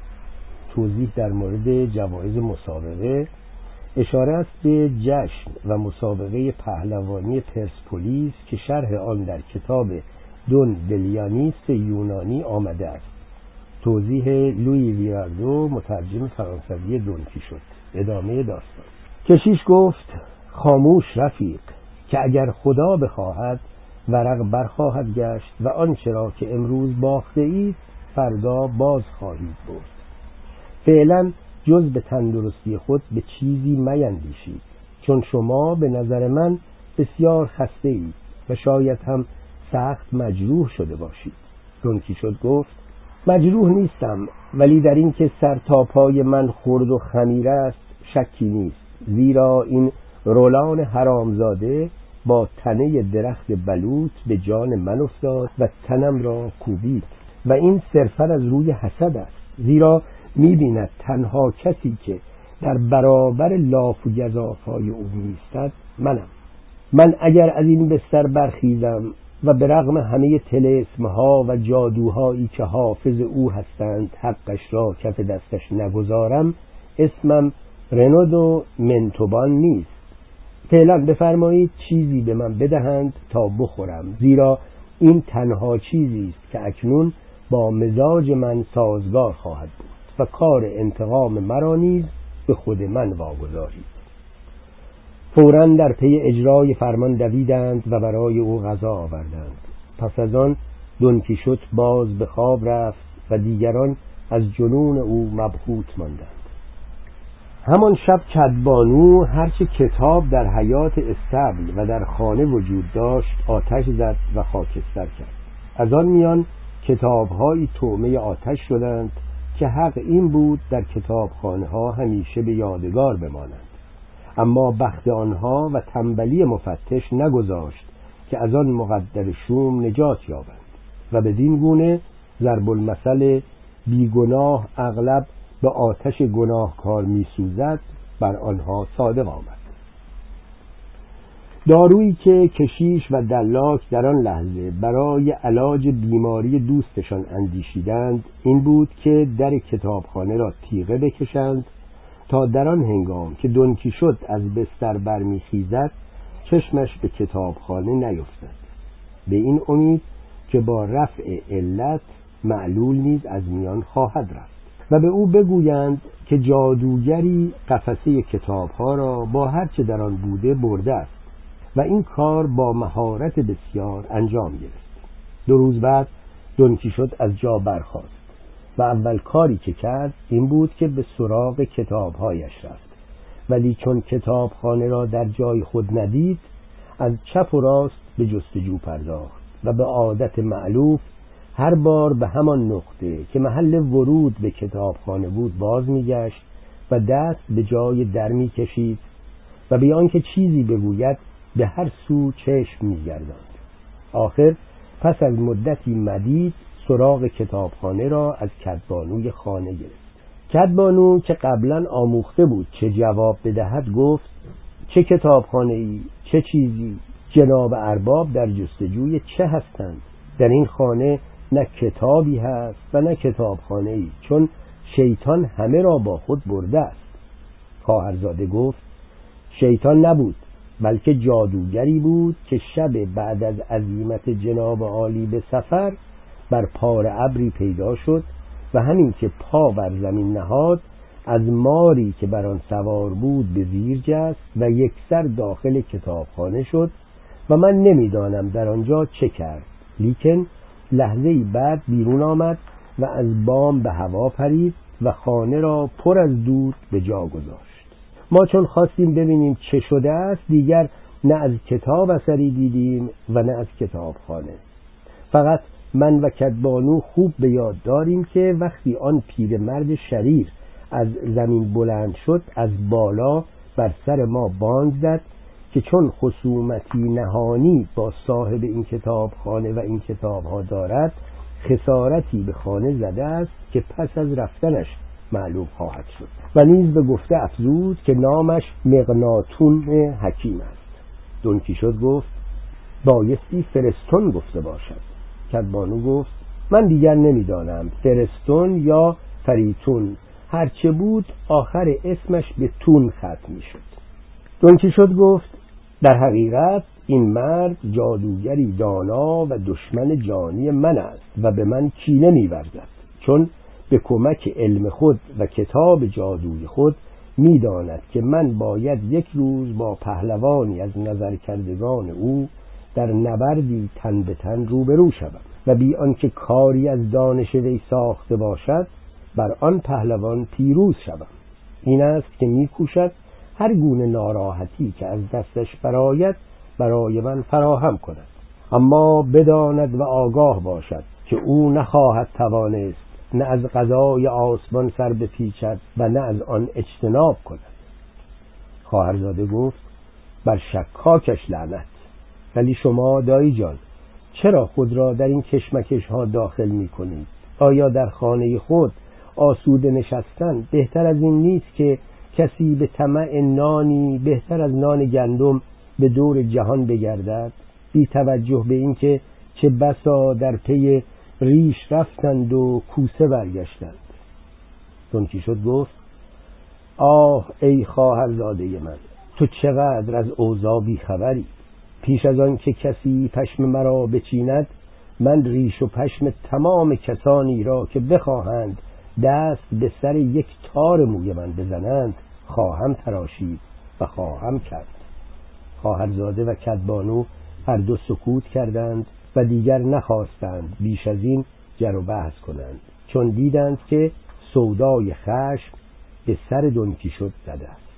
توضیح در مورد جوایز مسابقه اشاره است به جشن و مسابقه پهلوانی پرسپولیس که شرح آن در کتاب دون دلیانیس یونانی آمده است. توضیح لویی ویراردو مترجم فرانسوی دون کیشوت. ادامه داستان. کشیش گفت: خاموش رفیق، که اگر خدا بخواهد ورق برخواهد گشت و آنچه را که امروز باخته اید فردا باز خواهید برد. فعلا جز به تندرستی خود به چیزی میندیشید، چون شما به نظر من بسیار خسته اید و شاید هم سخت مجروح شده باشید. دون کیشوت گفت: مجروح نیستم، ولی در این که سر تا پای من خرد و خمیر است شکی نیست، زیرا این رولان حرامزاده با تنه درخت بلوط به جان من افتاد و تنم را کوبید و این صرفاً از روی حسد است، زیرا می‌بیند تنها کسی که در برابر لاف و گزاف‌های او می‌ایستد منم. من اگر از این بستر برخیزم و به رغم همه طلسم‌ها و جادوهایی که حافظ او هستند حقش را کف دستش نگذارم، اسمم رنودو منتوبان نیست. فعلا بفرمایید چیزی به من بدهند تا بخورم، زیرا این تنها چیزی است که اکنون با مزاج من سازگار خواهد بود و کار انتقام مرا نیز به خود من واگذارید. فوراً در پی اجرای فرمان دویدند و برای او غذا آوردند. پس از آن دون کیشوت باز به خواب رفت و دیگران از جنون او مبهوت ماندند. همان شب کدبانو هرچه کتاب در حیات استبل و در خانه وجود داشت آتش زد و خاکستر کرد. از آن میان کتاب‌های طعمه آتش شدند که حق این بود در کتابخانه ها همیشه به یادگار بمانند، اما بخت آنها و تنبلی مفتش نگذاشت که از آن مقدر شوم نجات یابند و بدین گونه ضرب المثل بیگناه اغلب به آتش گناهکار میسوزد بر آنها صادق آمد. دارویی که کشیش و دلاک در آن لحظه برای علاج بیماری دوستشان اندیشیدند این بود که در کتابخانه را تیغه بکشند تا در آن هنگام که دون کیشوت از بستر برمیخیزد چشمش به کتابخانه نیفتد، به این امید که با رفع علت معلول نیز از میان خواهد رفت و به او بگویند که جادوگری قفسه کتابها را با هر چه در آن بوده برده است و این کار با مهارت بسیار انجام گرفت. دو روز بعد دون کیشوت از جا برخاست و اول کاری که کرد این بود که به سراغ کتابهایش رفت، ولی چون کتابخانه را در جای خود ندید از چپ و راست به جستجو پرداخت و به عادت مألوف هر بار به همان نقطه که محل ورود به کتابخانه بود باز میگشت و دست به جای در میکشید و بی آنکه چیزی بگوید به هر سو چشم میگرداند. آخر پس از مدتی مدید سراغ کتابخانه را از کدبانوی خانه گرفت. کدبانو که قبلا آموخته بود چه جواب بدهد گفت: چه کتابخانه ای؟ چه چیزی؟ جناب ارباب در جستجوی چه هستند؟ در این خانه نه کتابی هست و نه کتابخانه ای، چون شیطان همه را با خود برده است. خواهرزاده گفت: شیطان نبود، بلکه جادوگری بود که شب بعد از عزیمت جناب عالی به سفر بر پار ابری پیدا شد و همین که پا بر زمین نهاد از ماری که بر آن سوار بود به زیر جست و یک سر داخل کتابخانه شد و من نمیدانم در آنجا چه کرد، لیکن لحظه‌ای بعد بیرون آمد و از بام به هوا پرید و خانه را پر از دود به جا گذاشت. ما چون خواستیم ببینیم چه شده است دیگر نه از کتاب اثری دیدیم و نه از کتابخانه. فقط من و کدبانو خوب به یاد داریم که وقتی آن پیرمرد شریر از زمین بلند شد از بالا بر سر ما بانگ زد که چون خصومتی نهانی با صاحب این کتابخانه و این کتابها دارد خسارتی به خانه زده است که پس از رفتنش معلوم خواهد شد و نیز به گفته افزود که نامش مغناطون حکیم است. دون کیشوت گفت: بایستی فرستون گفته باشد. کدبانو گفت: من دیگر نمیدانم، فرستون یا فریتون، هرچه بود آخر اسمش به تون ختم می شد. دون کیشوت گفت: در حقیقت این مرد جادوگری دانا و دشمن جانی من است و به من کینه می ورزد، چون به کمک علم خود و کتاب جادوی خود می داند که من باید یک روز با پهلوانی از نظر کردگان او در نبردی تن به تن روبرو شوم و بی آنکه کاری از دانش وی ساخته باشد بر آن پهلوان پیروز شوم. این است که می کوشد هر گونه ناراحتی که از دستش برآید برای من فراهم کند، اما بداند و آگاه باشد که او نخواهد توانست نه از قضای آسمان سر بپیچد و نه از آن اجتناب کند. خواهرزاده گفت: بر شکاکش لعنت. ولی شما دایی جان چرا خود را در این کشمکش ها داخل می کنید؟ آیا در خانه خود آسوده نشستن بهتر از این نیست که کسی به طمع نانی بهتر از نان گندم به دور جهان بگردد، بی توجه به این که چه بسا در پی ریش رفتند و کوسه برگشتند؟ دون کیشوت گفت: آه ای خواهرزاده من، تو چقدر از اوضاع بی خبری. پیش از آن که کسی پشم مرا بچیند من ریش و پشم تمام کسانی را که بخواهند دست به سر یک تار موی من بزنند خواهم تراشید و خواهم کرد. خواهرزاده و کدبانو هر دو سکوت کردند و دیگر نخواستند بیش از این جر و بحث کنند، چون دیدند که سودای خشم به سر دون کیشوت زده است.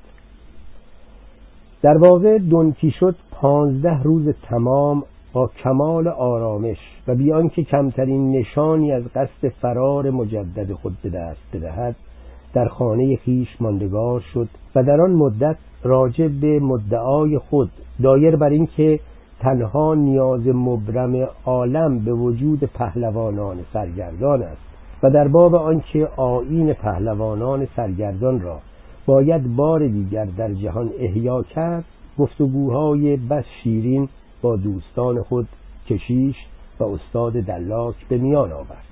در واقع دون کیشوت پانزده روز تمام با کمال آرامش و بی آنکه کمترین نشانی از قصد فرار مجدد خود به دست بدهد در خانه خیش ماندگار شد و در آن مدت راجع به مدعای خود دایر بر این که تنها نیاز مبرم عالم به وجود پهلوانان سرگردان است و در باب آنکه آیین پهلوانان سرگردان را باید بار دیگر در جهان احیا کرد، گفتگوهای بس شیرین با دوستان خود کشیش و استاد دلاک به میان آورد.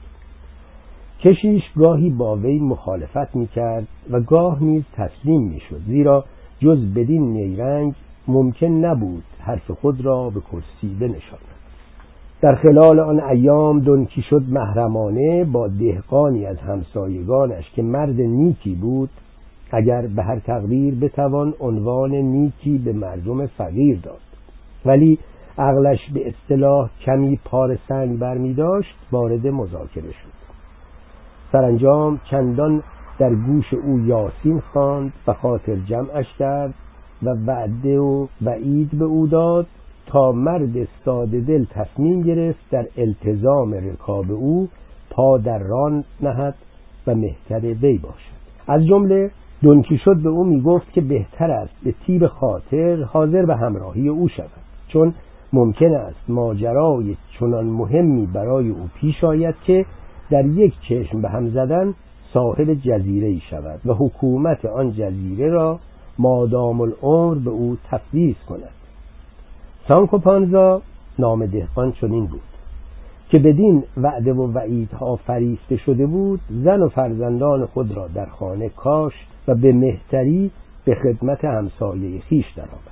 کشیش گاهی با وی مخالفت می‌کرد و گاه نیز تسلیم می‌شد، زیرا جز بدین نیرنگ ممکن نبود حرف خود را به کرسی بنشاند. در خلال آن ایام دون کیشوت محرمانه با دهقانی از همسایگانش که مرد نیکی بود، اگر به هر تقدیر بتوان عنوان نیکی به مردم فقیر داد، ولی عقلش به اصطلاح کمی پار سنگ برمی داشت، وارد مذاکره شد. سرانجام چندان در گوش او یاسین خواند و خاطر جمعش کرد و وعده و وعید به او داد تا مرد ساده دل تصمیم گرفت در التزام رکاب او پا در ران نهد و مهتر وی باشد. از جمله دون کیشوت به او می گفت که بهتر است به طیب خاطر حاضر به همراهی او شود، چون ممکن است ماجرای چنان مهمی برای او پیش آید که در یک چشم به هم زدن صاحب جزیره‌ای شود و حکومت آن جزیره را مادام العمر به او تفویض کند. سانکو پانزا نام دهقان چنین بود که بدین وعده و وعیدها فریفته شده بود، زن و فرزندان خود را در خانه کاشت و به مهتری به خدمت همسایه خویش درآمد.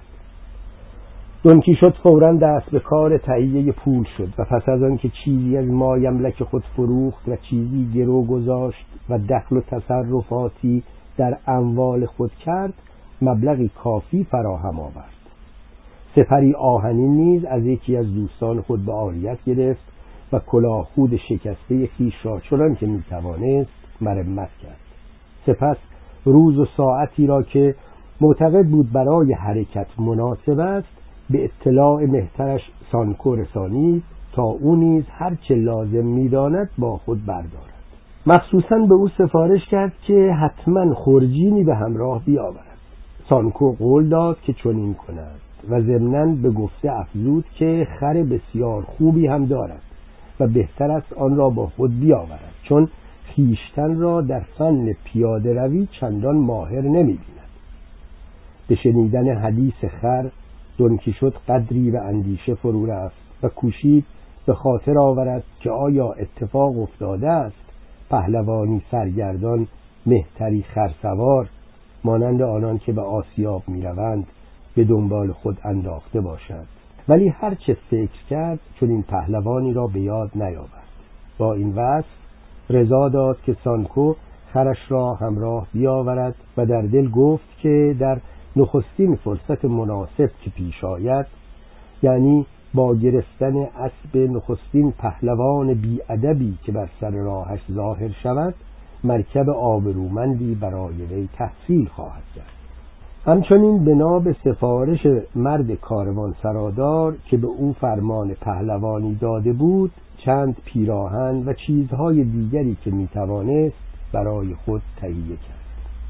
دون کیشوت فوراً دست به کار تهیه پول شد و پس از آن که چیزی از مایملک خود فروخت و چیزی گرو گذاشت و دخل و تصرفاتی در اموال خود کرد، مبلغی کافی فراهم آورد. سپری آهنین نیز از یکی از دوستان خود به عاریت گرفت و کلاه خود شکسته خویش را چنان که میتوانست مرمت کرد. سپس روز و ساعتی را که معتقد بود برای حرکت مناسب است به اطلاع مهترش سانکو رسانید تا او نیز هر چه لازم می‌داند با خود بردارد. مخصوصاً به او سفارش کرد که حتماً خورجینی به همراه بیاورد. سانکو قول داد که چنین کند و ضمناً به گفته افزود که خر بسیار خوبی هم دارد و بهتر است آن را با خود بیاورد، چون خیشتن را در فن پیاده روی چندان ماهر نمی‌بیند. به شنیدن حدیث خر دون کیشوت قدری به اندیشه فرو رفت و کوشید به خاطر آورد که آیا اتفاق افتاده است پهلوانی سرگردان مهتری خرسوار مانند آنان که به آسیاب می روند به دنبال خود انداخته باشد، ولی هر چه فکر کرد چون این پهلوانی را به یاد نیاورد. با این وصف رضا داد که سانکو خرش را همراه بیاورد و در دل گفت که در نخستین فرصت مناسب که پیش آید، یعنی با گرفتن اسب نخستین پهلوان بی‌ادبی که بر سر راهش ظاهر شود، مرکب آبرومندی برای وی تحصیل خواهد کرد. همچنین بنا به سفارش مرد کاروان سرادار که به او فرمان پهلوانی داده بود، چند پیراهن و چیزهای دیگری که میتوانست برای خود تهیه کرد.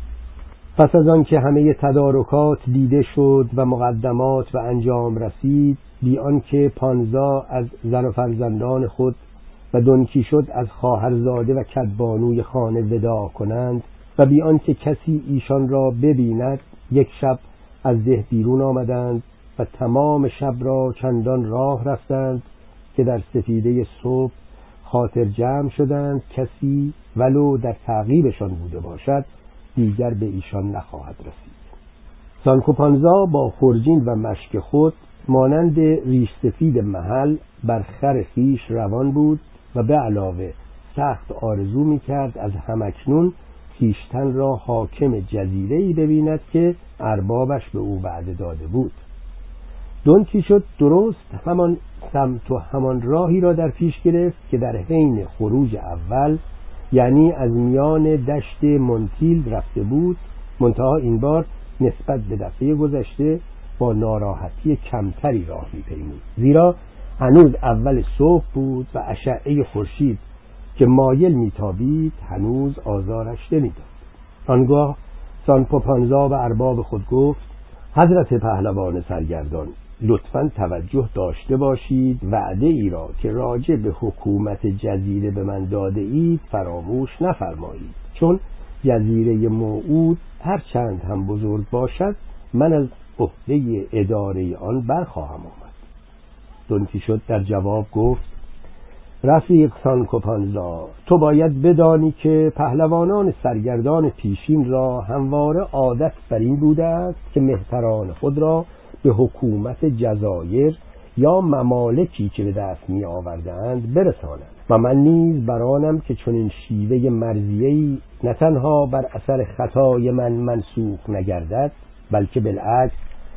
پس از آن که همه تدارکات دیده شد و مقدمات و انجام رسید، بی آنکه پانزا از زن و فرزندان خود و دون کیشوت از خواهرزاده و کدبانوی خانه وداع کنند و بی آنکه کسی ایشان را ببیند، یک شب از ده بیرون آمدند و تمام شب را چندان راه رفتند که در سفیده صبح خاطر جمع شدند کسی ولو در تعقیبشان بوده باشد دیگر به ایشان نخواهد رسید. سانکو پانزا با خورجین و مشک خود مانند ریش سفید محل بر خر خویش روان بود و به علاوه سخت آرزو می‌کرد از همکنون خویشتن را حاکم جزیره‌ای ببیند که اربابش به او وعده داده بود. دون کیشوت درست همان سمت و همان راهی را در پیش گرفت که در حین خروج اول، یعنی از میان دشت مونتیل رفته بود، منتها این بار نسبت به دفعه گذشته با ناراحتی کمتری راه می‌پیمود، زیرا هنوز اول صبح بود و اشعه خورشید که مایل میتابید هنوز آزارش نمیداد. آنگاه سانکو پانزا به ارباب خود گفت: حضرت پهلوان سرگردان، لطفاً توجه داشته باشید وعده ای را که راجع به حکومت جزیره به من داده اید فراموش نفرمایید، چون جزیره موعود هر چند هم بزرگ باشد من از عهده اداره آن برخواهم آمد. دون کیشوت در جواب گفت: رفیق سانکو پانزا، تو باید بدانی که پهلوانان سرگردان پیشین را همواره عادت بر این بوده است که مهتران خود را به حکومت جزایر یا ممالکی که به دست می آوردند برسانند و من نیز برانم که چنین شیوه مرضیه‌ای نه تنها بر اثر خطای من منسوخ نگردد، بلکه بالعکس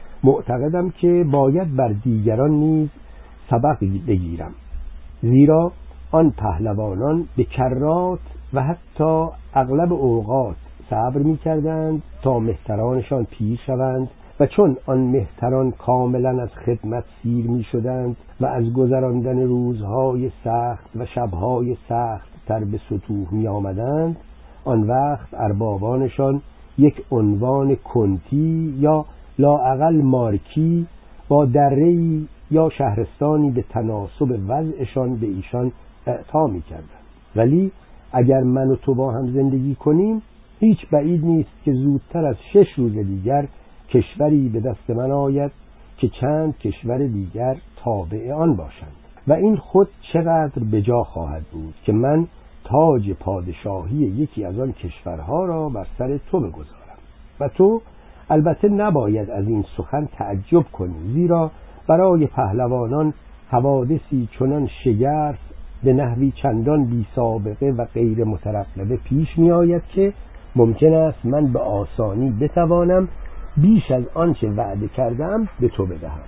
معتقدم که باید بر دیگران نیز سبق بگیرم، زیرا آن پهلوانان به کرات و حتی اغلب اوقات صبر می کردند تا مهترانشان پیر شوند و چون آن مهتران کاملا از خدمت سیر می شدند و از گذراندن روزهای سخت و شبهای سخت تر به سطوح می آمدند، آن وقت اربابانشان یک عنوان کنتی یا لااقل مارکی با دره‌ای یا شهرستانی به تناسب وضعشان به ایشان اعطا می کردند. ولی اگر من و تو با هم زندگی کنیم، هیچ بعید نیست که زودتر از شش روز دیگر کشوری به دست من آید که چند کشور دیگر تابع آن باشند و این خود چقدر به جا خواهد بود که من تاج پادشاهی یکی از آن کشورها را بر سر تو بگذارم و تو البته نباید از این سخن تعجب کنی، زیرا برای پهلوانان حوادثی چنان شگرف به نحوی چندان بی سابقه و غیر مترقبه پیش می آید که ممکن است من به آسانی بتوانم بیش از آنچه وعده کردم به تو بدهم.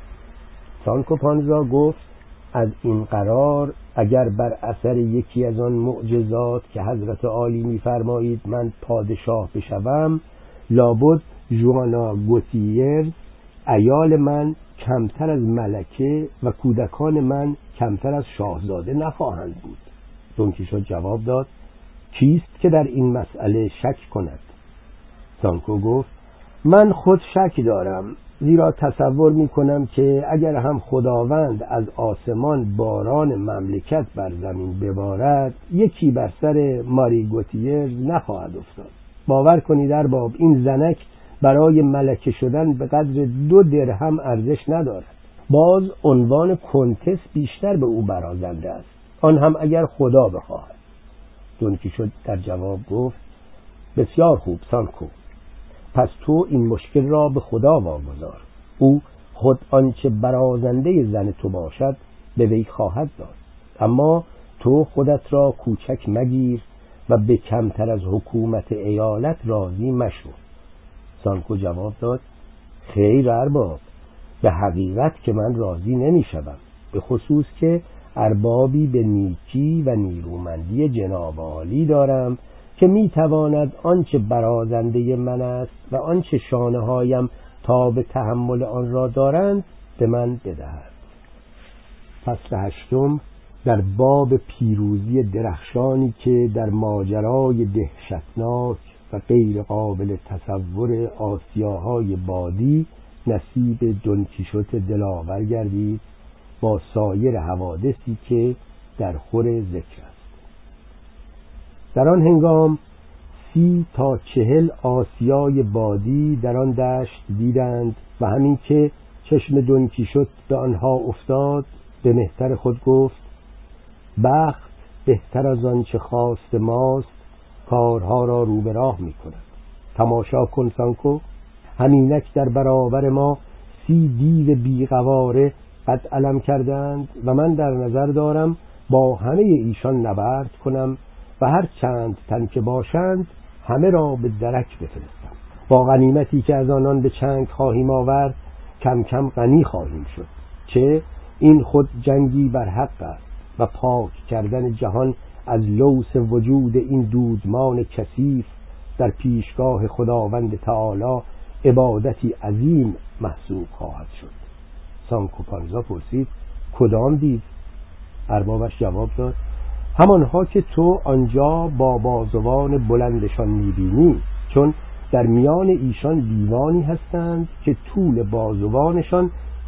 سانکو پانزا گفت: از این قرار اگر بر اثر یکی از آن معجزات که حضرت عالی می‌فرمایید من پادشاه بشوم، لابد ژوانا گوتیرز عیال من کمتر از ملکه و کودکان من کمتر از شاهزاده نخواهند بود. دون کیشوت جواب داد: کیست که در این مسئله شک کند؟ سانکو گفت: من خود شک دارم، زیرا تصور می کنم که اگر هم خداوند از آسمان باران مملکت بر زمین ببارد، یکی بر سر ماری گوتیرز نخواهد افتاد. باور کنید ارباب، این زنک برای ملکه شدن به قدر دو درهم ارزش ندارد. باز عنوان کنتس بیشتر به او برازنده است، آن هم اگر خدا بخواهد. دون کیشوت در جواب گفت: بسیار خوب سانکو، پس تو این مشکل را به خدا واگذار، او خود آنچه برازنده زن تو باشد به وی خواهد داد، اما تو خودت را کوچک مگیر و به کمتر از حکومت ایالت راضی مشو. سانکو جواب داد: خیر ارباب، به حقیقت که من راضی نمی شدم، به خصوص که اربابی به نیکی و نیرومندی جناب عالی دارم که می تواند آنچه برازنده من است و آنچه شانه هایم تا به تحمل آن را دارند به من بدهد. فصل هشتم در باب پیروزی درخشانی که در ماجرای دهشتناک و غیر قابل تصور آسیاهای بادی نصیب دون کیشوت دلاور گردید با سایر حوادثی که در خور ذکر است. در آن هنگام سی تا چهل آسیای بادی در آن دشت دیدند و همین که چشم دون کیشوت به آنها افتاد به مهتر خود گفت: بخت بهتر از آن چه خواست ماست کارها را رو به راه می کند. تماشا کن سانکو، همینک در برابر ما سی دیو بیغواره قد علم کردند و من در نظر دارم با همه ایشان نبرد کنم و هر چند تن که باشند همه را به درک بفرستم. با غنیمتی که از آنان به چنگ خواهیم آورد کم کم غنی خواهیم شد، چه این خود جنگی بر حق است و پاک کردن جهان از لوث وجود این دودمان کثیف در پیشگاه خداوند تعالی عبادتی عظیم محسوب خواهد شد. سانکو پانزا پرسید: کدام دیو؟ اربابش جواب داد: همانها که تو آنجا با بازوان بلندشان می‌بینی، چون در میان ایشان دیوانی هستند که طول بازوانشان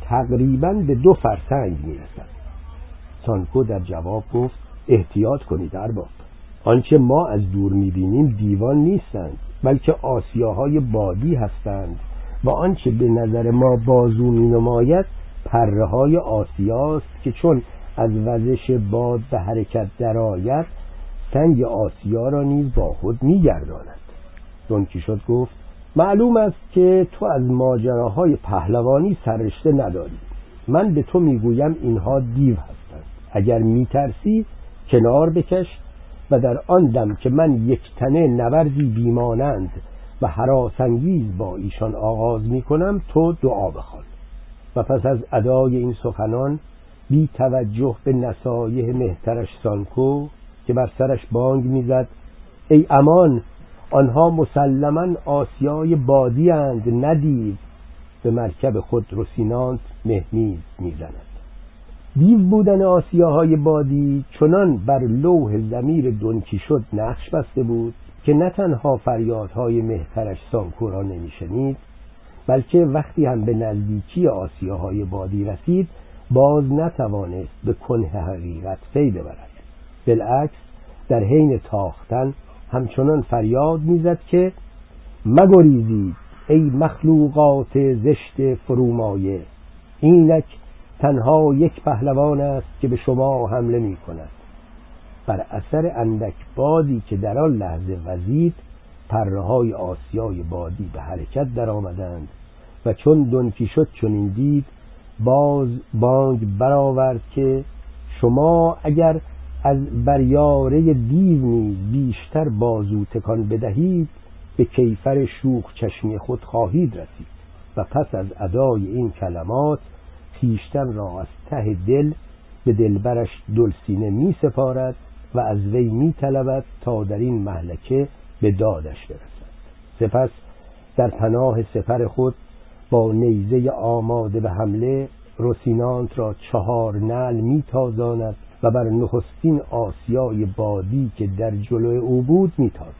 تقریباً به دو فرسنگ میرسد. سانکو در جواب گفت احتیاط کنید ارباب. آنچه ما از دور میبینیم دیوان نیستند، بلکه آسیاهای بادی هستند و آنچه به نظر ما بازو مینماید پره های آسیاست که چون از وزش باد به حرکت درآید سنگ آسیا را نیز با خود میگرداند. دون کیشوت گفت معلوم است که تو از ماجراهای پهلوانی سررشته نداری. من به تو میگویم اینها دیو هستند. اگر میترسی کنار بکش و در آن دم که من یک تنه نبردی بیمانند و هراسانگیز با ایشان آغاز میکنم تو دعا بخوان. و پس از ادای این سخنان بی توجه به نصایح مهترش سانکو که بر سرش بانگ میزد ای امان، آنها مسلماً آسیای بادی اند ندید، به مرکب خود روسینانت مهمیز میزند. دیو بودن آسیاهای بادی چنان بر لوح ضمیر دون کیشوت نقش بسته بود که نه تنها فریادهای مهترش سانکو را نمیشنید، بلکه وقتی هم به نزدیکی آسیاهای بادی رسید باز نتوانست به کنه حقیقت پی ببرد. بالعکس در حین تاختن همچنان فریاد میزد که مگریزید ای مخلوقات زشت فرومایه، اینک تنها یک پهلوان است که به شما حمله می کند. بر اثر اندک بادی که در آن لحظه وزید پره‌های آسیای بادی به حرکت در آمدند و چون دون کیشوت چنین دید باز بانگ برآورد که شما اگر از بریاره دیو نیز بیشتر بازو تکان بدهید به کیفر شوخ چشمی خود خواهید رسید. و پس از ادای این کلمات خویشتن را از ته دل به دلبرش دلسینه می سپارد و از وی می طلبد تا در این مهلکه به دادش برسد. سپس در پناه سپر خود با نیزه آماده به حمله روسینانت را چهار نعل می تازاند و بر نخستین آسیای بادی که در جلوی او بود می تازد.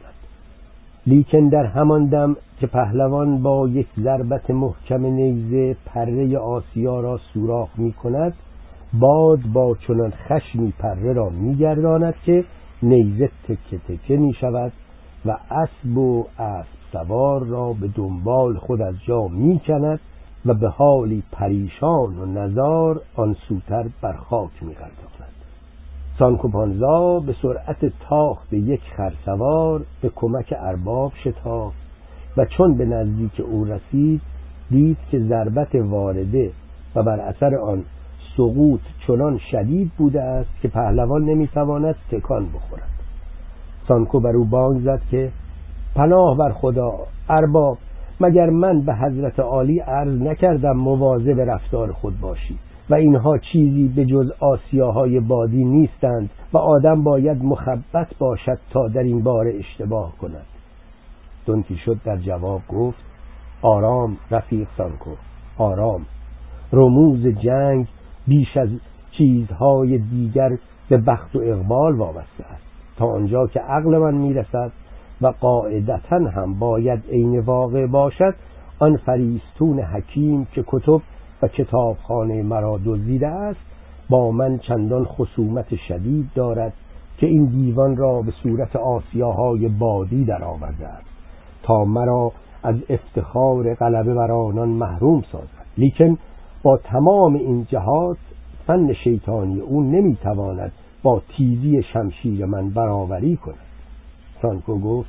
لیکن در همان دم که پهلوان با یک ضربت محکم نیزه پره آسیا را سوراخ می کند باد با چنان خشمی پره را می گرداند که نیزه تکه تکه می شود و اسب و اسب سوار را به دنبال خود از جا می کند و به حالی پریشان و نزار آن سوتر بر خاک می غلطاند. سانکو پانزا به سرعت تاخت یک خرسوار به کمک ارباب شتافت و چون به نزدیک او رسید دید که ضربت وارده و بر اثر آن سقوط چنان شدید بوده است که پهلوان نمیتواند تکان بخورد. سانکو بر او بانگ زد که پناه بر خدا ارباب، مگر من به حضرت عالی عرض نکردم مواظب رفتار خود باشید و اینها چیزی به جز آسیاهای بادی نیستند و آدم باید مخبط باشد تا در این باره اشتباه کند. دون کیشوت در جواب گفت آرام رفیق سانکو، آرام. رموز جنگ بیش از چیزهای دیگر به بخت و اقبال وابسته است. تا آنجا که عقل من میرسد و قاعدتاً هم باید عین واقع باشد، آن فریستون حکیم که کتب و کتابخانه مرا دزدیده است با من چندان خصومت شدید دارد که این دیوان را به صورت آسیاهای بادی در آورده است تا مرا از افتخار غلبه بر آنان محروم سازد. لیکن با تمام این جهات فن شیطانی او نمیتواند با تیزی شمشیر من برابری کند. سانکو گفت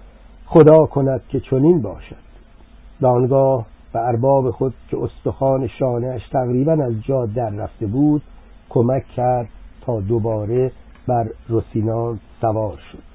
خدا کند که چنین باشد. دانگاه به ارباب خود که استخوان شانه‌اش تقریبا از جا در رفته بود کمک کرد تا دوباره بر روسینانت سوار شد.